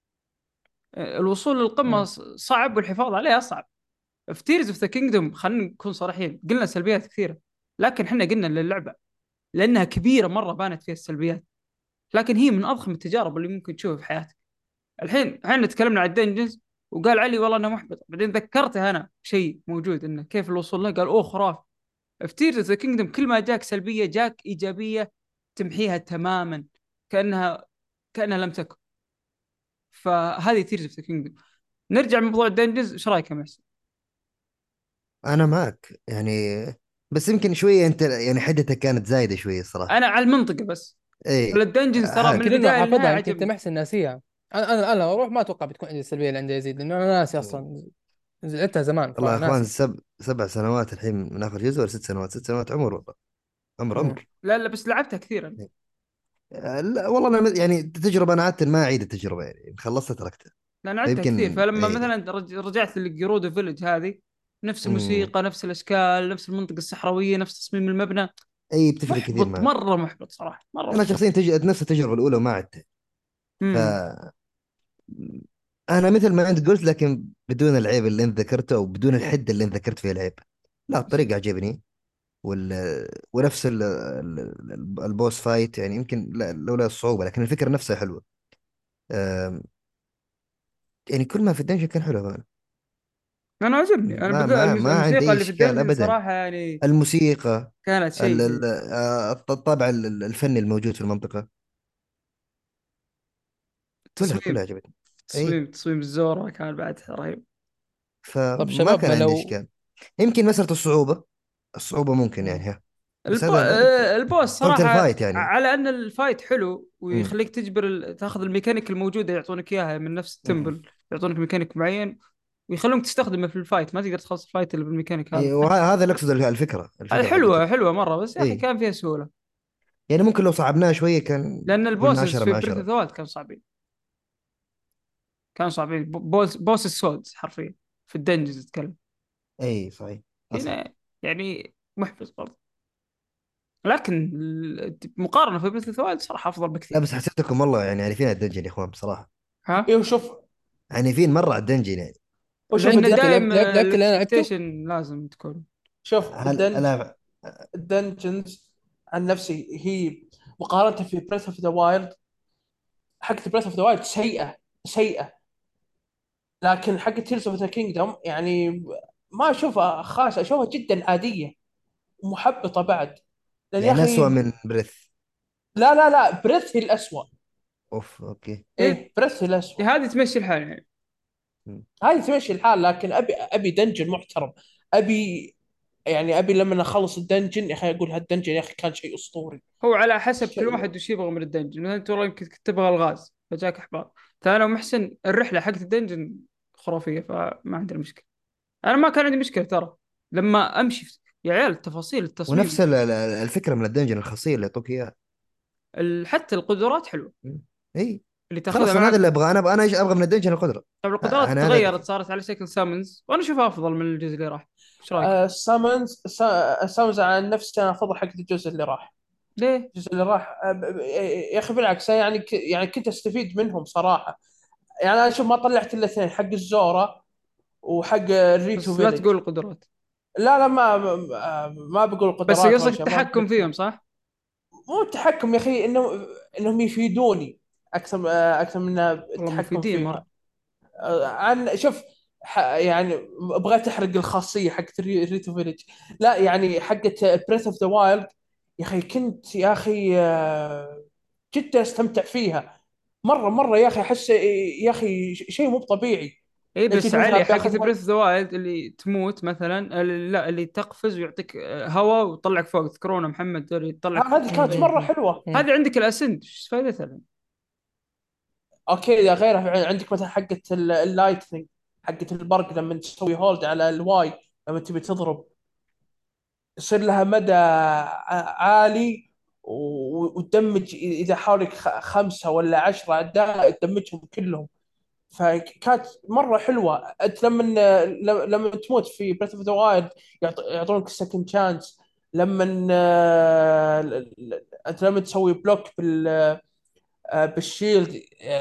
الوصول للقمه مم. صعب، والحفاظ عليها اصعب. في تيرز اوف ذا كينجدوم خلينا نكون صريحين، قلنا سلبيات كثيره، لكن احنا قلنا للعبه لانها كبيره مره بانت فيها السلبيات، لكن هي من اضخم التجارب اللي ممكن تشوفها في حياتك. الحين احنا تكلمنا عن الدنجنز، وقال علي والله انه محبط، بعدين ذكرته انا شيء موجود انه كيف الوصول له، قال اوه خرافي. في تيرز اوف ذا كينجدوم كل ما جاك سلبيه جاك ايجابيه تمحيها تماما، كانها لم تكن. فهذه تيرز اوف ذا كينجدوم. نرجع لموضوع الدنجنز، ايش رايك يا محسن؟ انا معك يعني، بس يمكن شويه انت يعني حدتك كانت زايده شويه الصراحه. انا على المنطقه بس، اي ولا الدنجنز ترى من يمكن انه البدايه للنهايه حافظها، يمكن انت عجبني. محسن ناسيها. انا اروح ما اتوقع بتكون عندي السلبيه اللي عندي يزيد، لانه انا ناسي اصلا، لعبتها زمان والله يا اخوان فناسي. 7 سنوات الحين من اخر جزء، ولا 6 سنوات؟ 6 سنوات عمر والله، عمر مم. عمر. لا لا بس لعبتها كثيرا. لا والله انا يعني تجربه انا عدت ما اعيد التجربه، يعني خلصت تركتها. لا انا لعبتها كثير، فيمكن فلما اي. مثلا رجعت للجرودو فيلج هذه، نفس امم الموسيقى، نفس الاشكال، نفس المنطقه الصحراويه، نفس تصميم المبنى. اي بتفرق كثير محبط، معك. مره محبط صراحه، مره انا محبط. شخصيا نفس التجربه الاولى وما عدتها. ف امم انا مثل ما انت قلت، لكن بدون العيب اللي انت ذكرته او بدون الحده اللي انت ذكرت فيه العيب. لا الطريقه عجبني، ونفس البوس فايت، يعني يمكن لولا الصعوبة، لكن الفكرة نفسها حلوة. آم، يعني كل ما في الدنجن كان حلو بقى. انا عجبني، انا ما الموسيقى عندي اللي في إشكال الدنجن أبدا. صراحة يعني الموسيقى، كانت شيء. الطابع الفني الموجود في المنطقة، كلها تصميم عجبتني. اي، تصميم الزورة كان بعد رهيب. طب فما شباب، كان ما عندي لو اشكال. يمكن مسألة الصعوبة ممكن يعني، مم. ها. بس هذا ذلك البوس صعوبة صراحة الفايت يعني. على ان الفايت حلو امم ويخليك تجبر تاخذ الميكانيك الموجودة يعطونك اياها من نفس امم التمبل، يعطونك ميكانيك معين ويخلونك تستخدمه في الفايت، ما تقدر تخلص الفايت الا بالميكانيك هذا. وهذا اللي اقصد، هذه الفكرة حقت حلوة مرة، بس يا اخي اي، كان فيها سهولة. يعني ممكن لو صعبناها شوية كان لان قلنا البوسز 10 في من بريث اوف 10. ذا وايلد كانوا صعبين، كانوا صعبين. بوس السولز حرفيا في الدنجز تتكلم. اي صحيح، حصل. هنا يعني محبط برضه، لكن مقارنة في بريث اوف ذا وايلد صراحة افضل لا بكثير. بس حسيتكم والله يعني عنيفين على الدنجن يا اخوان بصراحة. ها، ايه وشوف عنيفين مرة على الدنجن يعني. وشوف لان يا اخي دائم لعبت اللي انا لعبته. الاكسبكتيشن لازم تكون. شوف هل لا. الدنجنز عن نفسي هي مقارنة في بريث اوف ذا وايلد، حقت بريث اوف ذا وايلد سيئة، لكن حقت تيرز اوف ذا كينجدوم يعني ما اشوفها خاصة، اشوفها جدا عادية ومحبطة بعد. لان يا يعني أسوأ اخي من بريث؟ لا بريث هي الأسوأ. اوف، اوكي. إيه، ايه بريث هي الأسوأ. هذه تمشي الحال يعني. مم. هذه تمشي الحال، لكن ابي دنجن محترم. ابي يعني ابي لما اخلص الدنجن يا اخي اقول هالدنجن يا اخي كان شيء اسطوري. هو على حسب كل شيء واحد وش يبغى من الدنجن، مثلا انت والله يمكن كنت تبغى الغاز فجاك احباط. فانا ومحسن الرحله حقت الدنجن خرافيه، فما عندنا مشكله. انا ما كان عندي مشكله ترى لما امشي يا عيال التفاصيل التصميم، ونفس الفكرة من الدنجن، الخاصية اللي يعطوك إياها. حتى القدرات حلوه مم. اي، اللي تاخذها خلاص انا هذا اللي معك. ابغى، انا ايش ابغى من الدنجن؟ القدره. طبعا القدرات انا هذا تغيرت هدفي. صارت على شكل سامونز، وانا اشوفها افضل من الجزء اللي راح. ايش رايك؟ سامز عن نفسي انا افضل حق الجزء اللي راح. ليه؟ الجزء اللي راح يا اخي بالعكس يعني يعني كنت استفيد منهم صراحه. يعني انا اشوف ما طلعت الا اثنين، حق الزورا وحق الريتو بس لا فيلج. تقول القدرات. لا ما بقول بس قدرات ولا قصدك شيء، ما التحكم بقول. فيهم صح؟ مو التحكم يا اخي، انهم يفيدوني اكثر من والله التحكم مفيدين فيها. مره. عن شوف يعني بغيت احرق الخاصيه حقت ريتو فيلج. لا يعني حقت بريث اوف ذا وايلد يا اخي كنت يا اخي جدا استمتع فيها. مره يا اخي احس يا اخي شيء مو طبيعي. اي لو جيت بس مثلا علي باخذ حقت بريث ذا وايلد اللي تموت مثلا، لا اللي تقفز ويعطيك هواء ويطلعك فوق، تذكرونه محمد اللي يطلعك فوق. هذه كانت مره مم. حلوه. مم. هذه عندك الاسند ايش فائدتها لنا؟ اوكي يا غيرها عندك مثلا حقت اللايتنينج، حقت البرق لما تسوي هولد على الواي لما تبي تضرب يصير لها مدى عالي، وتدمج اذا حولك خمسه ولا 10 اعداء تدمجهم كلهم. فكانت مره حلوه. انت لما تموت في بريث اوف ذا وايلد يعطونك سكند شانس. لما انت لما تسوي بلوك بالشيلد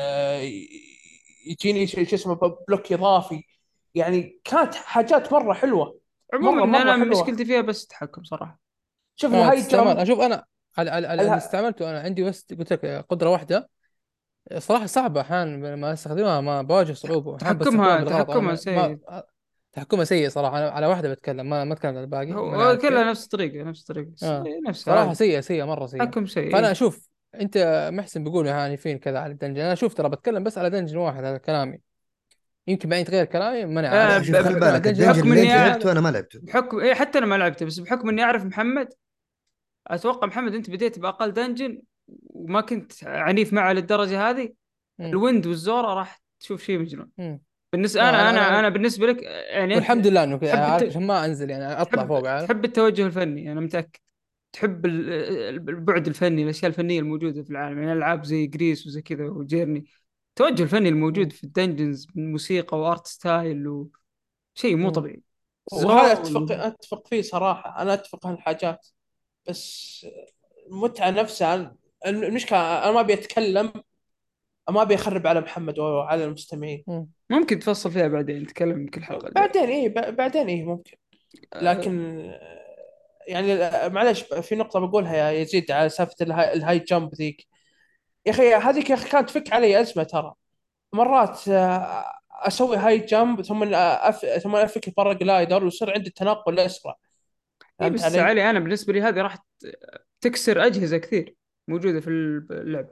يجيني شيء اسمه بلوك اضافي. يعني كانت حاجات مره حلوه، عموما مره انا حلوه. مشكلتي فيها بس التحكم صراحه. شوف الهاي تستعمل، جمب. اشوف انا على اللي الها... استعملته انا عندي بس قلت لك قدره واحده. صراحه صعبه احيانا لما استخدمها، ما بواجه صعوبه احيانا بستخدمها بالغلط. انا تحكمها ما سيء. تحكمها سيء صراحه. أنا على واحده بتكلم، ما اتكلم على الباقي، ما هو نعرف كيف. كلها نفس الطريقه نفس الطريقه اه نفسها صراحه عادي. سيئه مره سيئه. تحكم سيء فانا إيه. اشوف انت محسن بيقول هانفين كذا على الدنجن، انا اشوف ترى بتكلم بس على دنجن واحد، هذا كلامي. يمكن بعدين يتغير كلامي، ماني عارف. لا شوف، خلي اشوف بالك الدنجن الدنجن بحكم اللي الدنجن انت اني لعبته هذا. انا ما لعبته. بحكم ايه حتى انا ما لعبته، بس بحكم اني اعرف محمد. اتوقع محمد انت بديت باقل دنجن وما كنت عنيف معه للدرجه هذه. مم. الويند والزورة راح تشوف شيء مجنون. مم. بالنسبه لا انا بالنسبه لك يعني انت والحمد لله انه كذا، تحب عارف عشان ما انزل يعني اطلع فوق، عارف. تحب التوجه الفني، انا متاكد. تحب البعد الفني، الاشياء الفنيه الموجوده في العالم، يعني العاب زي جريس وزي كذا وجيرني. التوجه الفني الموجود مم. في الدنجنز من موسيقى وارت ستايل وشيء مو مم. طبيعي. وهذا زون. اتفق فيه صراحه، انا اتفق هالحاجات. بس المتعه نفسها، المشكله انا ما ابي اتكلم، ما ابي اخرب على محمد وعلى المستمعين. مم. ممكن تفصل فيها بعدين، نتكلم كل حلقه اللي. بعدين ايه ممكن. أه، لكن يعني معلش في نقطة بقولها يا يزيد على سالفة الهاي جامب ذيك. يا أخي هذيك يا أخي كانت تفك علي أزمة ترى. مرات أسوي هاي جامب ثم ثم أفك الباراجلايدر ويصير عندي التنقل أسرع. اي فهمت بس علي؟ علي انا بالنسبه لي هذه راح تكسر اجهزه كثير موجوده في اللعب.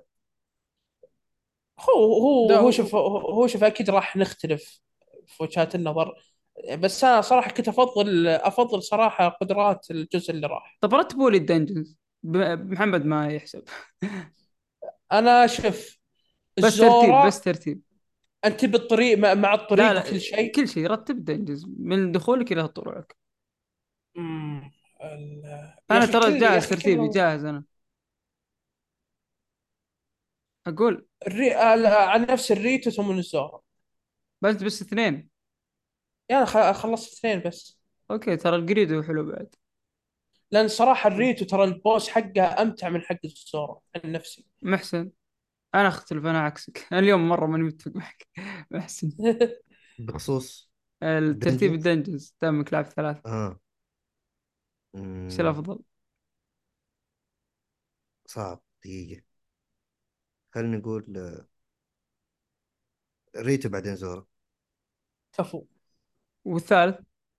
هو ده هو هو شوف هو شوف اكيد راح نختلف في وجهات النظر. بس انا صراحه كنت افضل صراحه قدرات الجزء اللي راح. طب رتبوا لي الدنجنز، محمد ما يحسب. انا شوف بس ترتيب، الزورة. بس ترتيب. انت بالطريق مع لا الطريق وكل لا، شيء. كل شيء رتب دنجنز من دخولك الى طلوعك. أمم، يا انا اخي ترى يا جاهز اخي ترتيبي، كله. جاهز انا اقول. عن نفس الريتو ثم الزورة. بس اثنين. يعني خلصت اثنين بس. اوكي، ترى الجريدو حلو بعد. لان صراحه الريتو ترى البوس حقه امتع من حق الزورة عن نفسي. محسن، انا اختلف، انا عكسك. أنا اليوم مره ماني متفق معك. محسن. بخصوص الترتيب الدنجنز. الدنجنز دامك لعبت ثلاث، اه ايش مم. الافضل؟ صعب دقيقة. خلينا نقول ريتو بعدين زورا. كفو. والثالث؟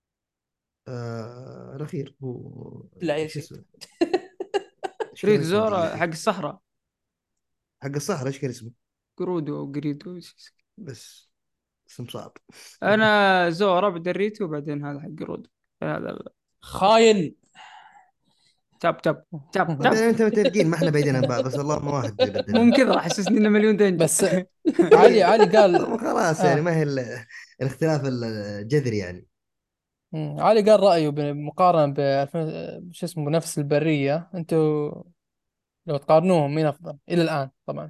الأخير هو لا ايش يزيد. اسمه؟ ايش كان تريد اسمه زورا حق دقيقة؟ الصحراء. حق الصحراء ايش كان اسمه؟ قرودو او قريدو بس اسم صعب. انا زورا بعدين ريتو وبعدين هذا حق قرودو. هذا خاين. تاب تاب تاب طيب تاب. يعني انت متفقين، ما احنا بعيدين عن بعض، بس والله ما واحد مو بدلنا. كذا راح يحسسني انه مليون دنجن. بس اي علي طب قال خلاص يعني آه. ما هي الاختلاف الجذري يعني. علي قال رأيه مقارنة شو اسمه بنفس البرية. انتوا لو تقارنوهم مين أفضل إلى الآن طبعا؟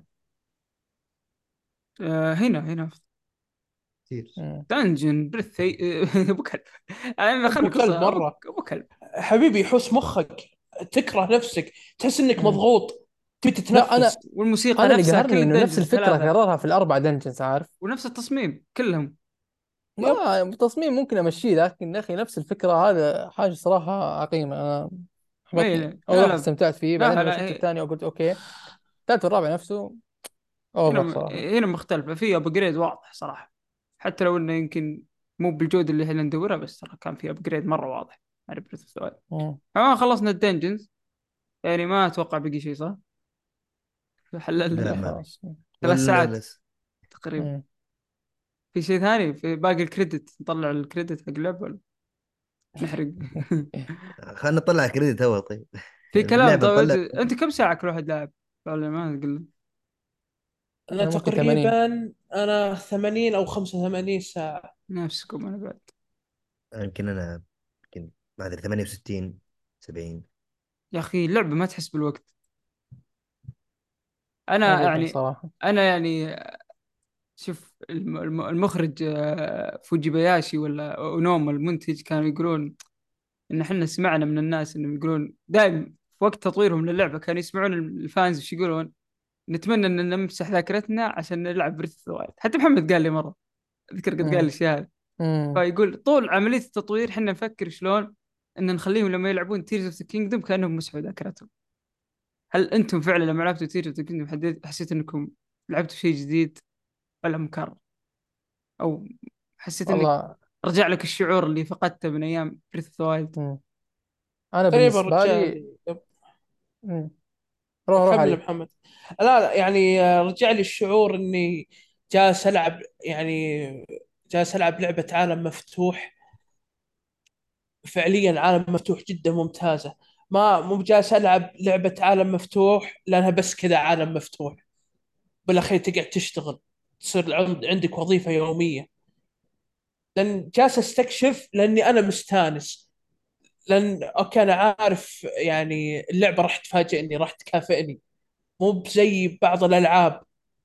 هنا كثير. مم. دنجن بريثي. ابو كلب. انا ابو خلني كلب قصه مره. ابو كلب. حبيبي يحوس مخك. تكره نفسك. تحس انك مم. مضغوط. تبي لا تتنفس. والموسيقى أنا اللي نفسها كل قهرني إنه نفس الدنجنز الفكرة ثلاثه، كررها في الأربع دنجنز، عارف؟ ونفس التصميم كلهم. يب. ما التصميم ممكن أمشيه، لكن يا أخي نفس الفكرة هذا حاجة صراحة عقيمة. أنا اي حبطني. لا أول لا واحد لا استمتعت فيه، بعدين لا, لما لا شفت هي- الثاني وقلت أوكي. الثالث والرابع نفسه أوفر هنا صراحة. هنا مختلفه، في ابجريد واضح صراحه. حتى لو انه يمكن مو بالجوده اللي احنا ندورها، بس ترى كان في ابجريد مره واضح على بريث اوف ذا مم. خلصنا الدنجنز. يعني ما اتوقع بقي شيء، صح؟ لا لا حللنا ما في. خلاص. 3 ساعات بس تقريبا. مم. في شيء ثاني في باقي الكريدت؟ نطلع الكريدت حق اللعبه ولا نحرق؟ خلينا نطلع كريدت اول طيب. في كلام. اللعبة طيب نطلع. انت كم ساعه كل واحد لاعب؟ ولا ما تقول؟ انا أنا ممكن 80. تقريبا انا 80 او 85 ساعه. نفسكم انا بعد. يمكن انا يمكن ما ادري 68 70. يا اخي اللعبه ما تحس بالوقت. انا أبدا يعني صراحة. انا يعني شوف المخرج فوجيباياشي ولا اونوما المنتج كانوا يقولون ان احنا سمعنا من الناس انهم يقولون دائما في وقت تطويرهم للعبه كانوا يسمعون الفانز ايش يقولون. نتمنى ان نمسح ذاكرتنا عشان نلعب بريث اوف. حتى محمد قال لي مره، اذكر قد قال لي مم. الشيء هذا. مم. فيقول طول عمليه التطوير احنا نفكر شلون ان نخليهم لما يلعبون تيرز اوف ذا كينجدوم كانهم مسحوا ذاكرتهم. هل انتم فعلا لما لعبتوا تيرز اوف ذا كينجدوم حسيت انكم لعبتوا شيء جديد ولا مكرر؟ او حسيت انك والله. رجع لك الشعور اللي فقدته من ايام بريث اوف ذا وايلد؟ مم. أنا تقريبا بالنسبة رجع لي. لي. يب. مم. روح كمل يا علي. محمد. لا لا يعني رجع لي الشعور اني جالس العب يعني جالس العب لعبه عالم مفتوح. فعليا عالم مفتوح جدا ممتازه. ما مو جالس العب لعبه عالم مفتوح لانها بس كذا عالم مفتوح. بالاخير تقعد تشتغل. تصير عندك وظيفه يوميه. لان جالس استكشف لاني انا مستانس. لان اوكي انا عارف يعني اللعبه راح تفاجئني راح تكافئني. مو بزي بعض الالعاب.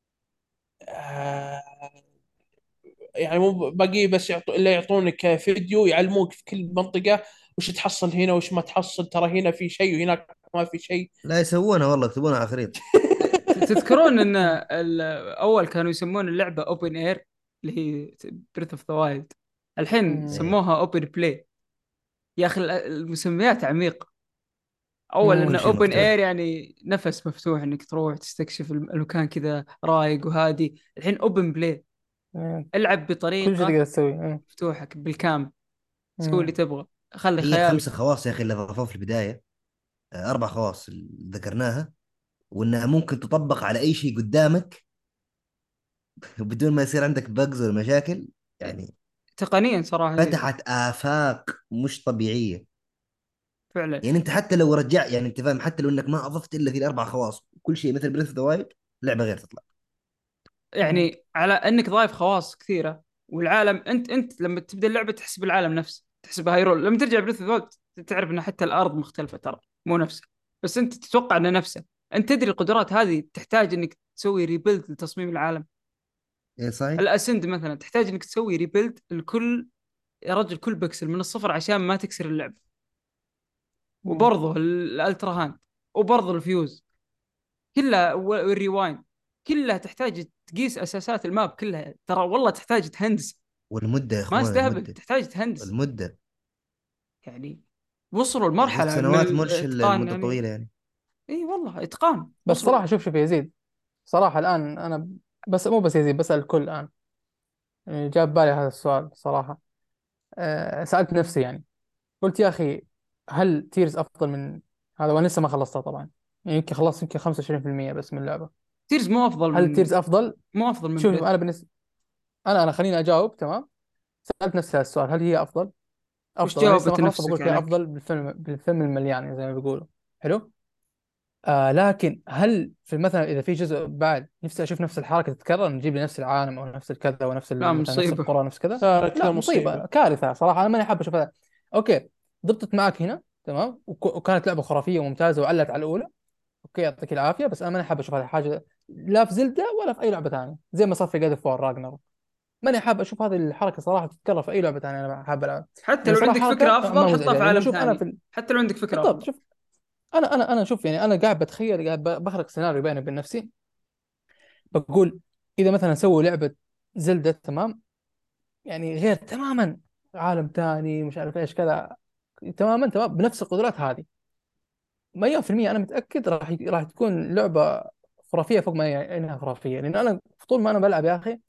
آه، يعني مو باقي بس الا يعطونك فيديو يعلموك في كل منطقه وش تحصل هنا وش ما تحصل ترى هنا في شيء وهناك ما في شيء. لا يسوونها والله، يكتبونها على خريطة. تذكرون ان مم. اول كانوا يسمون اللعبه اوبن اير اللي هي بريث اوف ذا وايلد، الحين مم. إيه. سموها اوبن بلاي. يا اخي المسميات عميقه. اول انه كل شيء اوبن اير، مختلف. يعني نفس مفتوح انك تروح تستكشف المكان كذا رايق وهادي. الحين اوبن بلاي، إيه، العب كل شيء بطريقه تقدر تسوي. إيه. مفتوحه بالكامل، سوي اللي مم. تبغى، خلي هي خيالك. 5 خواص يا اخي اللي ضافوه في البدايه، 4 خواص اللي ذكرناها، وانها ممكن تطبق على اي شيء قدامك بدون ما يصير عندك بجز ولا مشاكل يعني. تقنيا صراحه زي كذا فتحت آفاق مش طبيعية. فعلا. يعني انت حتى لو رجع، يعني انت فاهم، حتى لو انك ما اضفت الا ذي ال4 خواص كل شيء مثل بريث اوف ذا وايلد، لعبة غير تطلع. مم. يعني على انك ضايف خواص كثيره، والعالم انت لما تبدا اللعبه تحسب العالم نفسه، تحسب هايرول. لما ترجع بريث اوف تعرف ان حتى الارض مختلفه ترى، مو نفسها، بس انت تتوقع انه نفسه. انت تدري القدرات هذه تحتاج انك تسوي ريبيلد لتصميم العالم. ايه صحيح. الاسند مثلا تحتاج انك تسوي ريبيلد الكل، يا رجل، كل بكسل من الصفر عشان ما تكسر اللعبه. مم. وبرضه الالترا هاند، وبرضه الفيوز كلها، والريوايند كلها تحتاج تقيس اساسات الماب كلها، ترى والله تحتاج تهندس. والمدة يا ما اخوان، استهبل، المدة، تحتاج تهندس المدة يعني. وصلوا يعني 6 لمرحله من سنوات مش الاتقان المدة يعني. طويلة يعني. اي والله اتقان بس وصلوا. صراحة شوف يا يزيد، صراحة الآن أنا بس مو بس يزيد، بسأل الكل الآن. يعني جاب بالي هذا السؤال صراحة. سألت نفسي يعني، قلت يا أخي، هل تيرز أفضل من هذا؟ وأنا لسه ما خلصتها طبعا، يعني يمكن خلصت يمكن 25% بس من اللعبة. تيرز مو افضل هل من تيرز أفضل؟ مو افضل من شوف بريث. أنا بالنسبة، أنا خليني أجاوب تمام. سألت نفسي هذا السؤال، هل هي أفضل؟ وش أفضل. أنا لسه ما جاوبت خلصت، بقول نفسك لك هي يعني؟ أفضل بالفيلم المليان زي ما بيقولوا. حلو. لكن هل في مثلا اذا في جزء بعد نفسي اشوف نفس الحركه تتكرر، نجيب لي نفس العالم او نفس الكذا ونفس لا مثلا نفس مصيبه. القرى نفس كذا؟ صار كذا لا مصيبه، مصيبة. كارثه صراحه، انا ماني حابب اشوف هذا. اوكي، ضبطت معك هنا تمام، وكانت لعبه خرافيه وممتازه وعلت على الاولى. اوكي يعطيك العافيه، بس انا ماني حابب اشوف هذه الحاجه لا في زلدة ولا في اي لعبه ثانيه، زي ما صار في جاد اوف وور راجنر. ماني حابب اشوف هذه الحركه صراحه تتكرر في اي لعبه ثانيه انا حابب العبها. حتى لان لو صراحه عندك فكره حركه ما افضل حطها مزعجه، في لانه عالم شوف انا ثاني. في حتى لو عندك فكره بالضبط. افضل. شوف انا شوف يعني، انا قاعد بتخيل، قاعد بخلق سيناريو بيني وبين نفسي. بقول اذا مثلا سووا لعبه زلدة تمام، يعني غير تماما، عالم ثاني مش عارف ايش كذا، تماما تمام بنفس القدرات هذه، مليون في المية أنا متأكد راح تكون لعبة خرافية فوق ما هي إنها خرافية. لأن أنا طول ما أنا بلعب يا أخي،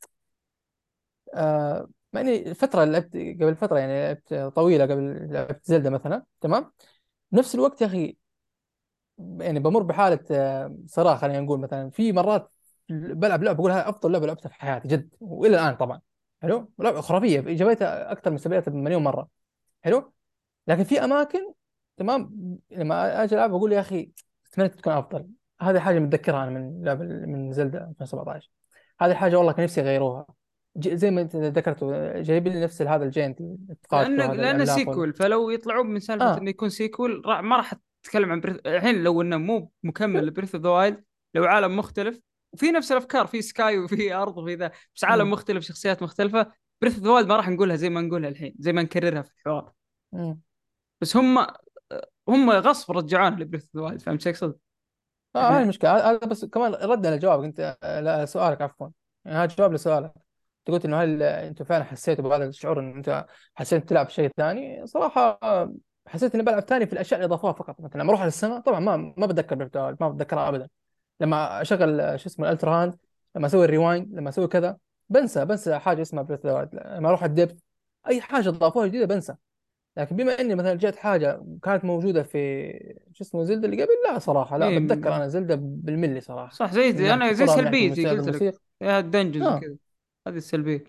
يعني فترة لعبت قبل فترة، يعني لعبت طويلة قبل لعبت زلدة مثلا تمام. بنفس الوقت يا أخي، يعني بمر بحالة صراخ، خلينا نقول مثلا في مرات بلعب لعبة بقول هذه أفضل لعبة لعبتها في حياتي جد، وإلى الآن طبعا. حلو، لعبة خرافية جابتها أكثر من سبعتها بمليون مرة. حلو. لكن في أماكن تمام، لما أجي ألعب بقول يا أخي تمنيت تكون أفضل. هذه حاجة متذكرها أنا من لعبة من زلدة 2017. هذه الحاجة والله كان نفسي يغيروها. زي ما أنت ذكرت، جايب لي نفس هذا الجينت اللي تقاتله، هذا لانه العملاق سيكول، فلو يطلعون من سالفه انه آه. يكون سيكول ما راح اتكلم عن الحين لو انه مو مكمل لبريث اوف ذا وايلد، لو عالم مختلف وفي نفس الافكار، في سكاي وفي ارض وفي ذا، بس عالم مم. مختلف، شخصيات مختلفه. بريث اوف ذا وايلد ما راح نقولها زي ما نقولها الحين، زي ما نكررها في الحوار. مم. بس هم غصب رجعونا لبريث اوف ذا وايلد، فهمت ايش اقصد؟ هاي يعني المشكلة. هذا بس كمان رد على جوابك أنت، لا سؤالك عفوا. يعني هذا جواب لسؤالك. أنت قلت إنه هل أنت فعلا حسيتوا بهذا الشعور إن أنت حسيت تلعب شيء ثاني؟ صراحة حسيت إني بلعب ثاني في الأشياء اللي أضافوها فقط. مثلا لما أروح على السماء طبعا ما بتذكر ما بتذكرها أبدا. لما أشغل شو اسمه الألترا هاند، لما أسوي الريوايند، لما أسوي كذا، بنسى حاجة اسمها بريث. لما أروح الدب، أي حاجة أضافوها جديدة بنسى. لكن بما اني مثلا جت حاجه كانت موجوده في شو اسمه زلده اللي قبل، لا صراحه لا بتذكر ايه انا زلده بالملي صراحه، صح، من زي ناحيه انا زي القرى، من ناحيه سلبيه زي قلت لك، الموسيقى. فيها الدنجنز اه. وكذا. هذه السلبيه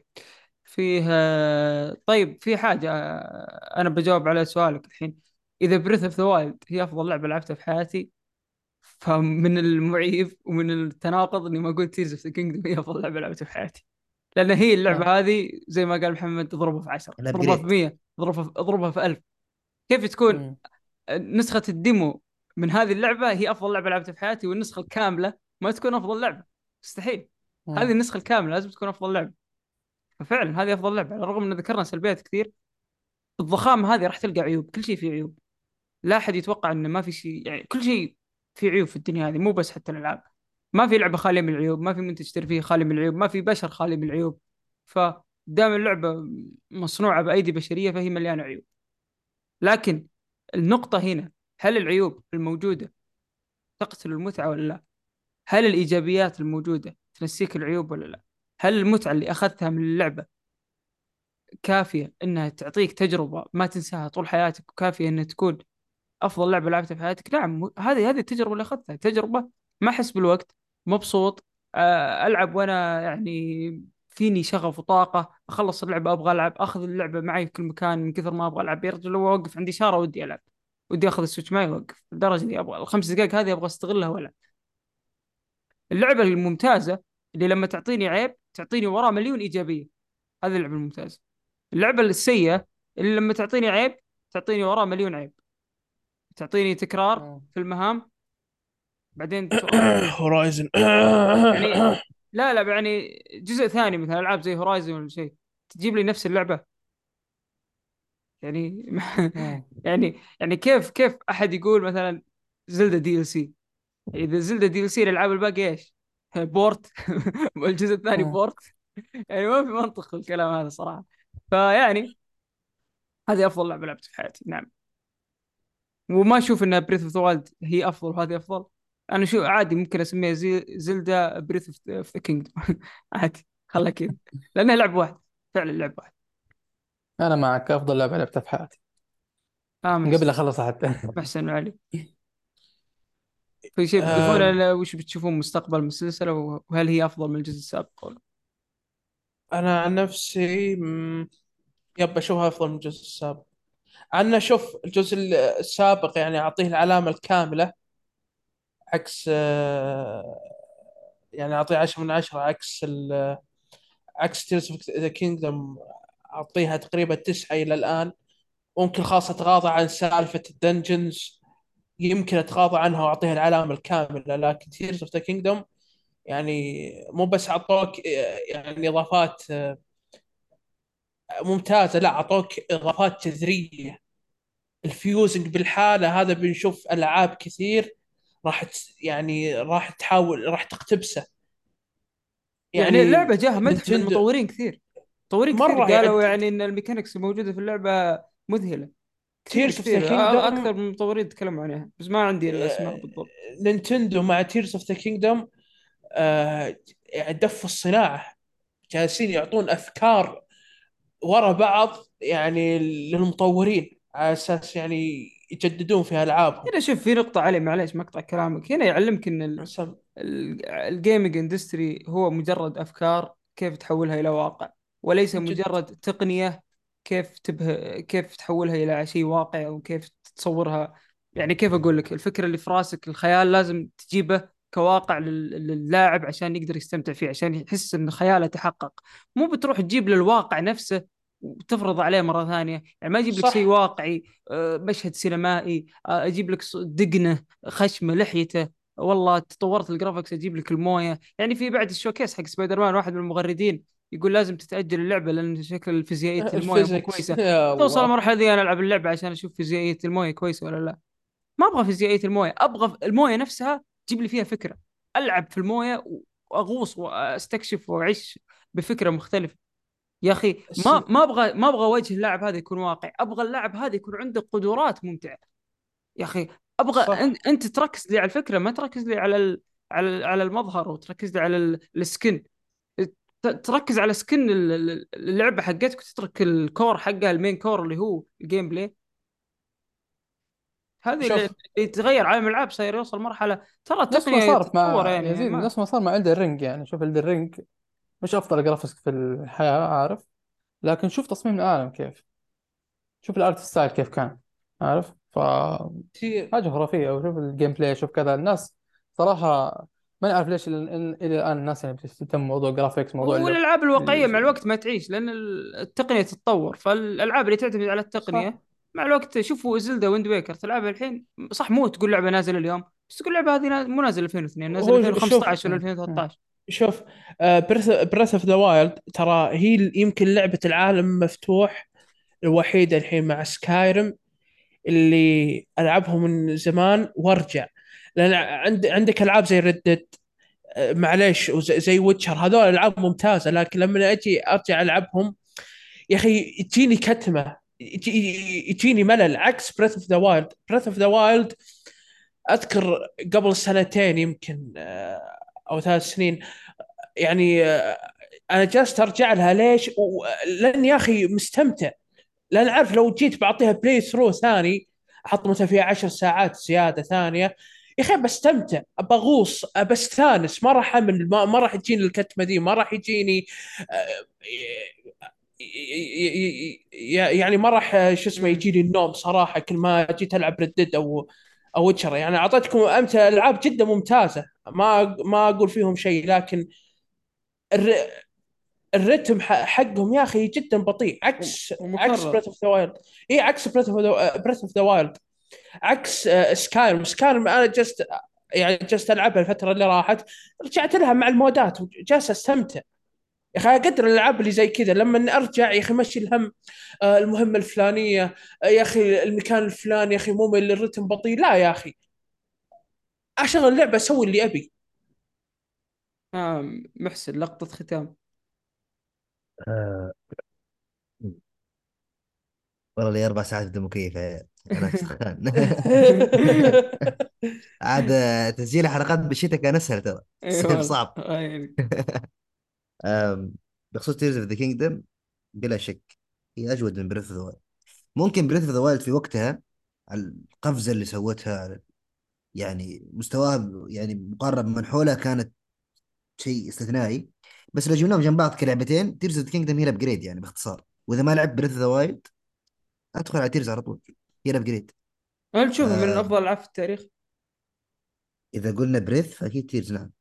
فيها. طيب في حاجه انا بجاوب على سؤالك الحين. اذا بريث اوف ذا وايلد هي افضل لعبه لعبتها في حياتي، فمن المعيب ومن التناقض اني ما اقول تيرز اوف ذا كينجدوم هي افضل لعبه لعبتها في حياتي. لان هي اه. اللعبه هذه زي ما قال محمد، اضربها في 10، اضربها في الابجريد. 100، اضربها في 1000. كيف تكون امم. نسخة الديمو من هذه اللعبة هي أفضل لعبة لعبتها في حياتي، والنسخة الكاملة ما تكون أفضل لعبة؟ مستحيل. هذه امم. النسخة الكاملة لازم تكون أفضل لعبة. ففعلا هذه أفضل لعبة، على الرغم أن ذكرنا سلبيات كثير. الضخامة هذه راح تلقى عيوب، كل شيء فيه عيوب. لا أحد يتوقع أنه ما في شيء، يعني كل شيء فيه عيوب في الدنيا هذه، مو بس حتى الألعاب. ما في لعبة خالية من العيوب، ما في منتج ترفيهي خالي من العيوب، ما في بشر خالي من العيوب. فدام اللعبة مصنوعة بأيدي بشرية فهي مليانة عيوب. لكن النقطة هنا، هل العيوب الموجودة تقتل المتعة ولا لا؟ هل الإيجابيات الموجودة تنسيك العيوب ولا لا؟ هل المتعة اللي أخذتها من اللعبة كافية إنها تعطيك تجربة ما تنساها طول حياتك، وكافية إنها تكون أفضل لعبة لعبتها في حياتك؟ نعم، هذه التجربة اللي أخذتها، تجربة ما أحس بالوقت، مبسوط، ألعب وأنا يعني فيني شغف وطاقة، أخلص اللعبة أبغى ألعب، أخذ اللعبة معي في كل مكان من كثر ما أبغى ألعب، يا رجل لو أوقف عندي إشارة ودي ألعب، ودي أخذ السويتش معي وأوقف، لدرجة إني أبغى ال5 دقائق هذه أبغى أستغلها وألعب. اللعبة الممتازة اللي لما تعطيني عيب تعطيني وراه مليون إيجابية، هذه اللعبة الممتازة. اللعبة السيئة اللي لما تعطيني عيب تعطيني وراه مليون عيب، تعطيني تكرار في المهام، بعدين هورايزن. يعني لا لا، يعني جزء ثاني مثلا العاب زي هورايزن ولا شيء تجيب لي نفس اللعبة يعني. يعني كيف احد يقول مثلا زلدة دي ال سي؟ اذا زلدة دي ال سي الالعاب الباقي ايش؟ بورت. والجزء الثاني بورت. يعني ما في منطق في الكلام هذا صراحة. فيعني هذه افضل لعبة لعبتها في حياتي، نعم. وما اشوف ان بريث اوف ذا وايلد هي افضل وهذه افضل. انا شو عادي ممكن اسميها زي زلدا بريث اوف ذا كينجدوم. عادي، خلها كذا، لانها لعبه واحده، فعلا لعبه واحده. انا معك، افضل لعبه لعبتها في حياتي من قبل محسن، اخلصها حتى. محسن علي. في شيء بتضيفونه وش بتشوفون مستقبل من السلسله، وهل هي افضل من الجزء السابق ولا؟ انا عن نفسي يب اشوفها افضل من الجزء السابق. انا اشوف الجزء السابق يعني اعطيه العلامه الكامله، عكس يعني اعطيه 10 من 10، عكس تيرز اوف ذا كينجدم اعطيها تقريبا 9 الى الان. ممكن خاصة اتغاضى عن سالفة الدنجنز، يمكن اتغاضى عنها واعطيها العلامة الكاملة. لكن تيرز اوف ذا كينجدم يعني مو بس اعطوك يعني اضافات ممتازة، لا اعطوك اضافات جذرية. الفيوزنج بالحالة هذا بنشوف العاب كثير يعني راح تحاول راح تقتبسه يعني يعني. اللعبه جاها مدح من نينتندو مطورين كثير، مطورين كثير مرة قالوا يعني ان الميكانكس الموجوده في اللعبه مذهله. كثير تيرز اوف ذا كثير كينجدم، اكثر من مطورين تكلموا عنها، بس ما عندي الاسماء بالضبط. نينتندو مع تيرز اوف ذا كينجدم يعني دفوا الصناعة، جالسين يعطون أفكار ورا بعض يعني للمطورين على أساس يعني يجددون في ألعابهم. هنا شوف في نقطه علي، معليش مقطع كلامك، هنا يعلمك ان سم- الجيمنج اندستري هو مجرد افكار كيف تحولها الى واقع، وليس من جد مجرد تقنيه كيف تحولها الى شيء واقعي، او كيف تصورها. يعني كيف اقول لك، الفكره اللي في راسك الخيال لازم تجيبه كواقع للاعب عشان يقدر يستمتع فيه، عشان يحس ان خياله تحقق. مو بتروح تجيب له الواقع نفسه وتفرض عليه مره ثانيه. يعني ما اجيب لك شيء صح. واقعي، مشهد سينمائي، اجيب لك دقنه، خشمه، لحيته، والله تطورت الجرافكس اجيب لك المويه. يعني في بعد الشوكيس حق سبايدر مان واحد من المغردين يقول لازم تتاجل اللعبه لان شكل فيزيائيه المويه مو الفيزيكس كويسه. يا توصل الله. المرحله دي انا العب اللعبه عشان اشوف فيزيائيه المويه كويسه ولا لا؟ ما ابغى فيزيائيه المويه، ابغى المويه نفسها تجيب لي فيها فكره، العب في المويه واغوص واستكشف واعيش بفكره مختلفه. يا اخي الس... ما ابغى وجه اللاعب هذا يكون واقعي، ابغى اللاعب هذا يكون عنده قدرات ممتعه. يا اخي ابغى صح. انت تركز لي على الفكره، ما تركز لي على المظهر، وتركز لي على السكن. تركز على سكن اللعبه حقتك، وتترك الكور حقها، المين كور اللي هو الجيم بلاي. هذه اللي شوف يتغير عالم الالعاب، صاير يوصل مرحله ترى نفس ما التقنيه صار تتطور مع يعني يزيد، ما. نفس ما صار مع الدر يعني. شوف الدر مش افضل جرافيكس في الحياه، عارف، لكن شوف تصميم العالم كيف، شوف الارت ستايل كيف كان، عارف. كثير. حاجة خرافية. وشوف الجيم بلاي، شوف كذا الناس صراحة. ما نعرف ليش إلى الآن الناس يعني بتهتم موضوع جرافيكس، موضوع والالعاب الواقعيه مع ال... الوقت ما تعيش، لان التقنيه تتطور، فالالعاب اللي تعتمد على التقنيه صح. مع الوقت. شوفوا زلدا ويند ويكر تلعبها الحين صح، مو تقول لعبه نازله اليوم، بس تقول لعبه هذه مو نازله 2002، نازله هو شوف 2015 ولا 2013. شوف بريث اوف ذا وايلد ترى هي يمكن لعبة العالم مفتوح الوحيدة الحين مع سكايرم اللي العبهم من زمان وارجع. لان عندك العاب زي ردد معليش زي ويتشر، هذول العاب ممتازه، لكن لما اجي ارجع العبهم يا اخي تجيني كتمه، يجيني ملل، عكس بريث اوف ذا وايلد. بريث اوف ذا وايلد اذكر قبل سنتين يمكن او 3 سنين، يعني انا جالس ارجع لها. ليش؟ لان يا اخي مستمتع. لان عارف لو جيت بعطيها بلاي ثرو ثاني، احط مثلا فيها 10 ساعات زياده ثانيه، يا اخي بستمتع، بغوص، بستانس، ما راح امل، ما راح يجيني الكتمه دي، ما راح يجيني يعني ما راح شو اسمه مم. يجيني النوم صراحه كل ما جيت العب ردد او ويتشر. يعني اعطيتكم امثله العاب جدا ممتازه، ما اقول فيهم شيء، لكن الر... الرتم حقهم يا اخي جدا بطيء، عكس ومكرر. بريث اوف ذا وايلد. اي عكس بريث اوف ذا وايلد، عكس سكايرم انا جست العبها الفتره اللي راحت، رجعت لها مع المودات وجالس استمتع. يا اخي اقدر الالعاب اللي زي كذا لما ارجع، يا اخي مشي الهم المهمه الفلانيه، يا اخي المكان الفلاني، يا اخي ممل، الرتم بطيء. لا يا اخي، اشغل اللعبه اسوي اللي ابي. محسن لقطة ختام. آه، والله لي 4 ساعات بدون مكيف انا سخان. عاد تسجيل حلقات بالشتاء كان اسهل ترى، اي الصيف والله صعب. يعني. آم، بخصوص تيرز اوف ذا كينجدم، بلا شك هي اجود من بريث اوف ذا وايلد. ممكن بريث اوف ذا وايلد في وقتها القفزه اللي سوتها، يعني مستواها يعني مقارنه بمن حولها كانت شيء استثنائي. بس لو جبناهم جنب بعض كلعبتين، تيرز اوف ذا كينجدم هي الابجريد يعني باختصار. واذا ما لعبت بريث اوف ذا وايلد ادخل على تيرز على طول، هي الابجريد. هل تشوفه من آه افضل العاب في التاريخ؟ اذا قلنا بريث فاكيد تيرز، نعم.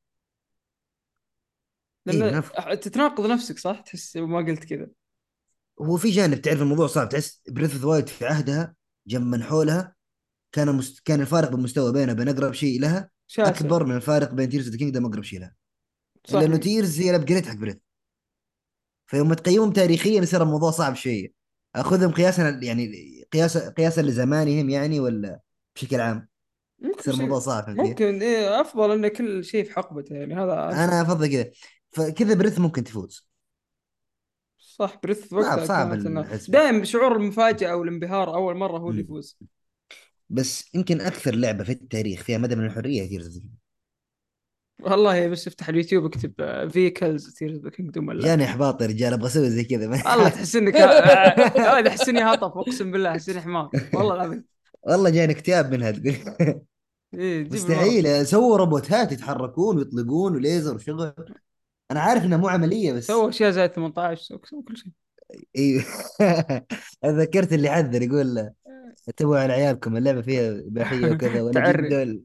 اي من لان تتناقض نفسك صح، تحس ما قلت كذا. هو في جانب تعرف الموضوع صعب، تحس بريث اوف ذا وايلد في عهدها جنب من حولها كان الفارق بالمستوى بينه وبين اقرب شيء لها شاسع. اكبر من الفارق بين تيرز اوف ذا كينجدم اقرب شيء لها. صح. لانه تيرز هي الابجريد حق بريث، فيوم تقيمهم تاريخيا يصير الموضوع صعب شويه. اخذهم قياسا يعني قياسا لزمانهم يعني، ولا بشكل عام ممكن يصير الموضوع شيء. صعب، فهمت كيف؟ ممكن إيه افضل ان كل شيء في حقبته، يعني هذا انسب. انا افضل كذا، فكذا بريث ممكن تفوز. صح، بريث صعب وقتها صعب كانت انه الحسبه. دائما شعور المفاجأة او الانبهار اول مرة هو اللي مم. يفوز. بس يمكن اكثر لعبه في التاريخ فيها مدى من الحريه تيرز. والله بس افتح اليوتيوب اكتب فيكلز تيرز ذا كينجدوم ولا. جاني احباط يا رجال، ابغى اسوي زي كذا. والله تحس انك هذا تحسني هطف، اقسم بالله تحسني حمار والله العظيم. والله جاني اكتئاب منها تقول. ايه جيب المرض. مستحيل سووا روبوتات يتحركون ويطلقون وليزر وشغل. انا عارف انها مو عمليه سووا بس. اشياء زي 18، سووا كل شيء. ايوه. ذكرت اللي حذر يقول انتبهوا على عيالكم، اللعبه فيها اباحيه وكذا ولا تعري. جدول.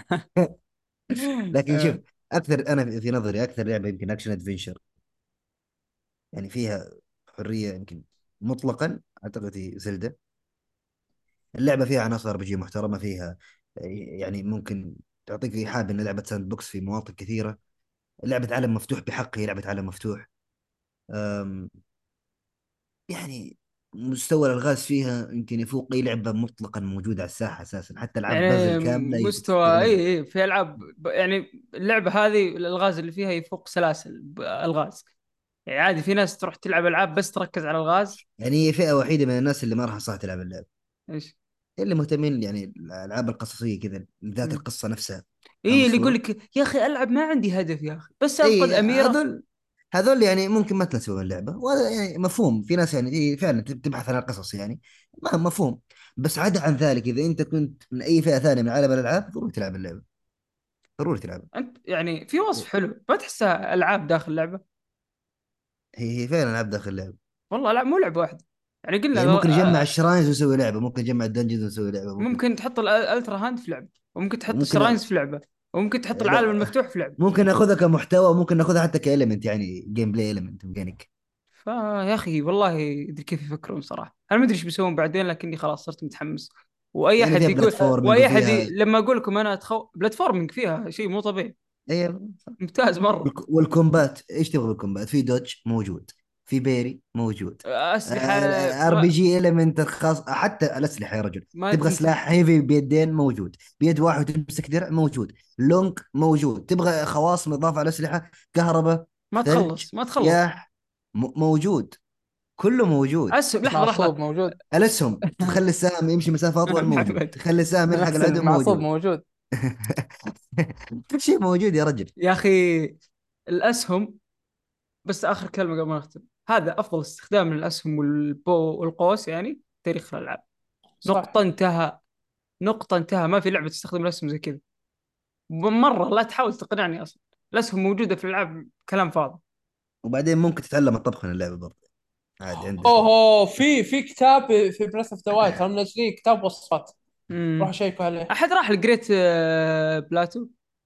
لكن شوف، اكثر انا في نظري اكثر لعبه يمكن اكشن ادفنشر، يعني فيها حريه يمكن مطلقا، اعتقد هي زلدة. اللعبه فيها عناصر بيجي محترمه فيها، يعني ممكن تعطيك ايحاء ان لعبه ساند بوكس في مواطن كثيره. لعبه عالم مفتوح بحق، هي لعبه عالم مفتوح. أم، يعني مستوى الالغاز فيها يمكن يفوق اي لعبه مطلقا موجوده على الساحه اساسا، حتى العاب بازل يعني كامله مستوى تغلبها. اي في العاب يعني اللعبه هذه الالغاز اللي فيها يفوق سلاسل الغاز. يعني عادي في ناس تروح تلعب العاب بس تركز على الغاز. يعني هي فئه وحيده من الناس اللي ما راح صح تلعب اللعبه، ايش. اللي مهتمين يعني الالعاب القصصيه كذا ذات مم. القصه نفسها. فاهم ايه اللي يقول الصوره؟ لك يا اخي العب ما عندي هدف يا اخي بس انقذ اي اميره. هذول يعني ممكن ما تناسبهم اللعبه، وهذا يعني مفهوم. في ناس يعني فعلا تبحث عن القصص يعني، ما مفهوم. بس عدا عن ذلك، اذا انت كنت من اي فئه ثانيه من عالم الالعاب ضروري تلعب اللعبه، ضروري تلعبها. انت يعني في وصف حلو ما تحسها العاب داخل لعبه. هي فعلا العاب داخل اللعبه. والله لا مو لعبه واحده. يعني قلنا يعني ممكن نجمع الشراينز ونسوي لعبه، ممكن نجمع الدنجنز ونسوي لعبه، ممكن. ممكن تحط الالترا هاند في لعبه، وممكن تحط وممكن الشراينز في لعبه، وممكن تحط العالم لا، المفتوح في لعبه. ممكن ناخذها كمحتوى وممكن ناخذها حتى كإليمنت، يعني جيم بلاي إليمنت ميكانيك. فيا اخي والله يدري كيف يفكرون صراحه. انا ما ادري ايش بيسوون بعدين لكني خلاص صرت متحمس. واي يعني احد فيها يقول بلاتفورمينج واي احد وفيها. لما اقول لكم انا بلاتفورمينج فيها شيء مو طبيعي. ايوه. ممتاز مره. والكومبات ايش تبغى بالكومبات؟ في دوج موجود، في بيري موجود. اسلحه ار بي جي اليمنت الخاص، حتى الاسلحه يا رجل. ما تبغى تنتهي. سلاح هيفي بيدين موجود، بيد واحد تمسك درع موجود، لونج موجود. تبغى خواص اضافه على الاسلحه، كهرباء، ما ثلج، تخلص ما تخلص. رياح، موجود. كله موجود. اسهم، لحظه معصوب لحظه. موجود. الاسهم تخلي السهم يمشي مسافه اطول موجود، محمد. تخلي السهم يلحق نفس العدو المعصوب موجود. موجود. كل شيء موجود يا رجل. يا اخي الاسهم، بس اخر كلمه قبل ما نختم، هذا افضل استخدام للاسهم والبو والقوس يعني في تاريخ الالعاب. صح. نقطه انتهى، نقطه انتهى. ما في لعبه تستخدم الاسهم زي كذا. مره لا تحاول تقنعني اصلا. الاسهم موجوده في الالعاب، كلام فاضي. وبعدين ممكن تتعلم الطبخ من اللعبه برضه عادي عندك. اوه، في كتاب في بريث اوف ذا وايلد هم منزلين كتاب وصفات، روحوا امم شيكوا عليه. احد راح الجريت بلاتو،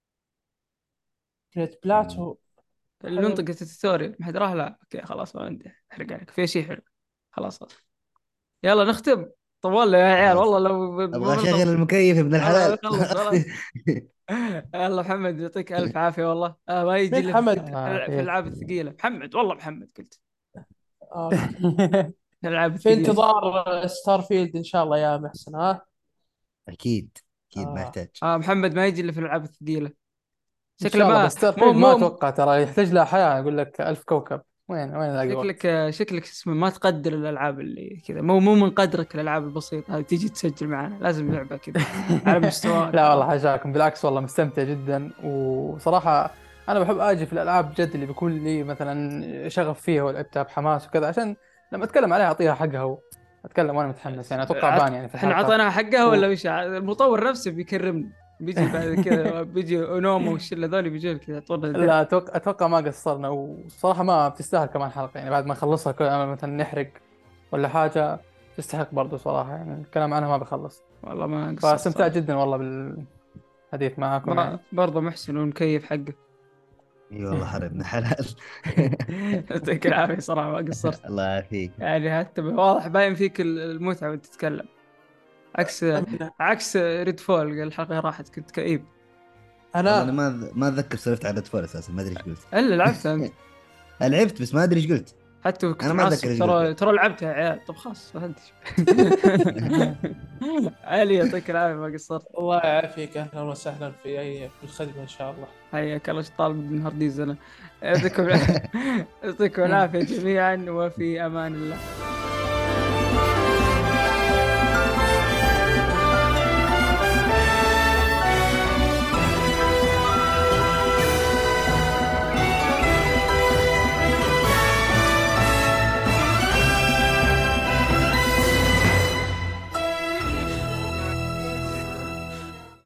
جريت بلاتو. حلو. المنطقه التوتوريال؟ ما حد راح. لا اوكي خلاص، ما عندي احرق عليك في شيء حلو. خلاص خلاص. يلا نختم. طولنا يا عيال خلاص والله، لو ابغى بنخلص. اشغل المكيف ابن يلا الحلال. نخلص خلاص. يلا محمد يعطيك الف عافيه والله. ما يجي مين الا حمد؟ في الالعاب الثقيله. محمد والله، محمد قلت اوكي. في الالعاب في الثقيله. انتظار ستار فيلد ان شاء الله يا محسن، ها. اكيد اكيد ما آه. يحتاج. محمد ما يجي الا في الالعاب الثقيله. ان شكله شاء الله، ما بس ستار مو فيلد ما مو اتوقع، ترى يحتاج لها حياه، اقول لك 1000 كوكب. وين الاقي وقت؟ شكلك اسمه ما تقدر الالعاب اللي كذا. مو من قدرك الالعاب البسيطه هذه تيجي تسجل معنا. لازم لعبه كذا على مستواك. لا والله حاشاكم، بالعكس والله مستمتع جدا. وصراحة أنا بحب أجي في الألعاب جد اللي بيكون لي مثلا شغف فيها ولعبتها بحماس وكذا، عشان لما أتكلم عليها أعطيها حقها وأتكلم وأنا متحمس. يعني أتوقع بان يعني في احنا الحلقة. عطيناها حقها و... ولا وش؟ المطور نفسه بيكرمنا. بيجي بعد كذا بيجي اونوما والشله ذول بيجون كذا يعطونا الدعم. لا أتوقع ما قصرنا، وصراحة ما بتستاهل كمان حلقة. يعني بعد ما نخلصها مثلا نحرق ولا حاجة، تستحق برضو صراحة. يعني الكلام عنها ما بيخلص. والله ما قصرت فاستمتعت صراحه. جدا والله بالحديث معاكم يعني. برضه محسن والمكيف حقه. اي والله حرب ابن حلال. يعطيك العافيه صراحه ما قصرت. الله يعافيك. يعني حتى واضح باين فيك المتعه وانت تتكلم، عكس أمين. عكس ريد فول. الحلقه راحت كنت كئيب. والله انا انا ما اتذكر سولفت على ريد اساسا، ما ادري ايش قلت. الا لعبتها انت. لعبت بس ما ادري ايش قلت. حتى كنت انا ما اتذكر معصب. ايش قلت. ترى لعبتها يا عيال. طب خلاص ما انت. علي يعطيك العافيه ما قصرت. الله يعافيك، اهلا وسهلا في الخدمه ان شاء الله. حياك الله. ايش طالب من هارديز انا. يعطيكم يعطيكم العافيه جميعا، وفي امان الله.